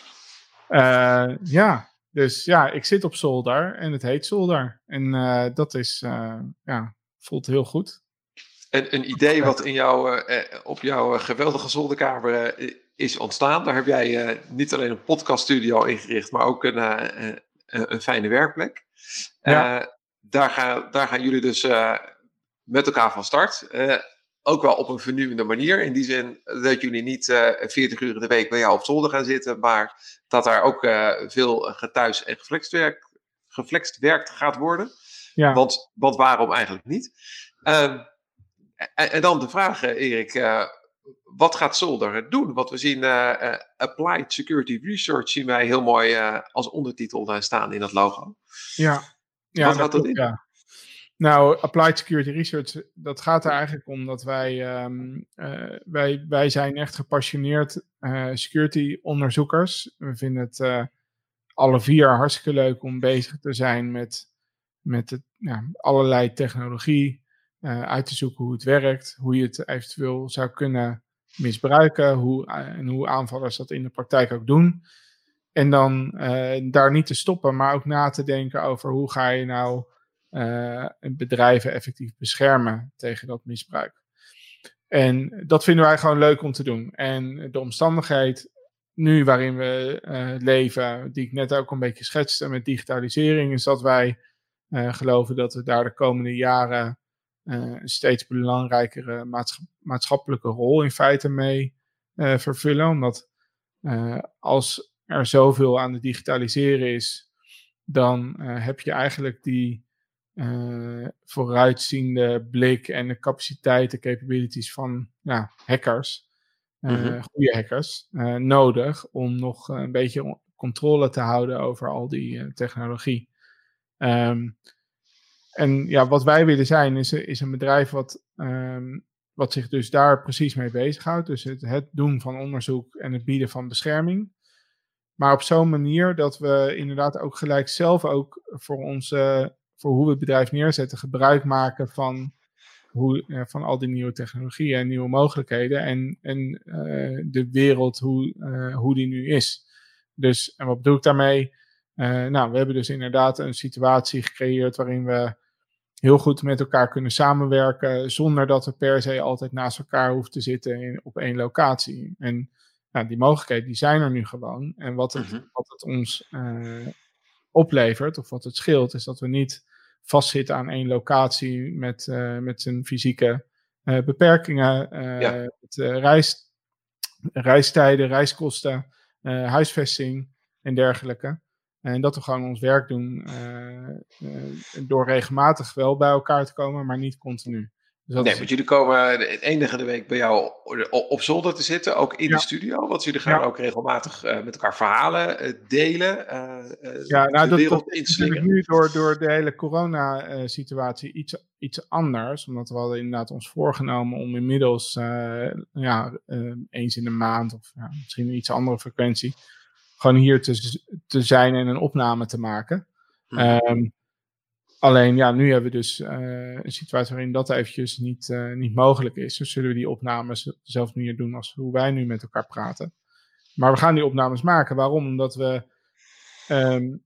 Uh, ja, dus ja, ik zit op Zolder en het heet Zolder. En uh, dat is, uh, ja, voelt heel goed. Een, een idee wat in jou, uh, op jouw geweldige zolderkamer uh, is ontstaan. Daar heb jij uh, niet alleen een podcaststudio ingericht, maar ook een, uh, een, een fijne werkplek. Ja. Uh, daar, gaan, daar gaan jullie dus uh, met elkaar van start. Uh, ook wel op een vernieuwende manier. In die zin dat jullie niet uh, veertig uur in de week bij jou op zolder gaan zitten, maar dat daar ook uh, veel gethuis en geflext werk, geflext werkt gaat worden. Ja. Want, want waarom eigenlijk niet? Uh, En, en dan de vraag, Erik, uh, wat gaat Zolder doen? Want we zien uh, uh, Applied Security Research zien wij heel mooi uh, als ondertitel uh, staan in dat logo. Ja. ja wat gaat dat in? Ja. Nou, Applied Security Research, dat gaat er eigenlijk om dat wij, um, uh, wij, wij zijn echt gepassioneerd uh, security onderzoekers. We vinden het uh, alle vier hartstikke leuk om bezig te zijn met, met het, ja, allerlei technologie. Uh, uit te zoeken hoe het werkt, hoe je het eventueel zou kunnen misbruiken, hoe, uh, en hoe aanvallers dat in de praktijk ook doen. En dan uh, daar niet te stoppen, maar ook na te denken over hoe ga je nou uh, bedrijven effectief beschermen tegen dat misbruik. En dat vinden wij gewoon leuk om te doen. En de omstandigheid nu waarin we uh, leven, die ik net ook een beetje schetste met digitalisering, is dat wij uh, geloven dat we daar de komende jaren Uh, een steeds belangrijkere maatscha- maatschappelijke rol in feite mee uh, vervullen. Omdat uh, als er zoveel aan het digitaliseren is, dan uh, heb je eigenlijk die uh, vooruitziende blik en de capaciteiten, capabilities van ja, hackers, uh, mm-hmm. goede hackers, uh, nodig om nog een beetje controle te houden over al die uh, technologie. Um, En ja, wat wij willen zijn is, is een bedrijf wat, um, wat zich dus daar precies mee bezighoudt. Dus het, het doen van onderzoek en het bieden van bescherming. Maar op zo'n manier dat we inderdaad ook gelijk zelf ook voor, onze, voor hoe we het bedrijf neerzetten, gebruik maken van, hoe, uh, van al die nieuwe technologieën en nieuwe mogelijkheden. En, en uh, de wereld, hoe, uh, hoe die nu is. Dus, en wat bedoel ik daarmee? Uh, nou, we hebben dus inderdaad een situatie gecreëerd waarin we heel goed met elkaar kunnen samenwerken, zonder dat we per se altijd naast elkaar hoeven te zitten in, op één locatie. En nou, die mogelijkheden die zijn er nu gewoon. En wat het, mm-hmm. wat het ons uh, oplevert, of wat het scheelt, is dat we niet vastzitten aan één locatie met, uh, met zijn fysieke uh, beperkingen, uh, ja. met, uh, reis, reistijden, reiskosten, uh, huisvesting en dergelijke. En dat we gewoon ons werk doen uh, uh, door regelmatig wel bij elkaar te komen, maar niet continu. Dus dat nee, is... want jullie komen de enige de week bij jou op zolder te zitten, ook in ja. de studio. Want jullie gaan ja. ook regelmatig uh, met elkaar verhalen uh, delen. Uh, ja, nou, de dat, wereld dat is natuurlijk nu door, door de hele corona-situatie iets, iets anders. Omdat we hadden inderdaad ons voorgenomen om inmiddels uh, ja, uh, eens in de maand, of ja, misschien een iets andere frequentie, gewoon hier te, te zijn en een opname te maken. Hmm. Um, Alleen ja, nu hebben we dus uh, een situatie waarin dat eventjes niet, uh, niet mogelijk is. Dus zullen we die opnames op dezelfde manier doen als hoe wij nu met elkaar praten. Maar we gaan die opnames maken. Waarom? Omdat we um,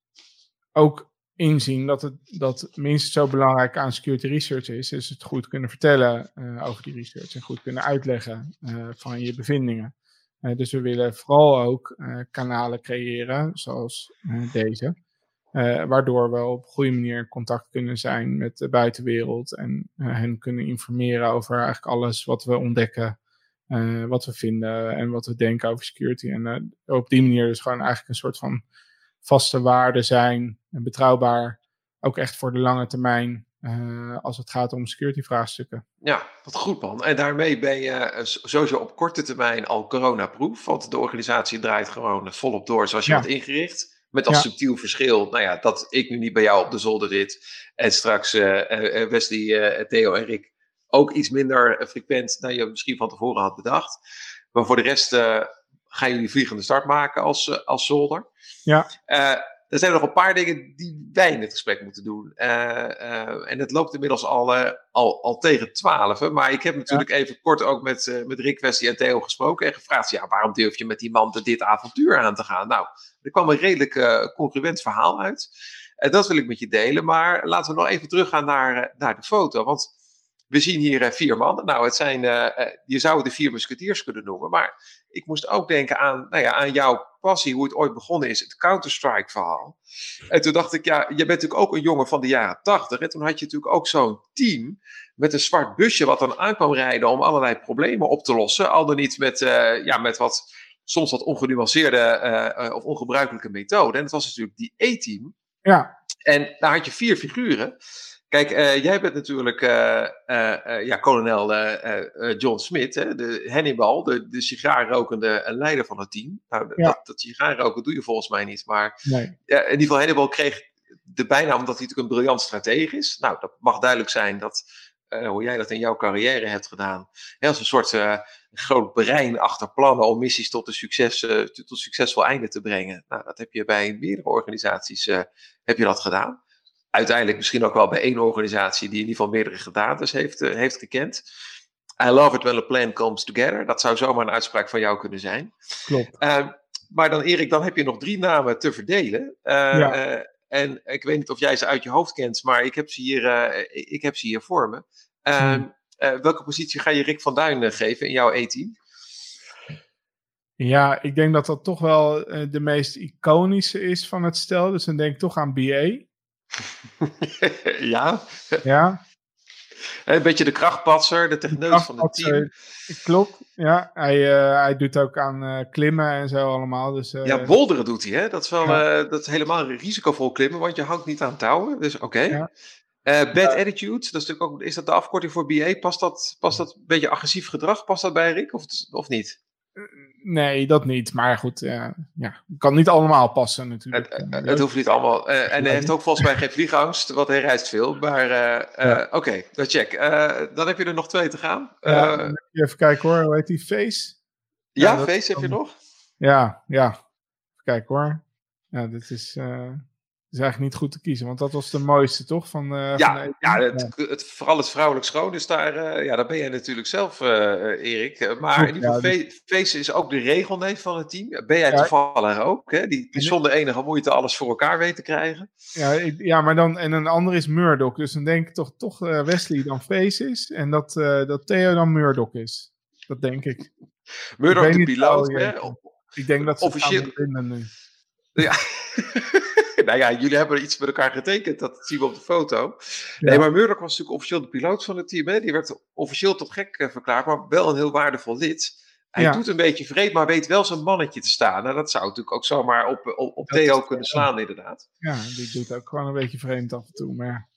ook inzien dat het dat minstens zo belangrijk aan security research is. Is het goed kunnen vertellen uh, over die research en goed kunnen uitleggen uh, van je bevindingen. Uh, dus we willen vooral ook uh, kanalen creëren, zoals uh, deze. Uh, waardoor we op een goede manier in contact kunnen zijn met de buitenwereld. En uh, hen kunnen informeren over eigenlijk alles wat we ontdekken. Uh, wat we vinden en wat we denken over security. En uh, op die manier dus gewoon eigenlijk een soort van vaste waarde zijn. En betrouwbaar. Ook echt voor de lange termijn. Uh, als het gaat om security vraagstukken. Ja, wat goed man. En daarmee ben je uh, sowieso op korte termijn al coronaproof. Want de organisatie draait gewoon volop door zoals je ja. had ingericht. Met als ja. subtiel verschil, nou ja, dat ik nu niet bij jou op de zolder zit. En straks uh, uh, Wesley, uh, Theo en Rick ook iets minder uh, frequent dan je misschien van tevoren had bedacht. Maar voor de rest uh, gaan jullie vliegende start maken als, uh, als zolder. Ja. Uh, er zijn nog een paar dingen die wij in het gesprek moeten doen. Uh, uh, en het loopt inmiddels al, uh, al, al tegen twaalf. Maar ik heb natuurlijk ja. even kort ook met, uh, met Rick, Wesley en Theo gesproken. En gevraagd, ja, waarom durf je met die man dit avontuur aan te gaan? Nou, er kwam een redelijk uh, congruent verhaal uit. En uh, dat wil ik met je delen. Maar laten we nog even teruggaan naar, uh, naar de foto. Want we zien hier uh, vier mannen. Nou, het zijn, uh, uh, je zou het de vier musketiers kunnen noemen. Maar ik moest ook denken aan, nou ja, aan jouw passie, hoe het ooit begonnen is. Het Counter-Strike verhaal. En toen dacht ik, ja, je bent natuurlijk ook een jongen van de jaren tachtig. En toen had je natuurlijk ook zo'n team met een zwart busje wat dan aankwam rijden om allerlei problemen op te lossen. Al dan niet met, uh, ja, met wat, soms wat ongenuanceerde uh, uh, of ongebruikelijke methoden. En dat was natuurlijk die E-team. Ja. En daar had je vier figuren. Kijk, uh, jij bent natuurlijk uh, uh, uh, ja, kolonel uh, uh, John Smith, hè, de Hannibal, de, de sigaarrokende leider van het team. Nou, ja. dat, dat sigaarroken doe je volgens mij niet, maar nee. uh, in ieder geval Hannibal kreeg de bijnaam omdat hij natuurlijk een briljant stratege is. Nou, dat mag duidelijk zijn dat, uh, hoe jij dat in jouw carrière hebt gedaan, hè, als een soort uh, groot brein achter plannen om missies tot een succes, uh, tot succesvol einde te brengen. Nou, dat heb je bij meerdere organisaties uh, heb je dat gedaan. Uiteindelijk misschien ook wel bij één organisatie die in ieder geval meerdere gedaantes heeft, uh, heeft gekend. I love it when a plan comes together. Dat zou zomaar een uitspraak van jou kunnen zijn. Klopt. Uh, maar dan Erik, dan heb je nog drie namen te verdelen. Uh, ja. uh, en ik weet niet of jij ze uit je hoofd kent, maar ik heb ze hier, uh, ik heb ze hier voor me. Uh, hmm. uh, welke positie ga je Rick van Duin uh, geven in jouw E-team? Ja, ik denk dat dat toch wel uh, de meest iconische is van het stel. Dus dan denk ik toch aan B A. ja. Ja. Een beetje de krachtpatser, de techneut van het team. Klopt, ja. Hij, uh, hij doet ook aan uh, klimmen en zo allemaal. Dus, uh, ja, boulderen doet hij, hè? Dat is wel ja. uh, dat is helemaal risicovol klimmen, want je hangt niet aan touwen. Dus oké. Okay. Ja. Uh, bad ja. attitude, dat is natuurlijk ook, is dat de afkorting voor B A? Past dat, past dat een beetje agressief gedrag? Past dat bij Rick of, of niet? Nee, dat niet. Maar goed, uh, ja, kan niet allemaal passen natuurlijk. Het, uh, het hoeft niet allemaal. Uh, en hij heeft ook volgens mij geen vliegangst, want hij reist veel. Maar uh, uh, ja. oké, okay, dat check. Uh, dan heb je er nog twee te gaan. Uh, ja, even kijken hoor, hoe heet die? Face? Ja, ja Face heb je nog? Ja, ja. Kijk hoor. Ja, dit is... Uh... is eigenlijk niet goed te kiezen, want dat was de mooiste, toch? Van, uh, ja, van ja, het, het, vooral het vrouwelijk schoon is daar, uh, ja, daar ben jij natuurlijk zelf, uh, Erik. Maar Goed, in ieder geval, ja, dus... Face is ook de regelneef van het team. Ben jij ja, toevallig ook, hè? Die, die zonder enige moeite alles voor elkaar weet te krijgen. Ja, ik, ja, maar dan, en een ander is Murdoch. Dus dan denk ik toch, toch uh, Wesley dan Face is en dat, uh, dat Theo dan Murdoch is. Dat denk ik. Murdoch ik de piloot, hè? Ik denk dat ze officieel... gaan winnen nu. Ja. Nou ja, jullie hebben iets met elkaar getekend, dat zien we op de foto. Ja. Nee, maar Murdoch was natuurlijk officieel de piloot van het team. Hè? Die werd officieel tot gek uh, verklaard, maar wel een heel waardevol lid. Hij ja. doet een beetje vreed, maar weet wel zijn mannetje te staan. Nou, dat zou natuurlijk ook zomaar op, op, op Theo is, kunnen slaan, ja. inderdaad. Ja, die doet ook gewoon een beetje vreemd af en toe, maar...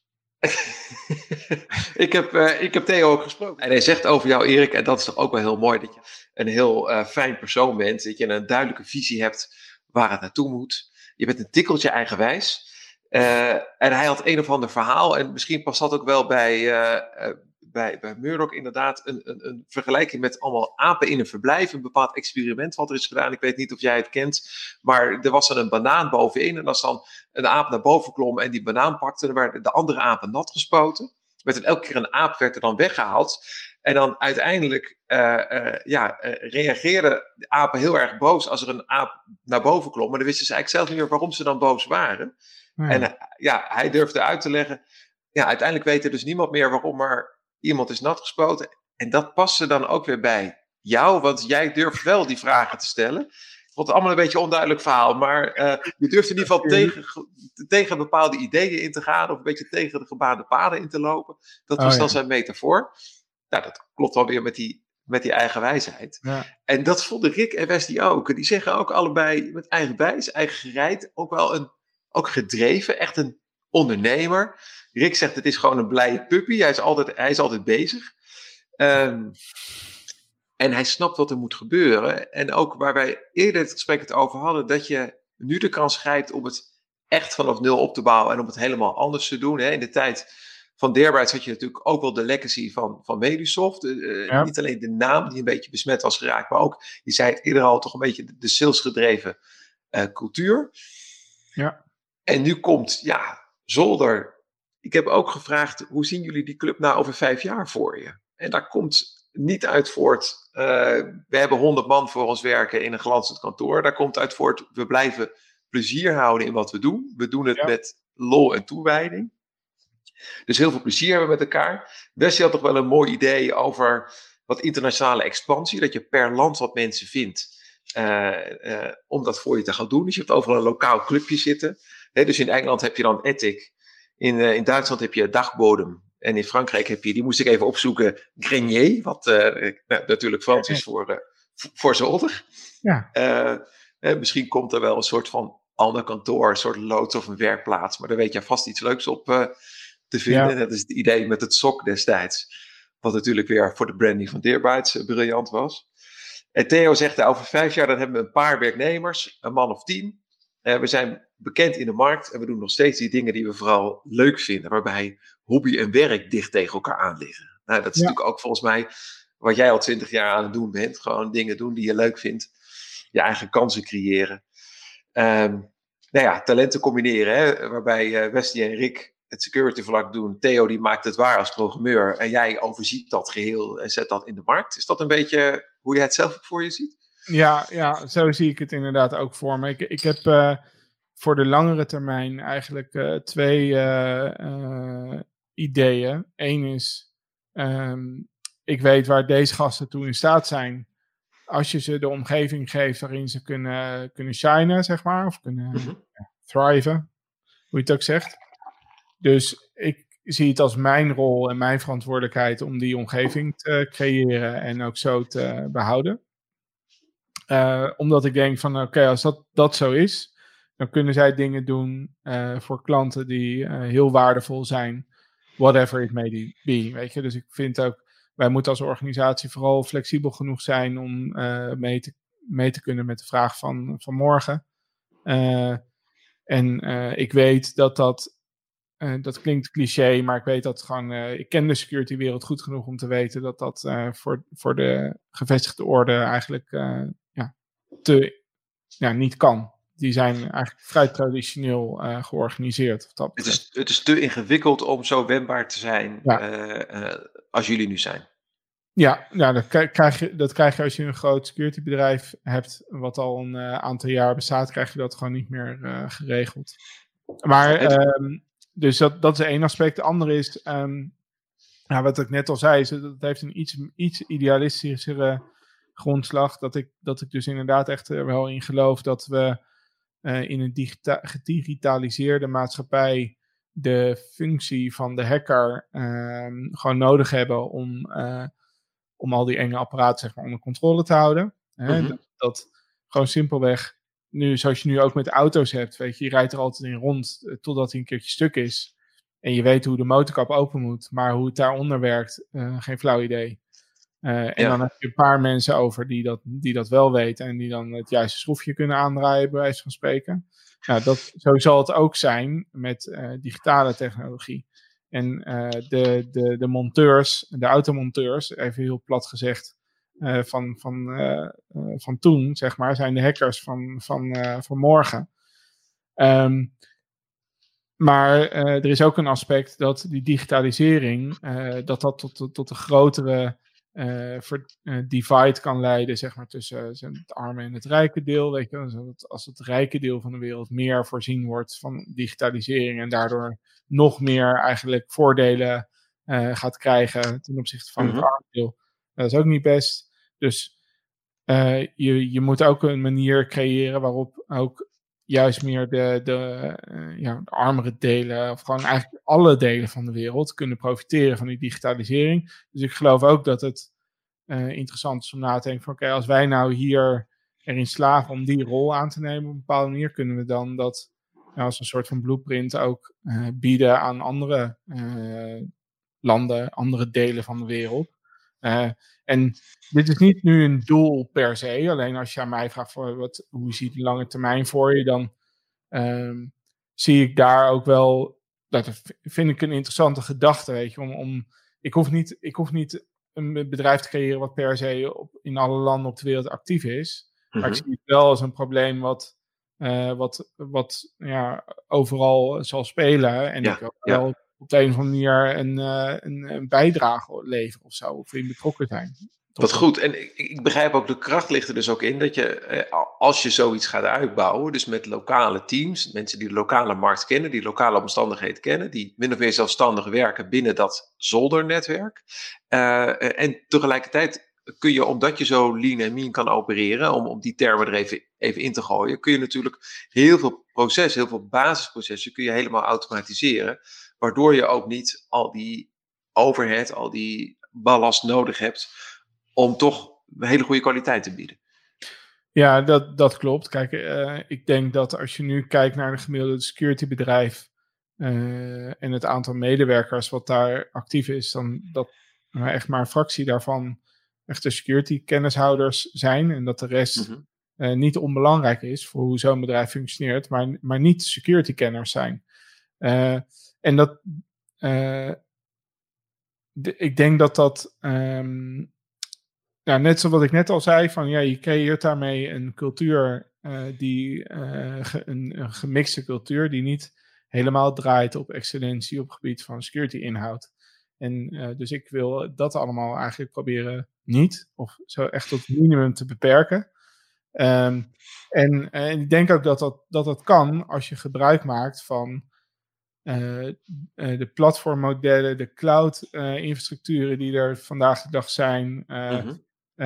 ik, heb, uh, ik heb Theo ook gesproken. En hij zegt over jou, Erik, en dat is toch ook wel heel mooi, dat je een heel uh, fijn persoon bent. Dat je een duidelijke visie hebt waar het naartoe moet. Je bent een tikkeltje eigenwijs. Uh, en hij had een of ander verhaal. En misschien past dat ook wel bij, uh, uh, bij, bij Murdoch inderdaad een, een, een vergelijking met allemaal apen in een verblijf. Een bepaald experiment wat er is gedaan. Ik weet niet of jij het kent. Maar er was er een banaan bovenin. En als dan een aap naar boven klom en die banaan pakte, dan werden de andere apen nat gespoten. Werd er elke keer een aap werd er dan weggehaald. En dan uiteindelijk uh, uh, ja, uh, reageerden de apen heel erg boos als er een aap naar boven klom. Maar dan wisten ze eigenlijk zelf niet meer waarom ze dan boos waren. Hmm. En uh, ja, hij durfde uit te leggen. Ja, uiteindelijk weet er dus niemand meer waarom er iemand is nat gespoten. En dat paste dan ook weer bij jou, want jij durft wel die vragen te stellen. Ik vond het allemaal een beetje een onduidelijk verhaal, maar uh, je durft in ieder geval tegen, tegen bepaalde ideeën in te gaan, of een beetje tegen de gebaande paden in te lopen. Dat was oh, ja. dan zijn metafoor. Nou, dat klopt wel weer met die, met die eigen wijsheid. Ja. En dat vonden Rick en Wesley ook. Die zeggen ook allebei met eigen wijs, eigen gereid, ook wel een, ook gedreven, echt een ondernemer. Rick zegt, het is gewoon een blije puppy. Hij is altijd, hij is altijd bezig. Um, en hij snapt wat er moet gebeuren. En ook waar wij eerder het gesprek het over hadden, dat je nu de kans grijpt om het echt vanaf nul op te bouwen en om het helemaal anders te doen. Hè. In de tijd van Deerbytes had je natuurlijk ook wel de legacy van, van Medisoft. Uh, ja. Niet alleen de naam die een beetje besmet was geraakt, maar ook, je zei het eerder al, toch een beetje de, de salesgedreven uh, cultuur. Ja. En nu komt, ja, Zolder. Ik heb ook gevraagd, hoe zien jullie die club nou over vijf jaar voor je? En daar komt niet uit voort, uh, we hebben honderd man voor ons werken in een glanzend kantoor. Daar komt uit voort, we blijven plezier houden in wat we doen. We doen het ja. met lol en toewijding. Dus heel veel plezier hebben we met elkaar. Wesley had toch wel een mooi idee over wat internationale expansie. Dat je per land wat mensen vindt, uh, uh, om dat voor je te gaan doen. Dus je hebt overal een lokaal clubje zitten. He, dus in Engeland heb je dan Ethic. In, uh, in Duitsland heb je Dagbodem. En in Frankrijk heb je, die moest ik even opzoeken, Grenier. Wat uh, nou, natuurlijk Frans is voor, uh, voor zolder. Ja. Uh, uh, misschien komt er wel een soort van ander kantoor, een soort loods of een werkplaats. Maar daar weet je vast iets leuks op uh, te vinden. Ja. Dat is het idee met het sok destijds. Wat natuurlijk weer voor de branding van Deerbytes uh, briljant was. En Theo zegt, over vijf jaar dan hebben we een paar werknemers, een man of tien. Uh, we zijn bekend in de markt en we doen nog steeds die dingen die we vooral leuk vinden. Waarbij hobby en werk dicht tegen elkaar aan liggen. Nou, dat is ja. natuurlijk ook volgens mij wat jij al twintig jaar aan het doen bent. Gewoon dingen doen die je leuk vindt. Je eigen kansen creëren. Um, nou ja, talenten combineren. Hè, waarbij uh, Wesley en Rick het security vlak doen. Theo die maakt het waar als programmeur. En jij overziet dat geheel en zet dat in de markt. Is dat een beetje hoe jij het zelf ook voor je ziet? Ja, ja, zo zie ik het inderdaad ook voor me. Ik, ik heb uh, voor de langere termijn eigenlijk uh, twee uh, uh, ideeën. Eén is, um, ik weet waar deze gasten toe in staat zijn. Als je ze de omgeving geeft waarin ze kunnen, kunnen shinen, zeg maar. Of kunnen mm-hmm. ja, thriven, hoe je het ook zegt. Dus ik zie het als mijn rol en mijn verantwoordelijkheid om die omgeving te creëren en ook zo te behouden. Uh, omdat ik denk van, oké, okay, als dat, dat zo is, dan kunnen zij dingen doen uh, voor klanten die uh, heel waardevol zijn, whatever it may be, weet je. Dus ik vind ook, wij moeten als organisatie vooral flexibel genoeg zijn om uh, mee, te, mee te kunnen met de vraag van, van morgen. Uh, en uh, ik weet dat dat, uh, dat klinkt cliché, maar ik weet dat gewoon, uh, ik ken de security wereld goed genoeg om te weten dat dat uh, voor, voor de gevestigde orde eigenlijk uh, ja, te, ja, niet kan. Die zijn eigenlijk vrij traditioneel uh, georganiseerd. Dat het, is, het is te ingewikkeld om zo wendbaar te zijn ja. uh, uh, als jullie nu zijn. Ja, ja dat, krijg je, dat krijg je als je een groot securitybedrijf hebt, wat al een uh, aantal jaar bestaat, krijg je dat gewoon niet meer uh, geregeld. Maar, um, dus dat, dat is één aspect. De andere is, um, nou, wat ik net al zei, is dat het heeft een iets, iets idealistischere grondslag, dat ik, dat ik dus inderdaad echt er wel in geloof dat we uh, in een digita- gedigitaliseerde maatschappij de functie van de hacker uh, gewoon nodig hebben om, uh, om al die enge apparaten zeg maar, onder controle te houden. Hè? Mm-hmm. Dat, dat gewoon simpelweg, nu, zoals je nu ook met auto's hebt, weet je, je rijdt er altijd in rond uh, totdat hij een keertje stuk is. En je weet hoe de motorkap open moet, maar hoe het daaronder werkt, uh, geen flauw idee. Uh, en ja. dan heb je een paar mensen over die dat, die dat wel weten en die dan het juiste schroefje kunnen aandraaien, bij wijze van spreken. Nou, dat, zo zal het ook zijn met uh, digitale technologie. En uh, de, de, de monteurs, de automonteurs, even heel plat gezegd, uh, van, van, uh, uh, van toen, zeg maar, zijn de hackers van, van, uh, van morgen. Um, maar uh, er is ook een aspect dat die digitalisering, uh, dat dat tot, tot, tot een grotere uh, ver, uh, divide kan leiden, zeg maar, tussen uh, het arme en het rijke deel. Weet je, als het, als het rijke deel van de wereld meer voorzien wordt van digitalisering en daardoor nog meer eigenlijk voordelen uh, gaat krijgen ten opzichte van mm-hmm. het arme deel. Dat is ook niet best. Dus uh, je, je moet ook een manier creëren waarop ook juist meer de, de, uh, ja, de armere delen, of gewoon eigenlijk alle delen van de wereld kunnen profiteren van die digitalisering. Dus ik geloof ook dat het uh, interessant is om na te denken van oké, okay, als wij nou hier erin slagen om die rol aan te nemen op een bepaalde manier, kunnen we dan dat nou, als een soort van blueprint ook uh, bieden aan andere uh, landen, andere delen van de wereld. Uh, en dit is niet nu een doel per se. Alleen als je aan mij vraagt voor wat, hoe ziet de lange termijn voor je, dan um, zie ik daar ook wel, dat vind ik een interessante gedachte, weet je, om, om ik hoef niet, ik hoef niet een bedrijf te creëren wat per se op, in alle landen op de wereld actief is. Mm-hmm. Maar ik zie het wel als een probleem wat, uh, wat, wat ja, overal zal spelen. En ja, ik wel ja. op de een of andere manier een, uh, een, een bijdrage leveren of zo, of in betrokken zijn. Wat goed. En ik, ik begrijp ook, de kracht ligt er dus ook in dat je, als je zoiets gaat uitbouwen, dus met lokale teams, mensen die de lokale markt kennen, die lokale omstandigheden kennen, die min of meer zelfstandig werken binnen dat zoldernetwerk. Uh, en tegelijkertijd kun je, omdat je zo lean en mean kan opereren, om, om die termen er even, even in te gooien, kun je natuurlijk heel veel processen, heel veel basisprocessen, kun je helemaal automatiseren, waardoor je ook niet al die overhead, al die ballast nodig hebt om toch een hele goede kwaliteit te bieden. Ja, dat, dat klopt. Kijk, uh, ik denk dat als je nu kijkt naar een gemiddelde securitybedrijf uh, en het aantal medewerkers wat daar actief is, dan dat uh, echt maar een fractie daarvan echte security kennishouders zijn en dat de rest mm-hmm. uh, niet onbelangrijk is voor hoe zo'n bedrijf functioneert, maar, maar niet security kenners zijn. Uh, en dat uh, de, ik denk dat dat um, ja, net zoals wat ik net al zei, van ja, je creëert daarmee een cultuur, uh, die, uh, ge, een, een gemixte cultuur, die niet helemaal draait op excellentie op het gebied van security inhoud. En uh, dus ik wil dat allemaal eigenlijk proberen niet, of zo echt tot het minimum te beperken. Um, en, en ik denk ook dat dat, dat dat kan als je gebruik maakt van uh, uh, de platformmodellen, de cloud uh, infrastructuren die er vandaag de dag zijn. Uh, mm-hmm.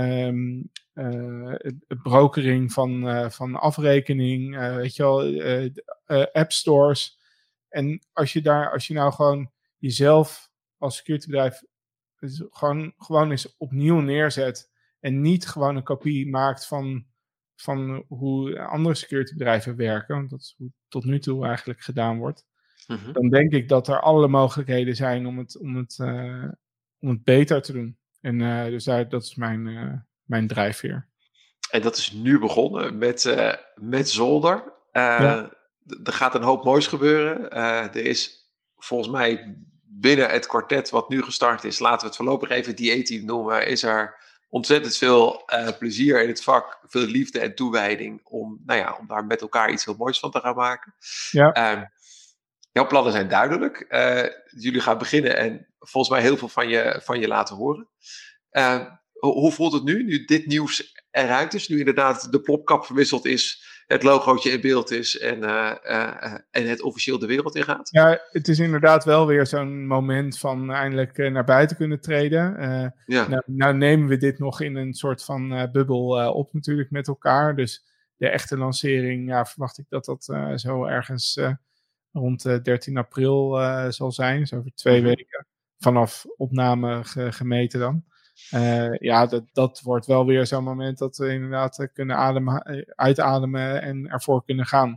Um, uh, brokering van, uh, van afrekening, uh, weet je wel, uh, uh, app stores. En als je daar, als je nou gewoon jezelf als securitybedrijf gewoon, gewoon eens opnieuw neerzet en niet gewoon een kopie maakt van, van hoe andere securitybedrijven werken, want dat is hoe het tot nu toe eigenlijk gedaan wordt, mm-hmm. dan denk ik dat er alle mogelijkheden zijn om het, om het, uh, om het beter te doen. En uh, dus daar, dat is mijn, uh, mijn drijfveer. En dat is nu begonnen met, uh, met Zolder. Uh, ja. d- er gaat een hoop moois gebeuren. Uh, er is volgens mij binnen het kwartet wat nu gestart is, laten we het voorlopig even die A-team noemen, is er ontzettend veel uh, plezier in het vak, veel liefde en toewijding om, nou ja, om daar met elkaar iets heel moois van te gaan maken. Ja. Uh, jouw plannen zijn duidelijk. Uh, jullie gaan beginnen en volgens mij heel veel van je, van je laten horen. Uh, hoe, hoe voelt het nu, nu dit nieuws eruit is? Nu inderdaad de plopkap verwisseld is, het logootje in beeld is en, uh, uh, en het officieel de wereld ingaat? Ja, het is inderdaad wel weer zo'n moment van eindelijk uh, naar buiten kunnen treden. Uh, ja. nou, nou nemen we dit nog in een soort van uh, bubbel uh, op natuurlijk met elkaar. Dus de echte lancering, ja, verwacht ik dat dat uh, zo ergens Uh, rond uh, dertien april uh, zal zijn. Dus over twee mm-hmm. weken vanaf opname ge- gemeten dan. Uh, ja, dat, dat wordt wel weer zo'n moment dat we inderdaad uh, kunnen ademen, uitademen en ervoor kunnen gaan.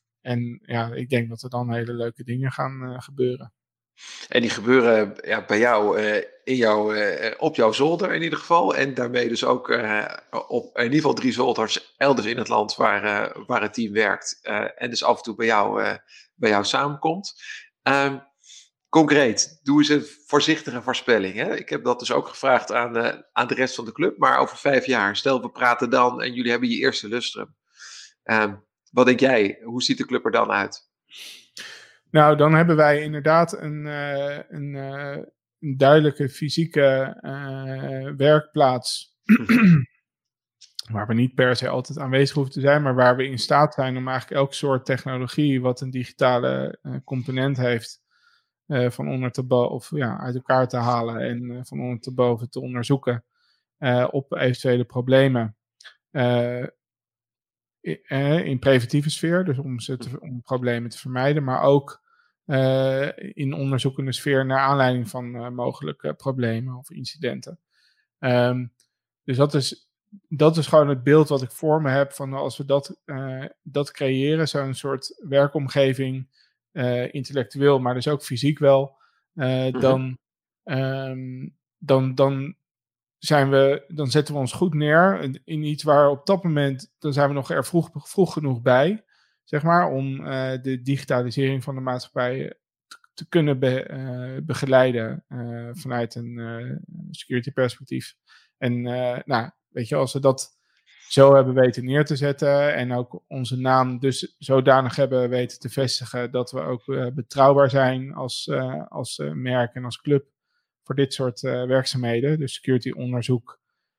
En ja, ik denk dat er dan hele leuke dingen gaan uh, gebeuren. En die gebeuren ja, bij jou, uh, in jou uh, op jouw zolder in ieder geval. En daarmee dus ook uh, op in ieder geval drie zolders elders in het land waar, uh, waar het team werkt. Uh, en dus af en toe bij jou, uh, bij jou samenkomt. Um, concreet, doe eens een voorzichtige voorspelling. Hè? Ik heb dat dus ook gevraagd aan, uh, aan de rest van de club. Maar over vijf jaar, stel we praten dan en jullie hebben je eerste lustrum. Um, wat denk jij? Hoe ziet de club er dan uit? Nou, dan hebben wij inderdaad een, uh, een, uh, een duidelijke fysieke uh, werkplaats. Waar we niet per se altijd aanwezig hoeven te zijn, maar waar we in staat zijn om eigenlijk elk soort technologie wat een digitale uh, component heeft, uh, van onder te boven, of ja, uit elkaar te halen en uh, van onder te boven te onderzoeken uh, op eventuele problemen. Uh, in preventieve sfeer, dus om, ze te, om problemen te vermijden, maar ook uh, in onderzoekende sfeer naar aanleiding van uh, mogelijke problemen of incidenten. Um, dus dat is, dat is gewoon het beeld wat ik voor me heb van als we dat, uh, dat creëren, zo'n soort werkomgeving, uh, intellectueel, maar dus ook fysiek wel, uh, mm-hmm. dan, um, dan, dan zijn we, dan zetten we ons goed neer in iets waar op dat moment, dan zijn we nog er vroeg, vroeg genoeg bij, zeg maar, om uh, de digitalisering van de maatschappij te, te kunnen be, uh, begeleiden uh, vanuit een uh, security perspectief. En uh, nou, weet je, als we dat zo hebben weten neer te zetten en ook onze naam dus zodanig hebben weten te vestigen dat we ook uh, betrouwbaar zijn als, uh, als uh, merk en als club voor dit soort uh, werkzaamheden, dus security onderzoek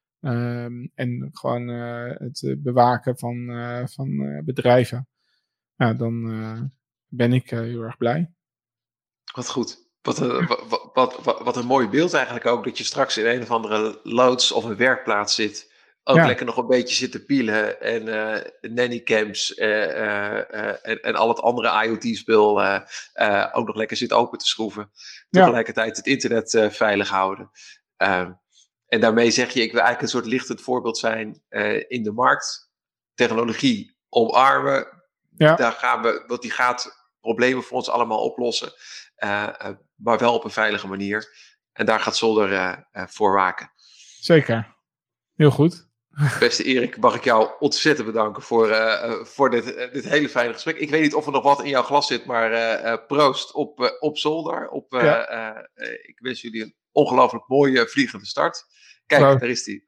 um, en gewoon uh, het bewaken van, uh, van uh, bedrijven. Nou, dan uh, ben ik uh, heel erg blij. Wat goed. Wat een, wat, wat, wat, wat een mooi beeld eigenlijk ook, dat je straks in een of andere loods of een werkplaats zit, ook ja. lekker nog een beetje zit te pielen en uh, nannycams uh, uh, uh, en, en al het andere IoT-spul uh, uh, ook nog lekker zit open te schroeven. Tegelijkertijd ja. het internet uh, veilig houden. Uh, en daarmee zeg je, ik wil eigenlijk een soort lichtend voorbeeld zijn uh, in de markt. Technologie omarmen. Ja. Daar gaan we, want die gaat problemen voor ons allemaal oplossen. Uh, uh, maar wel op een veilige manier. En daar gaat Zolder uh, uh, voor waken. Zeker. Heel goed. Beste Erik, mag ik jou ontzettend bedanken voor, uh, voor dit, uh, dit hele fijne gesprek. Ik weet niet of er nog wat in jouw glas zit, maar uh, uh, proost op, uh, op Zolder. Op, uh, ja. uh, uh, ik wens jullie een ongelooflijk mooie vliegende start. Kijk, proost. Daar is die.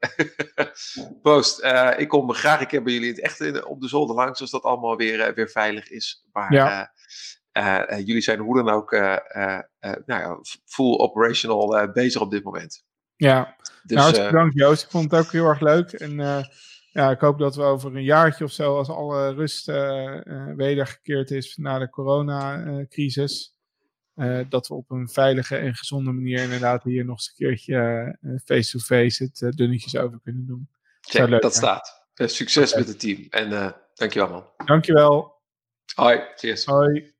Proost. Uh, ik kom graag een keer bij jullie in het echt in, op de zolder langs, als dat allemaal weer, uh, weer veilig is. Maar ja. uh, uh, uh, jullie zijn hoe dan ook uh, uh, uh, nou ja, full operational uh, bezig op dit moment. Ja, dus, nou, uh, bedankt Joost. Ik vond het ook heel erg leuk. En uh, ja, ik hoop dat we over een jaartje of zo, als alle rust uh, uh, wedergekeerd is na de coronacrisis, uh, dat we op een veilige en gezonde manier inderdaad hier nog eens een keertje uh, face-to-face het uh, dunnetjes over kunnen doen. Check, leuk, dat hè? Staat. Uh, succes okay. met het team. En uh, dankjewel man. Dankjewel. Hoi, cheers. Hoi.